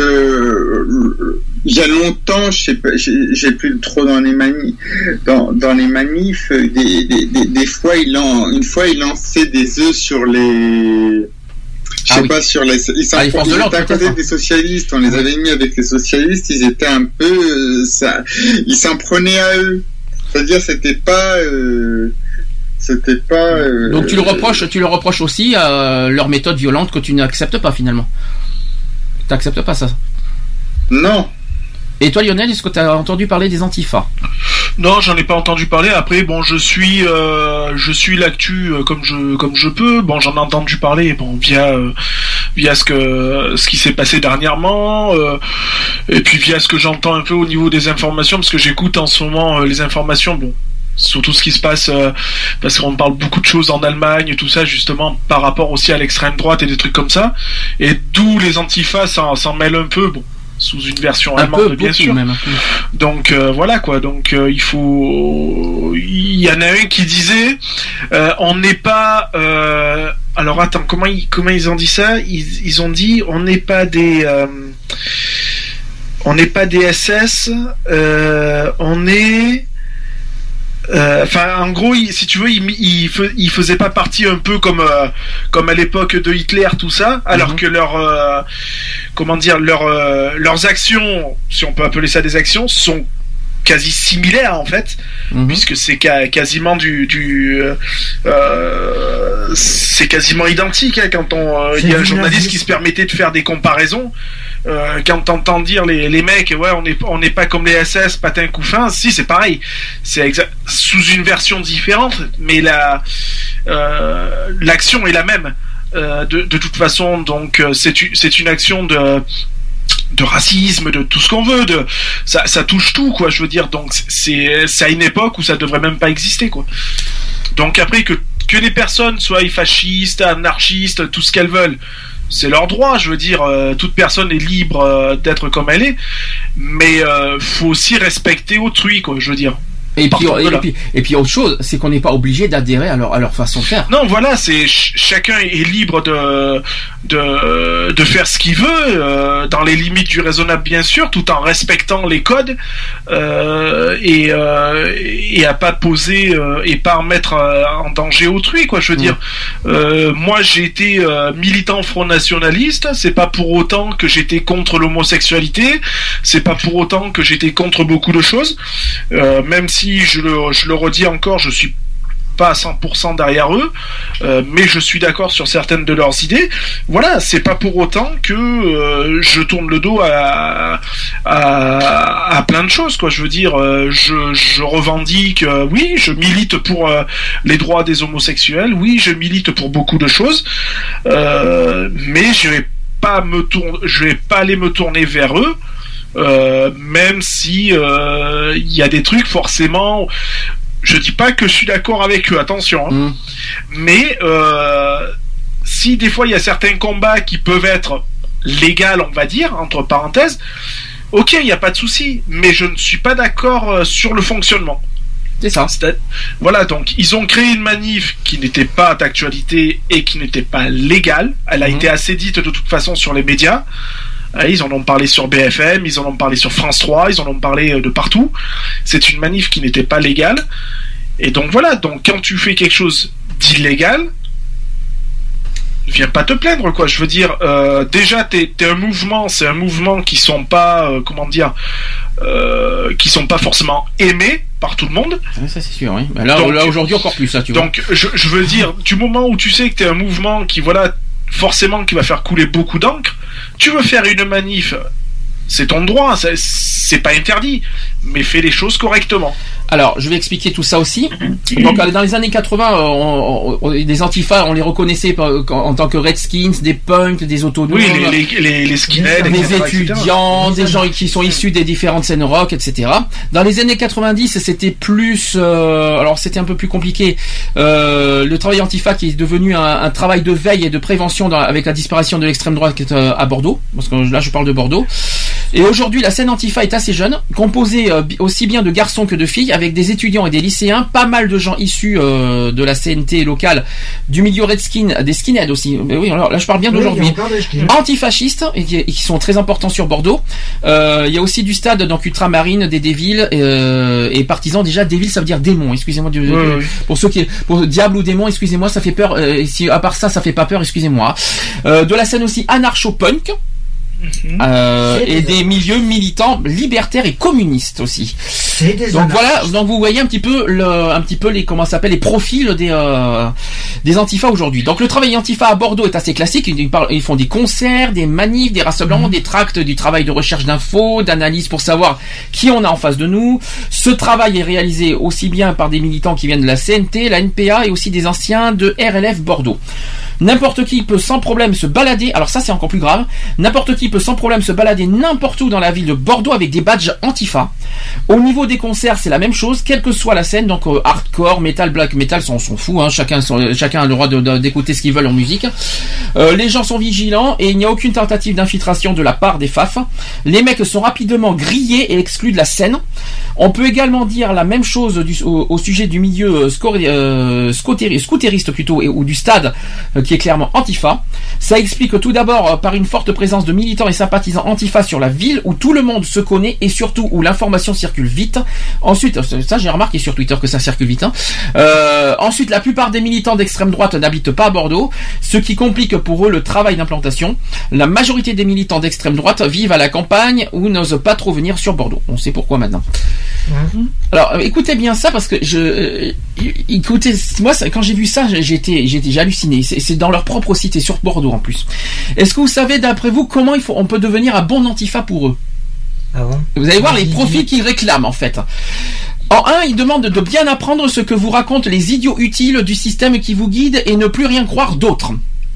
euh, il y a longtemps, je sais pas, j'ai, j'ai plus trop dans les manifs, dans, dans les manifs, des, des, des, des fois, il en, une fois, il lançait des œufs sur les, je sais ah oui. pas, sur les, ils, ah, ils étaient à côté des socialistes, on les avait mis avec les socialistes, ils étaient un peu, euh, ça, ils s'en prenaient à eux. C'est-à-dire, c'était pas, euh, c'était pas, euh, donc tu le reproches, tu le reproches aussi à leur méthode violente que tu n'acceptes pas finalement. Tu n'acceptes pas ça? Non. Et toi, Lionel, est-ce que tu as entendu parler des Antifa? Non, j'en ai pas entendu parler. Après, bon, je suis, euh, je suis l'actu euh, comme je, comme je peux. Bon, j'en ai entendu parler, bon, via, euh, via ce que, ce qui s'est passé dernièrement, euh, et puis via ce que j'entends un peu au niveau des informations, parce que j'écoute en ce moment euh, les informations, bon. Surtout ce qui se passe, euh, parce qu'on parle beaucoup de choses en Allemagne, tout ça, justement, par rapport aussi à l'extrême droite et des trucs comme ça. Et d'où les Antifa s'en, s'en mêlent un peu, bon. Sous une version un allemande, peu, bien sûr. Même. Donc euh, voilà quoi. Donc euh, il faut. Il y en a un qui disait, euh, on n'est pas. Euh... Alors attends, comment ils comment ils ont dit ça? Ils ils ont dit, on n'est pas des. Euh... On n'est pas des S S. Euh... On est. Enfin, euh, en gros, il, si tu veux, il, il, il faisait pas partie un peu comme euh, comme à l'époque de Hitler, tout ça, alors mm-hmm. que leur euh, comment dire, leur, euh, leurs actions, si on peut appeler ça des actions, sont quasi similaires en fait, mm-hmm. puisque c'est ca- quasiment du, du euh, c'est quasiment identique hein, quand on il euh, y a un journaliste qui se permettait de faire des comparaisons. Euh, quand t'entends dire les, les mecs, ouais, on n'est on n'est pas comme les S S, patin couffin, si c'est pareil, c'est exa- sous une version différente, mais la euh, l'action est la même euh, de, de toute façon, donc euh, c'est c'est une action de de racisme, de tout ce qu'on veut, de ça ça touche tout quoi, je veux dire, donc c'est c'est à une époque où ça devrait même pas exister quoi. Donc après que que les personnes soient fascistes, anarchistes, tout ce qu'elles veulent. C'est leur droit, je veux dire, euh, toute personne est libre euh, d'être comme elle est, mais euh, faut aussi respecter autrui, quoi, je veux dire. Et puis, et, puis, et puis autre chose, c'est qu'on n'est pas obligé d'adhérer à leur, à leur façon de faire. Non, voilà, c'est ch- chacun est libre de de de faire ce qu'il veut euh, dans les limites du raisonnable, bien sûr, tout en respectant les codes euh, et euh, et à pas poser euh, et pas mettre euh, en danger autrui, quoi. Je veux mmh. dire, euh, moi j'ai été euh, militant front nationaliste. C'est pas pour autant que j'étais contre l'homosexualité. C'est pas pour autant que j'étais contre beaucoup de choses, euh, même si Si je le, je le redis encore, je suis pas à cent pour cent derrière eux, euh, mais je suis d'accord sur certaines de leurs idées. Voilà, c'est pas pour autant que euh, je tourne le dos à, à, à plein de choses, quoi. Je veux dire, euh, je, je revendique, euh, oui, je milite pour euh, les droits des homosexuels, oui, je milite pour beaucoup de choses, euh, mais je vais pas me tourner, je vais pas aller me tourner vers eux. Euh, même si il euh, y a des trucs forcément, je dis pas que je suis d'accord avec eux, attention, hein, mmh. mais euh, si des fois il y a certains combats qui peuvent être légal, on va dire, entre parenthèses, ok, il n'y a pas de souci, mais je ne suis pas d'accord euh, sur le fonctionnement. C'est ça. C'est, voilà, donc ils ont créé une manif qui n'était pas d'actualité et qui n'était pas légale. Elle a mmh. été assez dite de toute façon sur les médias. Ils en ont parlé sur B F M, ils en ont parlé sur France trois, ils en ont parlé de partout. C'est une manif qui n'était pas légale. Et donc voilà, donc quand tu fais quelque chose d'illégal, viens pas te plaindre, quoi. Je veux dire, euh, déjà t'es, t'es un mouvement, c'est un mouvement qui sont pas, euh, comment dire, euh, qui sont pas forcément aimés par tout le monde. Ça c'est sûr, oui. Bah là, donc, là aujourd'hui encore plus, ça tu vois. Donc je, je veux dire, du moment où tu sais que t'es un mouvement qui, voilà, forcément qui va faire couler beaucoup d'encre, tu veux faire une manif, c'est ton droit, c'est, c'est pas interdit, mais fais les choses correctement. Alors, je vais expliquer tout ça aussi. Donc, dans les années quatre-vingts, on, on, des antifas, on les reconnaissait en tant que Redskins, des punks, des autonomes, oui, les, les, les, les skinheads, des et cetera, étudiants, et cetera. des gens qui sont issus des différentes scènes rock, et cetera. Dans les années quatre-vingt-dix, c'était plus, euh, alors c'était un peu plus compliqué. Euh, le travail antifa qui est devenu un, un travail de veille et de prévention dans, avec la disparition de l'extrême droite qui est euh, à Bordeaux, parce que là je parle de Bordeaux. Et aujourd'hui, la scène antifa est assez jeune, composée euh, aussi bien de garçons que de filles, avec des étudiants et des lycéens, pas mal de gens issus euh, de la C N T locale, du milieu Redskin, des skinheads aussi. Mais oui, alors là je parle bien oui, d'aujourd'hui. Antifascistes, et qui, et qui sont très importants sur Bordeaux. Euh, il y a aussi du stade, donc Ultramarine, des Devils, euh, et partisans. Déjà, Devils, ça veut dire démon. Excusez-moi, de, de, oui, oui. pour ceux qui, pour diable ou démon, excusez-moi, ça fait peur. Euh, si à part ça, ça fait pas peur, excusez-moi. Euh, de la scène aussi anarcho-punk. Euh, et des milieux militants libertaires et communistes aussi. Donc voilà, donc vous voyez un petit peu le, un petit peu les comment ça s'appelle les profils des euh, des antifas aujourd'hui. Donc le travail antifa à Bordeaux est assez classique. Ils, ils font des concerts, des manifs, des rassemblements, mmh. des tracts, du travail de recherche d'infos, d'analyse pour savoir qui on a en face de nous. Ce travail est réalisé aussi bien par des militants qui viennent de la C N T, la N P A et aussi des anciens de R L F Bordeaux. N'importe qui peut sans problème se balader, alors ça c'est encore plus grave, n'importe qui peut sans problème se balader n'importe où dans la ville de Bordeaux avec des badges antifa. Au niveau des concerts, c'est la même chose, quelle que soit la scène, donc euh, hardcore, metal, black metal, on s'en fout, hein, chacun, chacun a le droit de, de, d'écouter ce qu'ils veulent en musique. Euh, les gens sont vigilants et il n'y a aucune tentative d'infiltration de la part des F A F. Les mecs sont rapidement grillés et exclus de la scène. On peut également dire la même chose du, au, au sujet du milieu score, euh, scooteriste plutôt, et, ou du stade, euh, qui est clairement antifa. Ça explique tout d'abord euh, par une forte présence de militants et sympathisants antifa sur la ville où tout le monde se connaît et surtout où l'information circule vite. Ensuite, ça j'ai remarqué sur Twitter que ça circule vite. Hein. Euh, ensuite, la plupart des militants d'extrême droite n'habitent pas à Bordeaux, ce qui complique pour eux le travail d'implantation. La majorité des militants d'extrême droite vivent à la campagne ou n'osent pas trop venir sur Bordeaux. On sait pourquoi maintenant. Mmh. Alors, écoutez bien ça parce que je, euh, écoutez, moi quand j'ai vu ça, j'étais, j'étais, j'ai halluciné. C'est, c'est dans leur propre site et sur Bordeaux en plus. Est-ce que vous savez d'après vous comment il faut, on peut devenir un bon antifa pour eux? Ah bon? Vous allez voir les profils qu'ils réclament en fait. En un, ils demandent de bien apprendre ce que vous racontent les idiots utiles du système qui vous guide et ne plus rien croire d'autres.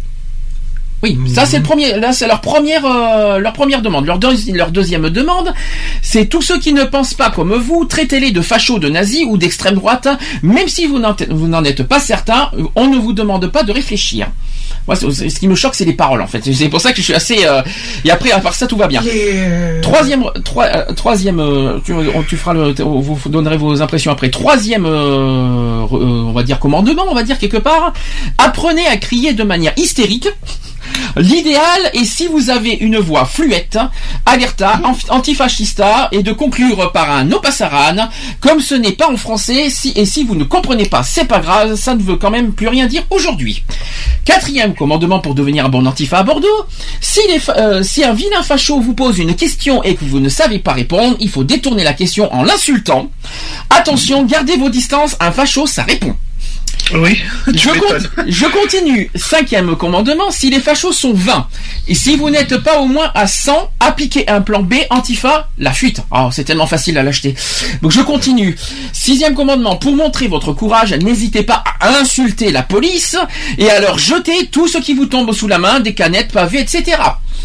Oui, mmh. ça c'est le premier, là c'est leur première, euh, leur première demande. Leur, deux, leur deuxième demande, c'est tous ceux qui ne pensent pas comme vous, traitez-les de fachos, de nazis ou d'extrême droite, même si vous n'en, vous n'en êtes pas certain, on ne vous demande pas de réfléchir. Moi, ce qui me choque, c'est les paroles en fait. C'est pour ça que je suis assez. Euh, et après, à part ça, tout va bien. Euh... Troisième, trois, euh, troisième, euh, tu, tu feras le, vous donnerez vos impressions après. Troisième, euh, euh, on va dire commandement, on va dire quelque part. Apprenez à crier de manière hystérique. L'idéal est si vous avez une voix fluette, alerta, antifascista, et de conclure par un no passaran, comme ce n'est pas en français, si, et si vous ne comprenez pas, c'est pas grave, ça ne veut quand même plus rien dire aujourd'hui. Quatrième commandement pour devenir un bon antifa à Bordeaux, si, les, euh, si un vilain facho vous pose une question et que vous ne savez pas répondre, il faut détourner la question en l'insultant. Attention, gardez vos distances, un facho ça répond. Oui, je, con- je continue. Cinquième commandement, si les fachos sont vingt, et si vous n'êtes pas au moins à cent, appliquez un plan B, antifa, la fuite. Oh, c'est tellement facile à l'acheter. Donc je continue. Sixième commandement, pour montrer votre courage, n'hésitez pas à insulter la police et à leur jeter tout ce qui vous tombe sous la main, des canettes, pavés, et cetera.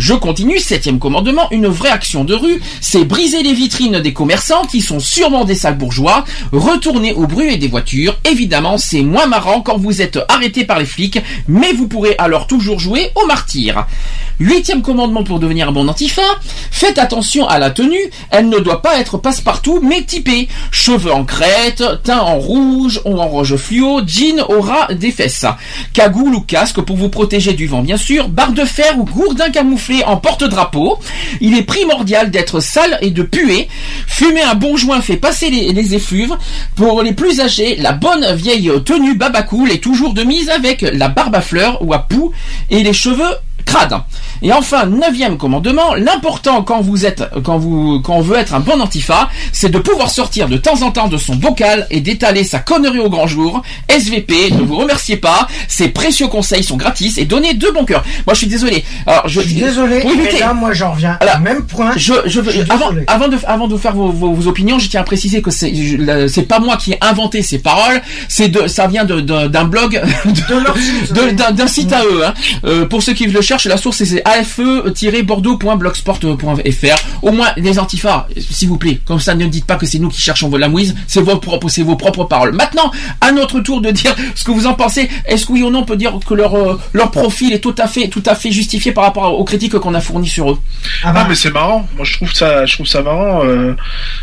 Je continue, septième commandement, une vraie action de rue, c'est briser les vitrines des commerçants qui sont sûrement des sales bourgeois, retourner au bruit des voitures. Évidemment, c'est moins marrant quand vous êtes arrêté par les flics, mais vous pourrez alors toujours jouer au martyr. Huitième commandement pour devenir un bon antifa, faites attention à la tenue, elle ne doit pas être passe-partout mais typée. Cheveux en crête, teint en rouge ou en rouge fluo, jean au ras des fesses. Cagoule ou casque pour vous protéger du vent bien sûr, barre de fer ou gourdin camouflé en porte-drapeau. Il est primordial d'être sale et de puer. Fumer un bon joint fait passer les, les effluves. Pour les plus âgés, la bonne vieille tenue babacool est toujours de mise avec la barbe à fleurs ou à poux et les cheveux crade. Et enfin, neuvième commandement, l'important quand vous êtes, quand vous, quand on veut être un bon antifa, c'est de pouvoir sortir de temps en temps de son bocal et d'étaler sa connerie au grand jour. S V P, ne vous remerciez pas, ces précieux conseils sont gratis et donnés de bon cœur. Moi, je suis désolé. Alors, je, je suis désolé, oui, mais là, moi, j'en reviens alors, au même point. Je, je veux, je avant, avant de, avant de faire vos, vos, vos opinions, je tiens à préciser que c'est, je, c'est pas moi qui ai inventé ces paroles, c'est de, ça vient de, de d'un blog, de, de, d'un, d'un site à eux, hein. Euh, pour ceux qui le cherchent, la source c'est a f e tiret bordeaux point blogspot point f r. Au moins, les antifas, s'il vous plaît, comme ça, ne dites pas que c'est nous qui cherchons la mouise, c'est vos propres, c'est vos propres paroles. Maintenant, à notre tour de dire ce que vous en pensez. Est-ce que oui ou non on peut dire que leur, euh, leur profil est tout à fait, tout à fait justifié par rapport aux critiques qu'on a fournies sur eux? Ah, bah. ah mais c'est marrant. Moi, je trouve ça, je trouve ça marrant, euh,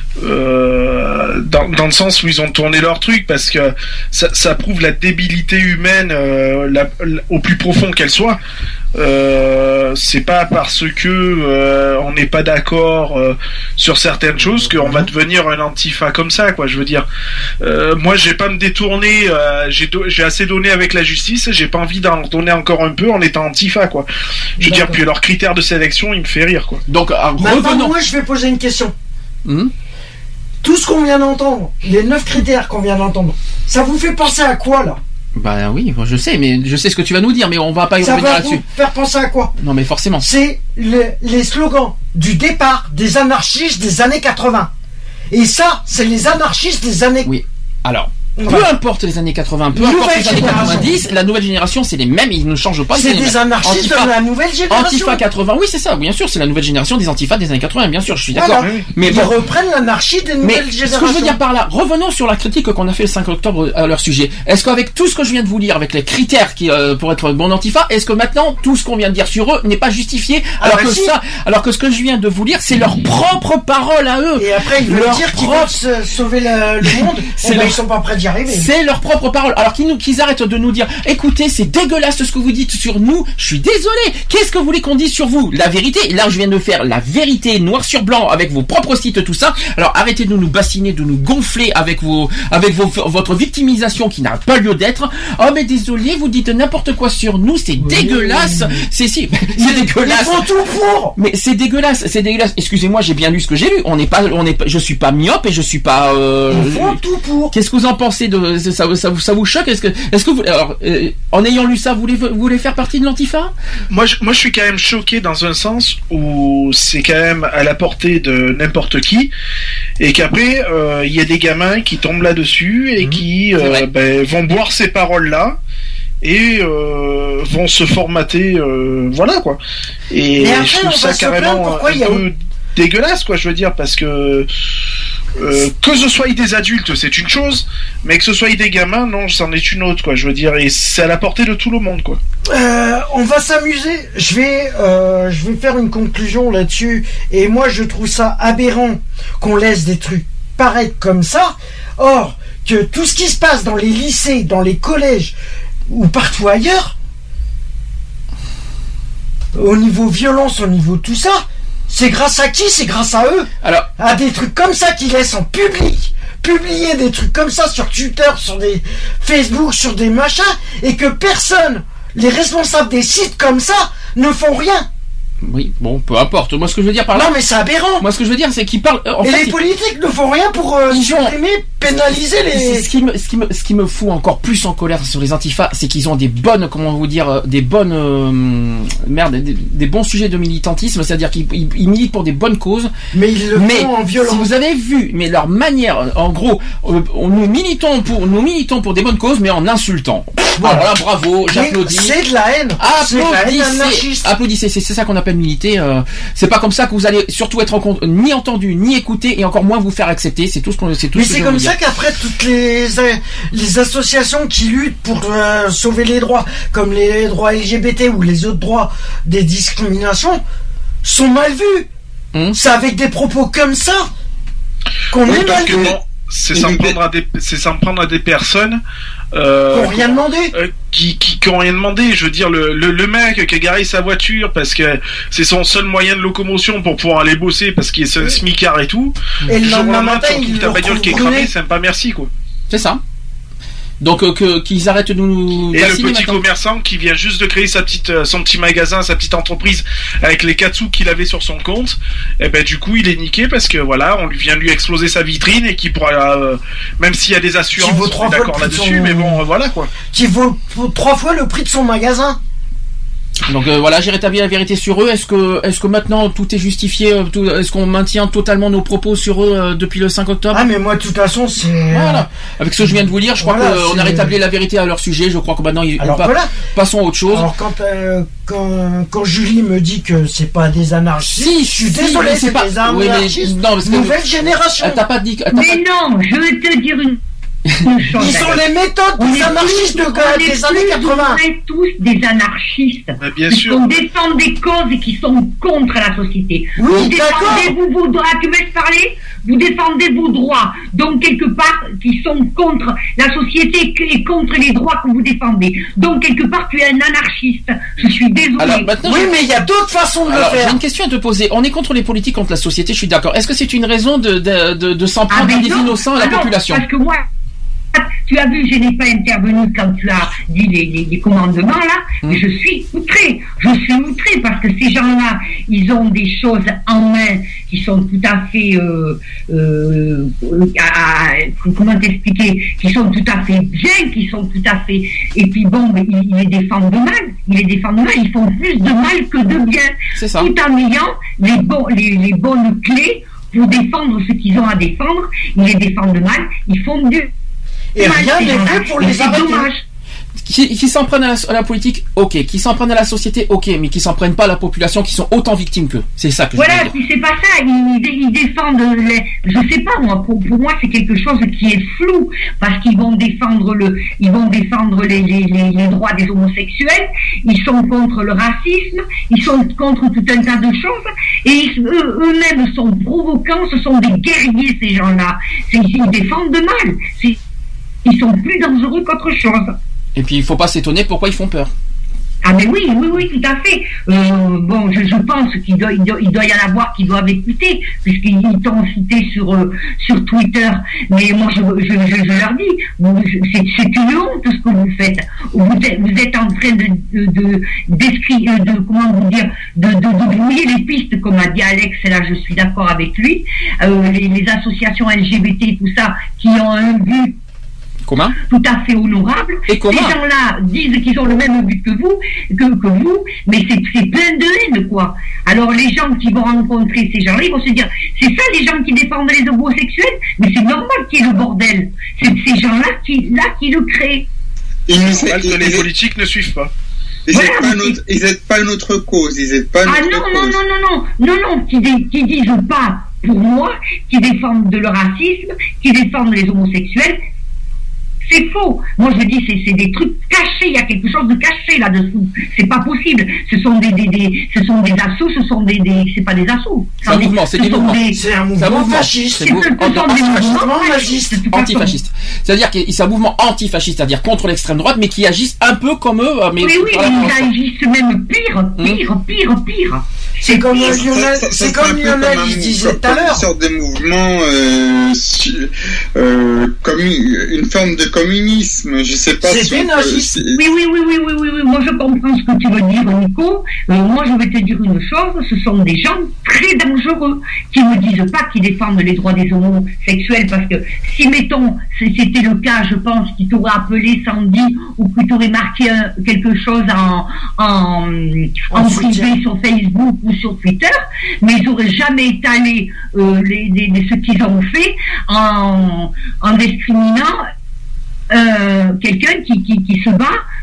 euh, dans, dans le sens où ils ont tourné leur truc, parce que ça, ça prouve la débilité humaine, euh, la, la, au plus profond qu'elle soit. Euh, c'est pas parce que euh, on n'est pas d'accord euh, sur certaines choses qu'on va devenir un antifa comme ça, quoi. Je veux dire, euh, moi j'ai pas me détourner, euh, j'ai, do- j'ai assez donné avec la justice, j'ai pas envie d'en donner encore un peu en étant antifa, quoi. Je veux D'accord. dire, puis leur critère de sélection, il me fait rire, quoi. Donc, euh, maintenant, moi je vais poser une question. Mmh. Tout ce qu'on vient d'entendre, les neuf critères qu'on vient d'entendre, ça vous fait penser à quoi là? Bah oui, je sais, mais je sais ce que tu vas nous dire, mais on va pas y ça revenir va là-dessus. Vous faire penser à quoi? Non, mais forcément. C'est le, les slogans du départ des anarchistes des années quatre-vingts. Et ça, c'est les anarchistes des années... Oui, alors... Peu voilà. importe les années quatre-vingts, peu importe les années quatre-vingt-dix, la nouvelle génération, c'est les mêmes, ils ne changent pas. C'est des anarchistes Antifa, de la nouvelle génération. Antifa quatre-vingts, oui, c'est ça, bien sûr, c'est la nouvelle génération des Antifas des années quatre-vingts, bien sûr, je suis d'accord. Voilà. Mais ils bon, reprennent l'anarchie des nouvelles mais générations. Ce que je veux dire par là, revenons sur la critique qu'on a fait le cinq octobre à leur sujet. Est-ce qu'avec tout ce que je viens de vous lire, avec les critères qui, euh, pour être bon Antifa, est-ce que maintenant, tout ce qu'on vient de dire sur eux n'est pas justifié, alors ah bah que si. ça, alors que ce que je viens de vous lire, c'est leur propre parole à eux. Et après, ils veulent dire qu'ils propre... veulent sauver le, le monde, c'est leur... ils sont pas prêts d'y arriver. C'est leur propre parole. Alors qu'ils nous, qu'ils arrêtent de nous dire, écoutez, c'est dégueulasse ce que vous dites sur nous. Je suis désolé. Qu'est-ce que vous voulez qu'on dise sur vous? La vérité. Là, je viens de faire la vérité noir sur blanc avec vos propres sites, tout ça. Alors arrêtez de nous bassiner, de nous gonfler avec vos, avec vos, votre victimisation qui n'a pas lieu d'être. Oh mais désolé, vous dites n'importe quoi sur nous. C'est oui, dégueulasse. Oui, oui. C'est si, c'est dégueulasse. Ils font tout pour. Mais c'est dégueulasse. C'est dégueulasse. Excusez-moi, j'ai bien lu ce que j'ai lu. On n'est pas, on n'est pas, je suis pas myope et je suis pas. Euh, Ils font tout pour. Qu'est-ce que vous en pensez de ça? Ça, ça, ça vous choque? Est-ce que, est-ce que vous, alors, euh, en ayant lu ça, vous voulez, vous voulez faire partie de l'Antifa? Moi, je, moi, je suis quand même choqué dans un sens où c'est quand même à la portée de n'importe qui, et qu'après, il euh, y a des gamins qui tombent là-dessus et mmh, qui euh, ben, vont boire ces paroles-là et euh, vont se formater, euh, voilà quoi. Et après, je trouve ça carrément un peu a... dégueulasse, quoi. Je veux dire, parce que Euh, que ce soit des adultes, c'est une chose, mais que ce soit des gamins, non, c'en est une autre, quoi. Je veux dire, et c'est à la portée de tout le monde, quoi. Euh, on va s'amuser. Je vais, euh, je vais faire une conclusion là-dessus. Et moi, je trouve ça aberrant qu'on laisse des trucs paraître comme ça. Or, que tout ce qui se passe dans les lycées, dans les collèges ou partout ailleurs, au niveau violence, au niveau tout ça. C'est grâce à qui? C'est grâce à eux. Alors, à des trucs comme ça qu'ils laissent en public, publier des trucs comme ça sur Twitter, sur des Facebook, sur des machins, et que personne, les responsables des sites comme ça, ne font rien. Oui, bon, peu importe. Moi, ce que je veux dire par là... Non, mais c'est aberrant. Moi, ce que je veux dire, c'est qu'ils parlent... En et fait, les ils... politiques ne font rien pour euh, supprimer, ont... pénaliser les... Ce qui, me, ce, qui me, ce qui me fout encore plus en colère sur les antifas, c'est qu'ils ont des bonnes, comment vous dire, des bonnes... Euh, merde, des, des bons sujets de militantisme, c'est-à-dire qu'ils ils, ils militent pour des bonnes causes. Mais ils le mais, font en violence. Si vous avez vu, mais leur manière, en gros, euh, nous, militons pour, nous militons pour des bonnes causes, mais en insultant. Voilà, voilà bravo, j'applaudis. C'est de la haine. Applaudissez, c'est de la haine anarchiste. Applaudissez, c'est, c'est ça qu'on appelle peine militer. Euh, c'est pas comme ça que vous allez surtout être en, ni entendu, ni écouté, et encore moins vous faire accepter. C'est tout ce qu'on, c'est tout. Mais ce que c'est je comme veux ça dire. qu'après toutes les les associations qui luttent pour euh, sauver les droits, comme les droits L G B T ou les autres droits des discriminations, sont mal vus. Hum. C'est avec des propos comme ça qu'on Oui, est parce mal que vu. non, c'est s'en prendre à des, c'est s'en prendre à des personnes euh, Qui ont rien demandé. euh, qui, qui, qui ont rien demandé. Je veux dire, le, le, le mec qui a garé sa voiture parce que c'est son seul moyen de locomotion pour pouvoir aller bosser parce qu'il est un smicard et tout. Et le Du jour au lendemain lendemain, matin, tu retrouves il ta le bagnole qui est retrouve cramée, brûlée. c'est pas merci quoi. C'est ça. Donc euh, que qu'ils arrêtent de nous. Et le vacciner petit maintenant. commerçant qui vient juste de créer sa petite, euh, son petit magasin, sa petite entreprise avec les quatre sous qu'il avait sur son compte, et ben du coup il est niqué parce que voilà, on lui vient lui exploser sa vitrine et qui pourra, euh, même s'il y a des assurances, vaut on trois est fois le d'accord prix de là-dessus, son- mais bon euh, voilà quoi. Qui vaut trois fois le prix de son magasin. Donc euh, voilà, j'ai rétabli la vérité sur eux. Est-ce que, est-ce que maintenant tout est justifié euh, tout, est-ce qu'on maintient totalement nos propos sur eux euh, depuis le cinq octobre? Ah mais moi de toute façon c'est... Voilà. Avec ce que je viens de vous lire, je crois Voilà, qu'on c'est- a rétabli la vérité à leur sujet. Je crois que maintenant ils Alors on pa- voilà. passons à autre chose. Alors quand, euh, quand, quand Julie me dit que c'est pas des anarchistes, Si, je suis si, désolé, mais c'est pas- des oui, mais- anarchistes, non, parce que- nouvelle génération. Elle t'a pas dit. elle t'a Mais pas- non, je vais te dire une, une chose. Ils sont les méthodes On des est anarchistes tous- de- on est des années plus quatre-vingts. ou moins tous des anarchistes. Bah, bien qui sûr. sont défendent des causes et qui sont contre la société. Oui, vous d'accord. défendez vous vos droits, tu me laisses parler, vous défendez vos droits, donc quelque part qui sont contre la société et contre les droits que vous défendez. Donc quelque part tu es un anarchiste. Je suis désolé. Alors maintenant, Oui je- mais il y a d'autres façons de Alors, le j'ai faire. une question à te poser. On est contre les politiques, contre la société, je suis d'accord. Est-ce que c'est une raison de, de, de, de s'en Ah, prendre à mais des non. innocents à la Ah non, population? Parce que moi, tu as vu, je n'ai pas intervenu quand tu as dit les, les, les commandements là, Mmh. mais je suis outré. Je suis outré parce que ces gens-là, ils ont des choses en main qui sont tout à fait, euh, euh, à- à- comment t'expliquer, qui sont tout à fait bien, qui sont tout à fait. Et puis bon, mais ils, ils les défendent de mal. Ils les défendent de mal. Ils font plus de mal que de bien. C'est ça. Tout en ayant les, bons, les, les bonnes clés pour défendre ce qu'ils ont à défendre. Ils les défendent de mal. Ils font du Et mal, rien ces n'est gens-là. fait pour Et les c'est arrêter. dommage. Qui, qui s'en prennent à la, à la politique, ok. Qui s'en prennent à la société, ok. Mais qui s'en prennent pas à la population, qui sont autant victimes qu'eux. C'est ça que je veux Voilà, dire. puis c'est pas ça, ils, ils- ils défendent les, je sais pas moi, pour, pour moi c'est quelque chose qui est flou, parce qu'ils vont défendre le, ils vont défendre les, les, les, les droits des homosexuels, ils sont contre le racisme, ils sont contre tout un tas de choses, et ils- eux, eux-mêmes sont provocants, ce sont des guerriers ces gens-là, C'est- ils défendent de mal, C'est- ils sont plus dangereux qu'autre chose. Et puis il faut pas s'étonner pourquoi ils font peur. Ah mais oui, oui, oui, tout à fait. Euh, bon, je, je pense qu'il doit, il doit, il doit y en avoir qui doivent écouter, puisqu'ils ils t'ont cité sur euh, sur Twitter. Mais moi, je, je, je, je leur dis, vous- c'est, c'est une honte ce que vous faites. Vous êtes, vous êtes en train de de, de, d'écrire, de comment vous dire, de, de, de brouiller les pistes, comme a dit Alex. Et là, je suis d'accord avec lui. Euh, les, les associations L G B T, tout ça, qui ont un but Comment? tout à fait honorable. Et comment? Ces gens-là disent qu'ils ont le même but que vous, que, que vous, mais c'est, c'est plein de haine, quoi. Alors les gens qui vont rencontrer ces gens-là, ils vont se dire, c'est ça les gens qui défendent les homosexuels, mais c'est normal qu'il y ait le bordel. C'est ces gens-là qui, là, qui le créent. Ils nous- Normal que ils- les ils- politiques ne suivent pas. Ils Voilà, aident pas mais notre, ils aident pas notre cause, ils aident pas Ah notre non, non, cause. non, non, non, non, non, qui, dé- qui disent pas pour moi, qui défendent de le racisme, qui défendent les homosexuels. C'est faux. Moi, je dis, c'est, c'est des trucs cachés. Il y a quelque chose de caché là-dessous. C'est pas possible. Ce sont des, des, des ce sont des assauts. Ce sont des, des c'est pas des assauts. C'est un mouvement, c'est Ce des sont mouvements. des- C'est un C'est un mouvement mouvement. fasciste. C'est ce mou- sont des antifasciste. mouvements fascistes. de toute façon. Antifasciste. C'est-à-dire que c'est un mouvement antifasciste, c'est-à-dire contre l'extrême droite, mais qui agissent un peu comme eux. Mais Oui, oui, voilà, mais pour l'instant. ils agissent même pire, pire, pire, pire. C'est comme pire. Lionel, Ça- ça- c'est ça comme serait un peu Lionel, comme un il mou- disait comme- tout à comme l'heure. une sorte de mouvement, euh, su- euh, comme une, une forme de communisme. Je sais pas C'est si on des peut- nazistes. c'est- Oui, oui, oui, oui, oui, oui, oui. Moi, je comprends ce que tu veux dire, Nico. Euh, moi, je vais te dire une chose. Ce sont des gens très dangereux qui ne disent pas qu'ils défendent les droits des homosexuels parce que si, mettons, c- c'était le cas, je pense qu'il t'aurait appelé Sandy ou qu'il t'aurait marqué un- quelque chose en, en, en, En privé soutien. sur Facebook ou sur Twitter, mais ils n'auraient jamais étalé euh, les, les- les- ce qu'ils ont fait en, en discriminant euh, quelqu'un qui, qui, qui se bat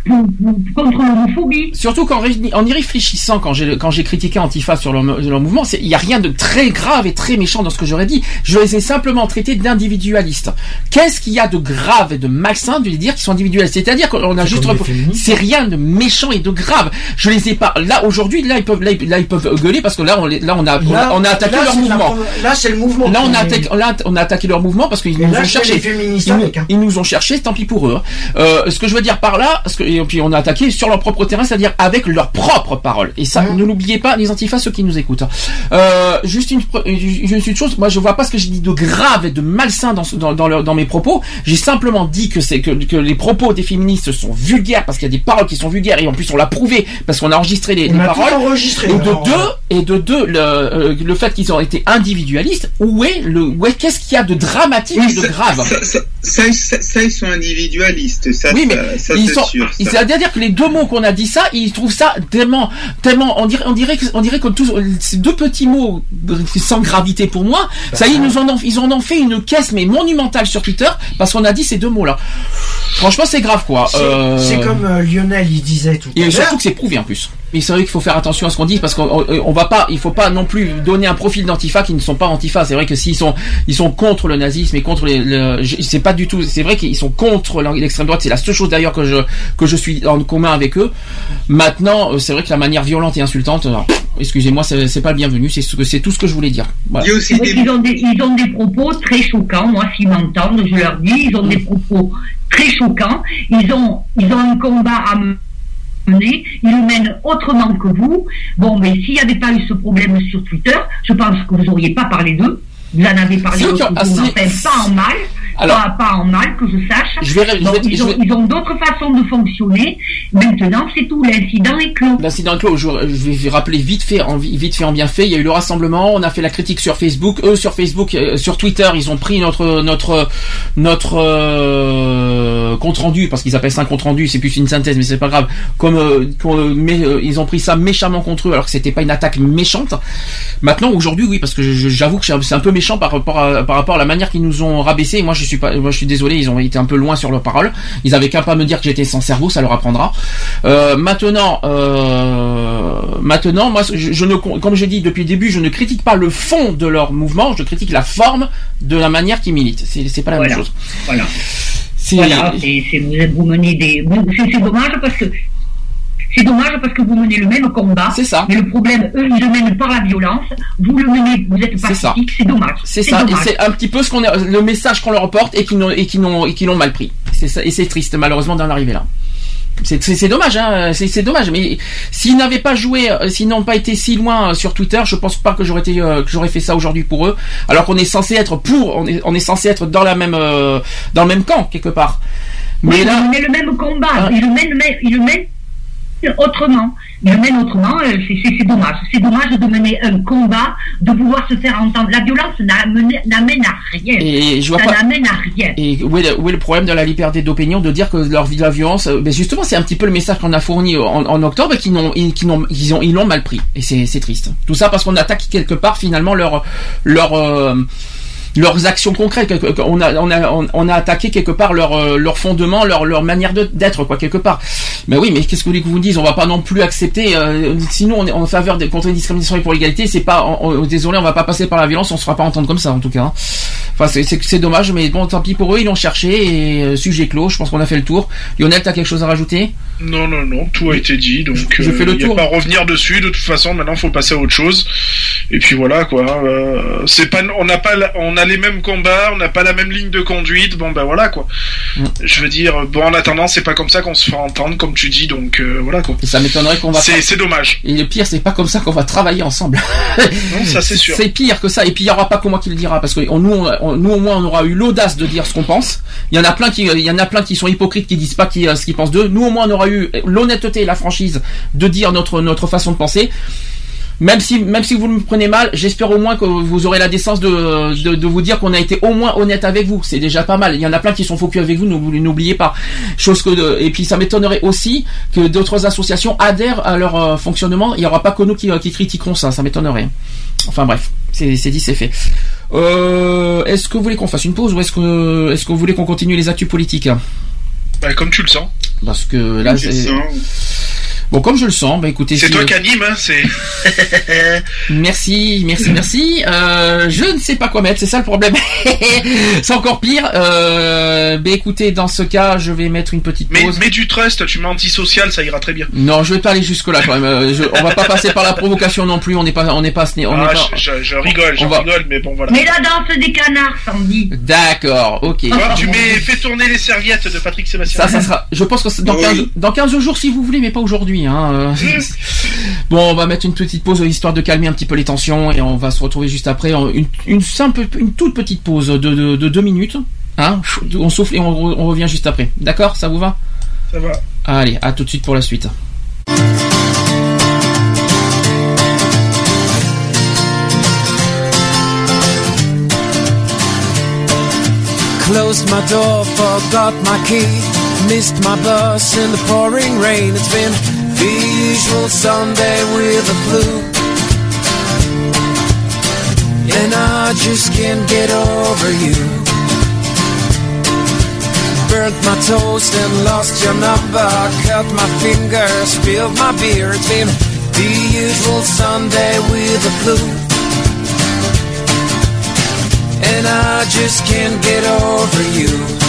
pour, pour, contre l'homophobie. Surtout qu'en ré- en y réfléchissant, quand j'ai quand j'ai critiqué Antifa sur leur, leur mouvement, il y a rien de très grave et très méchant dans ce que j'aurais dit. Je les ai simplement traités d'individualistes. Qu'est-ce qu'il y a de grave et de malsain de les dire qu'ils sont individualistes? C'est-à-dire qu'on a C'est juste comme rep- les féministes. c'est rien de méchant et de grave. Je les ai pas là aujourd'hui. Là ils peuvent là ils, là, ils peuvent gueuler parce que là on les, là on a Là, on a attaqué là, leur c'est la mouvement. pre- là, c'est le mouvement. Là on a qui est- attaqué là on a attaqué leur mouvement parce qu'ils Et nous là, ont c'est cherché. les féministes Ils, nous- avec, hein. ils nous ont cherché, tant pis pour eux. Euh, ce que je veux dire par là, ce que, et puis on a attaqué sur leur propre terrain, c'est-à-dire avec leurs propres paroles. Et ça, Mmh. ne l'oubliez pas, les antifas, ceux qui nous écoutent. Euh, juste une, juste une chose, moi je vois pas ce que j'ai dit de grave et de malsain dans, ce- dans, dans, leur- dans mes propos. J'ai simplement dit que c'est que, que les propos des féministes sont vulgaires parce qu'il y a des paroles qui sont vulgaires et en plus on l'a prouvé parce qu'on a enregistré les, On les a tout paroles. enregistré, et de alors. deux, et de deux, le, euh, le fait qu'ils ont été individualistes. Où est le, où est, qu'est-ce qu'il y a de dramatique Oui, et de ça, grave? ça, ça, ça, ça, ça, ils sont individualistes. Ça, Oui, mais ça, ça, ils c'est sont, sûr. ça. c'est-à-dire que les deux mots qu'on a dit ça, ils trouvent ça tellement, tellement, on dirait, on dirait que, on dirait que tous, ces deux petits mots sans gravité pour moi, ça y est, ils nous en ont, ils en ont fait une caisse mais monumentale sur Twitter parce qu'on a dit ces deux mots-là. Franchement, c'est grave, quoi. C'est Euh, c'est comme euh, Lionel, il disait tout à Et l'heure. surtout que c'est prouvé en plus. Et c'est vrai qu'il faut faire attention à ce qu'on dit parce qu'on on, on va pas, il faut pas non plus donner un profil d'antifa qui ne sont pas antifa. C'est vrai que s'ils sont, ils sont contre le nazisme et contre les, le, je- c'est pas du tout. C'est vrai qu'ils sont contre l'extrême droite. C'est la seule chose d'ailleurs que je que je suis en commun avec eux. Maintenant, euh, c'est vrai que la manière violente et insultante, alors, excusez-moi, c'est, c'est pas le bienvenu. C'est ce que c'est tout ce que je voulais dire. Voilà. Il y a aussi Oui, des... ils, ont des, ils ont des propos très choquants. Moi, s'ils m'entendent, je leur dis, ils ont des propos très choquants. Ils ont, ils ont un combat à mener. Ils le mènent autrement que vous. Bon, mais s'il n'y avait pas eu ce problème sur Twitter, je pense que vous n'auriez pas parlé d'eux. Vous en avez parlé C'est eux d'autres qui ont- jours, ah, mais c'est- enfin, pas en mal. Alors- pas, pas en mal, que je sache. Je vais- je Donc, vais- ils, je ont, vais- ils ont d'autres façons de fonctionner. Maintenant, c'est tout. L'incident est clos. L'incident est clos. Je, je vais rappeler vite fait, en, vite fait en bien fait. Il y a eu le rassemblement. On a fait la critique sur Facebook. Eux sur Facebook, euh, sur Twitter, ils ont pris notre notre notre euh, compte rendu parce qu'ils appellent ça un compte rendu. C'est plus une synthèse, mais c'est pas grave. Comme, euh, comme euh, mais, euh, ils ont pris ça méchamment contre eux, alors que c'était pas une attaque méchante. Maintenant, aujourd'hui, oui, parce que je- j'avoue que c'est un peu méchant par rapport à par rapport à la manière qu'ils nous ont rabaissé. Et moi, je suis pas, moi, je suis désolé. Ils ont été un peu loin sur leurs paroles. Ils avaient qu'à pas me dire que j'étais sans cerveau, ça leur apprendra. Euh, maintenant, euh, maintenant, moi, je, je ne, comme j'ai dit depuis le début, je ne critique pas le fond de leur mouvement, je critique la forme de la manière qu'ils militent. C'est, c'est pas la Voilà. même chose. Voilà. C'est, Voilà, c'est, c'est, vous, vous menez des. vous- c'est, c'est dommage parce que. C'est dommage parce que vous menez le même combat. C'est ça. Mais le problème, eux, ils le mènent par la violence. Vous le menez, vous êtes C'est ça. pacifique, c'est dommage. c'est ça, et dommage. c'est un petit peu ce qu'on a, le message qu'on leur porte et qu'ils n'ont, et qu'ils n'ont, et qu'ils l'ont mal pris. C'est ça, et c'est triste, malheureusement, d'en arriver là. C'est, c'est, c'est dommage, hein. C'est, c'est dommage. Mais s'ils n'avaient pas joué, euh, s'ils n'ont pas été si loin euh, sur Twitter, je pense pas que j'aurais été, euh, que j'aurais fait ça aujourd'hui pour eux. Alors qu'on est censé être pour, on est, on est censé être dans la même, euh, dans le même camp quelque part. Mais Oui, là, ils mènent le même combat. Ah. Ils le mènent, mais- ils le mènent autrement. Ils le mènent autrement. euh, C'est, c'est, c'est dommage. C'est dommage de mener un combat, de vouloir se faire entendre. La violence n'amène, n'amène à rien. Et je vois Ça pas- n'amène à rien. Et où est, le, où est le problème de la liberté d'opinion de dire que leur vie de la violence, euh, ben justement c'est un petit peu le message qu'on a fourni en, en octobre et qu'ils n'ont, ils, qu'ils n'ont, ils ont, ils l'ont mal pris et c'est, c'est triste. Tout ça parce qu'on attaque quelque part finalement leur, leur, euh, leurs actions concrètes. On a, on a, on a attaqué quelque part leur, euh, leur fondement, leur, leur manière de, d'être quoi quelque part. Mais oui, mais qu'est-ce que vous voulez que vous dise? On va pas non plus accepter. Euh, sinon, on est en faveur des contre les discriminations et pour l'égalité. C'est pas, on, on, désolé, on va pas passer par la violence. On se fera pas entendre comme ça en tout cas. Hein. Enfin, c'est, c'est, c'est dommage, mais bon, tant pis pour eux. Ils l'ont cherché et euh, sujet clos. Je pense qu'on a fait le tour. Lionel, t'as quelque chose à rajouter? Non, non, non, tout a été dit, donc Je fais le il n'y a tour. pas à revenir dessus. De toute façon, maintenant, faut passer à autre chose. Et puis voilà, quoi. Euh, c'est pas, on n'a pas, la- on a les mêmes combats, on n'a pas la même ligne de conduite. Bon, ben voilà, quoi. Mm. Je veux dire, bon, en attendant, c'est pas comme ça qu'on se fait entendre, comme tu dis, donc euh, voilà, quoi. Et ça m'étonnerait qu'on va. C'est, pas- c'est dommage. Et le pire, c'est pas comme ça qu'on va travailler ensemble. Non, ça c'est sûr. C'est pire que ça. Et puis il y aura pas que moi qui le dira, parce que on- nous, on, on- nous au moins, on aura eu l'audace de dire ce qu'on pense. Il y en a plein qui, il y en a plein qui sont hypocrites, qui disent pas qui, euh, ce qu'ils pensent d'eux. Nous au moins, on aura eu l'honnêteté et la franchise de dire notre notre façon de penser. Même si, même si vous me prenez mal, j'espère au moins que vous aurez la décence de, de, de vous dire qu'on a été au moins honnête avec vous. C'est déjà pas mal. Il y en a plein qui sont faux culs avec vous, n'oubliez, n'oubliez pas. Chose que de, et puis ça m'étonnerait aussi que d'autres associations adhèrent à leur euh, fonctionnement. Il y aura pas que nous qui, euh, qui critiqueront ça. Ça m'étonnerait. Enfin bref, c'est, c'est dit, c'est fait. Euh, est-ce que vous voulez qu'on fasse une pause ou est-ce que, est-ce que vous voulez qu'on continue les actus politiques? Bah, comme tu le sens. Parce que là, Je c'est... sens. Bon, comme je le sens, bah écoutez... C'est si toi le... qui anime, hein, c'est... Merci, merci, merci. Euh, je ne sais pas quoi mettre, c'est ça le problème. C'est encore pire. Euh, bah écoutez, dans ce cas, je vais mettre une petite Mais, pause. mais du trust, tu mets antisocial, ça ira très bien. Non, je vais pas aller jusque là quand même. Euh, Je, on va pas passer par la provocation non plus. On n'est pas, on n'est pas, on n'est Ah, pas. je, je- je rigole, je on va- rigole, mais bon voilà. Mais la danse des canards, Sandy. D'accord, ok. Tu vois, tu mets, fais tourner les serviettes de Patrick Sébastien. Ça, ça sera. Je pense que c'est dans, Oui. quinze, dans quinze jours si vous voulez, mais pas aujourd'hui. Hein. Euh, Bon, on va mettre une petite pause histoire de calmer un petit peu les tensions et on va se retrouver juste après. En- Une, une simple, une toute petite pause de, de, de deux minutes. Hein. On souffle et on, re- on revient juste après. D'accord, ça vous va? Ça va. Allez, à tout de suite pour la suite. Closed my door, forgot my key. Missed my bus in the pouring rain. It's been the usual Sunday with the flu. And I just can't get over you. Burnt my toast and lost your number. Cut my finger, spilled my beer. It's been the usual Sunday with the flu. And I just can't get over you.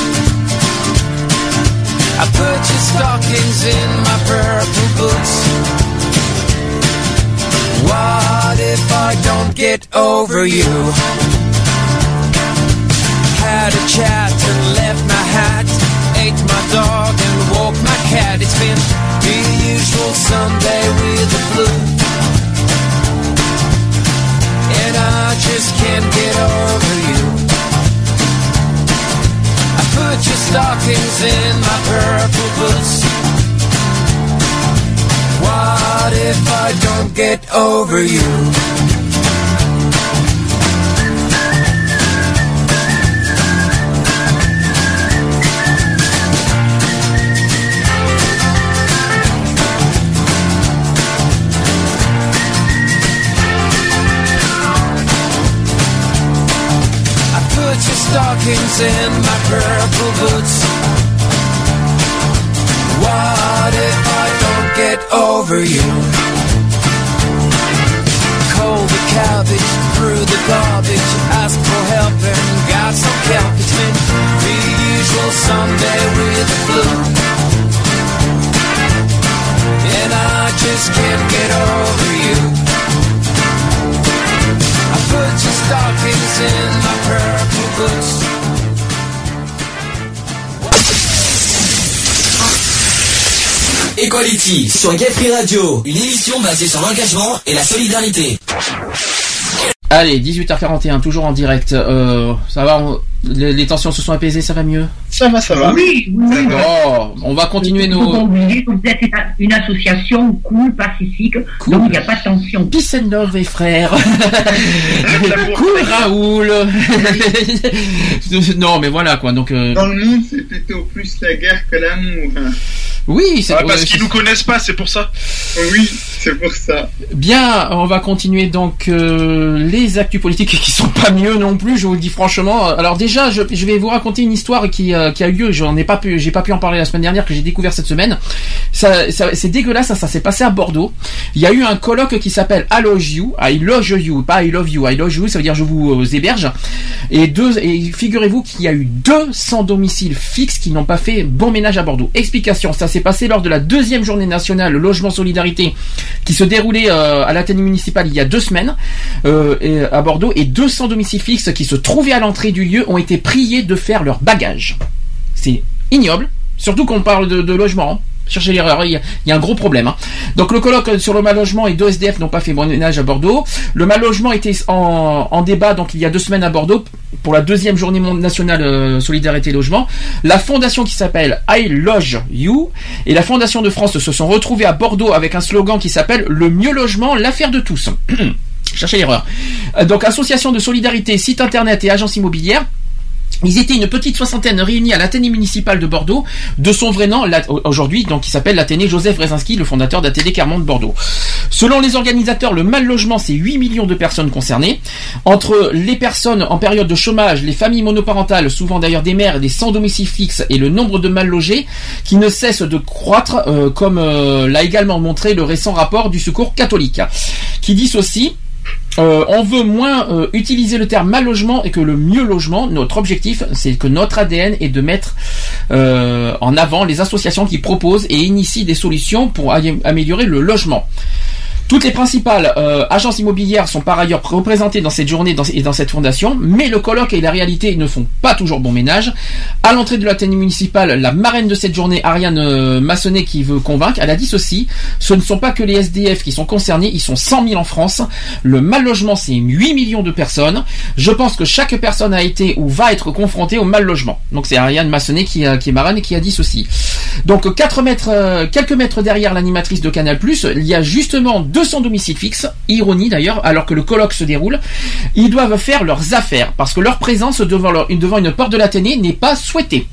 I put your stockings in my purple boots. What if I don't get over you? Had a chat and left my hat. Ate my dog and walked my cat. It's been the usual Sunday with the flu. And I just can't get over you. I put your stockings in my purple boots. What if I don't get over you? Stockings in my purple boots. What if I don't get over you? Cold the cabbage, threw the garbage, asked for help and got some help. It's been the usual Sunday with the flu. And I just can't get over you. I put your stockings in my purple boots. Equality sur Gay Free Radio, une émission basée sur l'engagement et la solidarité. Allez, dix-huit heures quarante et un, toujours en direct. Euh, ça va, on- les, les tensions se sont apaisées, ça va mieux? Ça va, ça va. Oui, oui, oui. Bon, on va continuer Vous nos... oubliez que vous êtes une- une association cool, pacifique, donc il n'y a pas de tension. Peace and love et frères. Cool Raoul. Non mais voilà quoi, donc... euh, Dans le monde, c'est plutôt plus la guerre que l'amour. hein. Oui, c'est Ah, parce ouais, qu'ils c'est- nous connaissent pas, c'est pour ça. Oui, c'est pour ça. Bien, on va continuer donc euh, les actus politiques qui sont pas mieux non plus, je vous le dis franchement. Alors déjà, je, je vais vous raconter une histoire qui, euh, qui a eu lieu, j'en ai pas pu, j'ai pas pu en parler la semaine dernière, que j'ai découvert cette semaine. Ça, ça c'est dégueulasse, ça, ça s'est passé à Bordeaux. Il y a eu un colloque qui s'appelle I Love You, I Love You, pas I Love You, I Love You, ça veut dire je vous euh, héberge. Et deux, et figurez-vous qu'il y a eu deux cents domiciles fixes qui n'ont pas fait bon ménage à Bordeaux. Explication, ça s'est passé lors de la deuxième journée nationale Logement Solidarité qui se déroulait euh, à l'Athénée municipale il y a deux semaines euh, et, à Bordeaux, et deux cents domiciles fixes qui se trouvaient à l'entrée du lieu ont été priés de faire leur bagage. C'est ignoble, surtout qu'on parle de, de logement. Hein. Cherchez l'erreur, il y, a, il y a un gros problème. Hein. Donc le colloque sur le mal logement et deux S D F n'ont pas fait bon ménage à Bordeaux. Le mal logement était en, en débat donc il y a deux semaines à Bordeaux pour la deuxième journée nationale euh, solidarité logement. La fondation qui s'appelle I Love You et la fondation de France se sont retrouvés à Bordeaux avec un slogan qui s'appelle le mieux logement, l'affaire de tous. Cherchez l'erreur. Euh, donc association de solidarité, site internet et agence immobilière. Ils étaient une petite soixantaine réunis à l'Athénée municipal de Bordeaux, de son vrai nom, aujourd'hui, donc il s'appelle l'Athénée Joseph Brzezinski, le fondateur d'Athénée Carmont de Bordeaux. Selon les organisateurs, le mal logement, c'est huit millions de personnes concernées. Entre les personnes en période de chômage, les familles monoparentales, souvent d'ailleurs des mères, des sans domicile fixe, et le nombre de mal logés qui ne cesse de croître, euh, comme euh, l'a également montré le récent rapport du Secours catholique, qui dissocie. Euh, on veut moins euh, utiliser le terme mal logement et que le mieux logement. Notre objectif, c'est que notre A D N est de mettre euh, en avant les associations qui proposent et initient des solutions pour a- améliorer le logement. Toutes les principales euh, agences immobilières sont par ailleurs représentées dans cette journée dans, et dans cette fondation, mais le colloque et la réalité ne font pas toujours bon ménage. À l'entrée de l'Athénée municipale, la marraine de cette journée, Ariane euh, Massonnet, qui veut convaincre, elle a dit ceci: ce ne sont pas que les S D F qui sont concernés, ils sont cent mille en France. Le mal logement, c'est huit millions de personnes. Je pense que chaque personne a été ou va être confrontée au mal logement. Donc c'est Ariane Massonnet qui, a, qui est marraine et qui a dit ceci. Donc quatre mètres, euh, quelques mètres derrière l'animatrice de Canal plus, il y a justement deux cents domiciles fixes, ironie d'ailleurs, alors que le colloque se déroule. Ils doivent faire leurs affaires parce que leur présence devant, leur, devant une porte de l'Athénée n'est pas souhaitée.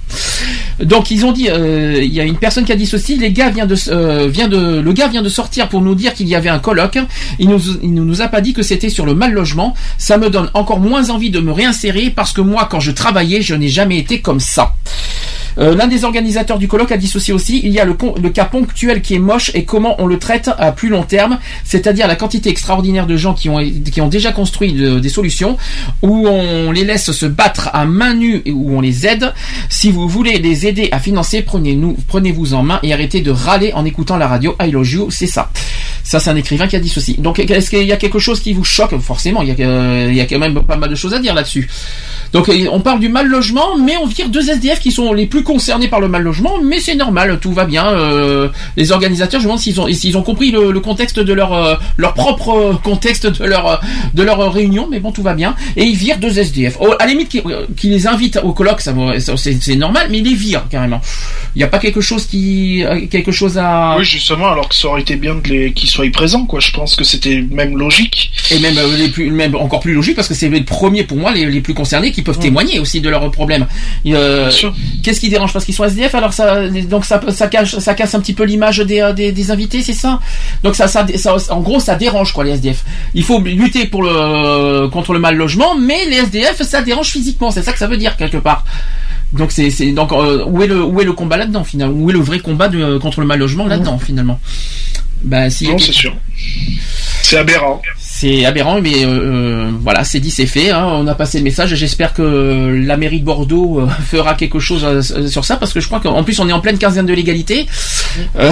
Donc ils ont dit, euh, il y a une personne qui a dit ceci: les gars vient de, euh, vient de, le gars vient de sortir pour nous dire qu'il y avait un colloque. Il nous, il ne nous a pas dit que c'était sur le mal logement. Ça me donne encore moins envie de me réinsérer parce que moi, quand je travaillais, je n'ai jamais été comme ça. Euh, l'un des organisateurs du colloque a dit ceci aussi: il y a le, le cas ponctuel qui est moche et comment on le traite à plus long terme, c'est-à-dire la quantité extraordinaire de gens qui ont, qui ont déjà construit de, des solutions, où on les laisse se battre à main nue et où on les aide. Si vous voulez les aider à financer, prenez-nous, prenez-vous en main et arrêtez de râler en écoutant la radio. I love you, c'est ça. Ça, c'est un écrivain qui a dit ceci. Donc, est-ce qu'il y a quelque chose qui vous choque? Forcément, il y a, euh, il y a quand même pas mal de choses à dire là-dessus. Donc, on parle du mal logement, mais on vire deux S D F qui sont les plus concernés par le mal logement, mais c'est normal, tout va bien. Euh, les organisateurs, je me demande s'ils ont, s'ils ont compris le, le contexte de leur, euh, leur propre contexte de leur, de leur réunion, mais bon, tout va bien. Et ils virent deux S D F. Oh, à la limite, qui, qui les invitent au colloque, ça, c'est, c'est normal, mais ils les virent carrément. Il n'y a pas quelque chose qui, quelque chose à. Oui, justement, alors que ça aurait été bien de les, qu'ils soient présents, quoi. Je pense que c'était même logique. Et même, euh, les plus, même encore plus logique, parce que c'est les premiers pour moi, les, les plus concernés, qui peuvent mmh. témoigner aussi de leurs problèmes. Euh, qu'est-ce qui dérange? Parce qu'ils sont S D F, alors ça, donc ça, ça cache, ça casse un petit peu l'image des, des, des invités, c'est ça? Donc ça, ça, ça, en gros, ça dérange, quoi, les S D F. Il faut lutter pour le, contre le mal logement, mais les S D F, ça dérange physiquement. C'est ça que ça veut dire, quelque part. Donc c'est, c'est donc euh, où est le où est le combat là-dedans finalement? Où est le vrai combat de, contre le mal logement là-dedans mmh. finalement? Bah si. Non, c'est sûr. C'est aberrant. C'est aberrant, mais euh, voilà, c'est dit, c'est fait. Hein, on a passé le message. J'espère que la mairie de Bordeaux euh, fera quelque chose euh, sur ça, parce que je crois qu'en plus on est en pleine quinzaine de l'égalité. Euh,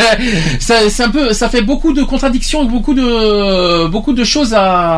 ça, c'est un peu, ça fait beaucoup de contradictions, beaucoup de beaucoup de choses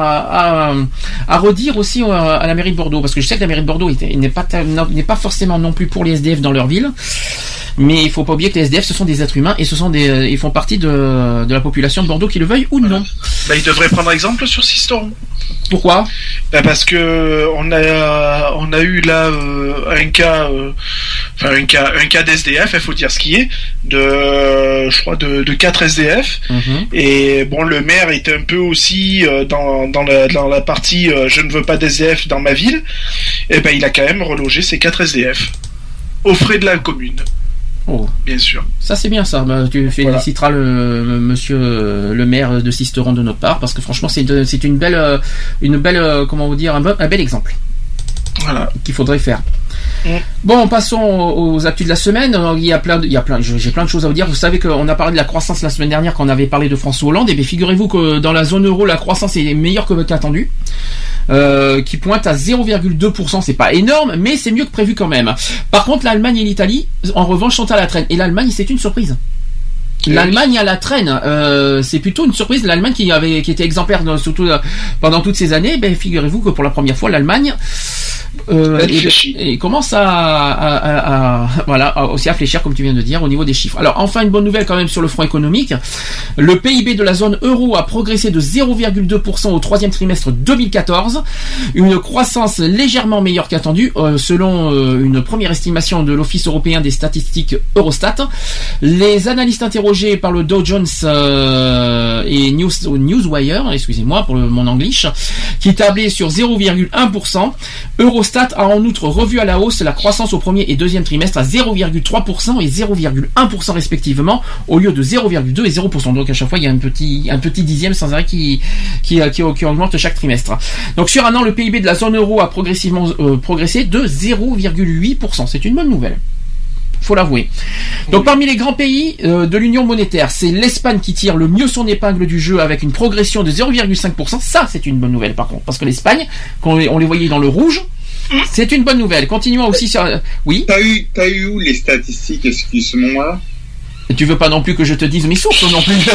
à à, à redire aussi à, à la mairie de Bordeaux, parce que je sais que la mairie de Bordeaux était, n'est pas n'est pas forcément non plus pour les S D F dans leur ville. Mais il faut pas oublier que les S D F, ce sont des êtres humains et ce sont des, ils font partie de, de la population de Bordeaux, qu'ils le veuillent ou non. Bah, ils devraient prendre exemple sur Sisteron. Pourquoi? Bah, parce que on a, on a eu là euh, un cas, euh, enfin un cas, un cas d'S D F, il faut dire ce qui est, de, euh, je crois de, de quatre S D F. Mm-hmm. Et bon, le maire était un peu aussi euh, dans dans la dans la partie, euh, je ne veux pas d'S D F dans ma ville. Et ben, il a quand même relogé ces quatre S D F aux frais de la commune. Oh. Bien sûr. Ça c'est bien ça. Bah, tu féliciteras voilà. le monsieur euh, le maire de Sisteron de notre part, parce que franchement c'est de, c'est une belle euh, une belle euh, comment vous dire un, be- un bel exemple. Voilà. Qu'il faudrait faire. Mm. Bon, passons aux, aux actus de la semaine. Il y a plein de, il y a plein j'ai plein de choses à vous dire. Vous savez qu'on a parlé de la croissance la semaine dernière quand on avait parlé de François Hollande, et bien figurez-vous que dans la zone euro la croissance est meilleure que qu'attendu. Euh, qui pointe à zéro virgule deux pour cent, c'est pas énorme, mais c'est mieux que prévu quand même. Par contre, l'Allemagne et l'Italie, en revanche, sont à la traîne. Et l'Allemagne, c'est une surprise. L'Allemagne à la traîne, euh, c'est plutôt une surprise. L'Allemagne qui avait, qui était exemplaire surtout pendant toutes ces années, ben figurez-vous que pour la première fois, l'Allemagne euh, et, et commence à, à, à, à voilà à, aussi à fléchir, comme tu viens de dire, au niveau des chiffres. Alors enfin, une bonne nouvelle quand même sur le front économique. Le P I B de la zone euro a progressé de zéro virgule deux pour cent au troisième trimestre deux mille quatorze, une croissance légèrement meilleure qu'attendue, euh, selon euh, une première estimation de l'Office européen des statistiques Eurostat. Les analystes interrogés par le Dow Jones euh, et News, Newswire, excusez-moi pour le, mon anglish, qui tablait sur zéro virgule un pour cent. Eurostat Eurostat a en outre revu à la hausse la croissance au premier et deuxième trimestre à zéro virgule trois pour cent et zéro virgule un pour cent respectivement, au lieu de zéro virgule deux et zéro pour cent. Donc à chaque fois, il y a un petit, un petit dixième sans arrêt qui, qui, qui, qui augmente chaque trimestre. Donc sur un an, le P I B de la zone euro a progressivement euh, progressé de zéro virgule huit pour cent. C'est une bonne nouvelle. Faut l'avouer. Donc parmi les grands pays euh, de l'Union monétaire, c'est l'Espagne qui tire le mieux son épingle du jeu avec une progression de zéro virgule cinq pour cent. Ça, c'est une bonne nouvelle par contre, parce que l'Espagne, quand on les voyait dans le rouge, c'est une bonne nouvelle. Continuons aussi sur... Oui. T'as eu, t'as eu où les statistiques, excuse-moi? Tu veux pas non plus que je te dise mes sources non plus.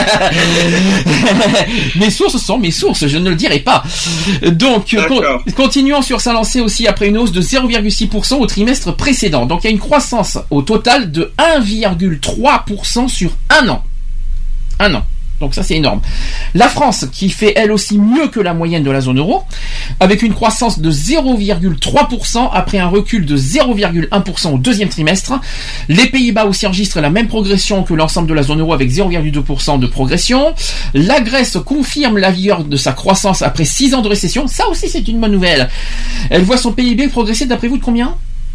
Mes sources sont mes sources, je ne le dirai pas. Donc, con, continuons sur sa lancée aussi après une hausse de zéro virgule six pour cent au trimestre précédent. Donc, il y a une croissance au total de un virgule trois pour cent sur un an. Un an. Donc ça c'est énorme. La France qui fait elle aussi mieux que la moyenne de la zone euro, avec une croissance de zéro virgule trois pour cent après un recul de zéro virgule un pour cent au deuxième trimestre. Les Pays-Bas aussi enregistrent la même progression que l'ensemble de la zone euro avec zéro virgule deux pour cent de progression. La Grèce confirme la vigueur de sa croissance après six ans de récession. Ça aussi c'est une bonne nouvelle. Elle voit son P I B progresser d'après vous de combien ?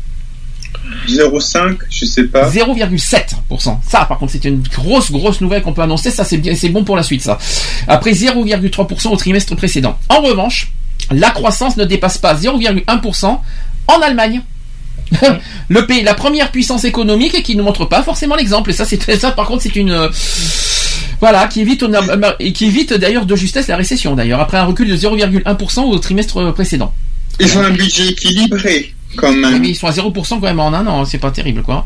zéro virgule cinq, je sais pas. zéro virgule sept pour cent. Ça, par contre, c'est une grosse, grosse nouvelle qu'on peut annoncer. Ça, c'est bien, c'est bon pour la suite, ça. Après zéro virgule trois pour cent au trimestre précédent. En revanche, la croissance ne dépasse pas zéro virgule un pour cent en Allemagne. Le pays, la première puissance économique et qui ne montre pas forcément l'exemple. Et ça, c'est ça. Par contre, c'est une euh, voilà qui évite et qui évite d'ailleurs de justesse la récession. D'ailleurs, après un recul de zéro virgule un pour cent au trimestre précédent. Ils ont un budget équilibré. Quand même. Oui, ils sont à zéro pour cent quand même en un an, c'est pas terrible quoi.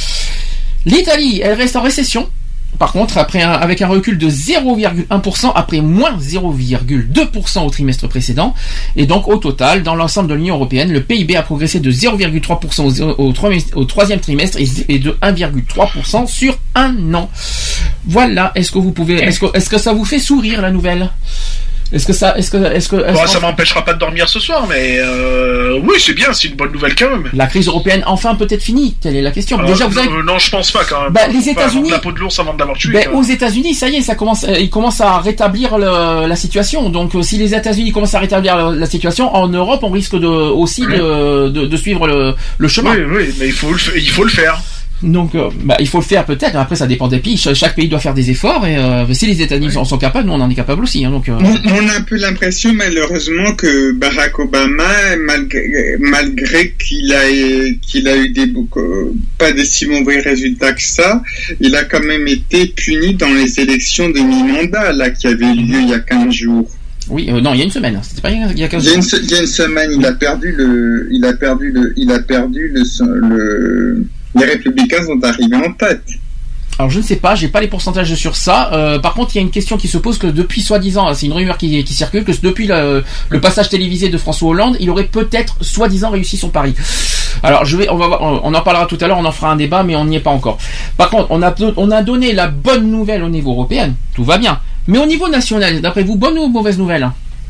L'Italie, elle reste en récession. Par contre, après un, avec un recul de zéro virgule un pour cent après moins zéro virgule deux pour cent au trimestre précédent. Et donc au total, dans l'ensemble de l'Union européenne, le P I B a progressé de zéro virgule trois pour cent au, au, au troisième trimestre et de un virgule trois pour cent sur un an. Voilà, est-ce que vous pouvez, est-ce que, est-ce que ça vous fait sourire la nouvelle ? Est-ce que ça, est-ce que, est-ce que, est-ce bon, ça m'empêchera pas de dormir ce soir, mais euh, oui, c'est bien, c'est une bonne nouvelle quand même. La crise européenne enfin peut-être finie, telle est la question. Euh, Déjà, vous avez... non, non, je pense pas quand même. Bah, les États-Unis, la peau de l'ours avant de l'avoir tué. Bah, aux États-Unis, ça y est, ça commence, ils commencent à rétablir le, la situation. Donc, si les États-Unis commencent à rétablir la, la situation, en Europe, on risque de aussi de, de, de suivre le, le chemin. Oui, oui, mais il faut le, il faut le faire. Donc, euh, bah, il faut le faire peut-être. Après, ça dépend des pays. Ch- chaque pays doit faire des efforts. Et euh, si les États-Unis oui. en sont capables, nous, on en est capables aussi. Hein, donc, euh... on, on a un peu l'impression, malheureusement, que Barack Obama, malgré, malgré qu'il a, qu'il a eu des pas des si mauvais résultats que ça, il a quand même été puni dans les élections de mi-mandat là qui avaient lieu il y a quinze jours. Oui, euh, non, il y a une semaine. C'était pas il y a quinze jours. Il y a une, il y a une semaine, il a perdu le, il a perdu le, il a perdu le, le les Républicains sont arrivés en tête. Alors je ne sais pas, j'ai pas les pourcentages sur ça. Euh, par contre, il y a une question qui se pose que depuis soi-disant, c'est une rumeur qui, qui circule, que depuis le, le passage télévisé de François Hollande, il aurait peut-être soi-disant réussi son pari. Alors je vais, on va, on en parlera tout à l'heure, on en fera un débat, mais on n'y est pas encore. Par contre, on a, on a donné la bonne nouvelle au niveau européen, tout va bien. Mais au niveau national, d'après vous, bonne ou mauvaise nouvelle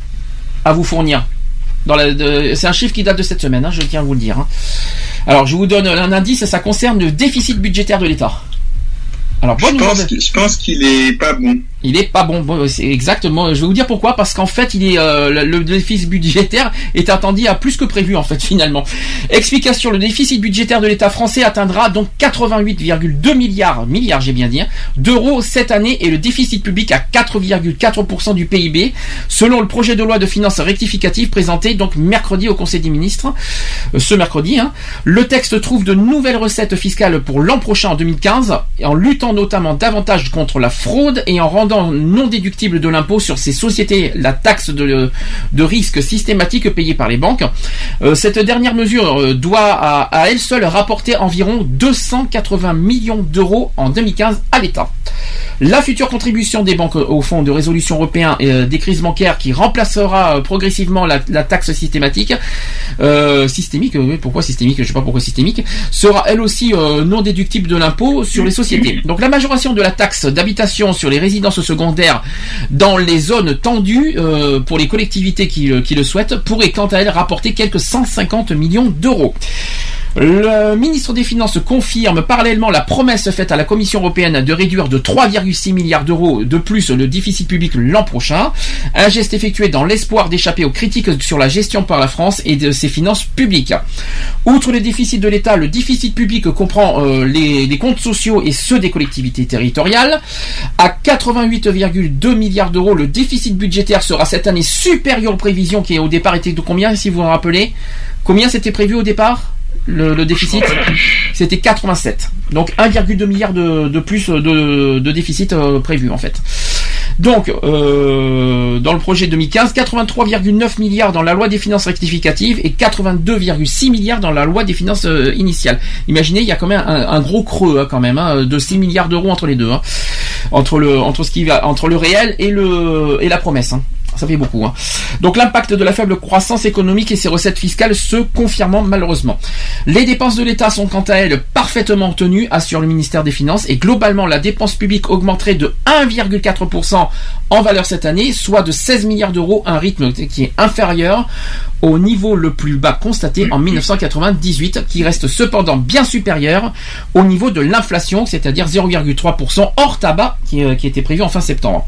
à vous fournir? Dans la, de, c'est un chiffre qui date de cette semaine, hein, je tiens à vous le dire. Hein. Alors, je vous donne un indice, ça concerne le déficit budgétaire de l'État. Alors, bonne je, pense je pense qu'il est pas bon. Il est pas bon. bon c'est exactement. Je vais vous dire pourquoi. Parce qu'en fait, il est euh, le, le déficit budgétaire est attendu à plus que prévu en fait finalement. Explication: le déficit budgétaire de l'État français atteindra donc quatre-vingt-huit virgule deux milliards, milliards j'ai bien dit, hein, d'euros cette année et le déficit public à quatre virgule quatre pour cent du P I B, selon le projet de loi de finances rectificative présenté donc mercredi au Conseil des ministres. Euh, ce mercredi, hein. Le texte trouve de nouvelles recettes fiscales pour l'an prochain en deux mille quinze, en luttant notamment davantage contre la fraude et en rendant non déductible de l'impôt sur ces sociétés la taxe de, de risque systématique payée par les banques. Euh, cette dernière mesure euh, doit à, à elle seule rapporter environ deux cent quatre-vingts millions d'euros en deux mille quinze à l'État. La future contribution des banques au fonds de résolution européen et euh, des crises bancaires qui remplacera euh, progressivement la, la taxe systématique euh, systémique, euh, pourquoi systémique, je sais pas pourquoi systémique, sera elle aussi euh, non déductible de l'impôt sur les sociétés. Donc la majoration de la taxe d'habitation sur les résidences secondaires dans les zones tendues euh, pour les collectivités qui, qui le souhaitent pourrait quant à elle rapporter quelques cent cinquante millions d'euros. Le ministre des Finances confirme parallèlement la promesse faite à la Commission européenne de réduire de trois virgule six milliards d'euros de plus le déficit public l'an prochain. Un geste effectué dans l'espoir d'échapper aux critiques sur la gestion par la France et de ses finances publiques. Outre le déficit de l'État, le déficit public comprend euh, les, les comptes sociaux et ceux des collectivités territoriales. À quatre-vingt-huit virgule deux milliards d'euros, le déficit budgétaire sera cette année supérieur aux prévisions qui au départ étaient de combien, si vous vous rappelez? Combien c'était prévu au départ? Le, le déficit, c'était quatre-vingt-sept. Donc un virgule deux milliard de, de plus de, de déficit euh, prévu en fait. Donc, euh, dans le projet deux mille quinze, quatre-vingt-trois virgule neuf milliards dans la loi des finances rectificatives et quatre-vingt-deux virgule six milliards dans la loi des finances euh, initiales. Imaginez, il y a quand même un, un gros creux hein, quand même, hein, de six milliards d'euros entre les deux, hein, entre le entre ce qui va entre le réel et le et la promesse. Hein. Ça fait beaucoup. Hein. Donc l'impact de la faible croissance économique et ses recettes fiscales se confirmant malheureusement. Les dépenses de l'État sont quant à elles parfaitement tenues, assure le ministère des Finances, et globalement la dépense publique augmenterait de un virgule quatre pour cent en valeur cette année, soit de seize milliards d'euros, un rythme qui est inférieur au niveau le plus bas constaté en mille neuf cent quatre-vingt-dix-huit, qui reste cependant bien supérieur au niveau de l'inflation, c'est-à-dire zéro virgule trois pour cent hors tabac qui, euh, qui était prévu en fin septembre.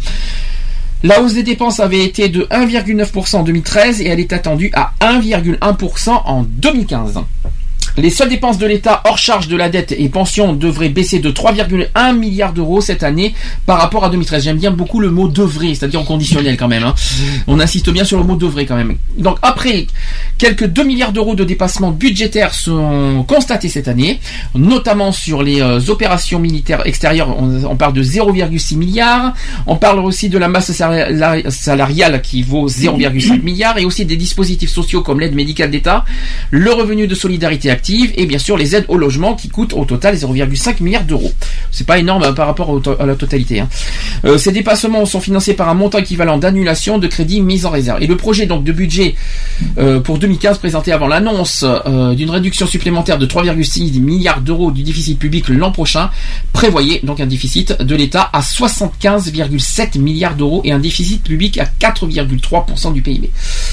La hausse des dépenses avait été de un virgule neuf pour cent en deux mille treize et elle est attendue à un virgule un pour cent en deux mille quinze. Les seules dépenses de l'État hors charge de la dette et pensions devraient baisser de trois virgule un milliards d'euros cette année par rapport à deux mille treize. J'aime bien beaucoup le mot devrait, c'est-à-dire au conditionnel quand même. Hein. On insiste bien sur le mot devrait quand même. Donc après, quelques deux milliards d'euros de dépassements budgétaires sont constatés cette année, notamment sur les euh, opérations militaires extérieures. On, on parle de zéro virgule six milliards. On parle aussi de la masse salariale qui vaut zéro virgule cinq milliards et aussi des dispositifs sociaux comme l'aide médicale d'État, le revenu de solidarité active et bien sûr les aides au logement qui coûtent au total zéro virgule cinq milliards d'euros. C'est pas énorme hein, par rapport au to- à la totalité. Hein. Euh, ces dépassements sont financés par un montant équivalent d'annulation de crédits mis en réserve. Et le projet donc de budget euh, pour deux mille quinze présenté avant l'annonce euh, d'une réduction supplémentaire de trois virgule six milliards d'euros du déficit public l'an prochain prévoyait donc un déficit de l'État à soixante-quinze virgule sept milliards d'euros et un déficit public à quatre virgule trois pour cent du P I B.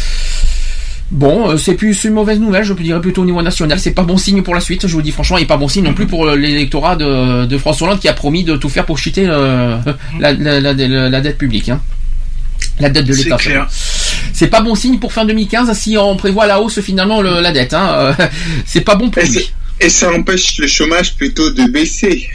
Bon, euh, c'est plus une mauvaise nouvelle, je dirais plutôt au niveau national. C'est pas bon signe pour la suite, je vous dis franchement, et pas bon signe non plus pour euh, l'électorat de, de François Hollande qui a promis de tout faire pour chuter euh, la, la, la, la, la dette publique, hein. La dette de l'État. C'est clair. C'est pas bon signe pour fin deux mille quinze si on prévoit la hausse finalement le, la dette. Hein. Euh, c'est pas bon pour et lui. Et ça empêche le chômage plutôt de baisser.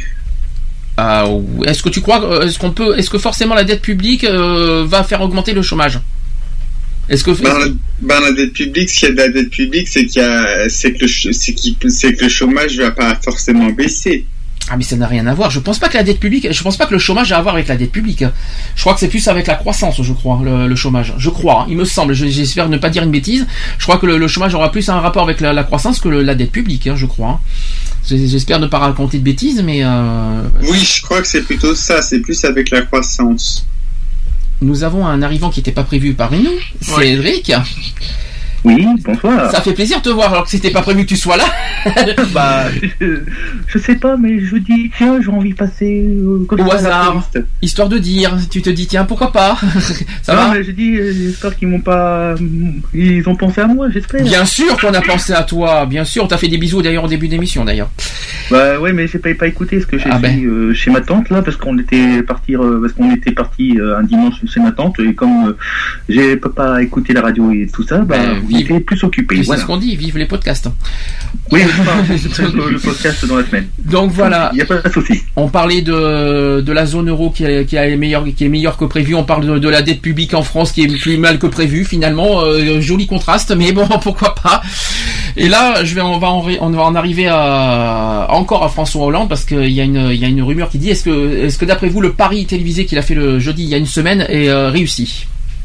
Euh, est-ce que tu crois, est-ce qu'on peut, est-ce que forcément la dette publique euh, va faire augmenter le chômage? Est-ce que ben, la, ben, la dette publique, s'il y a de la dette publique, c'est qu'il y a, c'est que le, c'est qu'il, c'est que le chômage va pas forcément baisser. Ah mais ça n'a rien à voir. Je pense pas que la dette publique, je pense pas que le chômage a à voir avec la dette publique. Je crois que c'est plus avec la croissance, je crois, le, le chômage. Je crois, hein, il me semble. J'espère ne pas dire une bêtise. Je crois que le, le chômage aura plus un rapport avec la, la croissance que le, la dette publique, hein, je crois. J'espère ne pas raconter de bêtises, mais. Euh... Oui, je crois que c'est plutôt ça. C'est plus avec la croissance. Nous avons un arrivant qui n'était pas prévu parmi nous, c'est oui. Cédric. Oui, bonsoir. Ça fait plaisir de te voir alors que c'était pas prévu que tu sois là. Bah, je, je sais pas, mais je dis tiens, j'ai envie de passer euh, au hasard, histoire de dire. Tu te dis tiens, pourquoi pas. Ça non, va. Mais je dis, j'espère qu'ils m'ont pas, ils ont pensé à moi, j'espère. Bien sûr qu'on a pensé à toi, bien sûr. On t'a fait des bisous d'ailleurs au début d'émission d'ailleurs. Bah ouais, mais j'ai pas pas écouté ce que j'ai ah fait ben. euh, chez ma tante là, parce qu'on était parti, euh, parce qu'on était parti euh, un dimanche chez ma tante et comme euh, j'ai pas écouté la radio et tout ça, bah. Ben, Vive, plus occupé. C'est voilà. ce qu'on dit, vive les podcasts. Oui, le, le podcast dans la semaine. Donc voilà. Il n'y a pas de souci. On parlait de, de la zone euro qui est, qui est meilleure, qui est meilleure que prévu. On parle de, de la dette publique en France qui est plus mal que prévu. Finalement, euh, joli contraste, mais bon, pourquoi pas. Et là, je vais, on va en, on va en arriver à, encore à François Hollande parce qu'il y a une, il y a une rumeur qui dit est-ce que, est-ce que d'après vous, le pari télévisé qu'il a fait le jeudi il y a une semaine est euh, réussi?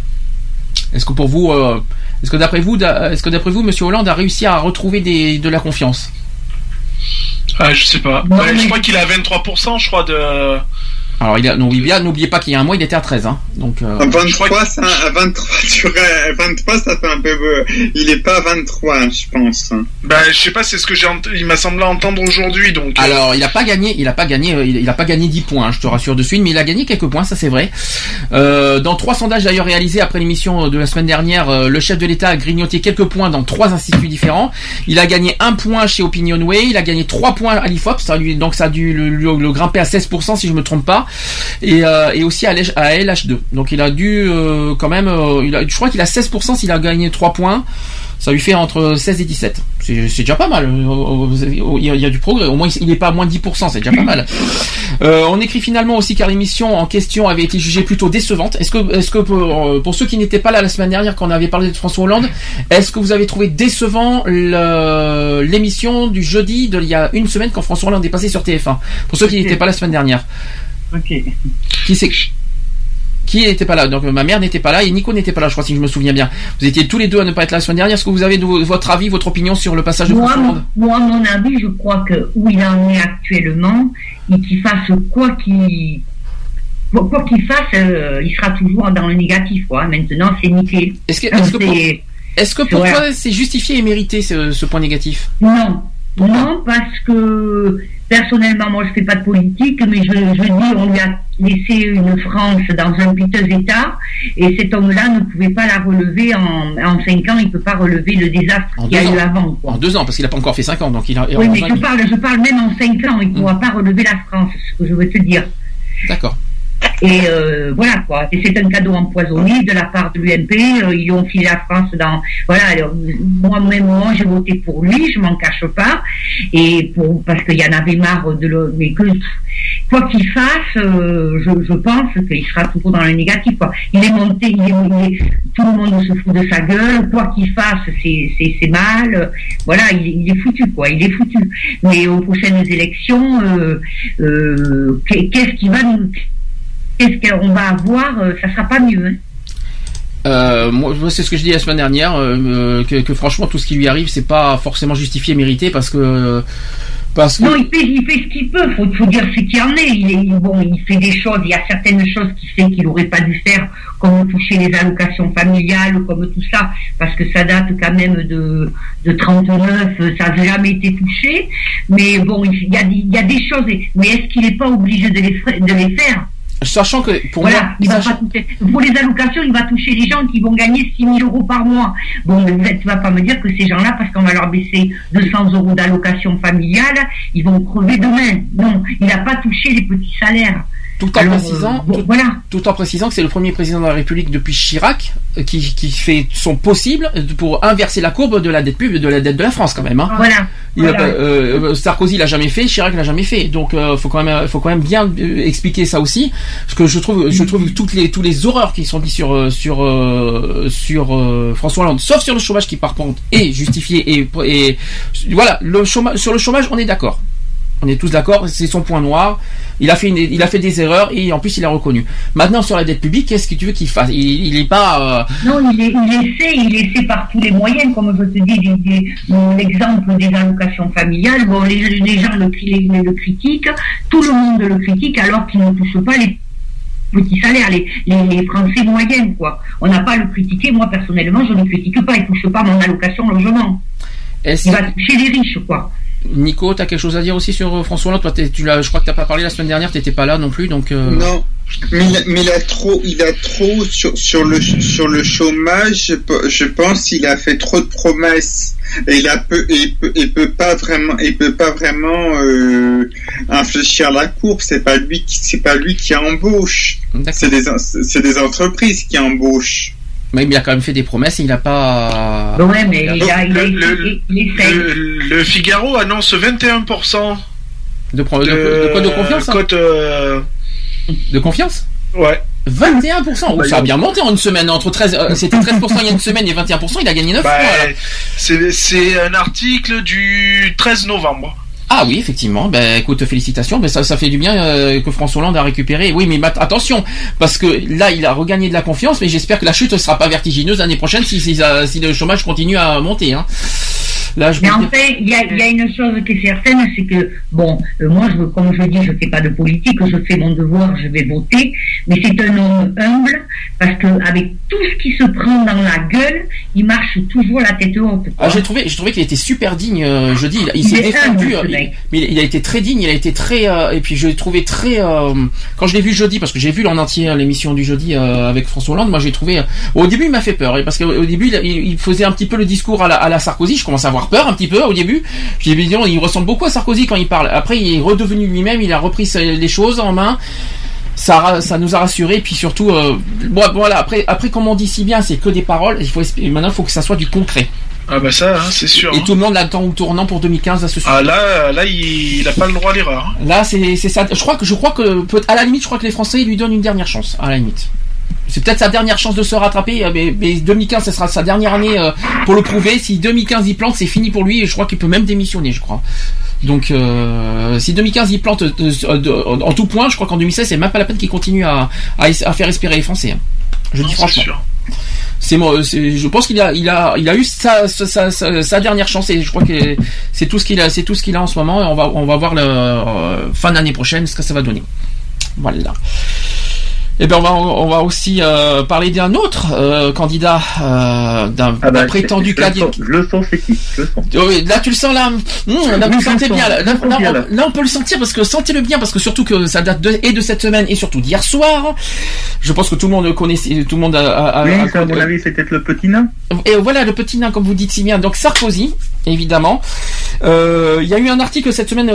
Est-ce que pour vous, euh, est-ce que d'après vous, est-ce que d'après vous, Monsieur Hollande a réussi à retrouver des, de la confiance? Ah, je sais pas. Non, ouais, mais... Je crois qu'il est à vingt-trois pour cent, je crois, de. Alors, il a, n'oubliez, n'oubliez pas qu'il y a un mois, il était à treize, hein. Donc, euh, vingt-trois, ça, vingt-trois, tu aurais, vingt-trois, ça fait un peu, euh, il est pas vingt-trois, je pense. Bah, je sais pas, c'est ce que j'ai, ent... il m'a semblé entendre aujourd'hui, donc. Euh... Alors, il a pas gagné, il a pas gagné, il, il a pas gagné dix points, hein, je te rassure de suite, mais il a gagné quelques points, ça c'est vrai. Euh, dans trois sondages d'ailleurs réalisés après l'émission de la semaine dernière, euh, le chef de l'État a grignoté quelques points dans trois instituts différents. Il a gagné un point chez Opinionway, il a gagné trois points à l'I F O P, ça lui, donc ça a dû le, le, le grimper à seize pour cent si je me trompe pas. Et, euh, et aussi à, à L H deux. Donc il a dû euh, quand même, euh, il a, je crois qu'il a seize pour cent s'il a gagné trois points. Ça lui fait entre seize et dix-sept. C'est, c'est déjà pas mal. Il y, a, il y a du progrès. Au moins, il n'est pas à moins de dix pour cent. C'est déjà pas mal. Euh, on écrit finalement aussi car l'émission en question avait été jugée plutôt décevante. Est-ce que, est-ce que pour, pour ceux qui n'étaient pas là la semaine dernière quand on avait parlé de François Hollande, est-ce que vous avez trouvé décevant le, l'émission du jeudi de il y a une semaine quand François Hollande est passé sur T F un? Pour ceux qui n'étaient pas là la semaine dernière. Ok. Qui c'est? Qui n'était pas là? Donc ma mère n'était pas là et Nico n'était pas là, je crois, si je me souviens bien. Vous étiez tous les deux à ne pas être là la semaine dernière. Est-ce que vous avez de, votre avis, votre opinion sur le passage de François Hollande? Moi, mon avis, je crois que où il en est actuellement, et qu'il fasse quoi qu'il quoi qu'il fasse, euh, il sera toujours dans le négatif. Quoi. Maintenant, c'est niqué. Est-ce que, est-ce que pour, est-ce que pour voilà. toi, c'est justifié et mérité ce, ce point négatif? Non. Non, parce que personnellement, moi, je fais pas de politique, mais je, je dis, on lui a laissé une France dans un piteux état, et cet homme-là ne pouvait pas la relever en, en cinq ans. Il peut pas relever le désastre qu'il y a eu avant. Quoi. En deux ans, parce qu'il a pas encore fait cinq ans, donc il a. Oui, mais je parle, je parle même en cinq ans. Il ne pourra mmh. pas relever la France, ce que je veux te dire. D'accord. Et euh, voilà quoi. Et c'est un cadeau empoisonné de la part de l'U M P. Euh, ils ont filé la France dans. Voilà. Alors, moi-même, moi, j'ai voté pour lui. Je m'en cache pas. Et pour parce qu'il y en avait marre de le. Mais que quoi qu'il fasse, euh, je, je pense qu'il sera toujours dans le négatif. Quoi. Il est monté. Il est, il est, tout le monde se fout de sa gueule. Quoi qu'il fasse, c'est, c'est, c'est mal. Voilà. Il, il est foutu quoi. Il est foutu. Mais aux prochaines élections, euh, euh, qu'est-ce qui va nous Qu'est-ce qu'on va avoir, euh, ça sera pas mieux. Hein. Euh, moi, c'est ce que je dis la semaine dernière, euh, que, que franchement tout ce qui lui arrive, c'est pas forcément justifié, mérité, parce que parce que non, il fait, il fait ce qu'il peut. Faut, faut dire ce qu'il en est. Il est bon, il fait des choses. Il y a certaines choses qu'il fait qu'il aurait pas dû faire, comme toucher les allocations familiales, comme tout ça, parce que ça date quand même de de trente-neuf. Ça n'a jamais été touché. Mais bon, il y a, il y a des choses. Mais est-ce qu'il n'est pas obligé de les, de les faire? Sachant que pour voilà, moi, il va sachant... pas toucher. Pour les allocations, il va toucher les gens qui vont gagner six mille euros par mois. Bon, mais tu vas pas me dire que ces gens-là, parce qu'on va leur baisser deux cents euros d'allocation familiale, ils vont crever demain. Non, il n'a pas touché les petits salaires. Tout en, Alors, précisant, euh, bon, tout, voilà. tout en précisant que c'est le premier président de la République depuis Chirac qui, qui fait son possible pour inverser la courbe de la dette publique, de la dette de la France quand même. Hein. Voilà. Il voilà. A, euh, Sarkozy l'a jamais fait, Chirac l'a jamais fait. Donc euh, faut quand même, faut quand même bien euh, expliquer ça aussi, parce que je trouve, je trouve que toutes les, toutes les horreurs qui sont dites sur sur euh, sur euh, François Hollande, sauf sur le chômage qui par contre est justifié et, et voilà, le chômage, sur le chômage on est d'accord. On est tous d'accord, c'est son point noir. Il a fait une, il a fait des erreurs et en plus il a reconnu. Maintenant sur la dette publique, qu'est-ce que tu veux qu'il fasse? Il, il est pas. Euh... Non, il, est, il essaie, il essaie par tous les moyens, comme je te dis, des, des, l'exemple des allocations familiales. Bon, les, les gens le, les, le critiquent, tout le monde le critique, alors qu'il ne touche pas les petits salaires, les, les, les Français moyens, quoi. On n'a pas à le critiquer. Moi personnellement, je ne critique pas. Il touche pas mon allocation logement. Est-ce... Il va toucher les riches, quoi. Nico, t'as quelque chose à dire aussi sur François Hollande? Toi, tu l'as, je crois que t'as pas parlé la semaine dernière, t'étais pas là non plus, donc. Euh... Non, mais il, a, mais il a trop, il a trop sur, sur le sur le chômage. Je, je pense qu'il a fait trop de promesses et il a peu, et peut, et peut pas vraiment, il peut pas vraiment euh, infléchir la courbe. C'est pas lui qui, c'est pas lui qui embauche. D'accord. C'est des, c'est des entreprises qui embauchent. Mais il a quand même fait des promesses et il n'a pas. Ouais, mais il a, il a, il a, le, il le, le Figaro annonce vingt et un pour cent de, de, de, de quoi de confiance hein cote, euh... De confiance Ouais. vingt et un pour cent oh, ça a bien monté en une semaine. Entre treize, euh, c'était treize pour cent il y a une semaine et vingt et un pour cent il a gagné neuf bah, fois. C'est, c'est un article du treize novembre. Ah oui, effectivement. Ben, écoute, félicitations. Ben, ça, ça fait du bien euh, que François Hollande a récupéré. Oui, mais mat- attention, parce que là, il a regagné de la confiance, mais j'espère que la chute ne sera pas vertigineuse l'année prochaine si, si, si le chômage continue à monter. Hein. Là, je Mais en fait, il y a, il y a une chose qui est certaine, c'est que, bon, euh, moi, je, comme je dis, je fais pas de politique, je fais mon devoir, je vais voter, mais c'est un homme humble, parce que avec tout ce qui se prend dans la gueule, il marche toujours la tête haute. Ah, j'ai trouvé, j'ai trouvé qu'il était super digne euh, jeudi. Il, il, il s'est défendu, humble, euh, il, mais il, il a été très digne, il a été très, euh, et puis je l'ai trouvé très. Euh, quand je l'ai vu jeudi, parce que j'ai vu en entier l'émission du jeudi euh, avec François Hollande, moi j'ai trouvé. Euh, au début, il m'a fait peur, parce qu'au début, il, il faisait un petit peu le discours à la, à la Sarkozy. Je commence à avoir peur un petit peu au début. J'ai dit, il ressemble beaucoup à Sarkozy quand il parle. Après, il est redevenu lui-même, il a repris les choses en main. Ça, ça nous a rassurés, puis surtout, euh, bon, voilà. Après, après, comme on dit si bien, c'est que des paroles. Il faut maintenant, il faut que ça soit du concret. Ah bah ça, hein, c'est sûr. Et hein. Tout le monde l'attend au tournant pour deux mille quinze à ce sujet. Ah là, là, il, il a pas le droit à l'erreur. Hein. Là, c'est, c'est ça. Je crois que, je crois que, peut, à la limite, je crois que les Français ils lui donnent une dernière chance. À la limite. C'est peut-être sa dernière chance de se rattraper, mais, mais deux mille quinze, ce sera sa dernière année euh, pour le prouver. Si deux mille quinze il plante, c'est fini pour lui, et je crois qu'il peut même démissionner, je crois. Donc, euh, si deux mille quinze il plante euh, euh, en tout point, je crois qu'en deux mille seize, c'est même pas la peine qu'il continue à, à, à faire espérer les Français. Hein. Je non, dis franchement. Sûr. C'est moi, c'est, je pense qu'il a, il a, il a eu sa, sa, sa, sa dernière chance, et je crois que c'est tout ce qu'il a, c'est tout ce qu'il a en ce moment, et on va, on va voir le euh, fin d'année prochaine ce que ça va donner. Voilà. Eh bien, on va, on va aussi euh, parler d'un autre euh, candidat, euh, d'un, ah bah, d'un prétendu candidat. Je le sens, c'est qui je le sens. Oh, là, tu le sens là. Mmh, là, vous le sentez bien. Là, là, là, là, on, là, on peut le sentir parce que sentez-le bien, parce que surtout que ça date de, et de cette semaine et surtout d'hier soir. Je pense que tout le monde connaît, tout le monde a. a, oui, a, ça, à mon avis, c'est peut-être le petit nain. Et voilà, le petit nain, comme vous dites si bien. Donc Sarkozy, évidemment. Il euh, y a eu un article cette semaine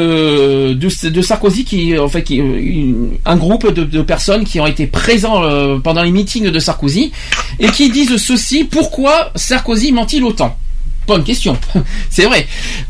de de, de Sarkozy qui, en fait, qui, un groupe de, de personnes qui ont été présents euh, pendant les meetings de Sarkozy et qui disent ceci: pourquoi Sarkozy ment-il autant? Bonne question, c'est vrai.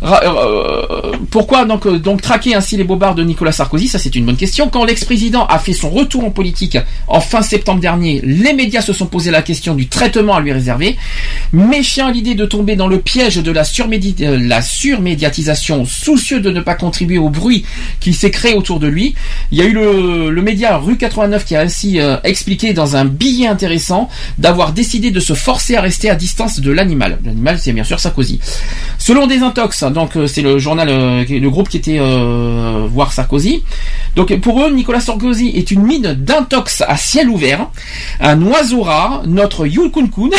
Euh, pourquoi donc, donc traquer ainsi les bobards de Nicolas Sarkozy? Ça, c'est une bonne question. Quand l'ex-président a fait son retour en politique en fin septembre dernier, les médias se sont posé la question du traitement à lui réserver. Méfiant à l'idée de tomber dans le piège de la, surmédi- la surmédiatisation, soucieux de ne pas contribuer au bruit qui s'est créé autour de lui, il y a eu le, le média Rue quatre-vingt-neuf qui a ainsi euh, expliqué dans un billet intéressant d'avoir décidé de se forcer à rester à distance de l'animal. L'animal, c'est bien sûr Sarkozy. Selon des intox, donc c'est le journal, euh, le groupe qui était euh, voir Sarkozy. Donc pour eux, Nicolas Sarkozy est une mine d'intox à ciel ouvert, un oiseau rare, notre Yulkunkun,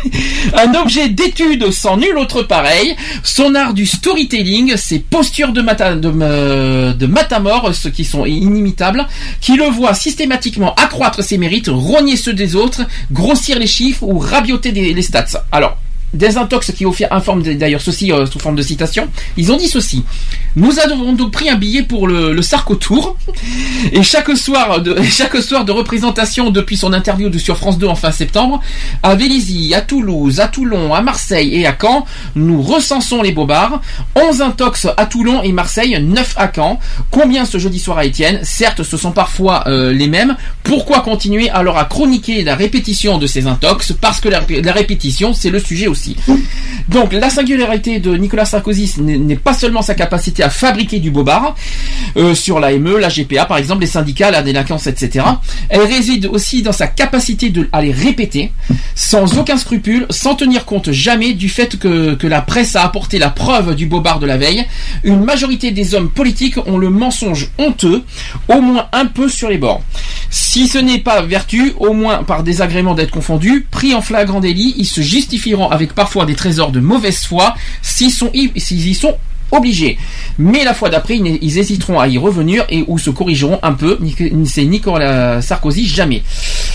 un objet d'étude sans nul autre pareil, son art du storytelling, ses postures de, mata, de, de, de matamor, ceux qui sont inimitables, qui le voient systématiquement accroître ses mérites, rogner ceux des autres, grossir les chiffres ou rabioter des, les stats. Alors, des intox qui informent d'ailleurs ceci euh, sous forme de citation, ils ont dit ceci: nous avons donc pris un billet pour le, le Sarko Tour, et chaque soir de chaque soir de représentation depuis son interview de sur France deux en fin septembre, à Vélizy, à Toulouse, à Toulon, à Marseille et à Caen, nous recensons les bobards. onze intox à Toulon et Marseille, neuf à Caen. Combien ce jeudi soir à Étienne? Certes, ce sont parfois euh, les mêmes. Pourquoi continuer alors à chroniquer la répétition de ces intox? Parce que la, la répétition, c'est le sujet aussi. Donc la singularité de Nicolas Sarkozy n'est pas seulement sa capacité à fabriquer du bobard euh, sur l'A M E, la G P A par exemple, les syndicats, la délinquance, et cetera. Elle réside aussi dans sa capacité de, à les répéter sans aucun scrupule, sans tenir compte jamais du fait que, que la presse a apporté la preuve du bobard de la veille. Une majorité des hommes politiques ont le mensonge honteux, au moins un peu sur les bords. Si ce n'est pas vertu, au moins par désagrément d'être confondus, pris en flagrant délit, ils se justifieront avec parfois des trésors de mauvaise foi s'ils sont, s'ils y sont obligés. Mais la fois d'après, ils hésiteront à y revenir et ou se corrigeront un peu. C'est Nicolas Sarkozy jamais.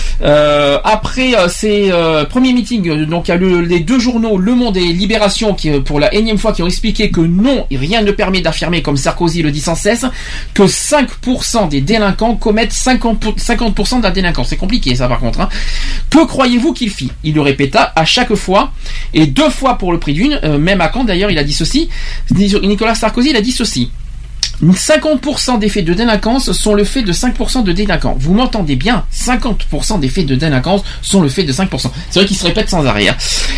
Euh, après euh, ces euh, premiers meetings, donc il y a le, les deux journaux Le Monde et Libération qui, pour la énième fois, qui ont expliqué que non, rien ne permet d'affirmer, comme Sarkozy le dit sans cesse, que cinq pour cent des délinquants commettent cinquante pour cent de la délinquance. C'est compliqué ça par contre. Hein. Que croyez-vous qu'il fit? Il le répéta à chaque fois, et deux fois pour le prix d'une. Euh, même à Caen d'ailleurs, il a dit ceci. Nicolas Sarkozy, il a dit ceci: cinquante pour cent des faits de délinquance sont le fait de cinq pour cent de délinquants. Vous m'entendez bien, cinquante pour cent des faits de délinquance sont le fait de cinq pour cent. C'est vrai qu'il se répète sans arrêt. Hein.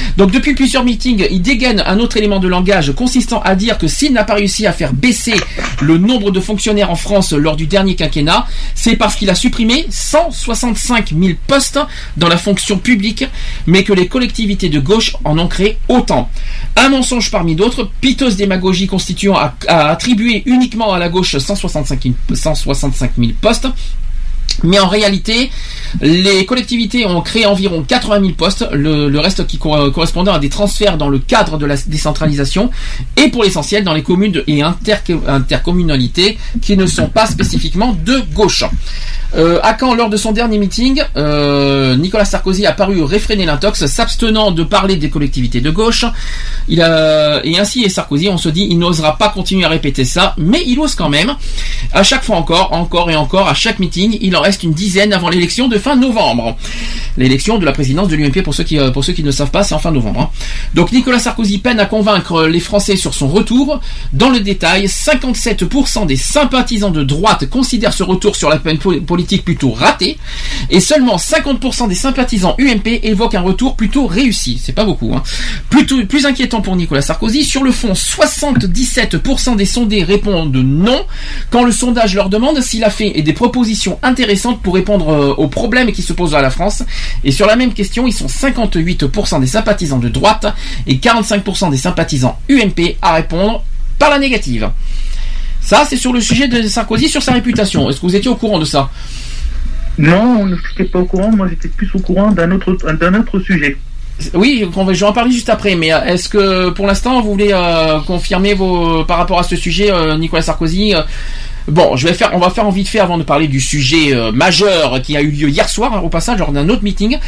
Donc depuis plusieurs meetings, il dégaine un autre élément de langage consistant à dire que s'il n'a pas réussi à faire baisser le nombre de fonctionnaires en France lors du dernier quinquennat, c'est parce qu'il a supprimé cent soixante-cinq mille postes dans la fonction publique, mais que les collectivités de gauche en ont créé autant. Un mensonge parmi d'autres, piteuse démagogie constituant à, à attribuer uniquement à la gauche cent soixante-cinq mille postes. Mais en réalité, les collectivités ont créé environ quatre-vingt mille postes, le, le reste qui co- correspondant à des transferts dans le cadre de la décentralisation et pour l'essentiel dans les communes et inter- intercommunalités qui ne sont pas spécifiquement de gauche. Euh, à Caen, lors de son dernier meeting, euh, Nicolas Sarkozy a paru réfréner l'intox, s'abstenant de parler des collectivités de gauche. Il a, et ainsi est Sarkozy, on se dit, il n'osera pas continuer à répéter ça, mais il ose quand même. À chaque fois encore, encore et encore, à chaque meeting, il en reste une dizaine avant l'élection de fin novembre. L'élection de la présidence de l'U M P, pour ceux qui, pour ceux qui ne savent pas, c'est en fin novembre. Hein. Donc Nicolas Sarkozy peine à convaincre les Français sur son retour. Dans le détail, cinquante-sept pour cent des sympathisants de droite considèrent ce retour sur la peine politique plutôt raté, et seulement cinquante pour cent des sympathisants U M P évoquent un retour plutôt réussi. C'est pas beaucoup. Hein. Plutôt, plus inquiétant pour Nicolas Sarkozy, sur le fond, soixante-dix-sept pour cent des sondés répondent non quand le sondage leur demande s'il a fait des propositions intéressantes pour répondre aux problèmes qui se posent à la France. Et sur la même question, ils sont cinquante-huit pour cent des sympathisants de droite et quarante-cinq pour cent des sympathisants U M P à répondre par la négative. Ça, c'est sur le sujet de Sarkozy, sur sa réputation. Est-ce que vous étiez au courant de ça ? Non, je n'étais pas au courant. Moi, j'étais plus au courant d'un autre, d'un autre sujet. Oui, je vais en parler juste après. Mais est-ce que, pour l'instant, vous voulez euh, confirmer vos, par rapport à ce sujet, euh, Nicolas Sarkozy euh, Bon, je vais faire, on va faire en vite fait avant de parler du sujet euh, majeur qui a eu lieu hier soir, hein, au passage, lors d'un autre meeting.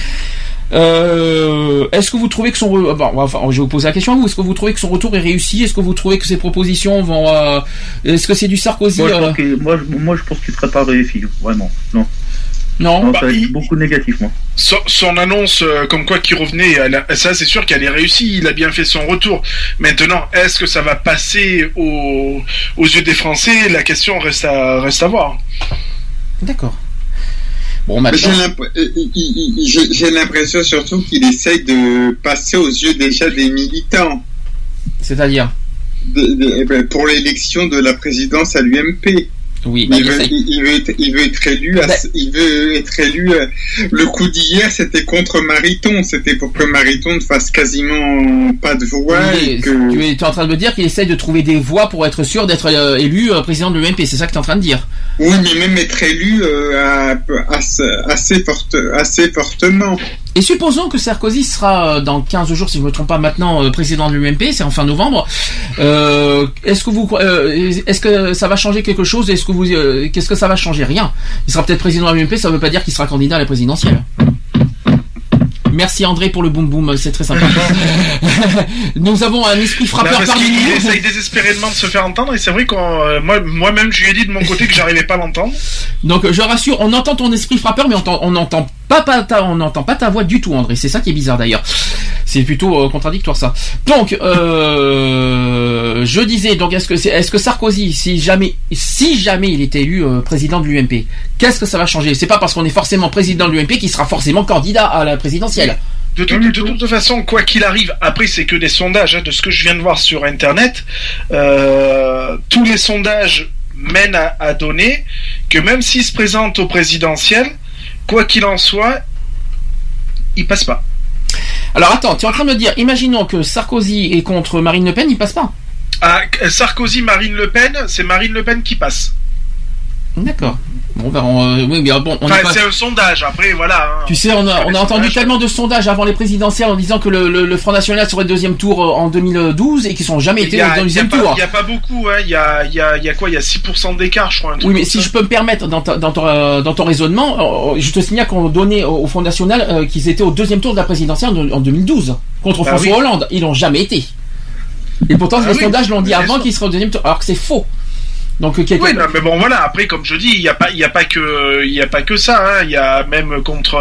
Euh, est-ce que vous trouvez que son re... bon, enfin, je vais vous poser la question à vous. Est-ce que vous trouvez que son retour est réussi ? Est-ce que vous trouvez que ses propositions vont euh... Est-ce que c'est du Sarkozy ? Moi, je euh... pense que, moi, je, moi, je pense qu'il ne serait pas réussi, vraiment. Non. Non, non bah, ça va être il... beaucoup négatif, moi. Son, son annonce euh, comme quoi qu'il revenait, elle a, ça c'est sûr qu'elle est réussie, il a bien fait son retour. Maintenant, est-ce que ça va passer au, aux yeux des Français ? La question reste à, reste à voir. D'accord. Bon, maintenant... J'ai, l'imp... j'ai l'impression surtout qu'il essaye de passer aux yeux déjà des militants. C'est-à-dire de, de, pour l'élection de la présidence à l'U M P. Oui, il, veut, il, il, veut être, il veut être élu. À, bah, il veut être élu. Le coup d'hier, c'était contre Mariton. C'était pour que Mariton ne fasse quasiment pas de voix. Oui, et que... Tu es en train de me dire qu'il essaye de trouver des voix pour être sûr d'être euh, élu euh, président de l'U M P. C'est ça que tu es en train de dire. Oui, mais même être élu euh, assez, assez, forte, assez fortement. Et supposons que Sarkozy sera euh, dans quinze jours, si je ne me trompe pas maintenant, euh, président de l'U M P, c'est en fin novembre. Euh, est-ce que vous, euh, est-ce que ça va changer quelque chose ? Est-ce que vous, euh, qu'est-ce que ça va changer ? Rien. Il sera peut-être président de l'U M P, ça ne veut pas dire qu'il sera candidat à la présidentielle. Merci André pour le boum boum, c'est très sympa. Nous avons un esprit frappeur bah, parmi nous. Il essaye désespérément de se faire entendre et c'est vrai que euh, moi, moi-même je lui ai dit de mon côté que j'arrivais pas à l'entendre. Donc je rassure, on entend ton esprit frappeur, mais on n'entend pas, pas ta, on n'entend pas ta voix du tout, André. C'est ça qui est bizarre d'ailleurs. C'est plutôt euh, contradictoire ça. Donc euh, je disais, donc est-ce que c'est, est-ce que Sarkozy, si jamais, si jamais il est élu euh, président de l'U M P, qu'est-ce que ça va changer ? C'est pas parce qu'on est forcément président de l'U M P qu'il sera forcément candidat à la présidentielle. De, de, de, de toute façon, quoi qu'il arrive, après c'est que des sondages, hein, de ce que je viens de voir sur Internet, euh, tous les sondages mènent à, à donner que même s'il se présente au présidentiel, quoi qu'il en soit, il passe pas. Alors attends, tu es en train de me dire, imaginons que Sarkozy est contre Marine Le Pen, il passe pas. Ah, Sarkozy, Marine Le Pen, c'est Marine Le Pen qui passe. D'accord. Bon, ben, on, euh, oui, mais bon, on enfin, pas... c'est un sondage. Après, voilà. Hein. Tu sais, on a, on a entendu sondages. tellement de sondages avant les présidentielles en disant que le, le, le Front National serait le deuxième tour en deux mille douze et qu'ils sont jamais été dans le deuxième tour. Il y a pas beaucoup. Hein. Il y a, il y a, il y a quoi ? Il y a six pour cent d'écart, je crois. Un truc oui, mais si ça. Je peux me permettre dans, ta, dans, ton, euh, dans ton raisonnement, euh, je te signale qu'on donnait au, au Front National euh, qu'ils étaient au deuxième tour de la présidentielle en, en deux mille douze contre bah, François oui. Hollande. Ils l'ont jamais été. Et pourtant, ah, les oui, sondages l'ont dit avant qu'ils seraient au deuxième tour, alors que c'est faux. Donc, quelque... Oui, non, mais bon, voilà. Après, comme je dis, il y a pas, il y a pas que, il y a pas que ça. Hein. Il y a même contre,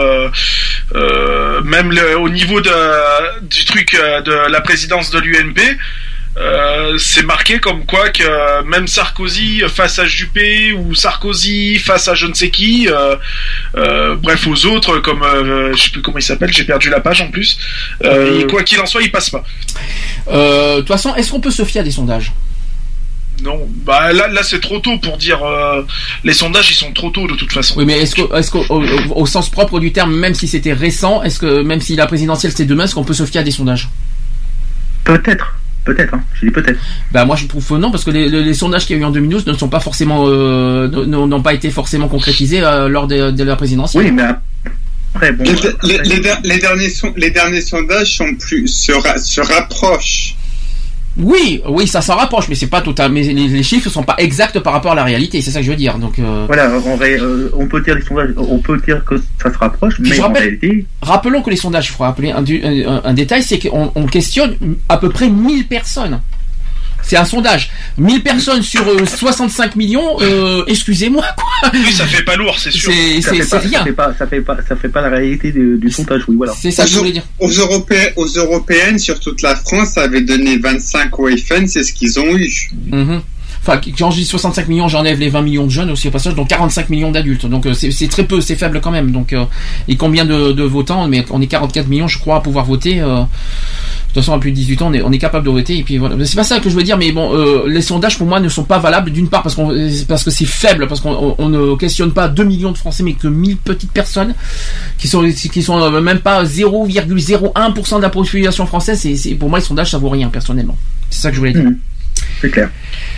euh, même le, au niveau de, du truc de la présidence de l'U M P, euh, c'est marqué comme quoi que euh, même Sarkozy face à Juppé ou Sarkozy face à je ne sais qui, euh, euh, bref aux autres comme euh, je sais plus comment il s'appelle, j'ai perdu la page en plus. Euh, euh... Quoi qu'il en soit, il passe pas. Euh, de toute façon, est-ce qu'on peut se fier à des sondages ? Non, bah là, là c'est trop tôt pour dire. Euh, les sondages, ils sont trop tôt de toute façon. Oui, mais est-ce que, est-ce qu'au au, au sens propre du terme, même si c'était récent, est-ce que même si la présidentielle c'est demain, est-ce qu'on peut se fier à des sondages ? Peut-être, peut-être. Hein. Je dis peut-être. Bah moi je trouve que non, parce que les, les, les sondages qu'il y a eu en deux mille douze ne sont pas forcément, euh, n'ont pas été forcément concrétisés euh, lors de, de la présidentielle. Oui, mais. Après, bon, les, après, les, les, les, derniers son, les derniers sondages sont plus se, ra, se rapprochent. Oui, oui, ça s'en rapproche, mais c'est pas total. Mais les, les chiffres sont pas exacts par rapport à la réalité. C'est ça que je veux dire. Donc euh... voilà, on, euh, on peut dire les sondages, on peut dire que ça se rapproche, mais je en rappelle, réalité. Rappelons que les sondages, il faut rappeler un, un, un détail, c'est qu'on on questionne à peu près mille personnes. C'est un sondage. mille personnes sur euh, soixante-cinq millions, euh, excusez-moi, quoi. Oui, ça fait pas lourd, c'est sûr. C'est, ça c'est, fait c'est pas, rien. Ça fait pas, ça fait pas, ça fait pas la réalité du, du sondage, oui, voilà. C'est ça que je voulais dire. Aux, Européens, aux Européennes, sur toute la France, ça avait donné vingt-cinq au F N, c'est ce qu'ils ont eu. Mm-hmm. Enfin, quand je dis soixante-cinq millions, j'enlève les vingt millions de jeunes aussi au passage, donc quarante-cinq millions d'adultes. Donc euh, c'est, c'est très peu, c'est faible quand même. Donc, euh, et combien de, de votants ? Mais on est quarante-quatre millions, je crois, à pouvoir voter. Euh, de toute façon, à plus de dix-huit ans, on est, on est capable de voter. Et puis voilà. C'est pas ça que je veux dire, mais bon, euh, les sondages pour moi ne sont pas valables d'une part parce qu'on, parce que c'est faible, parce qu'on on, on ne questionne pas deux millions de Français, mais que mille petites personnes qui sont, qui sont même pas zéro virgule zéro un pour cent de la population française. C'est, c'est, pour moi, les sondages, ça vaut rien personnellement. C'est ça que je voulais dire. Mmh. C'est clair.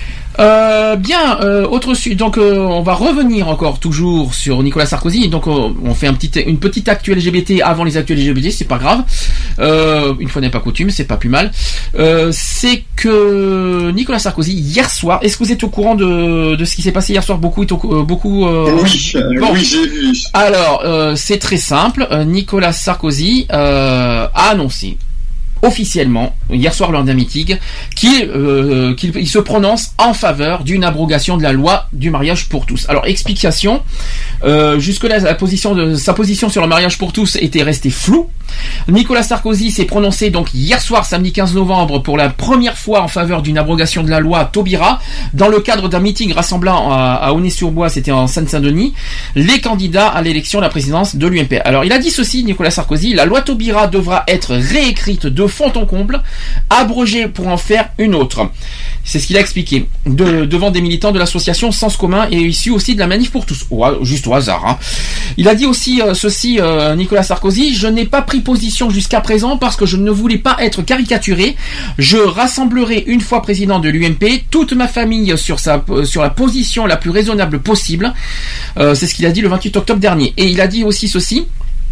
Euh, bien, euh, autre suite. Donc, euh, on va revenir encore toujours sur Nicolas Sarkozy. Donc, euh, on fait un petit, une petite actu L G B T avant les actus L G B T. C'est pas grave. Euh, une fois n'est pas coutume, c'est pas plus mal. Euh, c'est que Nicolas Sarkozy hier soir. Est-ce que vous êtes au courant de, de ce qui s'est passé hier soir? Beaucoup, euh, beaucoup. Euh, oui, euh, bon. oui, j'ai vu. Alors, euh, c'est très simple. Euh, Nicolas Sarkozy euh, a annoncé officiellement, hier soir lors d'un meeting, qu'il, euh, qu'il il se prononce en faveur d'une abrogation de la loi du mariage pour tous. Alors, explication, euh, jusque-là, la position de, sa position sur le mariage pour tous était restée floue. Nicolas Sarkozy s'est prononcé donc hier soir, samedi quinze novembre, pour la première fois en faveur d'une abrogation de la loi Taubira, dans le cadre d'un meeting rassemblant à, à Aulnay-sur-Bois, c'était en Seine-Saint-Denis, les candidats à l'élection de la présidence de l'U M P. Alors, il a dit ceci, Nicolas Sarkozy: la loi Taubira devra être réécrite de fond en comble, abrogée pour en faire une autre. C'est ce qu'il a expliqué de, devant des militants de l'association Sens Commun et issus aussi de la Manif pour tous. Oh, juste au hasard. Hein. Il a dit aussi euh, ceci, euh, Nicolas Sarkozy: je n'ai pas pris position jusqu'à présent parce que je ne voulais pas être caricaturé. Je rassemblerai une fois président de l'U M P toute ma famille sur sa sur la position la plus raisonnable possible. Euh, c'est ce qu'il a dit le vingt-huit octobre dernier. Et il a dit aussi ceci: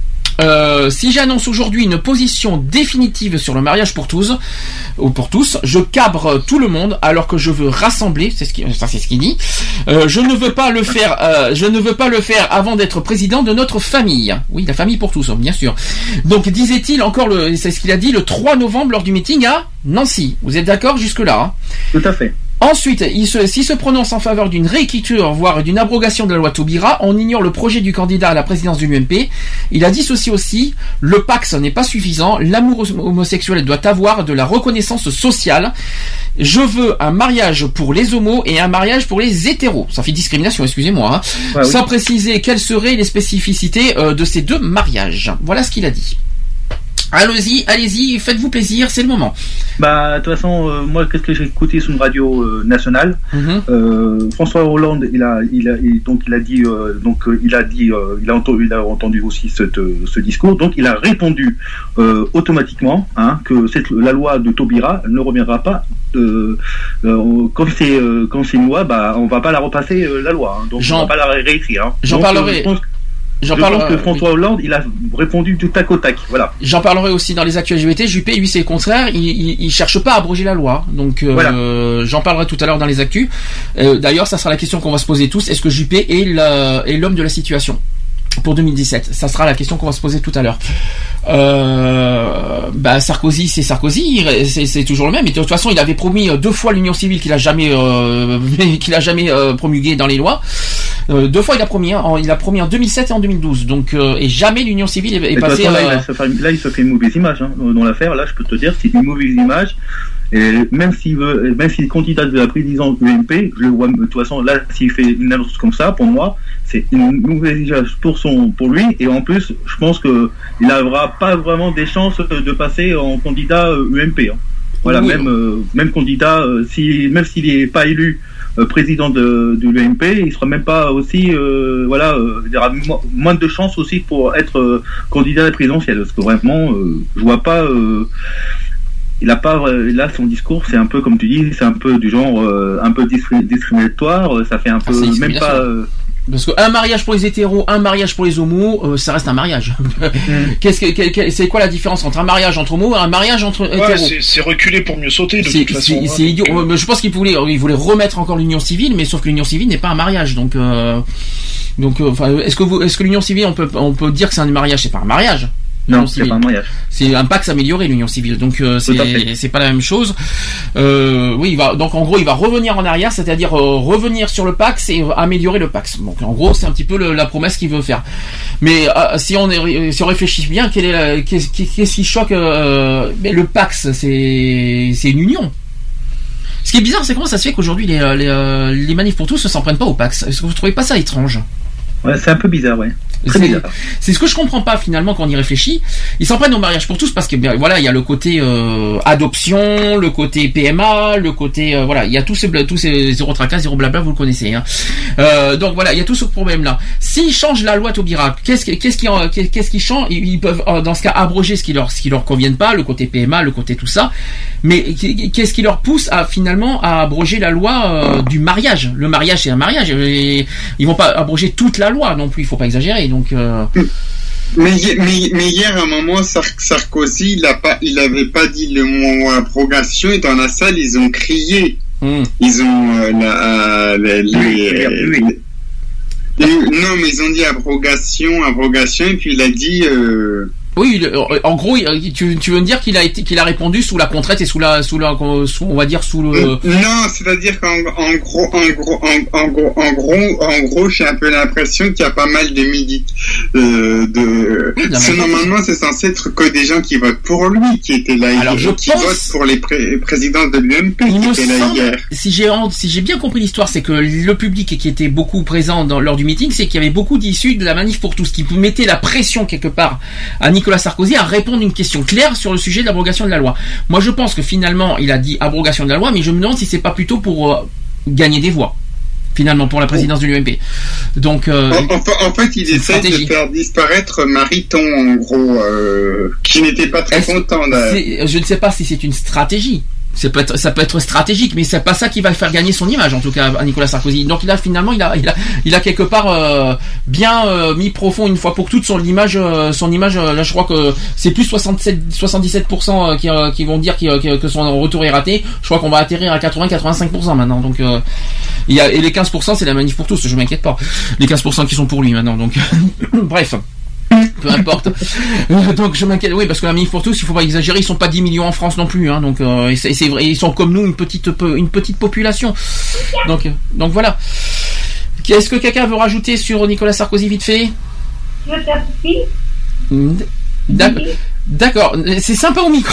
Euh, si j'annonce aujourd'hui une position définitive sur le mariage pour tous, ou pour tous, je cabre tout le monde alors que je veux rassembler. C'est ce qui, ça c'est ce qu'il dit. Euh, je ne veux pas le faire. Euh, je ne veux pas le faire avant d'être président de notre famille. Oui, la famille pour tous, bien sûr. Donc disait-il encore, le, c'est ce qu'il a dit le trois novembre lors du meeting à Nancy. Vous êtes d'accord jusque là hein? Tout à fait. Ensuite, il se, s'il se prononce en faveur d'une réécriture, voire d'une abrogation de la loi Taubira, on ignore le projet du candidat à la présidence de l'U M P. Il a dit ceci aussi: le Pax n'est pas suffisant, l'amour homosexuel doit avoir de la reconnaissance sociale. Je veux un mariage pour les homos et un mariage pour les hétéros. Ça fait discrimination, excusez-moi. Hein. Ouais, Sans oui. préciser quelles seraient les spécificités euh, de ces deux mariages. Voilà ce qu'il a dit. Allez-y, allez-y, faites-vous plaisir, c'est le moment. Bah, de toute façon, euh, moi, qu'est-ce que j'ai écouté sur une radio euh, nationale mm-hmm. euh, François Hollande, il a, il a, il, donc il a dit, euh, donc euh, il a dit, euh, il a entendu, il a entendu aussi cette, euh, ce discours, donc il a répondu euh, automatiquement hein, que cette, la loi de Taubira ne reviendra pas. Euh, euh, comme c'est, euh, comme c'est une loi, bah, on va pas la repasser euh, la loi, hein, donc Jean, on va pas la réécrire. Hein. J'en donc, parlerai. Euh, je pense, J'en je parlerai, pense que François oui. Hollande, il a répondu du tac au tac, voilà. J'en parlerai aussi dans les actus L G B T. Juppé, lui, c'est le contraire. Il, il, il cherche pas à abroger la loi. Donc, euh, voilà. J'en parlerai tout à l'heure dans les actus. Euh, d'ailleurs, ça sera la question qu'on va se poser tous. Est-ce que Juppé est, la, est l'homme de la situation pour deux mille dix-sept? Ça sera la question qu'on va se poser tout à l'heure. Euh, bah Sarkozy, c'est Sarkozy, c'est, c'est toujours le même. Et de toute façon, il avait promis deux fois l'union civile qu'il a jamais, euh, qu'il a jamais euh, promulgué dans les lois. Euh, deux fois il a promis, hein, en, il a promis en deux mille sept et en deux mille douze. Donc euh, et jamais l'union civile est, est Et passée. façon, là, euh, il va se faire, là, il se fait une mauvaise image hein, dans l'affaire. Là, je peux te dire, c'est une mauvaise image. Et même s'il veut, même s'il est candidat de la présidence de l'U M P, je le vois. De toute façon, là, s'il fait une annonce comme ça, pour moi, c'est une mauvaise image pour son, pour lui. Et en plus, je pense que il n'aura pas vraiment des chances de passer en candidat U M P. Hein. Voilà, oui. même euh, même candidat, euh, si même s'il n'est pas élu euh, président de, de l'U M P, il sera même pas aussi, euh, voilà, euh, il aura mo- moins de chances aussi pour être euh, candidat à la présidentielle. Parce que vraiment, euh, je vois pas. Euh, Il a pas, là, son discours, c'est un peu, comme tu dis, c'est un peu du genre, euh, un peu discri- discriminatoire, ça fait un peu, Ah, même pas, euh, Parce qu'un mariage pour les hétéros, un mariage pour les homos, euh, ça reste un mariage. Qu'est-ce que, quel- quel- c'est quoi la différence entre un mariage entre homos et un mariage entre Ouais, hétéros? c'est, c'est reculer pour mieux sauter, de C'est, toute façon. c'est, hein, c'est donc, idiot. euh, Mais je pense qu'il voulait, il voulait remettre encore l'union civile, mais sauf que l'union civile n'est pas un mariage. Donc, euh, donc, euh, enfin, est-ce que vous, est-ce que l'union civile, on peut, on peut dire que c'est un mariage? C'est pas un mariage. non, c'est pas un mariage. C'est un pax amélioré, l'union civile. Donc euh, Tout à fait. c'est c'est pas la même chose. Euh, oui, il va donc en gros il va revenir en arrière, c'est-à-dire euh, revenir sur le pax et euh, améliorer le pax. Donc en gros c'est un petit peu le, la promesse qu'il veut faire. Mais euh, si on est, si on réfléchit bien, quelle est la, qu'est-ce, qu'est-ce qui choque euh, mais le pax, c'est c'est une union. Ce qui est bizarre, c'est comment ça se fait qu'aujourd'hui les les, euh, les manifs pour tous ne s'en prennent pas au pax. Est-ce que vous trouvez pas ça étrange? Ouais, c'est un peu bizarre, ouais. Très C'est, bizarre. c'est ce que je comprends pas finalement quand on y réfléchit. Ils s'en prennent au mariage pour tous parce que bien, voilà, il y a le côté euh, adoption, le côté P M A, le côté euh, voilà, il y a tous ces bla- tous ces zéro tracas, zéro blabla, vous le connaissez. Hein. Euh, donc voilà, il y a tout ce problème là. S'ils changent la loi Taubira, qu'est-ce qui qu'est-ce qui en- qu'est-ce qui change? Ils ils peuvent euh, dans ce cas abroger ce qui leur ce qui leur convienne pas, le côté P M A, le côté tout ça. Mais qu'est-ce qui leur pousse à finalement à abroger la loi euh, du mariage? Le mariage c'est un mariage. Et ils vont pas abroger toute la loi non plus. Il faut pas exagérer. Donc euh... Mais, hi- mais, mais hier, à un moment, Sar- Sarkozy, il a pas, il avait pas dit le mot abrogation, et dans la salle, ils ont crié. Mm. Ils ont, euh, la, la- les, Oui, oui. les- non, mais ils ont dit abrogation, abrogation, et puis il a dit, euh, Oui, le- en gros, il- tu, tu veux me dire qu'il a été, qu'il a répondu sous la contrainte et sous la, sous la, sous, on va dire sous le. Euh, non, c'est-à-dire qu'en en gros, en gros, en, en gros, en gros, en gros, j'ai un peu l'impression qu'il y a pas mal de midi, euh, de. Oui, c'est normalement, c'est censé être que des gens qui votent pour lui qui étaient là Alors, hier, je qui pense- votent pour les pré- présidents de l'U M P Il qui me étaient là semble, hier. si j'ai, si j'ai bien compris l'histoire, c'est que le public qui était beaucoup présent dans, lors du meeting, c'est qu'il y avait beaucoup d'issus de la manif pour tous, qui mettaient la pression quelque part à Nicolas Sarkozy à répondre à une question claire sur le sujet de l'abrogation de la loi. Moi, je pense que finalement, il a dit abrogation de la loi, mais je me demande si c'est pas plutôt pour euh, gagner des voix. Finalement, pour la présidence de l'U M P. Donc, euh, En, en- en fait, il c'est une essaie de stratégie. faire disparaître Mariton, en gros, euh, qui n'était pas très Est-ce- content. Là. c'est- je ne sais pas si c'est une stratégie. Ça peut être, ça peut être stratégique, mais c'est pas ça qui va faire gagner son image, en tout cas, à Nicolas Sarkozy. Donc là, finalement, il a, il a, il a quelque part euh, bien euh, mis profond une fois pour toutes son image, euh, son image. euh, là, je crois que c'est plus soixante-sept, soixante-dix-sept pour cent qui, euh, qui vont dire qui, que, que son retour est raté. Je crois qu'on va atterrir à quatre-vingts, quatre-vingt-cinq pour cent maintenant. Donc, euh, il y a, et les quinze pour cent, c'est la manif pour tous. Je m'inquiète pas. Les quinze pour cent qui sont pour lui maintenant. Donc, bref. Peu importe. Euh, Donc je m'inquiète. Oui, parce que la manif pour tous, il faut pas exagérer. Ils sont pas dix millions en France non plus. Hein, donc euh, et c'est, c'est vrai. Ils sont comme nous, une petite peu- une petite population. Donc euh, donc voilà. Est-ce que quelqu'un veut rajouter sur Nicolas Sarkozy vite fait? Tu veux faire pipi? Mm, D'accord. D'accord, c'est sympa au micro.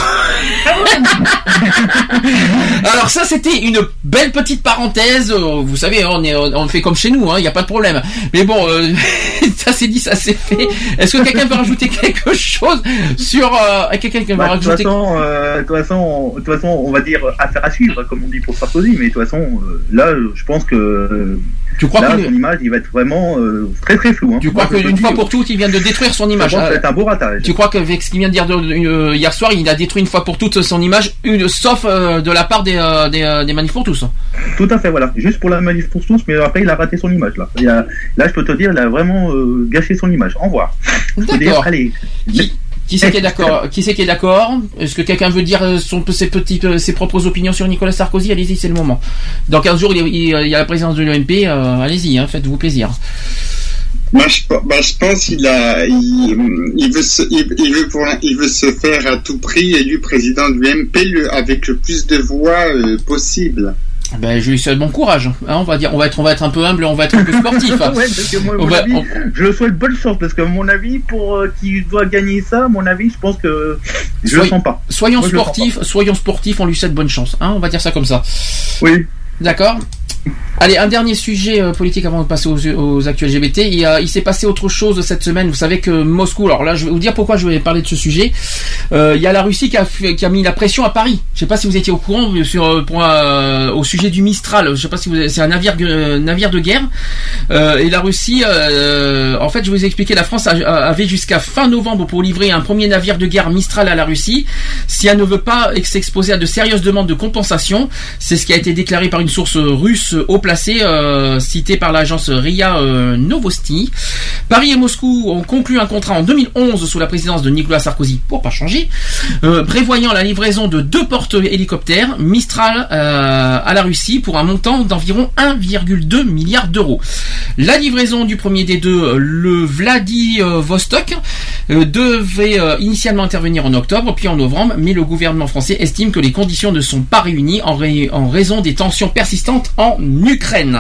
Alors ça c'était une belle petite parenthèse. Euh, Vous savez, on est, on fait comme chez nous, il n'y a pas de problème. Mais bon, euh, ça c'est dit, ça c'est fait. Est-ce que quelqu'un veut rajouter quelque chose sur euh, quelqu'un qui veut Bah, de toute rajouter? façon, euh, de toute façon, on- de toute façon, on va dire affaire à suivre, comme on dit pour Sarkozy, mais de toute façon, euh, là, je pense que euh, Tu crois là, que- son image, il va être vraiment euh, très très flou. Hein. Tu crois Moi, je te qu'une le fois dis, pour toutes, il vient de détruire son image? Ça va euh, être un beau ratage. Tu crois qu'avec ce qu'il vient de dire de- euh, hier soir, il a détruit une fois pour toutes son image, une, sauf euh, de la part des, euh, des, euh, des manifs pour tous? Tout à fait, voilà. Juste pour la manif pour tous, mais après, il a raté son image, là. Il a- là, je peux te dire, il a vraiment euh, gâché son image. Au revoir. Je peux dire, D'accord. allez. Qui, qui c'est qui est d'accord? Qui c'est qui est d'accord? Est-ce que quelqu'un veut dire euh, son, ses petites, euh, ses propres opinions sur Nicolas Sarkozy? Allez-y, c'est le moment. Dans quinze jours, il, il- il y a la présidence de l'U M P. Euh, allez-y, hein, faites-vous plaisir. Moi, je, bah, je pense qu'il a, il, il veut se, il, il veut pour, l'in- il veut se faire à tout prix élu président de l'U M P le, avec le plus de voix euh, possible. Ben, je lui souhaite bon courage. Hein, on va dire, on va être, on va être un peu humble, on va être un peu sportif. Ouais, parce que moi, à mon va, avis, on... je le souhaite bonne chance parce que à mon avis, pour euh, qu'il doit gagner ça, à mon avis, je pense que je Soy... le sens pas. Soyons moi, sportifs, soyons sportifs, on lui souhaite bonne chance. Hein, on va dire ça comme ça. Oui. D'accord. Allez, un dernier sujet euh, politique avant de passer aux, aux actus L G B T. Il, a, il s'est passé autre chose cette semaine. Vous savez que Moscou, alors là, je vais vous dire pourquoi je vais parler de ce sujet. Euh, il y a la Russie qui a, qui a mis la pression à Paris. Je sais pas si vous étiez au courant sur pour, euh, au sujet du Mistral. Je sais pas si vous, c'est un navire euh, navire de guerre. Euh, et la Russie, euh, en fait, je vais vous expliquer. La France a, a, avait jusqu'à fin novembre pour livrer un premier navire de guerre Mistral à la Russie. Si elle ne veut pas s'exposer à de sérieuses demandes de compensation, c'est ce qui a été déclaré par une source russe haut placée, euh, citée par l'agence R I A euh, Novosti. Paris et Moscou ont conclu un contrat en deux mille onze sous la présidence de Nicolas Sarkozy, pour pas changer, euh, prévoyant la livraison de deux porte-hélicoptères Mistral euh, à la Russie pour un montant d'environ un virgule deux milliard d'euros. La livraison du premier des deux, le Vladivostok, euh, devait euh, initialement intervenir en octobre, puis en novembre, mais le gouvernement français estime que les conditions ne sont pas réunies en, ré- en raison des tensions persistantes en Ukraine.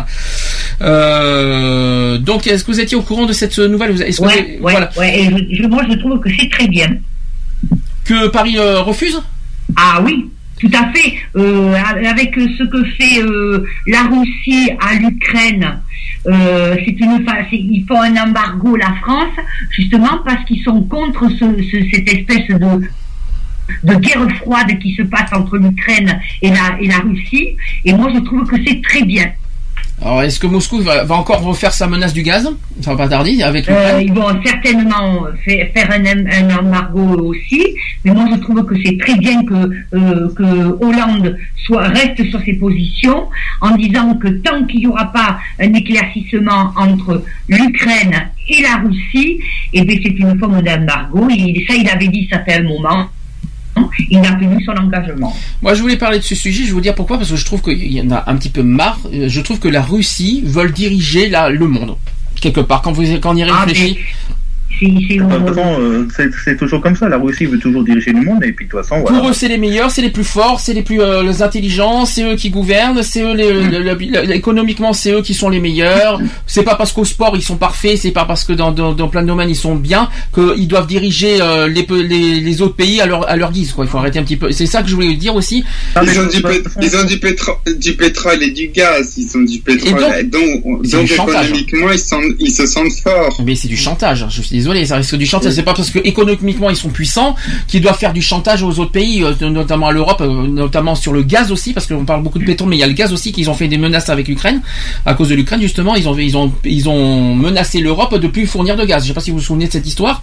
Euh, donc, est-ce que vous étiez au courant de cette nouvelle? Est-ce que ouais, vous, ouais, voilà. ouais, et je, moi je trouve que c'est très bien. Que Paris euh, refuse? Ah oui, tout à fait. Euh, avec ce que fait euh, la Russie à l'Ukraine, euh, c'est une phase. Ils font un embargo la France justement parce qu'ils sont contre ce, ce, cette espèce de de guerre froide qui se passe entre l'Ukraine et la, et la Russie, et moi je trouve que c'est très bien. Alors, est-ce que Moscou va, va encore refaire sa menace du gaz? Ça va pas tarder avec l'Ukraine. Euh, ils vont certainement fait, faire un, un embargo aussi, mais moi je trouve que c'est très bien que, euh, que Hollande soit, reste sur ses positions en disant que tant qu'il n'y aura pas un éclaircissement entre l'Ukraine et la Russie, eh bien c'est une forme d'embargo. Et ça, il avait dit ça fait un moment. Il n'a tenu son engagement. Moi, je voulais parler de ce sujet. Je vais vous dire pourquoi, parce que je trouve qu'il y en a un petit peu marre. Je trouve que la Russie veut diriger la, le monde quelque part. Quand vous quand on y réfléchit. Ah, C'est, c'est, de toute façon, euh, c'est, c'est toujours comme ça. La Russie veut toujours diriger le monde, et puis de toute façon, voilà. Pour eux, c'est les meilleurs, c'est les plus forts, c'est les plus euh, les intelligents, c'est eux qui gouvernent, c'est eux les, le, le, le, économiquement, c'est eux qui sont les meilleurs. C'est pas parce qu'au sport ils sont parfaits, c'est pas parce que dans, dans, dans plein de domaines ils sont bien qu'ils doivent diriger euh, les, les les autres pays à leur à leur guise, quoi. Il faut arrêter un petit peu. C'est ça que je voulais dire aussi. Ils ont du, pét- ils ont du pétrole, du pétrole et du gaz. Ils ont du pétrole. Et donc, donc, donc économiquement, ils, sont, ils se sentent forts. Mais c'est du chantage. Je suis désolé, ça risque du chantage. C'est pas parce que économiquement ils sont puissants qu'ils doivent faire du chantage aux autres pays, notamment à l'Europe, notamment sur le gaz aussi, parce qu'on parle beaucoup de pétrole, mais il y a le gaz aussi qu'ils ont fait des menaces avec l'Ukraine. À cause de l'Ukraine, justement, ils ont ils ont ils ont menacé l'Europe de plus fournir de gaz. Je sais pas si vous vous souvenez de cette histoire.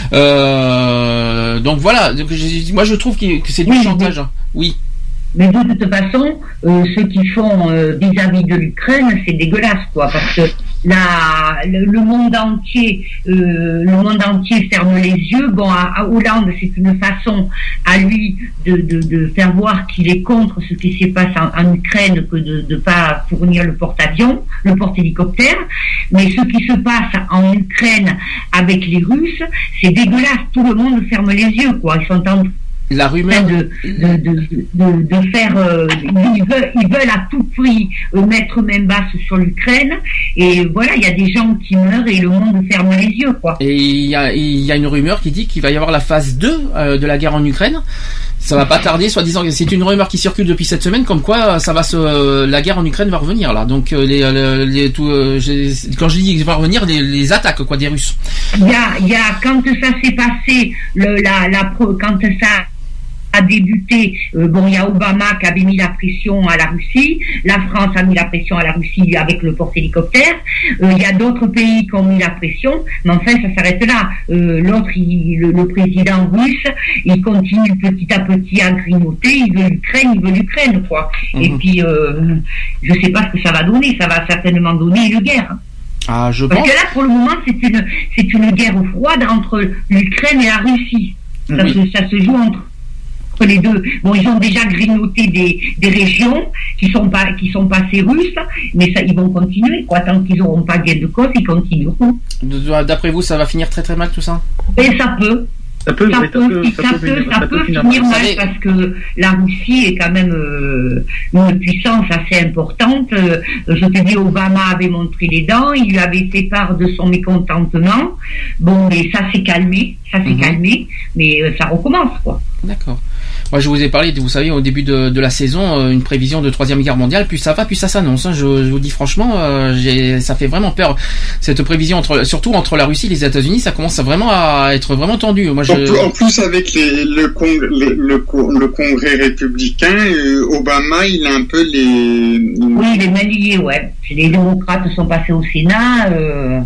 Euh, donc voilà. Donc, moi je trouve que c'est du oui, chantage. Mais... Oui. Mais de toute façon, euh, ceux qui font euh, vis-à-vis de l'Ukraine, c'est dégueulasse, quoi, parce que la, le, le monde entier, euh, le monde entier ferme les yeux. Bon, à, à Hollande, c'est une façon à lui de, de, de faire voir qu'il est contre ce qui se passe en, en Ukraine, que de ne pas fournir le porte-avions, le porte-hélicoptère. Mais ce qui se passe en Ukraine avec les Russes, c'est dégueulasse. Tout le monde ferme les yeux, quoi. Ils sont en la rumeur de, de, de, de, de faire euh, ils, veulent, ils veulent à tout prix euh, mettre main basse sur l'Ukraine, et voilà, il y a des gens qui meurent et le monde ferme les yeux, quoi. Et il y a, il y a une rumeur qui dit qu'il va y avoir la phase deux euh, de la guerre en Ukraine. Ça va pas tarder, soi-disant. C'est une rumeur qui circule depuis cette semaine, comme quoi ça va se, euh, la guerre en Ukraine va revenir là. Donc euh, les, les, les tout, euh, quand je dis qu'il va revenir, les, les attaques quoi des Russes. Il y a, il y a quand ça s'est passé, le, la, la, quand ça a débuté, euh, bon, il y a Obama qui avait mis la pression à la Russie, la France a mis la pression à la Russie avec le porte-hélicoptère, euh, il y a d'autres pays qui ont mis la pression, mais enfin ça s'arrête là. Euh, l'autre, il, le, le président russe, il continue petit à petit à grignoter, il veut l'Ukraine, il veut l'Ukraine, quoi. Mmh. Et puis, euh, je sais pas ce que ça va donner, ça va certainement donner une guerre. Ah, je Parce pense... que là, pour le moment, c'est une, c'est une guerre froide entre l'Ukraine et la Russie. Ça, mmh. se, ça se joue entre les deux. Bon, ils ont déjà grignoté des, des régions qui sont pas qui sont passées russes, mais ça, ils vont continuer, quoi. Tant qu'ils n'auront pas gain de cause, ils continueront. D'après vous, ça va finir très très mal tout ça? Et ça peut. Ça peut, ça oui, peut, ça peut, ça ça peut, peut, ça ça peut peut finir finir mal mal. parce que la Russie est quand même euh, une puissance assez importante. Euh, je te dis, Obama avait montré les dents, il lui avait fait part de son mécontentement. Bon, mais ça s'est calmé, ça s'est Mhm. calmé, mais euh, ça recommence, quoi. D'accord. Moi, je vous ai parlé, vous savez, au début de, de la saison, euh, une prévision de troisième guerre mondiale. Plus ça va, plus ça s'annonce. Hein. Je, je vous dis franchement, euh, j'ai, ça fait vraiment peur. Cette prévision, entre, surtout entre la Russie et les États-Unis, ça commence à vraiment à être vraiment tendu. Moi, je... En, plus, en plus, avec les, le, con, le, le, co- le Congrès républicain, euh, Obama, il a un peu les... Oui, les mains liées, ouais. Les démocrates sont passés au Sénat, euh,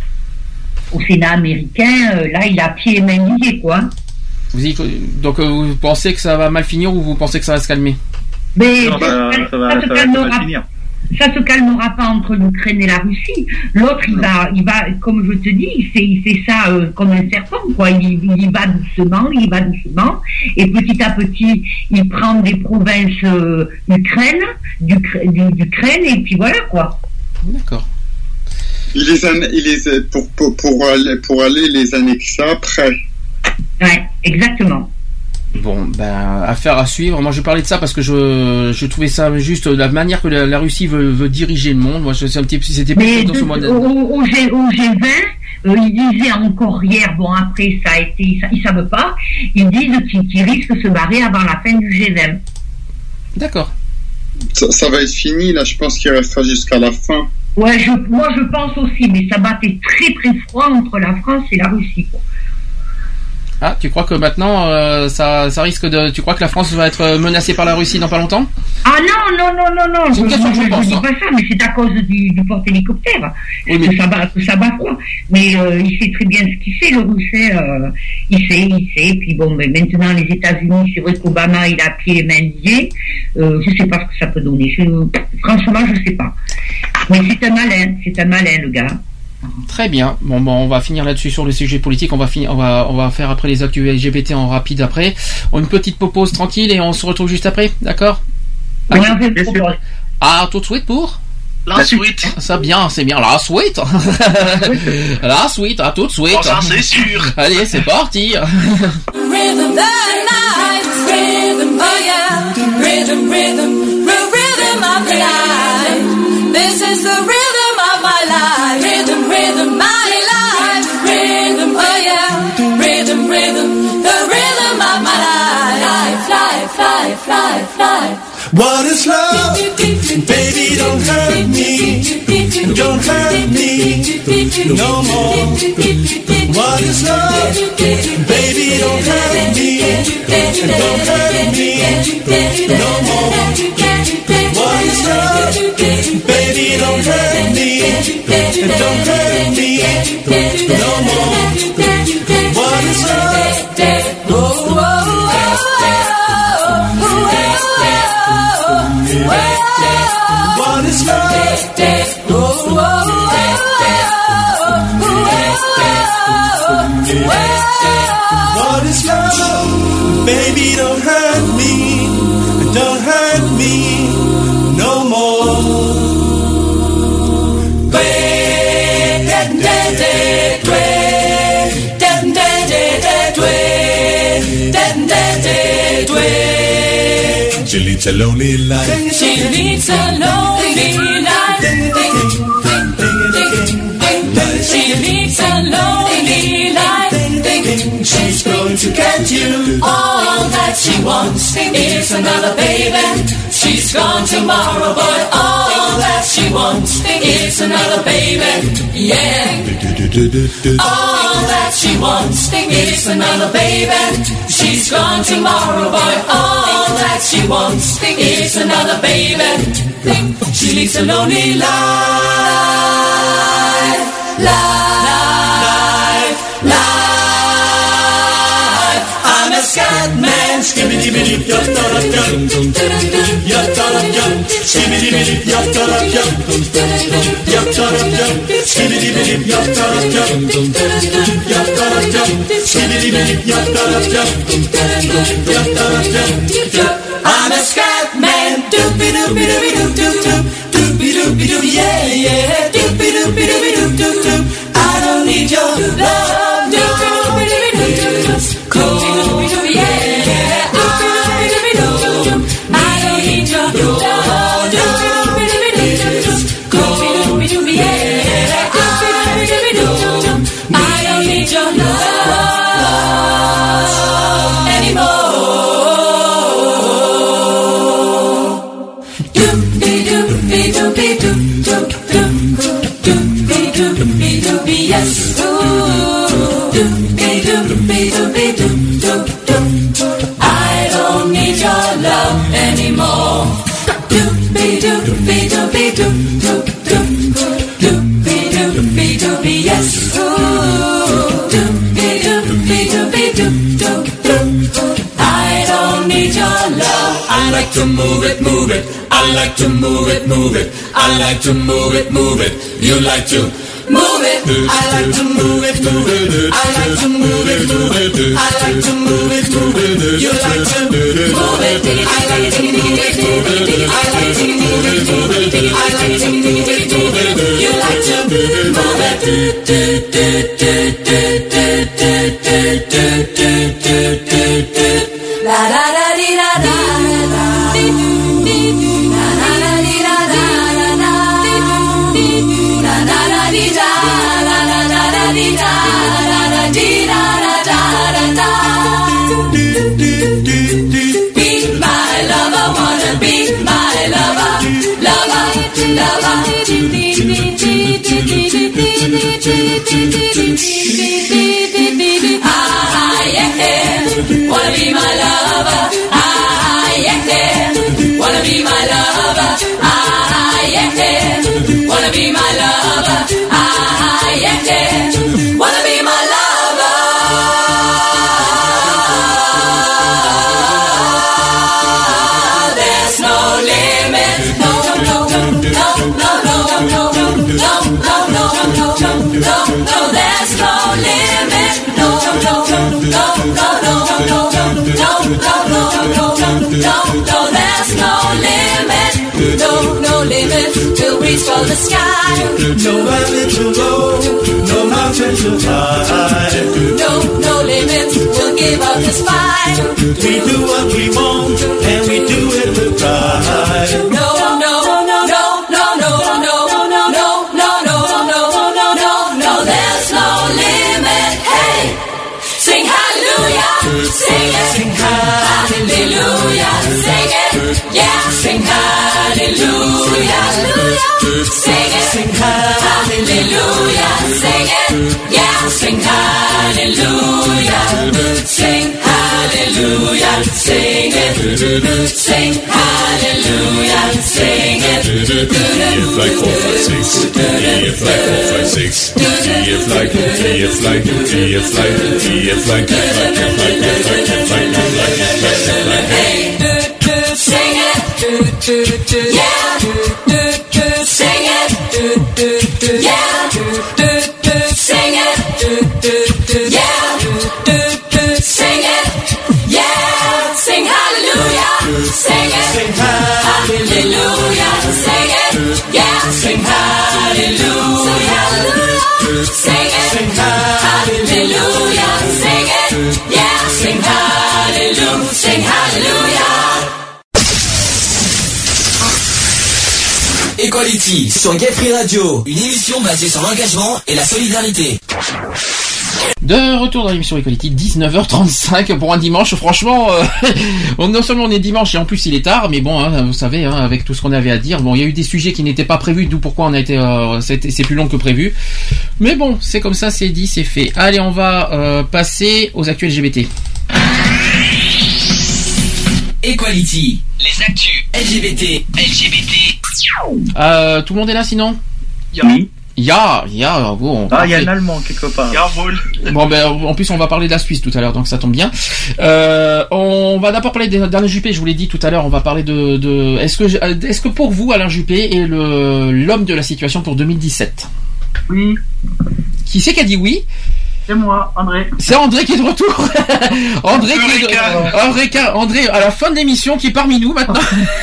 au Sénat américain. Euh, là, il a pieds et mains liés, quoi. Vous y- donc, euh, vous pensez que ça va mal finir ou vous pensez que ça va se calmer? Mais Non, ça, ça, ça va, ça ça se va, ça calmera. va finir. Ça se calmera pas entre l'Ukraine et la Russie. L'autre, il va, il va, comme je te dis, il fait, il fait ça euh, comme un serpent, quoi. Il, il y va doucement, il y va doucement, et petit à petit, il prend des provinces euh, Ukraine, d'Ukra- du- d'Ukraine, et puis voilà, quoi. D'accord. Il les, an- il les pour, pour, pour, aller, pour aller les annexer après. Ouais, exactement. Bon, ben, affaire à suivre. Moi, je parlais de ça parce que je, je trouvais ça juste la manière que la, la Russie veut, veut diriger le monde. Moi, je sais un petit peu si c'était Mais plus dans de- ce mode. au, au, G, au G vingt, euh, ils disaient encore hier, bon après ça a été, ils, sa- ils savent pas, ils disent qu'ils qu'ils risquent de se barrer avant la fin du G vingt. D'accord. Ça, ça va être fini, là, je pense qu'il restera jusqu'à la fin. Ouais, je, moi je pense aussi, mais ça battait très très froid entre la France et la Russie, quoi. Ah, tu crois que maintenant, euh, ça, ça risque de. Tu crois que la France va être menacée par la Russie dans pas longtemps? Ah non, non, non, non, non, C'est je une question ne que je pense, dis hein. pas ça, mais c'est à cause du, du porte-hélicoptère Oui, mais- que, ça bat, que ça bat froid. Mais euh, il sait très bien ce qu'il fait, le Russet, euh, il sait, il sait. Puis bon, mais maintenant, les États-Unis, c'est vrai qu'Obama, il a pied et mains liés. Euh, je sais pas ce que ça peut donner. Je, franchement, je sais pas. Mais c'est un malin, c'est un malin, le gars. Très bien. Bon, bon, on va finir là-dessus sur le sujet politique. On va finir, on va, on va faire après les actus L G B T en rapide après. Une petite pause tranquille et on se retrouve juste après. D'accord? Ouais, on fait le propos. Ah, tout de suite pour? La suite. Ça bien, c'est bien. La suite. La suite, à tout de suite. Bon, ça, c'est sûr. Allez, c'est parti. Rhythm the night, rhythm, oh yeah, rhythm, rhythm, r- rhythm of the night. This is the rhythm of my life, rhythm, rhythm, my life, rhythm, oh yeah, rhythm, rhythm, the rhythm of my life, fly, fly, fly, fly. What is love? Baby, don't hurt me. Don't hurt me no more. What is love? Baby, don't hurt me. Don't hurt me no more. What is love? Baby, don't hurt me. Don't hurt me no more. What is love? Oh, oh, oh, what is love? Oh, what is love? Baby, don't hurt me. Don't hurt me no more. She leads a lonely life. She leads a lonely life. She leads a lonely life. She's going to get you all that she wants. It's another baby. She's gone tomorrow, boy. All that she wants. It's another baby. Yeah. All that she wants. It's another baby. She's gone tomorrow, boy. All that she wants. It's another baby. She leads a lonely life. Life. Life. I'm a scat man. Skibbity bitty yup yup yup yup yup yup skibbity bitty yup yup yup yup yup yup skibbity bitty yup yup yup yup yup yup skibbity bitty yup yup yup yup yup yup. I'm a scat man. Doopy doopy doopy doop doop doop doopy doopy doop yeah yeah doopy doopy doopy doop doop doop. I don't need your love. Doopy doopy doopy doop doop doop. love anymore. Doopy doopy doopy doop doop doop doopy doopy doopy yes. Doopy doopy doopy doop doop doop. I don't need your love. I like to move it, move it. I like to move it, move it. I like to move it, move it. You like to move it. I like to move it, move it. I like to move it, move it. I like to move it, move it. You like to move it. I like to move it, move it. I like to move it, move it. I like to move it, move it. You like to move it. La da da dee da da da. La da da dee da da da. La da da dee da la da da da dee da la da dee da da da da. Be my lover, wanna be my lover, lover, lover. Ah yeah, wanna be my lover. Ah yeah, wanna be my lover. Ah yeah, wanna be my lover. Ah yeah, wanna be my lover. There's no limit. No no no no no no no no no no no no no no. There's no limit. No no no no no no no no no no no no no. There's no limit. No no limit. We'll reach for the sky. No valley to go, no mountain to climb. No no limits. We'll give up this fight. We do what we want, and we do it with pride. No no no no no no no no no no no no no no no. There's no limit. Hey, sing hallelujah, sing it, sing hallelujah, sing it, yeah, sing hallelujah, sing it, sing hallelujah, sing it, yeah, sing hallelujah, sing hallelujah, sing it, sing hallelujah, sing it. D F like four five six, D F like four five six, D F like, D F like, D F like, D F like, like, like, like, like, like, like, like, hey, sing it, yeah, sing it, yeah, sing it, yeah, sing it, yeah, sing hallelujah, sing it, hallelujah, sing it, yeah, sing hallelujah, sing it, hallelujah, sing it, yeah, sing hallelujah, sing hallelujah. Equality sur Gay Free Radio, une émission basée sur l'engagement et la solidarité. De retour dans l'émission Equality, dix-neuf heures trente-cinq pour un dimanche. Franchement, euh, non seulement on est dimanche et en plus il est tard, mais bon, hein, vous savez, hein, avec tout ce qu'on avait à dire, bon, il y a eu des sujets qui n'étaient pas prévus, d'où pourquoi on a été, euh, c'est, c'est plus long que prévu. Mais bon, c'est comme ça, c'est dit, c'est fait. Allez, on va euh, passer aux actus L G B T. Equality, les actus L G B T, L G B T. Euh, tout le monde est là sinon? Oui. Ya, ya, bon. Ah, il y a un Allemand quelque part. Jawohl. Bon, ben, en plus, on va parler de la Suisse tout à l'heure, donc ça tombe bien. Euh, on va d'abord parler d'Alain Juppé, je vous l'ai dit tout à l'heure, on va parler de, de, est-ce que, est-ce que pour vous, Alain Juppé est le, l'homme de la situation pour deux mille dix-sept? Oui. Qui c'est qui a dit oui? C'est moi, André. C'est André qui est de retour. André qui est de... André, André, à la fin de l'émission, qui est parmi nous maintenant.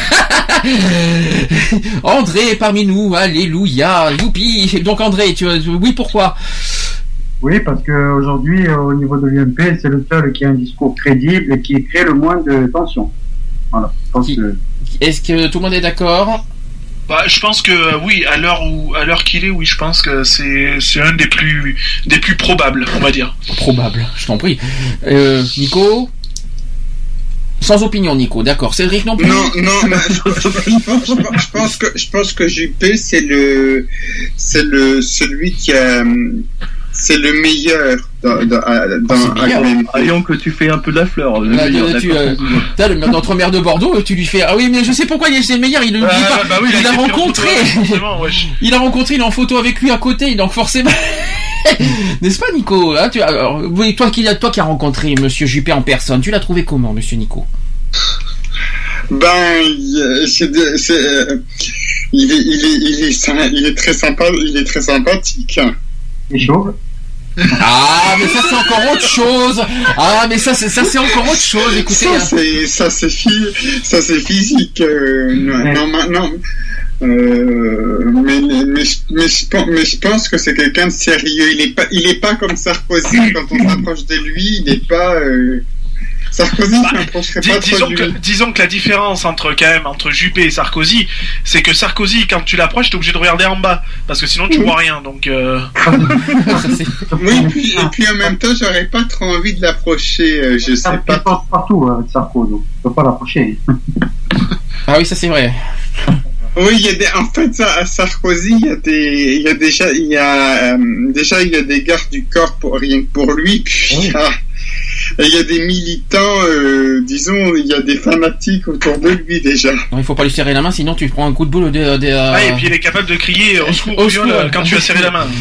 André est parmi nous, alléluia, youpi. Donc André, tu oui, pourquoi? Oui, parce que aujourd'hui, au niveau de l'U M P, c'est le seul qui a un discours crédible et qui crée le moins de tension. Voilà. Je pense qui... que... Est-ce que tout le monde est d'accord? Bah, je pense que oui, à l'heure où, à l'heure qu'il est, oui, je pense que c'est, c'est un des plus, des plus probables, on va dire. Probable, je t'en prie. Euh, Nico? Sans opinion, Nico, d'accord. Cédric non plus? Non, non, mais je, je, je, pense, je, pense, je pense que, je pense que Juppé, c'est le, c'est le, celui qui a, c'est le meilleur dans, dans, dans Ah, Voyons que tu fais un peu de la fleur. Le Là, meilleur, tu, d'accord. euh, t'as le- notre maire de Bordeaux, tu lui fais ah oui mais je sais pourquoi il est c'est le meilleur, il le dit Ah, pas. bah oui, il il a l'a été pris en rencontré, photo, forcément, wesh. il a rencontré, il est en photo avec lui à côté, donc forcément. N'est-ce pas Nico hein, tu, alors, oui, toi qui toi qui as rencontré Monsieur Juppé en personne, tu l'as trouvé comment Monsieur Nico? Ben, il- c'est, de- c'est, euh, il est, il est, il est, sy- il est très sympa, il est très sympathique. Il est chauve. Ah mais ça c'est encore autre chose. Ah mais ça c'est ça c'est encore autre chose. Écoutez. Ça hein. c'est, ça c'est phy- ça c'est physique. Euh, non, non, ma- non. Euh, mais, mais, je- mais, je pense, mais je pense que c'est quelqu'un de sérieux. Il est pas, il est pas comme Sarkozy. Quand on s'approche de lui, il est pas. Euh, Sarkozy Bah, s'approcherait Dis- pas trop disons, de que, lui. disons que la différence entre quand même entre Juppé et Sarkozy, c'est que Sarkozy, quand tu l'approches, t'es obligé de regarder en bas, parce que sinon tu vois rien. Donc, euh... Oui, et puis, et puis en même temps, j'aurais pas trop envie de l'approcher. euh, je sais Il pas. passe partout avec Sarko, donc tu peux pas l'approcher. Ah oui ça c'est vrai. Oui, il y a des, en fait, ça, à Sarkozy, il y a des, il y a déjà, il y a, euh, déjà, il y a des gardes du corps pour, rien que pour lui, puis il y a, il y a des militants, euh, disons, il y a des fanatiques autour de lui déjà. Non, il faut pas lui serrer la main sinon tu prends un coup de boule de. de, de ah, et puis il est capable de crier au secours, Au viol, secours. quand tu as serré la main.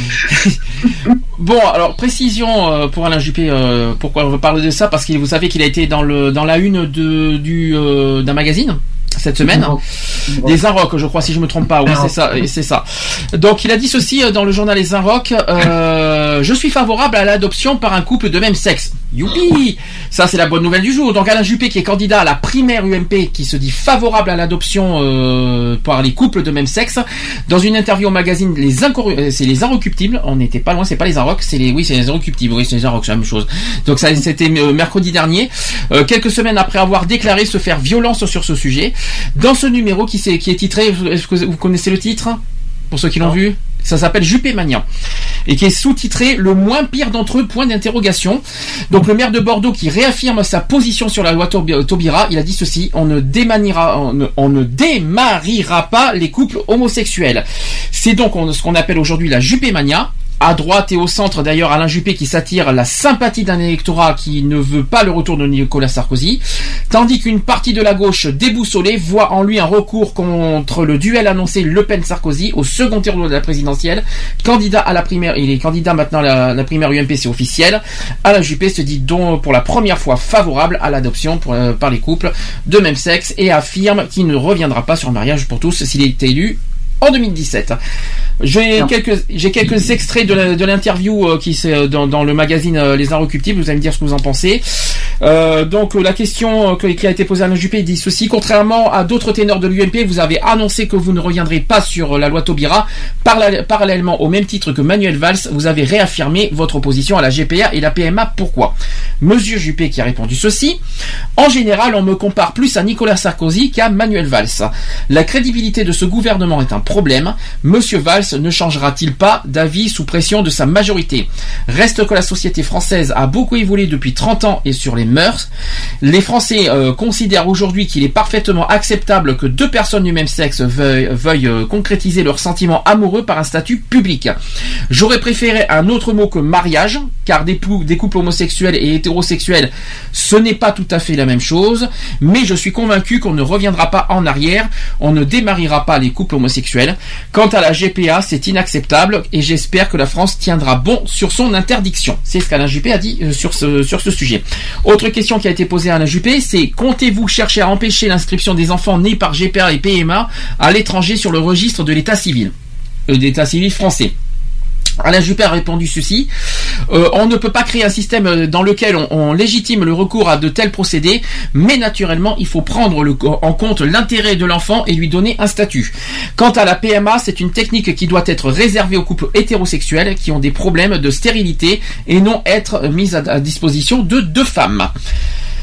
Bon, alors précision euh, pour Alain Juppé, euh, pourquoi on veut parler de ça, parce que vous savez qu'il a été dans le dans la une de du euh, d'un magazine cette semaine, Les Inrocks, je crois, si je me trompe pas. Oui, c'est ça, c'est ça. Donc, il a dit ceci dans le journal Les Inrocks euh, je suis favorable à l'adoption par un couple de même sexe. Youpi! Ça, c'est la bonne nouvelle du jour. Donc, Alain Juppé, qui est candidat à la primaire U M P, qui se dit favorable à l'adoption euh, par les couples de même sexe, dans une interview au magazine Les Incorru- c'est les Inrecuptibles. On n'était pas loin, c'est pas les Inrocks, c'est les, oui, c'est les Inrecuptibles. Oui, c'est les Inrocks, c'est la même chose. Donc, ça, c'était euh, mercredi dernier, euh, quelques semaines après avoir déclaré se faire violence sur ce sujet. Dans ce numéro qui, est, qui est titré, est-ce que vous connaissez le titre pour ceux qui l'ont vu? Ça s'appelle Juppé Mania et qui est sous-titré Le moins pire d'entre eux, point d'interrogation. Donc le maire de Bordeaux qui réaffirme sa position sur la loi Taubira, il a dit ceci: on ne démaniera, on ne, on ne démariera pas les couples homosexuels. C'est donc on, ce qu'on appelle aujourd'hui la Juppé Mania. À droite et au centre, d'ailleurs, Alain Juppé qui s'attire la sympathie d'un électorat qui ne veut pas le retour de Nicolas Sarkozy, tandis qu'une partie de la gauche déboussolée voit en lui un recours contre le duel annoncé Le Pen-Sarkozy au second tour de la présidentielle. Candidat à la primaire, il est candidat maintenant à la, la primaire U M P, c'est officiel. Alain Juppé se dit donc pour la première fois favorable à l'adoption pour, euh, par les couples de même sexe et affirme qu'il ne reviendra pas sur le mariage pour tous s'il est élu en deux mille dix-sept. J'ai quelques, j'ai quelques extraits de, la, de l'interview euh, qui c'est dans, dans le magazine euh, Les Inrecuptibles. Vous allez me dire ce que vous en pensez. Euh, donc la question euh, qui a été posée à Alain Juppé, il dit ceci: contrairement à d'autres ténors de l'U M P, vous avez annoncé que vous ne reviendrez pas sur la loi Taubira. Parla- parallèlement, au même titre que Manuel Valls, vous avez réaffirmé votre opposition à la G P A et la P M A. Pourquoi? Monsieur Juppé qui a répondu ceci: en général, on me compare plus à Nicolas Sarkozy qu'à Manuel Valls. La crédibilité de ce gouvernement est un problème. Monsieur Valls ne changera-t-il pas d'avis sous pression de sa majorité? Reste que la société française a beaucoup évolué depuis trente ans et sur les mœurs. Les Français euh, considèrent aujourd'hui qu'il est parfaitement acceptable que deux personnes du même sexe veuillent, veuillent euh, concrétiser leurs sentiments amoureux par un statut public. J'aurais préféré un autre mot que mariage, car des, pou- des couples homosexuels et hétérosexuels, ce n'est pas tout à fait la même chose, mais je suis convaincu qu'on ne reviendra pas en arrière, on ne démariera pas les couples homosexuels. Quant à la G P A, c'est inacceptable et j'espère que la France tiendra bon sur son interdiction. C'est ce qu'Alain Juppé a dit euh, sur ce, sur ce sujet. Autre question qui a été posée à Alain Juppé, c'est: comptez-vous chercher à empêcher l'inscription des enfants nés par G P A et P M A à l'étranger sur le registre de l'état civil, euh, d'état civil français? Alain Juppé a répondu ceci: euh, on ne peut pas créer un système dans lequel on, on légitime le recours à de tels procédés, mais naturellement il faut prendre le, en compte l'intérêt de l'enfant et lui donner un statut. Quant à la P M A, c'est une technique qui doit être réservée aux couples hétérosexuels qui ont des problèmes de stérilité et non être mise à, à disposition de deux femmes.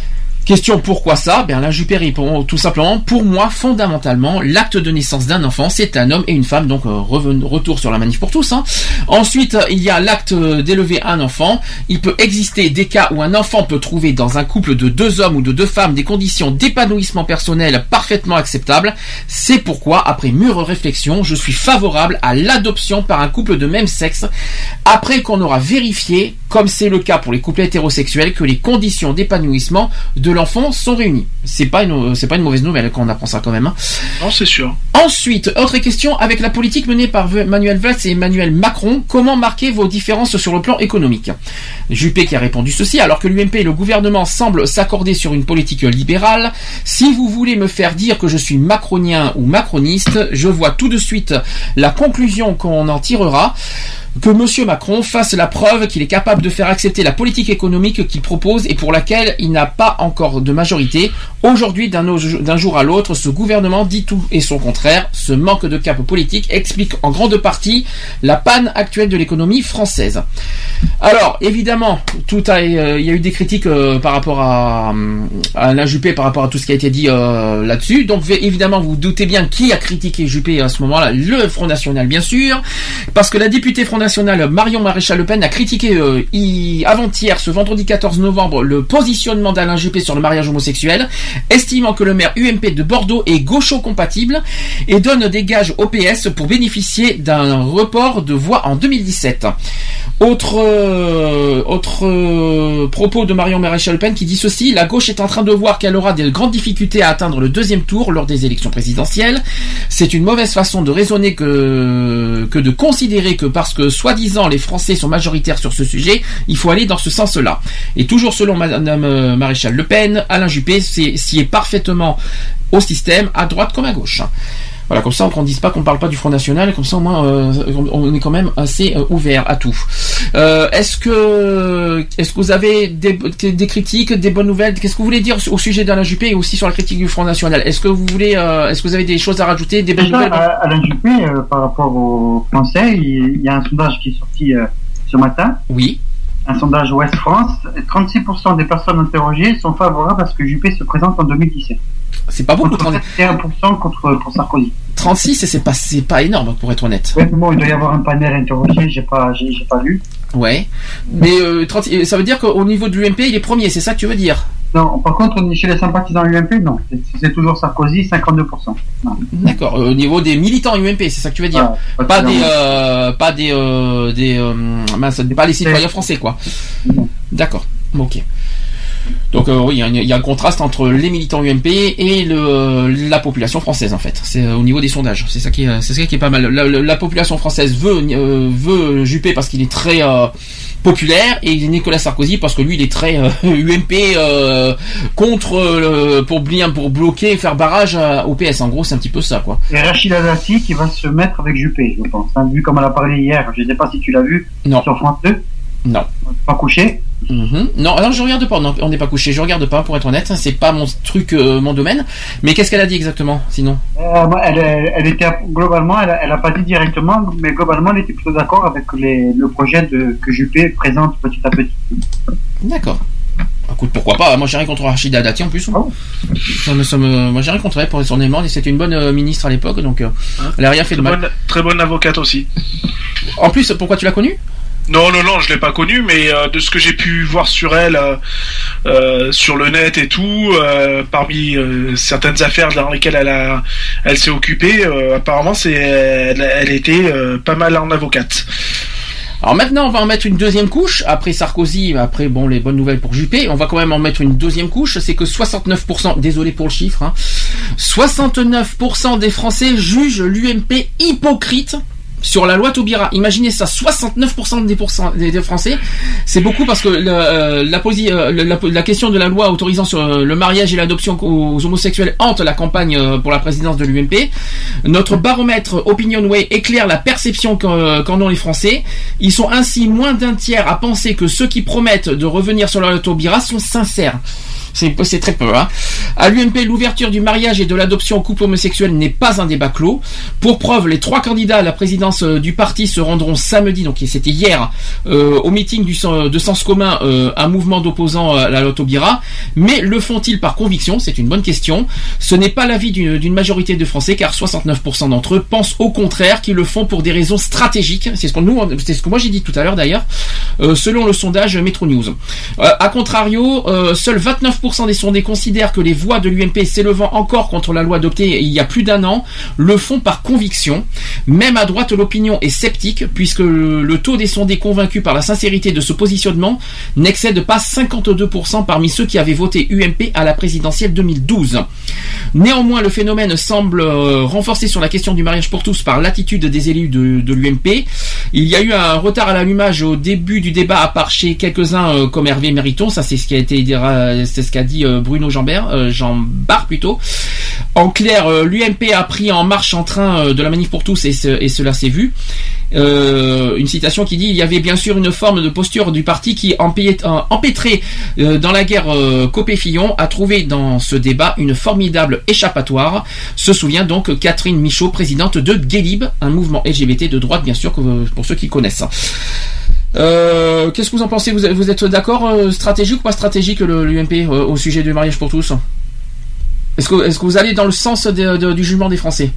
Question pourquoi ça? Bien là Juppé répond tout simplement, pour moi fondamentalement l'acte de naissance d'un enfant c'est un homme et une femme, donc euh, reven, retour sur la manif pour tous. Hein. Ensuite il y a l'acte d'élever un enfant, il peut exister des cas où un enfant peut trouver dans un couple de deux hommes ou de deux femmes des conditions d'épanouissement personnel parfaitement acceptables, c'est pourquoi après mûre réflexion je suis favorable à l'adoption par un couple de même sexe, après qu'on aura vérifié, comme c'est le cas pour les couples hétérosexuels, que les conditions d'épanouissement de l'enfant sont réunis. C'est pas une, c'est pas une mauvaise nouvelle quand on apprend ça quand même. Hein. Non, c'est sûr. Ensuite, autre question, avec la politique menée par Manuel Valls et Emmanuel Macron, comment marquer vos différences sur le plan économique? Juppé qui a répondu ceci, alors que l'U M P et le gouvernement semblent s'accorder sur une politique libérale, si vous voulez me faire dire que je suis macronien ou macroniste, je vois tout de suite la conclusion qu'on en tirera, que Monsieur Macron fasse la preuve qu'il est capable de faire accepter la politique économique qu'il propose et pour laquelle il n'a pas encore de majorité. Aujourd'hui, d'un, d'un jour à l'autre, ce gouvernement dit tout et son contraire. Ce manque de cap politique explique en grande partie la panne actuelle de l'économie française. Alors, évidemment, tout a, euh, il y a eu des critiques euh, par rapport à, à Alain Juppé, par rapport à tout ce qui a été dit euh, là-dessus. Donc, évidemment, vous vous doutez bien qui a critiqué Juppé à ce moment-là. Le Front National, bien sûr, parce que la députée Front National Marion Maréchal Le Pen a critiqué euh, y, avant-hier, ce vendredi quatorze novembre, le positionnement d'Alain Juppé sur le mariage homosexuel, estimant que le maire U M P de Bordeaux est gaucho-compatible et donne des gages au P S pour bénéficier d'un report de voix en deux mille dix-sept. Autre, euh, autre euh, propos de Marion Maréchal Le Pen qui dit ceci: la gauche est en train de voir qu'elle aura des grandes difficultés à atteindre le deuxième tour lors des élections présidentielles. C'est une mauvaise façon de raisonner que, que de considérer que parce que soi-disant les Français sont majoritaires sur ce sujet, il faut aller dans ce sens-là. Et toujours selon Madame Maréchal Le Pen, Alain Juppé s'y est parfaitement au système, à droite comme à gauche. Voilà, comme ça, qu'on ne dise pas qu'on ne parle pas du Front National, comme ça au moins euh, on est quand même assez euh, ouvert à tout. Euh, est-ce que est-ce que vous avez des, des critiques, des bonnes nouvelles? Qu'est-ce que vous voulez dire au sujet d'Alain Juppé et aussi sur la critique du Front National? Est-ce que vous voulez, euh, est-ce que vous avez des choses à rajouter, des bonnes Déjà, nouvelles? Alain Juppé, euh, par rapport aux Français, il, il y a un sondage qui est sorti euh, ce matin. Oui. Un sondage Ouest France. trente-six pour cent des personnes interrogées sont favorables à ce que Juppé se présente en deux mille dix-sept. C'est pas beaucoup. Contre trente et un pour cent contre pour Sarkozy. trente-six, c'est pas c'est pas énorme pour être honnête. Ouais, bon, il doit y avoir un panel interrogé, j'ai pas j'ai, j'ai pas lu. Ouais. Mais euh, trente, ça veut dire qu'au niveau de l'U M P, il est premier, c'est ça que tu veux dire? Non, par contre, chez les sympathisants U M P, non. C'est, c'est toujours Sarkozy, cinquante-deux pour cent. Non. D'accord. Au niveau des militants U M P, c'est ça que tu veux dire? Ah, pas, pas des, euh, pas des, euh, des, euh, mince, pas les citoyens français, quoi. Non. D'accord. Ok. Donc euh, oui, il y, y a un contraste entre les militants U M P et le, la population française en fait. C'est euh, au niveau des sondages. C'est ça qui est, c'est ça qui est pas mal. La, la, la population française veut euh, veut Juppé parce qu'il est très euh, populaire et Nicolas Sarkozy parce que lui il est très euh, U M P euh, contre euh, pour bien pour bloquer et faire barrage à, au P S. En gros, c'est un petit peu ça quoi. Et Rachida Dati qui va se mettre avec Juppé, je pense. Hein, vu comme elle a parlé hier, je ne sais pas si tu l'as vu non. sur France deux. Non. Pas couché. Mmh. Non, alors je regarde pas. Non, on n'est pas couché. Je regarde pas, pour être honnête. C'est pas mon truc, euh, mon domaine. Mais qu'est-ce qu'elle a dit exactement, sinon euh, elle, elle était globalement, elle a, elle a pas dit directement, mais globalement, elle était plutôt d'accord avec les, le projet de que Juppé présente petit à petit. D'accord. Écoute, pourquoi pas? Moi, j'ai rien contre Rachida Dati en plus. Oh. Ça me, ça me, moi, j'ai rien contre elle pour son aimant. C'était une bonne euh, ministre à l'époque, donc euh, hein elle a rien fait très de mal. Bonne, très bonne avocate aussi. En plus, pourquoi tu l'as connue? Non, non, non, je l'ai pas connue, mais euh, de ce que j'ai pu voir sur elle, euh, euh, sur le net et tout, euh, parmi euh, certaines affaires dans lesquelles elle a, elle s'est occupée, euh, apparemment, c'est, elle, elle était euh, pas mal en avocate. Alors maintenant, on va en mettre une deuxième couche. Après Sarkozy, après bon, les bonnes nouvelles pour Juppé, on va quand même en mettre une deuxième couche. C'est que soixante-neuf pour cent, désolé pour le chiffre, hein, soixante-neuf pour cent des Français jugent l'U M P hypocrite sur la loi Taubira. Imaginez ça, soixante-neuf pour cent des, des, des Français, c'est beaucoup parce que le, euh, la, posi, euh, la, la question de la loi autorisant sur euh, le mariage et l'adoption aux homosexuels hante la campagne euh, pour la présidence de l'U M P. Notre baromètre Opinionway éclaire la perception qu'en, qu'en ont les Français. Ils sont ainsi moins d'un tiers à penser que ceux qui promettent de revenir sur la loi Taubira sont sincères. C'est, c'est très peu. Hein. À l'U M P, l'ouverture du mariage et de l'adoption au couple homosexuel n'est pas un débat clos. Pour preuve, les trois candidats à la présidence du parti se rendront samedi, donc c'était hier, euh, au meeting du, de Sens Commun, euh, un mouvement d'opposants à la loi Taubira. Mais le font-ils par conviction? C'est une bonne question. Ce n'est pas l'avis d'une, d'une majorité de Français, car soixante-neuf pour cent d'entre eux pensent au contraire qu'ils le font pour des raisons stratégiques. C'est ce que, nous, c'est ce que moi j'ai dit tout à l'heure d'ailleurs, euh, selon le sondage Metro News. Euh, a contrario, euh, seuls vingt-neuf pour cent des sondés considèrent que les voix de l'U M P s'élevant encore contre la loi adoptée il y a plus d'un an le font par conviction. Même à droite, l'opinion est sceptique puisque le taux des sondés convaincus par la sincérité de ce positionnement n'excède pas cinquante-deux pour cent parmi ceux qui avaient voté U M P à la présidentielle deux mille douze. Néanmoins, le phénomène semble euh, renforcé sur la question du mariage pour tous par l'attitude des élus de, de l'U M P. Il y a eu un retard à l'allumage au début du débat, à part chez quelques-uns euh, comme Hervé Mériton. Ça, c'est ce qui a été, euh, c'est ce qu'a dit euh, Bruno Jambert, euh, Jean Barre plutôt. En clair, euh, l'U M P a pris en marche en train euh, de la manif pour tous et, ce, et cela s'est vu. Euh, une citation qui dit: il y avait bien sûr une forme de posture du parti qui, empêtré euh, dans la guerre euh, Copé-Fillon, a trouvé dans ce débat une formidable échappatoire. Se souvient donc Catherine Michaud, présidente de Guélib, un mouvement L G B T de droite, bien sûr, pour ceux qui connaissent. Euh, qu'est-ce que vous en pensez? Vous, vous êtes d'accord, euh, stratégique ou pas stratégique, l'U M P euh, au sujet du mariage pour tous? Est-ce que, est-ce que vous allez dans le sens de, de, du jugement des Français?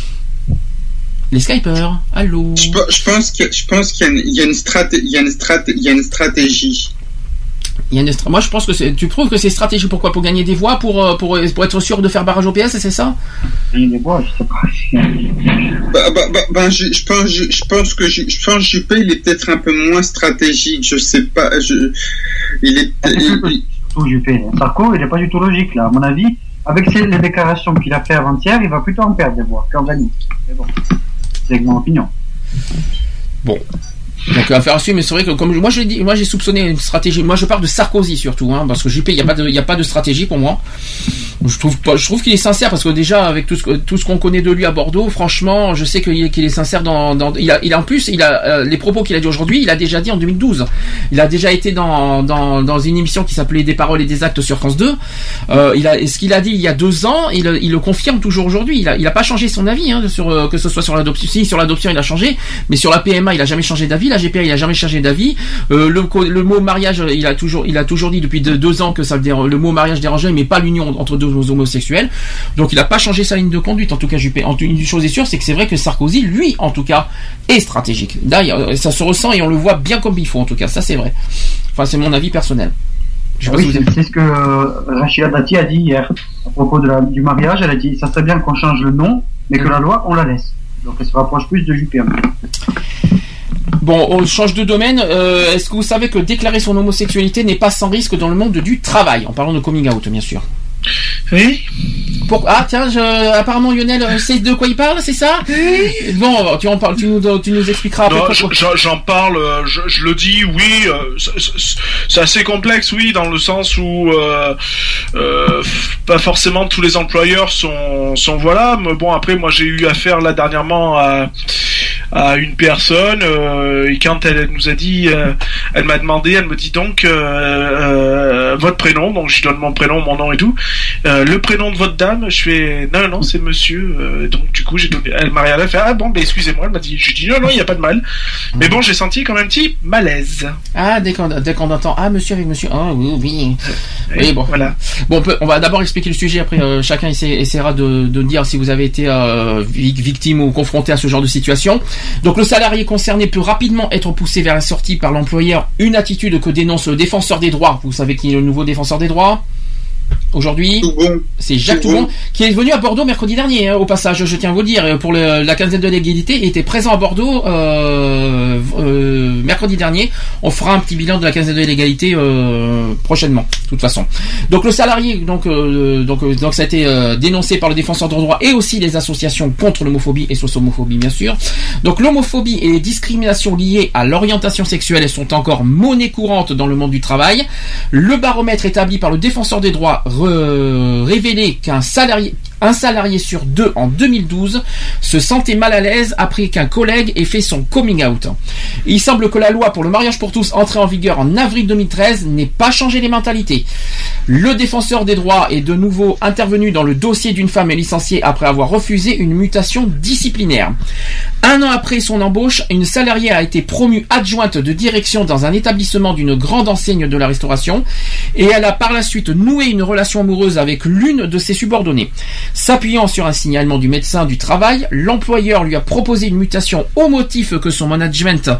Les Skypers, allô. Je, je pense que je pense qu'il y a une, il y a une stratégie, il y a une stratégie, il y a une stratégie. Il y a une stra- Moi, je pense que c'est. Tu trouves que c'est stratégique? Pourquoi? Pour gagner des voix, pour pour pour être sûr de faire barrage au P S, c'est ça? Gagner des voix, je sais pas. Bah, bah, bah, bah, je, je pense, je, je pense que je, je pense Juppé, il est peut-être un peu moins stratégique. Je sais pas. Je, il est. Il, surtout Juppé. Sarko, il est pas du tout logique là. À mon avis, avec ces, les déclarations qu'il a fait avant-hier, il va plutôt en perdre des voix qu'en gagner. Mais bon, c'est mon opinion. Bon. Donc affaire à suivre, mais c'est vrai que comme moi j'ai dit, moi j'ai soupçonné une stratégie. Moi je parle de Sarkozy surtout, hein, parce que Juppé, il y a pas de, il y a pas de stratégie pour moi. Je trouve pas, je trouve qu'il est sincère parce que déjà avec tout ce tout ce qu'on connaît de lui à Bordeaux, franchement, je sais qu'il est, qu'il est sincère dans, dans il a, il a en plus, il a euh, les propos qu'il a dit aujourd'hui, il a déjà dit en deux mille douze. Il a déjà été dans dans dans une émission qui s'appelait Des paroles et des actes sur France deux. Euh, il a ce qu'il a dit il y a deux ans, il il le confirme toujours aujourd'hui. Il a il a pas changé son avis, hein, sur euh, que ce soit sur l'adoption. Si sur l'adoption il a changé, mais sur la P M A il a jamais changé d'avis. La G P A il a jamais changé d'avis. Euh, le, le mot mariage, il a toujours, il a toujours dit depuis deux, deux ans que ça le, le mot mariage dérangeait, mais pas l'union entre deux homosexuels. Donc il a pas changé sa ligne de conduite. En tout cas, Juppé. Une chose est sûre, c'est que c'est vrai que Sarkozy, lui, en tout cas, est stratégique. D'ailleurs, ça se ressent et on le voit bien comme il faut. En tout cas, ça c'est vrai. Enfin, c'est mon avis personnel. Je sais oui, pas si c'est, c'est ce que euh, Rachida Dati a dit hier à propos de la, du mariage. Elle a dit ça serait bien qu'on change le nom, mais que la loi on la laisse. Donc elle se rapproche plus de Juppé. Bon, on change de domaine. Euh, est-ce que vous savez que déclarer son homosexualité n'est pas sans risque dans le monde du travail? En parlant de coming out, bien sûr. Oui. Pour... Ah tiens, je... apparemment Lionel sait de quoi il parle, c'est ça? Oui. Bon, tu en parles, tu nous, tu nous expliqueras. Non, après j'en, j'en parle, je, je le dis, oui, euh, c'est, c'est assez complexe, oui, dans le sens où euh, euh, pas forcément tous les employeurs sont, sont voilà. Mais bon, après, moi j'ai eu affaire là dernièrement à à une personne euh, et quand elle, elle nous a dit, euh, elle m'a demandé, elle me dit donc euh, euh, votre prénom, donc je donne mon prénom, mon nom et tout, euh, le prénom de votre dame, je fais non non c'est monsieur, euh, donc du coup j'ai donné, elle m'a regardé, elle fait ah bon ben excusez-moi, elle m'a dit, je dis non non il y a pas de mal, mais bon j'ai senti quand même un petit malaise. Ah dès qu'on dès qu'on entend ah monsieur avec monsieur, ah oui oui, oui, oui bon voilà, bon on, peut, on va d'abord expliquer le sujet, après euh, chacun essa, essaiera de, de dire si vous avez été euh, victime ou confronté à ce genre de situation. Donc le salarié concerné peut rapidement être poussé vers la sortie par l'employeur, une attitude que dénonce le défenseur des droits. Vous savez qui est le nouveau défenseur des droits aujourd'hui? Toubon. C'est Jacques Toubon, qui est venu à Bordeaux mercredi dernier, hein, au passage, je tiens à vous le dire, pour le, la quinzaine de l'égalité, il était présent à Bordeaux euh, euh, mercredi dernier. On fera un petit bilan de la quinzaine de l'égalité euh, prochainement, de toute façon. Donc le salarié, donc, euh, donc, euh, donc ça a été euh, dénoncé par le défenseur des droits et aussi les associations contre l'homophobie et socio-homophobie, bien sûr. Donc l'homophobie et les discriminations liées à l'orientation sexuelle sont encore monnaie courante dans le monde du travail. Le baromètre établi par le défenseur des droits Re- révélé qu'un salarié Un salarié sur deux en deux mille douze se sentait mal à l'aise après qu'un collègue ait fait son coming out. Il semble que la loi pour le mariage pour tous entrée en vigueur en avril deux mille treize n'ait pas changé les mentalités. Le défenseur des droits est de nouveau intervenu dans le dossier d'une femme licenciée après avoir refusé une mutation disciplinaire. Un an après son embauche, une salariée a été promue adjointe de direction dans un établissement d'une grande enseigne de la restauration et elle a par la suite noué une relation amoureuse avec l'une de ses subordonnées. S'appuyant sur un signalement du médecin du travail, l'employeur lui a proposé une mutation au motif que son management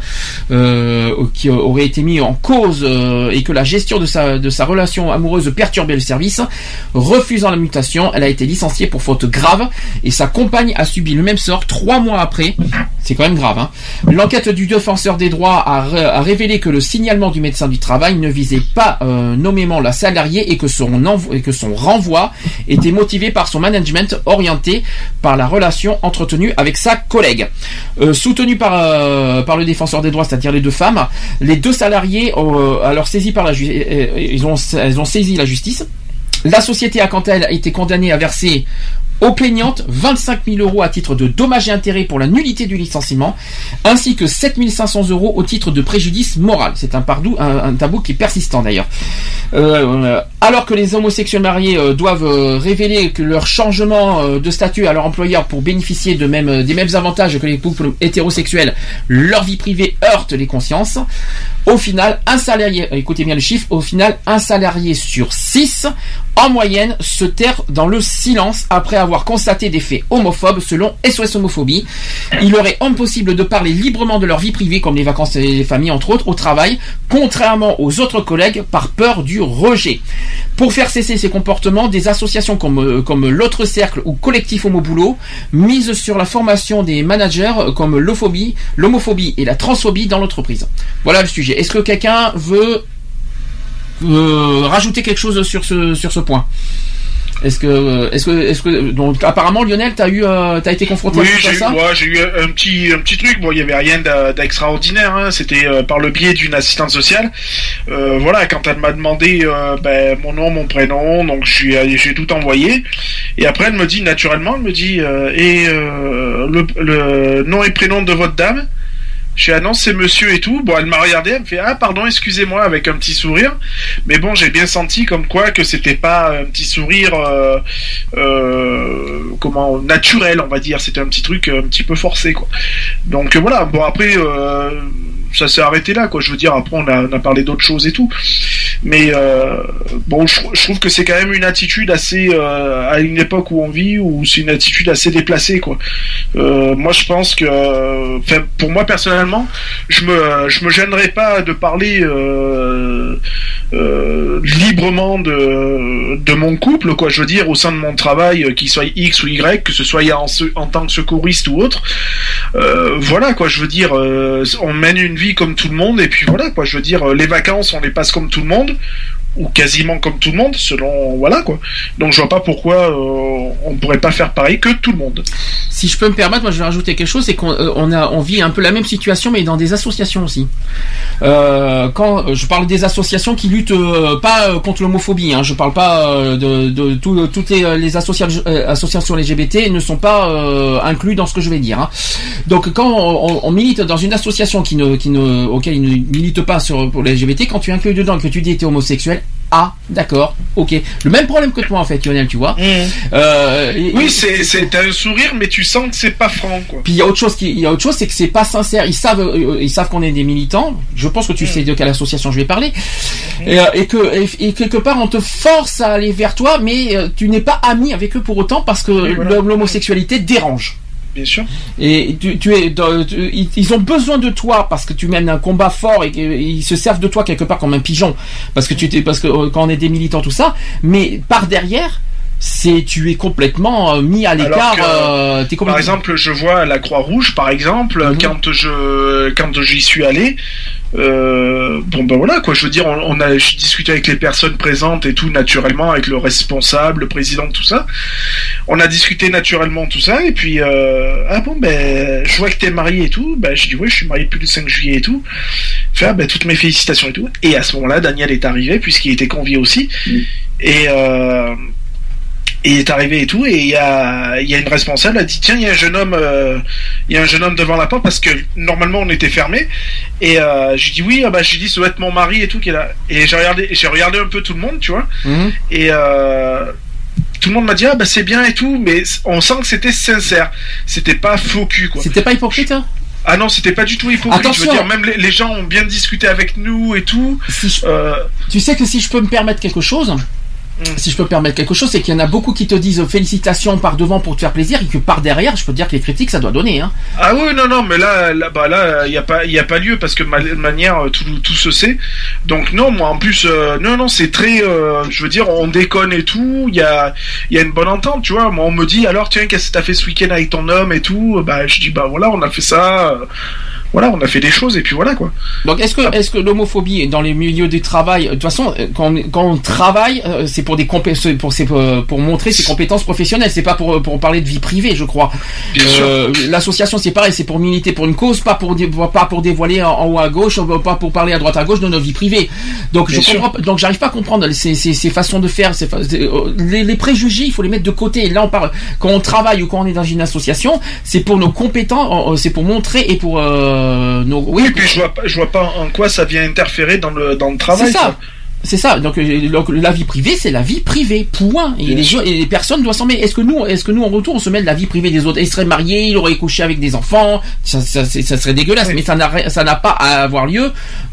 euh, qui aurait été mis en cause euh, et que la gestion de sa, de sa relation amoureuse perturbait le service. Refusant la mutation, elle a été licenciée pour faute grave et sa compagne a subi le même sort trois mois après. C'est quand même grave, hein. L'enquête du défenseur des droits a, ré- a révélé que le signalement du médecin du travail ne visait pas euh, nommément la salariée et que son envo- et que son renvoi était motivé par son management orienté par la relation entretenue avec sa collègue. Euh, soutenu par euh, par le défenseur des droits, c'est-à-dire les deux femmes, les deux salariés ont euh, alors saisi par la ju- euh, ils ont elles ont saisi la justice. La société a quant à elle été condamnée à verser aux plaignantes vingt-cinq mille euros à titre de dommages et intérêts pour la nullité du licenciement, ainsi que sept mille cinq cents euros au titre de préjudice moral. C'est un, pardou, un, un tabou qui est persistant d'ailleurs. Euh, alors que les homosexuels mariés euh, doivent euh, révéler que leur changement euh, de statut à leur employeur pour bénéficier de même, des mêmes avantages que les couples hétérosexuels, leur vie privée heurte les consciences. Au final, un salarié, écoutez bien le chiffre, au final, un salarié sur six, en moyenne, se terre dans le silence après avoir constaté des faits homophobes selon S O S Homophobie. Il leur est impossible de parler librement de leur vie privée, comme les vacances et les familles, entre autres, au travail, contrairement aux autres collègues, par peur du rejet. Pour faire cesser ces comportements, des associations comme, comme l'Autre Cercle ou Collectif Homo Boulot misent sur la formation des managers comme l'homophobie, l'homophobie et la transphobie dans l'entreprise. Voilà le sujet. Est-ce que quelqu'un veut euh, rajouter quelque chose sur ce sur ce point? Est-ce que, est-ce que, est-ce que, donc apparemment Lionel, t'as eu, euh, t'as été confronté oui, à j'ai ça? Oui, ouais, j'ai eu un petit, un petit truc. Bon, il y avait rien d'a- d'extraordinaire. Hein. C'était euh, par le biais d'une assistante sociale. Euh, voilà, quand elle m'a demandé euh, ben, mon nom, mon prénom, donc je suis, j'ai tout envoyé. Et après, elle me dit naturellement, elle me dit euh, et euh, le, le nom et prénom de votre dame. Je suis ah non, c'est monsieur et tout. Bon, elle m'a regardé, elle me fait ah pardon, excusez-moi, avec un petit sourire. Mais bon, j'ai bien senti comme quoi que c'était pas un petit sourire euh, euh, comment naturel, on va dire. C'était un petit truc un petit peu forcé, quoi. Donc voilà. Bon après, euh, ça s'est arrêté là, quoi. Je veux dire, après on a, on a parlé d'autres choses et tout. Mais euh, bon, je, je trouve que c'est quand même une attitude assez euh, à une époque où on vit, où c'est une attitude assez déplacée, quoi. Euh, moi, je pense que, enfin, euh, pour moi personnellement, je me, je me gênerais pas de parler euh, euh, librement de, de mon couple, quoi. Je veux dire, au sein de mon travail, qu'il soit X ou Y, que ce soit en, en tant que secouriste ou autre. Euh, voilà, quoi. Je veux dire, euh, on mène une vie comme tout le monde, et puis voilà, quoi. Je veux dire, les vacances, on les passe comme tout le monde, ou quasiment comme tout le monde, selon, voilà, quoi. Donc je vois pas pourquoi euh, on pourrait pas faire pareil que tout le monde. Si je peux me permettre, moi je vais rajouter quelque chose, c'est qu'on euh, on a, on vit un peu la même situation, mais dans des associations aussi. Euh, quand je parle des associations qui luttent euh, pas euh, contre l'homophobie, hein, je parle pas euh, de, de tout, toutes les, les associa- euh, associations L G B T ne sont pas euh, inclus dans ce que je vais dire. Hein. Donc quand on, on milite dans une association qui ne, qui ne, auquel il ne milite pas sur pour les L G B T, quand tu inclus dedans que tu dis que tu es homosexuel, ah, d'accord, ok. Le même problème que toi, en fait, Lionel, tu vois. Mmh. Euh, et, oui, et, c'est, c'est, t'as un sourire, mais tu sens que c'est pas franc, quoi. Puis il y a autre chose qui, il y a autre chose, c'est que c'est pas sincère. Ils savent, euh, ils savent qu'on est des militants. Je pense que tu mmh. sais de quelle association je vais parler. Mmh. Et, euh, et que, et, et quelque part, on te force à aller vers toi, mais euh, tu n'es pas ami avec eux pour autant parce que oui, voilà. l'homosexualité dérange. Bien sûr. Et tu, tu es, tu, ils ont besoin de toi parce que tu mènes un combat fort et, et ils se servent de toi quelque part comme un pigeon parce que tu t'es, parce que quand on est des militants tout ça, mais par derrière, c'est tu es complètement mis à l'écart. Que, euh, t'es complètement... Par exemple, je vois la Croix-Rouge, par exemple, mm-hmm. quand je quand j'y suis allé. Euh, bon ben voilà quoi, je veux dire, on, on a discuté avec les personnes présentes et tout naturellement, avec le responsable, le président, tout ça. On a discuté naturellement tout ça et puis euh, ah bon ben je vois que t'es marié et tout. Ben je dis ouais, je suis marié depuis le cinq juillet et tout. Enfin ah, ben toutes mes félicitations et tout. Et à ce moment-là, Daniel est arrivé puisqu'il était convié aussi. Mm. Et euh, Et il est arrivé et tout, et il y a, il y a une responsable, elle a dit tiens, il y a un jeune homme, euh, il y a un jeune homme devant la porte parce que normalement on était fermé. Et euh, je dis oui, ah bah je dis ça doit être mon mari et tout qui est là. Et j'ai regardé, j'ai regardé un peu tout le monde, tu vois. Mmh. Et euh, tout le monde m'a dit ah bah c'est bien et tout, mais on sent que c'était sincère, c'était pas faux cul quoi. C'était pas hypocrite hein. Ah non, c'était pas du tout hypocrite. Attention. Je veux dire, même les, les gens ont bien discuté avec nous et tout. Si je, euh... Tu sais que si je peux me permettre quelque chose. Si je peux me permettre quelque chose, c'est qu'il y en a beaucoup qui te disent félicitations par devant pour te faire plaisir et que par derrière, je peux te dire que les critiques, ça doit donner. Hein. Ah oui, non, non, mais là, là, bah là, il y a pas, il y a pas lieu parce que de ma- manière tout, tout se sait. Donc non, moi en plus, euh, non, non, c'est très, euh, je veux dire, on déconne et tout. Il y a, il y a une bonne entente, tu vois. Moi, on me dit alors, tiens, qu'est-ce que t'as fait ce week-end avec ton homme et tout. Bah, je dis bah voilà, on a fait ça. Euh, Voilà, on a fait des choses et puis voilà quoi. Donc est-ce que est-ce que l'homophobie dans les milieux du travail, de toute façon, quand on, quand on travaille, c'est pour des compé- pour c'est pour, pour montrer ses compétences professionnelles, c'est pas pour pour parler de vie privée, je crois. Bien euh, sûr. L'association c'est pareil, c'est pour militer pour une cause, pas pour pas pour dévoiler en, en haut à gauche, pas pour parler à droite à gauche de nos vies privées. Donc Bien je sûr. comprends, donc j'arrive pas à comprendre ces ces, ces façons de faire, ces, les, les préjugés, il faut les mettre de côté. Et là on parle quand on travaille ou quand on est dans une association, c'est pour nos compétences, c'est pour montrer et pour euh, nos oui, et puis je vois pas, je vois pas en quoi ça vient interférer dans le dans le travail. C'est ça. Quoi. C'est ça. Donc, donc la vie privée, c'est la vie privée. Point. Et les, et les personnes doivent s'en mêler. Est-ce que nous, est-ce que nous en retour, on se mêle de la vie privée des autres? Il serait marié, il aurait couché avec des enfants. Ça, ça, ça serait dégueulasse. Oui. Mais ça n'a, ça n'a pas à avoir lieu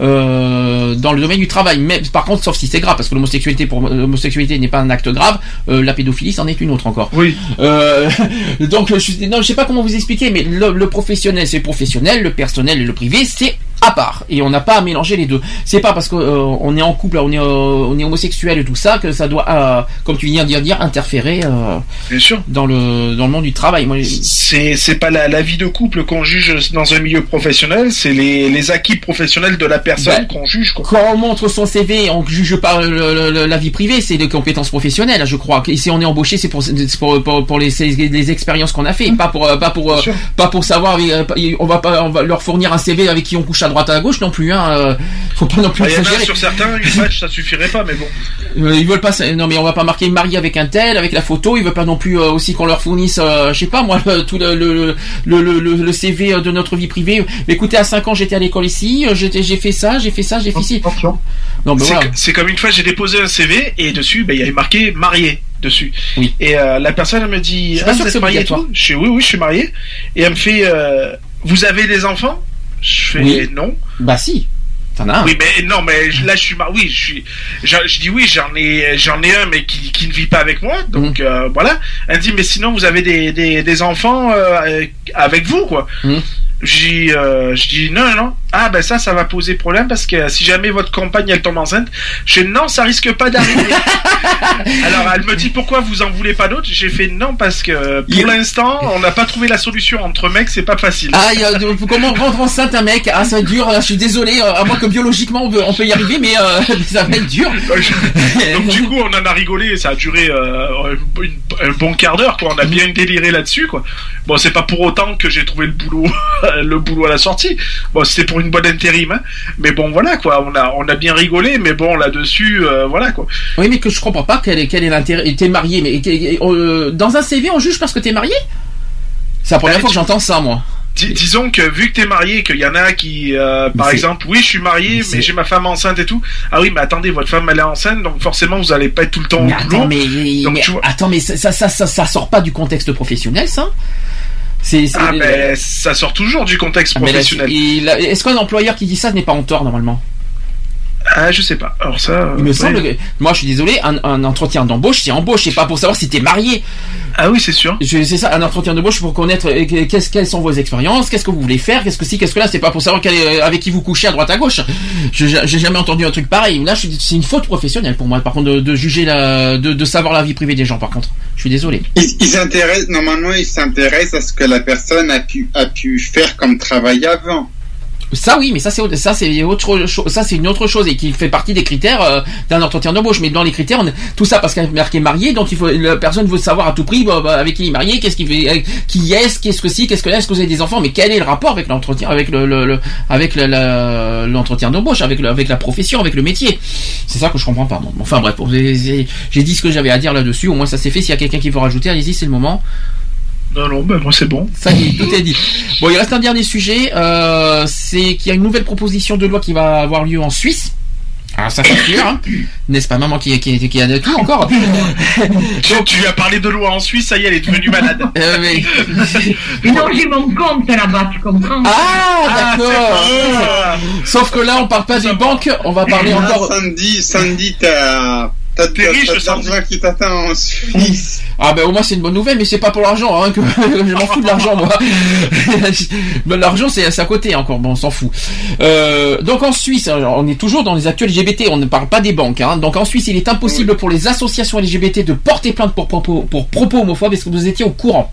euh, dans le domaine du travail. Mais par contre, sauf si c'est grave, parce que l'homosexualité, pour l'homosexualité n'est pas un acte grave. Euh, la pédophilie, c'en est une autre encore. Oui. Euh, donc, je, non, je sais pas comment vous expliquer, mais le, le professionnel, c'est professionnel, le personnel et le privé, c'est à part, et on n'a pas à mélanger les deux. C'est pas parce que euh, on est en couple, on est euh, on est homosexuel et tout ça que ça doit, euh, comme tu viens de dire, dire interférer. Euh, Bien sûr. Dans le dans le monde du travail. Moi, c'est c'est pas la, la vie de couple qu'on juge dans un milieu professionnel, c'est les les acquis professionnels de la personne ben, qu'on juge. Quoi. Quand on montre son C V, on juge pas le, le, la vie privée, c'est les compétences professionnelles. Je crois. Et si on est embauché, c'est pour c'est pour, pour pour les les expériences qu'on a fait, mmh. pas pour pas pour euh, pas pour savoir. On va pas on va leur fournir un C V avec qui on couche à droite à gauche non plus hein euh, faut pas non plus ah, exagérer. Sur certains une page ça suffirait pas mais bon euh, ils veulent pas non mais on va pas marquer marié avec un tel avec la photo, ils veulent pas non plus euh, aussi qu'on leur fournisse euh, je sais pas moi le, tout le le, le le le le C V de notre vie privée. Mais écoutez, à cinq ans j'étais à l'école ici, j'étais j'ai fait ça j'ai fait ça j'ai fait ci. Non mais c'est, voilà. C'est comme une fois j'ai déposé un C V et dessus ben il y avait marqué marié dessus. Oui. Et euh, la personne elle me dit je suis pas ah, sûr que c'est marié toi. Je suis oui oui je suis marié et elle me fait euh, vous avez des enfants? Je fais oui. non. Bah si. T'en as un. Oui mais non mais là je suis mar... oui je suis je, je dis oui j'en ai j'en ai un mais qui qui ne vit pas avec moi donc mmh. euh, voilà. Elle dit mais sinon vous avez des des des enfants euh, avec vous quoi. Mmh. Je dis euh, je dis non non. Ah ben ça ça va poser problème parce que si jamais votre compagne elle tombe enceinte, je dis non ça risque pas d'arriver. Alors elle me dit pourquoi vous en voulez pas d'autres? J'ai fait non parce que pour Il... l'instant on n'a pas trouvé la solution entre mecs, c'est pas facile. Ah y a, comment rendre enceinte un mec? Ah ça dur, je suis désolé, à moins que biologiquement on peut, on peut y arriver mais euh, ça va être dur. Donc du coup on en a rigolé, ça a duré euh, une, un bon quart d'heure quoi, on a bien déliré là-dessus quoi. Bon c'est pas pour autant que j'ai trouvé le boulot le boulot à la sortie. Bon c'était pour une bonne intérim hein. Mais bon voilà quoi, on a on a bien rigolé mais bon là-dessus euh, voilà quoi. Oui mais que je comprends pas quel est quel est l'intérêt. T'es marié mais euh, dans un C V on juge parce que t'es marié? C'est la première bah, fois que j'entends ça moi. Dis, disons que vu que t'es marié, qu'il y en a qui, euh, par exemple, oui, je suis marié, mais, mais j'ai ma femme enceinte et tout. Ah oui, mais attendez, votre femme elle est enceinte, donc forcément vous allez pas être tout le temps mais au attends, boulot. Mais, donc, mais tu vois... attends, mais ça, ça, ça, ça, ça sort pas du contexte professionnel, ça? C'est, c'est, ah ben, ça sort toujours du contexte ah, professionnel. Là, est-ce qu'un employeur qui dit ça n'est pas en tort normalement? Ah, je sais pas. Alors ça. Il me ouais. semble que, moi, je suis désolé, un, un entretien d'embauche, c'est embauche, c'est pas pour savoir si t'es marié. Ah oui, c'est sûr. Je, c'est ça, un entretien d'embauche pour connaître qu'est-ce, quelles sont vos expériences, qu'est-ce que vous voulez faire, qu'est-ce que si, qu'est-ce que là, c'est pas pour savoir quel, avec qui vous couchez à droite à gauche. Je, j'ai jamais entendu un truc pareil. Là, je, c'est une faute professionnelle pour moi, par contre, de, de juger la, de, de savoir la vie privée des gens, par contre. Je suis désolé. Ils, ils s'intéressent, normalement, ils s'intéressent à ce que la personne a pu, a pu faire comme travail avant. Ça oui, mais ça c'est ça c'est autre chose, ça c'est une autre chose et qui fait partie des critères euh, d'un entretien d'embauche. Mais dans les critères, on, tout ça parce qu'il est marqué marié, donc il faut la personne veut savoir à tout prix bah, bah, avec qui il est marié, qu'est-ce qu'il fait, qui est-ce, qu'est-ce que si, qu'est-ce que là, est-ce que vous avez des enfants, mais quel est le rapport avec l'entretien, avec le, le, le avec le, le, l'entretien d'embauche, avec le, avec la profession, avec le métier. C'est ça que je comprends pas. Bon, enfin bref, j'ai, j'ai dit ce que j'avais à dire là-dessus. Au moins ça s'est fait. S'il y a quelqu'un qui veut rajouter, allez-y, c'est le moment. Non, non, ben moi c'est bon. Ça y est, tout est dit. Bon, il reste un dernier sujet, euh, c'est qu'il y a une nouvelle proposition de loi qui va avoir lieu en Suisse. Alors ça c'est sûr, hein. N'est-ce pas maman qui, qui, qui a de tout encore. tu, tu lui as parlé de loi en Suisse, ça y est, elle est devenue malade. Euh, mais... non, j'ai mon compte là-bas, tu comprends. Ah, d'accord. Ah, Sauf que là, on parle pas des banques, on va parler ah, encore... Sandy, Sandy, t'as... T'as de riche, t'as de l'argent qui t'atteint en Suisse. Ah ben au moins c'est une bonne nouvelle, mais c'est pas pour l'argent, hein, que je m'en fous de l'argent moi. L'argent c'est, c'est à côté encore, bon on s'en fout. Euh, donc en Suisse, on est toujours dans les actuels L G B T, on ne parle pas des banques. Hein. Donc en Suisse, il est impossible pour les associations L G B T de porter plainte pour propos, pour propos homophobes. Est-ce que vous étiez au courant?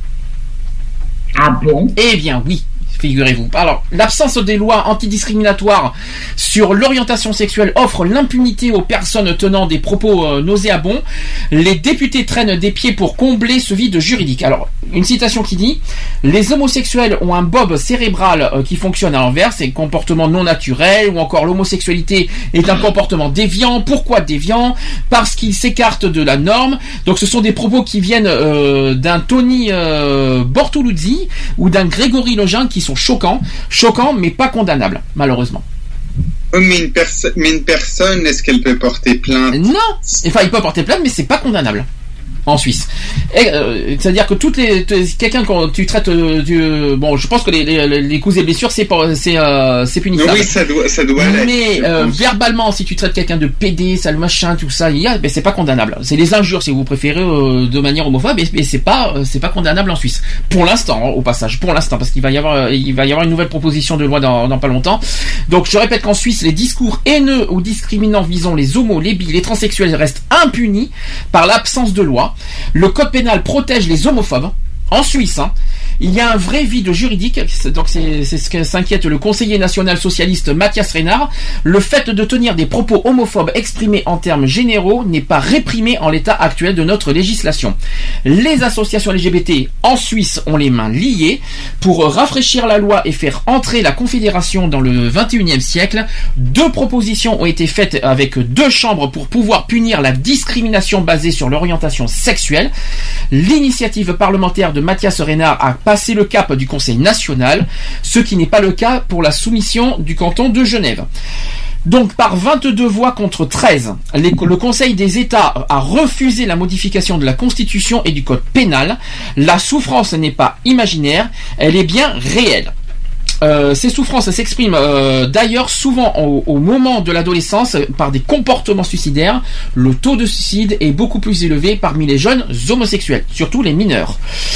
Ah bon? Eh bien oui. Figurez-vous. Alors, l'absence des lois antidiscriminatoires sur l'orientation sexuelle offre l'impunité aux personnes tenant des propos euh, nauséabonds. Les députés traînent des pieds pour combler ce vide juridique. Alors, une citation qui dit « Les homosexuels ont un bob cérébral euh, qui fonctionne à l'envers, c'est un comportement non naturel, ou encore l'homosexualité est un comportement déviant. Pourquoi déviant? Parce qu'il s'écarte de la norme. » Donc, ce sont des propos qui viennent euh, d'un Tony euh, Bortoluzzi ou d'un Grégory Legin qui sont choquants, choquants mais pas condamnables, malheureusement. Mais une, perso- mais une personne, est-ce qu'elle peut porter plainte? Non, enfin il peut porter plainte mais c'est pas condamnable. En Suisse, et, euh, c'est-à-dire que toutes les t- quelqu'un quand tu traites euh, du euh, bon, je pense que les, les, les coups et blessures c'est pas, c'est euh, c'est punissable. Oui, ça doit ça doit l'être. Mais euh, verbalement, si tu traites quelqu'un de pédé, sale machin, tout ça, il y a, ben c'est pas condamnable. C'est les injures si vous préférez euh, de manière homophobe, et, et c'est pas euh, c'est pas condamnable en Suisse. Pour l'instant, hein, au passage, pour l'instant, parce qu'il va y avoir euh, il va y avoir une nouvelle proposition de loi dans, dans pas longtemps. Donc je répète qu'en Suisse, les discours haineux ou discriminants visant les homos, les bi, les transsexuels restent impunis par l'absence de loi. Le code pénal protège les homophobes en Suisse. Hein. Il y a un vrai vide juridique, donc c'est, c'est ce que s'inquiète le conseiller national socialiste Mathias Reynard. Le fait de tenir des propos homophobes exprimés en termes généraux n'est pas réprimé en l'état actuel de notre législation. Les associations L G B T en Suisse ont les mains liées. Pour rafraîchir la loi et faire entrer la Confédération dans le vingt et unième siècle, deux propositions ont été faites avec deux chambres pour pouvoir punir la discrimination basée sur l'orientation sexuelle. L'initiative parlementaire de Mathias Reynard a passé le cap du Conseil national, ce qui n'est pas le cas pour la soumission du canton de Genève. Donc par vingt-deux voix contre treize, les, le Conseil des États a refusé la modification de la Constitution et du Code pénal. La souffrance n'est pas imaginaire, elle est bien réelle. Euh, ces souffrances s'expriment euh, d'ailleurs souvent au, au moment de l'adolescence par des comportements suicidaires. Le taux de suicide est beaucoup plus élevé parmi les jeunes homosexuels, surtout les mineurs.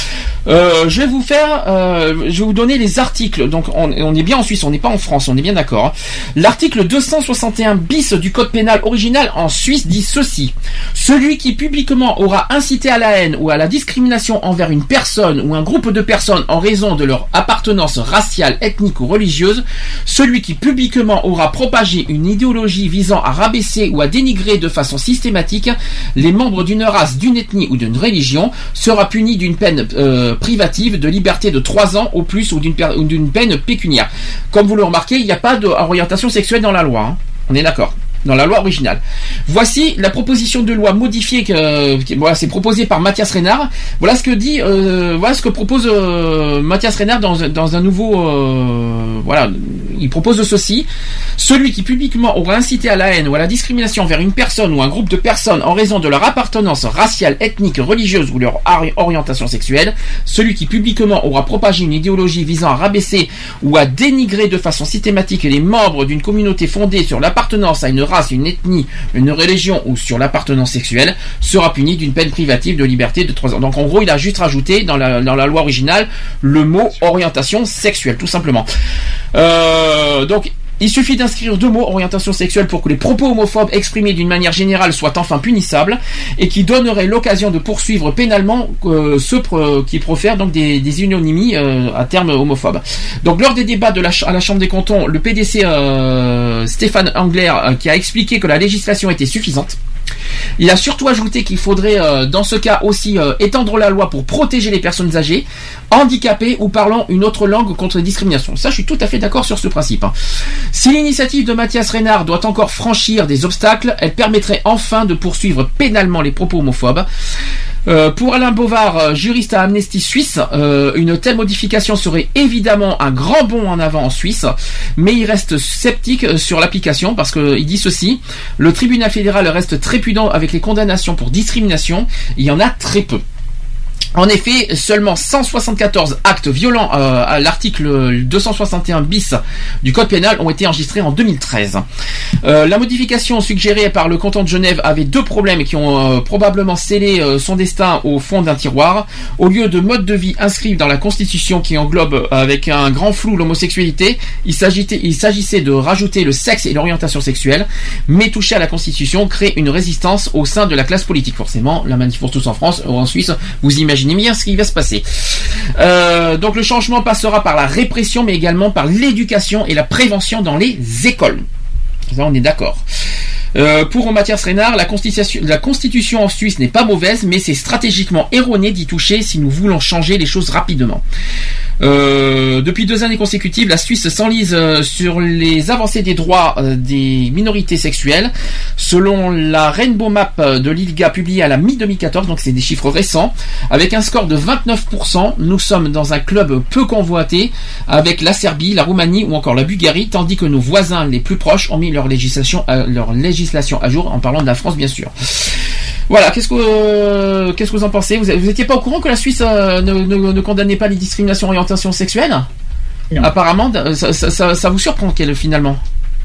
Euh, je vais vous faire, euh, je vais vous donner les articles. Donc on, on est bien en Suisse, on n'est pas en France, on est bien d'accord. L'article deux cent soixante et un bis du code pénal original en Suisse dit ceci: celui qui publiquement aura incité à la haine ou à la discrimination envers une personne ou un groupe de personnes en raison de leur appartenance raciale, ethnique ou religieuse, celui qui publiquement aura propagé une idéologie visant à rabaisser ou à dénigrer de façon systématique les membres d'une race, d'une ethnie ou d'une religion, sera puni d'une peine euh, privative de liberté de trois ans au plus ou d'une, per- ou d'une peine pécuniaire. Comme vous le remarquez, il n'y a pas d'orientation sexuelle dans la loi. Hein. On est d'accord. Dans la loi originale. Voici la proposition de loi modifiée que, que voilà, c'est proposé par Mathias Reynard. Voilà ce que dit, euh, voilà ce que propose euh, Mathias Reynard dans, dans un nouveau, euh, voilà, il propose ceci: celui qui publiquement aura incité à la haine ou à la discrimination envers une personne ou un groupe de personnes en raison de leur appartenance raciale, ethnique, religieuse ou leur orientation sexuelle, celui qui publiquement aura propagé une idéologie visant à rabaisser ou à dénigrer de façon systématique les membres d'une communauté fondée sur l'appartenance à une race, une ethnie, une religion ou sur l'appartenance sexuelle, sera puni d'une peine privative de liberté de trois ans. Donc en gros, il a juste rajouté dans la, dans la loi originale le mot orientation sexuelle, tout simplement. Euh, donc Il suffit d'inscrire deux mots, orientation sexuelle, pour que les propos homophobes exprimés d'une manière générale soient enfin punissables et qui donneraient l'occasion de poursuivre pénalement euh, ceux pro- qui profèrent donc des, des unanimies euh, à terme homophobes. Donc lors des débats de la ch- à la Chambre des cantons, le P D C euh, Stéphane Angler euh, qui a expliqué que la législation était suffisante. Il a surtout ajouté qu'il faudrait euh, dans ce cas aussi euh, étendre la loi pour protéger les personnes âgées, handicapées ou parlant une autre langue contre les discriminations. Ça, je suis tout à fait d'accord sur ce principe. Hein. Si l'initiative de Mathias Reynard doit encore franchir des obstacles, elle permettrait enfin de poursuivre pénalement les propos homophobes. Euh, pour Alain Bovard, juriste à Amnesty Suisse, euh, une telle modification serait évidemment un grand bond en avant en Suisse, mais il reste sceptique sur l'application parce qu'il dit ceci: le tribunal fédéral reste très prudent avec les condamnations pour discrimination, il y en a très peu. En effet, seulement cent soixante-quatorze actes violents euh, à l'article deux cent soixante et un bis du Code pénal ont été enregistrés en deux mille treize. Euh, la modification suggérée par le canton de Genève avait deux problèmes qui ont euh, probablement scellé euh, son destin au fond d'un tiroir. Au lieu de mode de vie inscrit dans la Constitution qui englobe euh, avec un grand flou l'homosexualité, il s'agissait, il s'agissait de rajouter le sexe et l'orientation sexuelle, mais toucher à la Constitution crée une résistance au sein de la classe politique. Forcément, la Manif pour tous en France ou en Suisse, vous imaginez bien ce qui va se passer. Euh, donc le changement passera par la répression, mais également par l'éducation et la prévention dans les écoles. Ça, on est d'accord. Euh, pour Mathias Reynard, la constitution, la constitution en Suisse n'est pas mauvaise, mais c'est stratégiquement erroné d'y toucher si nous voulons changer les choses rapidement. Euh, depuis deux années consécutives, la Suisse s'enlise euh, sur les avancées des droits euh, des minorités sexuelles. Selon la Rainbow Map de l'I L G A publiée à la mi deux mille quatorze, donc c'est des chiffres récents, avec un score de vingt-neuf pour cent, nous sommes dans un club peu convoité avec la Serbie, la Roumanie ou encore la Bulgarie, tandis que nos voisins les plus proches ont mis leur législation à, leur législation à jour, en parlant de la France bien sûr. Voilà, qu'est-ce que euh, qu'est-ce que vous en pensez? Vous n'étiez pas au courant que la Suisse euh, ne, ne, ne condamnait pas les discriminations orientation sexuelle? Non. Apparemment, ça, ça, ça, ça vous surprend qu'elle finalement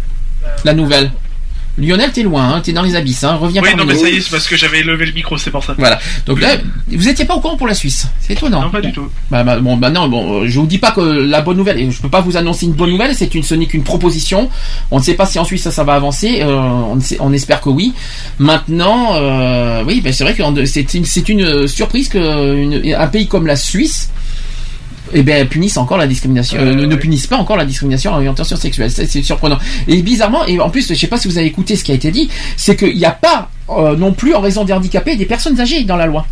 la nouvelle. Lionel, t'es loin, hein, t'es dans les abysses, hein, reviens. Oui, parmi non, mais nous. ça y est, c'est parce que j'avais levé le micro, c'est pour ça. Voilà. Donc là, vous étiez pas au courant pour la Suisse, c'est étonnant. Non, pas du tout. Bah, bah, bon, bah non, bon, je vous dis pas que la bonne nouvelle, et je peux pas vous annoncer une bonne nouvelle, c'est une, ce n'est qu'une proposition. On ne sait pas si en Suisse ça, ça va avancer. Euh, on, sait, on espère que oui. Maintenant, euh, oui, bah, c'est vrai que c'est une, c'est une surprise que une, un pays comme la Suisse, eh ben, punissent encore la discrimination, euh, ne, ne punissent pas encore la discrimination à orientation sexuelle. C'est, c'est surprenant. Et bizarrement, et en plus, je sais pas si vous avez écouté ce qui a été dit, c'est qu'il n'y a pas euh, non plus, en raison des handicapés, des personnes âgées dans la loi.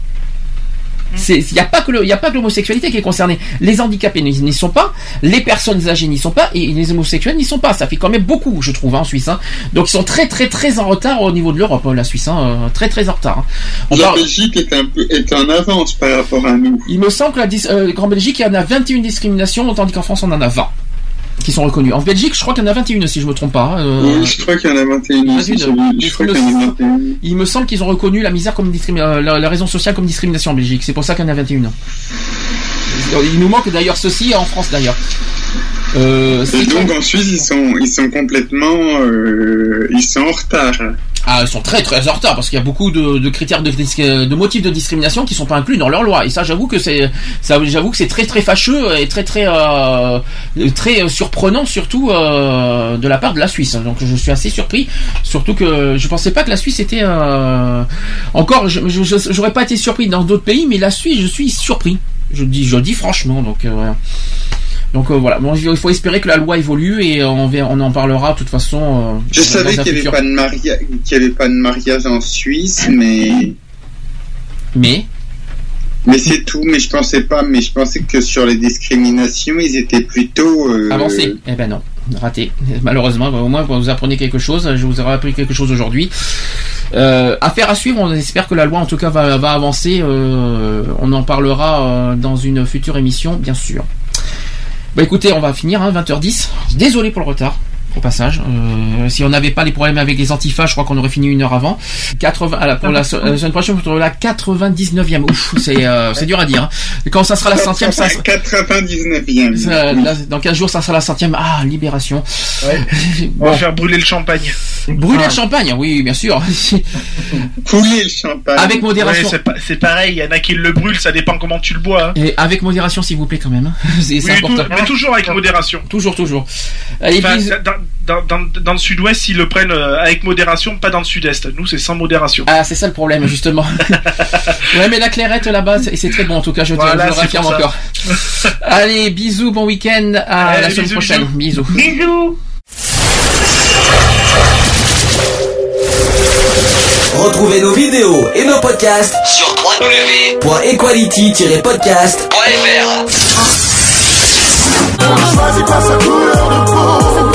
Il n'y a pas que le, y a pas que l'homosexualité qui est concernée. Les handicapés n'y, n'y sont pas, les personnes âgées n'y sont pas, et les homosexuels n'y sont pas. Ça fait quand même beaucoup, je trouve, hein, en Suisse. Hein. Donc ils sont très très très en retard au niveau de l'Europe, la Suisse, hein, euh, très très en retard. Hein. On la parle... Belgique est, un peu, est en avance par rapport à nous. Il me semble que la dis- euh, Grande Belgique, il y en a vingt et une discriminations, tandis qu'en France on en a vingt qui sont reconnues. En Belgique, je crois qu'il y en a vingt et une si je me trompe pas. Euh... Oui, je crois qu'il y en a vingt et une. Aussi, une. Je crois qu'il y en a vingt et une. Il me semble qu'ils ont reconnu la misère comme discrimi- euh, la, la raison sociale comme discrimination en Belgique. C'est pour ça qu'il y en a vingt et une. Il nous manque d'ailleurs ceci en France d'ailleurs. Euh, et donc en Suisse, ils sont, ils sont complètement, euh, ils sont en retard. Ah, ils sont très très en retard parce qu'il y a beaucoup de, de critères de, de motifs de discrimination qui sont pas inclus dans leur loi. Et ça, j'avoue que c'est, ça, j'avoue que c'est très très fâcheux et très très euh, très surprenant surtout euh, de la part de la Suisse. Donc je suis assez surpris, surtout que je pensais pas que la Suisse était euh, encore. Je, je, je, j'aurais pas été surpris dans d'autres pays, mais la Suisse, je suis surpris. Je dis, je dis franchement. Donc euh, Donc euh, voilà, bon, il faut espérer que la loi évolue et on, on en parlera de toute façon. Euh, Je savais qu'il n'y avait pas de mariage, qu'il y avait pas de mariage en Suisse, mais. Mais. Mais c'est tout. Mais je pensais pas. Mais je pensais que sur les discriminations, ils étaient plutôt euh... avancés. Eh ben non, raté. Malheureusement, au moins vous apprenez quelque chose. Je vous ai appris quelque chose aujourd'hui. Euh, affaire à suivre. On espère que la loi, en tout cas, va, va avancer. Euh, on en parlera euh, dans une future émission, bien sûr. Bah écoutez, on va finir, hein, vingt heures dix. Désolé pour le retard, au passage. Euh, si on n'avait pas les problèmes avec les antifas, je crois qu'on aurait fini une heure avant. quatre-vingts, à la, pour la, la semaine prochaine, pour la quatre-vingt-dix-neuvième. Ouf, c'est, euh, c'est dur à dire. Hein. Quand ça sera la centième, ça sera... quatre-vingt-dix-neuvième. Ça, là, dans quinze jours, ça sera la centième. Ah, libération. Ouais. Bon. On va faire brûler le champagne. Brûler ah. le champagne, oui, bien sûr. Couler le champagne. Avec modération. Ouais, c'est, pa- c'est pareil, il y en a qui le brûlent, ça dépend comment tu le bois. Hein. Et avec modération, s'il vous plaît, quand même. C'est, oui, c'est important. Tout, mais toujours avec modération. Toujours, toujours. Allez, enfin, bis... dans, dans, dans, dans le sud-ouest, ils le prennent euh, avec modération, pas dans le sud-est. Nous, c'est sans modération. Ah, c'est ça le problème, justement. Ouais, mais la clairette là-bas, c'est, c'est très bon, en tout cas, je, Voilà, je le réaffirme encore. Allez, bisous, bon week-end, à Allez, la semaine bisous, prochaine. Bisous. Bisous. Retrouvez nos vidéos et nos podcasts sur w w w point equality tiret podcast point f r. On ne choisit pas sa couleur de peau.